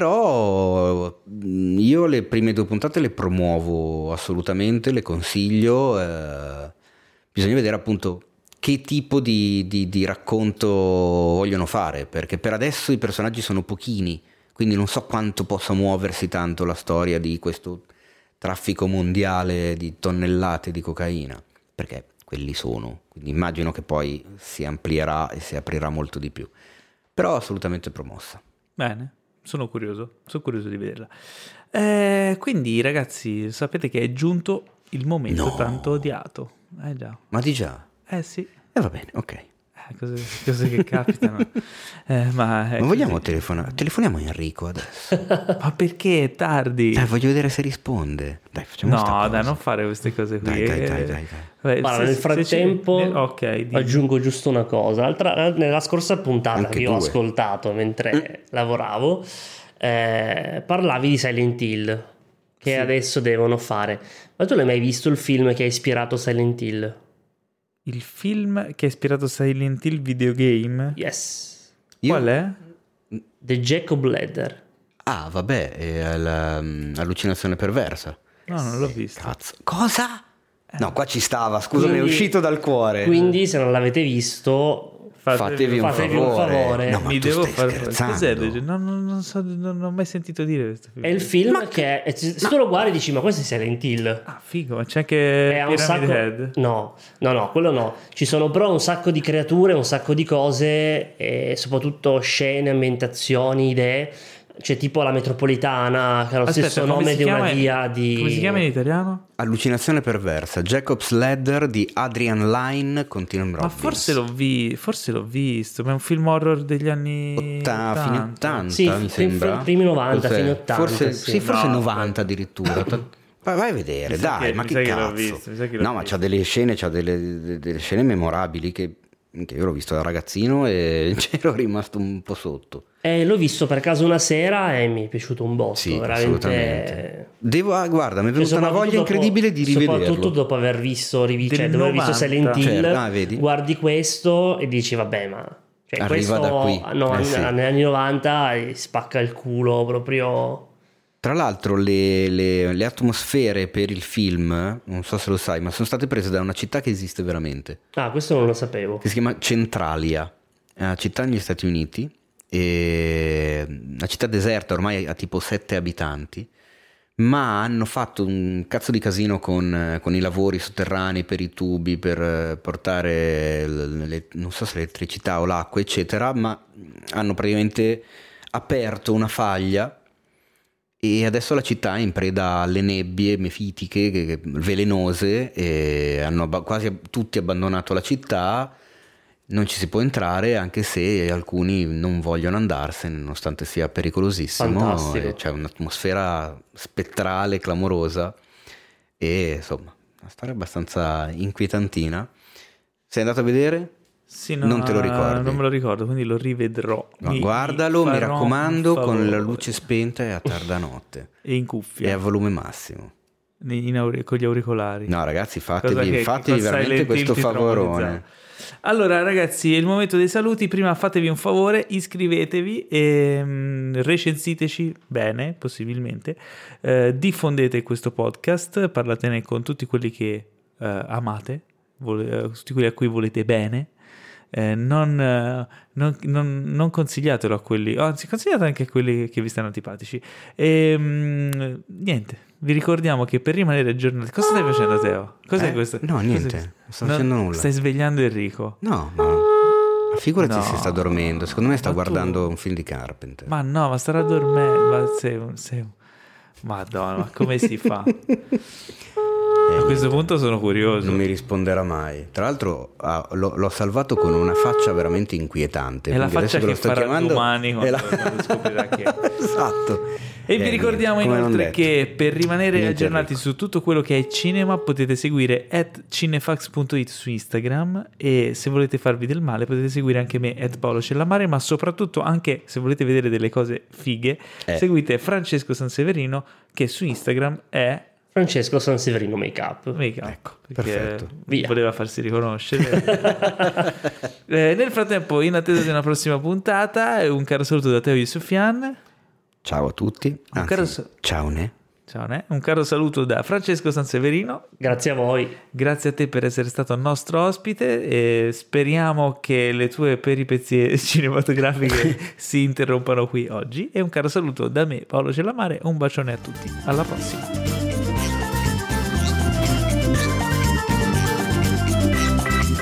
[SPEAKER 2] però io le prime due puntate le promuovo assolutamente, le consiglio. Eh, bisogna vedere appunto che tipo di, di, di racconto vogliono fare, perché per adesso i personaggi sono pochini, quindi non so quanto possa muoversi tanto la storia di questo traffico mondiale di tonnellate di cocaina, perché quelli sono, quindi immagino che poi si amplierà e si aprirà molto di più, però assolutamente promossa.
[SPEAKER 1] Bene, sono curioso, sono curioso di vederla. Eh, quindi ragazzi, sapete che è giunto il momento no. tanto odiato. Eh già.
[SPEAKER 2] Ma di già?
[SPEAKER 1] Eh sì.
[SPEAKER 2] E eh, va bene, ok.
[SPEAKER 1] Cose, cose che capitano. eh, ma
[SPEAKER 2] ma vogliamo telefonare? Telefoniamo a Enrico adesso.
[SPEAKER 1] Ma perché è tardi?
[SPEAKER 2] Dai, voglio vedere se risponde. Dai, facciamo
[SPEAKER 1] no,
[SPEAKER 2] sta cosa.
[SPEAKER 1] dai, non fare queste cose qui.
[SPEAKER 2] Dai, dai, dai, dai,
[SPEAKER 1] dai.
[SPEAKER 3] Allora, nel frattempo
[SPEAKER 1] ci... okay,
[SPEAKER 3] aggiungo giusto una cosa. L'altra, nella scorsa puntata Anche che due. ho ascoltato mentre mm. lavoravo, eh, parlavi di Silent Hill che sì. adesso devono fare. Ma tu l'hai mai visto il film che ha ispirato Silent Hill?
[SPEAKER 1] Il film che ha ispirato Silent Hill videogame?
[SPEAKER 3] Yes.
[SPEAKER 1] Qual
[SPEAKER 2] Io...
[SPEAKER 1] è?
[SPEAKER 3] The Jacob Ladder.
[SPEAKER 2] Ah, vabbè, è l'allucinazione perversa.
[SPEAKER 1] No, non l'ho visto.
[SPEAKER 2] Cazzo. Cosa? No, qua ci stava, scusa,
[SPEAKER 3] quindi,
[SPEAKER 2] mi è uscito dal cuore.
[SPEAKER 3] Quindi se non l'avete visto...
[SPEAKER 2] Fatevi, un,
[SPEAKER 3] fatevi
[SPEAKER 2] favore.
[SPEAKER 3] un favore.
[SPEAKER 2] No, ma
[SPEAKER 1] mi
[SPEAKER 2] tu
[SPEAKER 1] devo
[SPEAKER 2] stai
[SPEAKER 1] fare.
[SPEAKER 2] scherzando.
[SPEAKER 1] Cos'è? Non, non, non, so, non, non ho mai sentito dire questo film.
[SPEAKER 3] È il film
[SPEAKER 2] ma
[SPEAKER 3] che è, se
[SPEAKER 2] ma...
[SPEAKER 3] tu lo guardi dici ma questo è Silent Hill.
[SPEAKER 1] Ah, figo, ma c'è anche
[SPEAKER 3] è un
[SPEAKER 1] Pyramid
[SPEAKER 3] sacco...
[SPEAKER 1] Head?
[SPEAKER 3] No, no, no, quello no. Ci sono però un sacco di creature, un sacco di cose e soprattutto scene, ambientazioni, idee. C'è tipo la metropolitana che ha lo
[SPEAKER 1] Aspetta,
[SPEAKER 3] stesso nome di una via di...
[SPEAKER 1] Come si chiama in italiano?
[SPEAKER 2] Allucinazione perversa, Jacob's Ladder di Adrian Lyne con Tim Robbins.
[SPEAKER 1] Ma forse l'ho, vi... forse l'ho visto, ma è un film horror degli anni
[SPEAKER 2] ottanta, fine ottanta,
[SPEAKER 3] sì,
[SPEAKER 2] mi sembra.
[SPEAKER 3] Primi novanta,
[SPEAKER 2] Cos'è?
[SPEAKER 3] fine ottanta.
[SPEAKER 2] Forse, sì, sì forse
[SPEAKER 1] no,
[SPEAKER 2] novanta addirittura. Vai, vai a vedere,
[SPEAKER 1] mi sa
[SPEAKER 2] dai,
[SPEAKER 1] che,
[SPEAKER 2] ma
[SPEAKER 1] mi
[SPEAKER 2] che
[SPEAKER 1] sa
[SPEAKER 2] cazzo.
[SPEAKER 1] Che l'ho visto, mi sa che l'ho
[SPEAKER 2] no, ma
[SPEAKER 1] visto.
[SPEAKER 2] c'ha delle scene, c'ha delle, delle scene memorabili che, che io l'ho visto da ragazzino e c'ero rimasto un po' sotto.
[SPEAKER 3] Eh, l'ho visto per caso una sera e mi è piaciuto un botto,
[SPEAKER 2] sì,
[SPEAKER 3] veramente.
[SPEAKER 2] Assolutamente. Devo, ah, guarda, mi è venuta
[SPEAKER 3] cioè,
[SPEAKER 2] una voglia
[SPEAKER 3] dopo,
[SPEAKER 2] incredibile di rivederlo.
[SPEAKER 3] Soprattutto dopo aver visto, rivi- cioè, dopo aver visto Silent Hill,
[SPEAKER 2] certo. ah, vedi?
[SPEAKER 3] guardi questo e dici vabbè, ma cioè,
[SPEAKER 2] arriva
[SPEAKER 3] questo,
[SPEAKER 2] da qui.
[SPEAKER 3] No,
[SPEAKER 2] eh, sì.
[SPEAKER 3] negli anni novanta spacca il culo proprio.
[SPEAKER 2] Tra l'altro le, le, le atmosfere per il film, non so se lo sai, ma sono state prese da una città che esiste veramente.
[SPEAKER 3] Ah, questo non lo sapevo.
[SPEAKER 2] Che si chiama Centralia, è una città negli Stati Uniti e una città deserta, ormai ha tipo sette abitanti, ma hanno fatto un cazzo di casino con, con i lavori sotterranei per i tubi, per portare le, non so se l'elettricità o l'acqua eccetera, ma hanno praticamente aperto una faglia e adesso la città è in preda alle nebbie mefitiche, che, che, velenose, e hanno abba- quasi tutti abbandonato la città. Non ci si può entrare, anche se alcuni non vogliono andarsene nonostante sia pericolosissimo.
[SPEAKER 3] Fantastico.
[SPEAKER 2] C'è un'atmosfera spettrale, clamorosa e insomma una storia abbastanza inquietantina. Sei andato a vedere?
[SPEAKER 1] Sì, no,
[SPEAKER 2] Non te lo ricordi?
[SPEAKER 1] Non me lo ricordo, quindi lo rivedrò.
[SPEAKER 2] No,
[SPEAKER 1] Mi-
[SPEAKER 2] guardalo, mi,
[SPEAKER 1] farò un
[SPEAKER 2] raccomando, con la
[SPEAKER 1] favore.
[SPEAKER 2] luce spenta e a tarda notte
[SPEAKER 1] E in
[SPEAKER 2] e
[SPEAKER 1] cuffia,
[SPEAKER 2] a volume massimo.
[SPEAKER 1] in auri- con gli auricolari.
[SPEAKER 2] No ragazzi,
[SPEAKER 1] Cosa
[SPEAKER 2] fatevi,
[SPEAKER 1] che
[SPEAKER 2] fatevi
[SPEAKER 1] con
[SPEAKER 2] veramente
[SPEAKER 1] Silent
[SPEAKER 2] questo
[SPEAKER 1] Hill ti
[SPEAKER 2] favorone.
[SPEAKER 1] traumatizzava. Allora ragazzi, è il momento dei saluti. Prima fatevi un favore, iscrivetevi e mm, recensiteci bene, possibilmente. Eh, diffondete questo podcast, parlatene con tutti quelli che eh, amate, vole- eh, tutti quelli a cui volete bene. Eh, non, eh, non, non, non consigliatelo a quelli, anzi consigliate anche a quelli che vi stanno antipatici. E mm, niente, vi ricordiamo che per rimanere aggiornati, cosa stai facendo Teo? Cos'è
[SPEAKER 2] Eh?
[SPEAKER 1] questo?
[SPEAKER 2] No, niente,
[SPEAKER 1] Cos'è?
[SPEAKER 2] non sto facendo nulla.
[SPEAKER 1] Stai svegliando Enrico.
[SPEAKER 2] No, ma ma figurati
[SPEAKER 1] No.
[SPEAKER 2] se sta dormendo. Secondo me sta
[SPEAKER 1] Ma tu-
[SPEAKER 2] guardando un film di Carpenter.
[SPEAKER 1] Ma no, ma starà dormendo. Ma sei, un- sei un- Madonna, ma come si fa? A questo punto sono curioso.
[SPEAKER 2] Non mi risponderà mai. Tra l'altro ah, l'ho, l'ho salvato con una faccia veramente inquietante.
[SPEAKER 1] È la
[SPEAKER 2] quindi
[SPEAKER 1] faccia
[SPEAKER 2] adesso
[SPEAKER 1] che
[SPEAKER 2] lo sto
[SPEAKER 1] farà
[SPEAKER 2] chiamando,
[SPEAKER 1] domani
[SPEAKER 2] è
[SPEAKER 1] quando,
[SPEAKER 2] la-
[SPEAKER 1] quando scoprirà che...
[SPEAKER 2] Esatto.
[SPEAKER 1] E vi
[SPEAKER 2] Eh,
[SPEAKER 1] ricordiamo
[SPEAKER 2] come non
[SPEAKER 1] inoltre
[SPEAKER 2] detto.
[SPEAKER 1] che per rimanere
[SPEAKER 2] Niente
[SPEAKER 1] aggiornati
[SPEAKER 2] Enrico.
[SPEAKER 1] su tutto quello che è cinema potete seguire at cinefax punto it su Instagram, e se volete farvi del male potete seguire anche me at Paolo Cellamare, ma soprattutto anche se volete vedere delle cose fighe
[SPEAKER 2] Eh.
[SPEAKER 1] seguite Francesco Sanseverino, che su Instagram è
[SPEAKER 3] Francesco Sanseverino Makeup.
[SPEAKER 1] Make up,
[SPEAKER 2] Ecco,
[SPEAKER 1] perché
[SPEAKER 2] perfetto.
[SPEAKER 3] Via.
[SPEAKER 1] voleva farsi riconoscere. Eh, nel frattempo, in attesa di una prossima puntata, un caro saluto da Teo Yusufian.
[SPEAKER 2] Ciao a tutti. Anzi,
[SPEAKER 1] caro sa-
[SPEAKER 2] ciao Ne.
[SPEAKER 1] Ciao, ne? Un caro saluto da Francesco Sanseverino.
[SPEAKER 3] Grazie a voi.
[SPEAKER 1] Grazie a te per essere stato nostro ospite e speriamo che le tue peripezie cinematografiche si interrompano qui oggi. E un caro saluto da me, Paolo Cellamare. Un bacione a tutti. Alla prossima.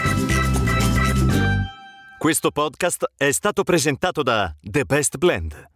[SPEAKER 5] Questo podcast è stato presentato da The Best Blend,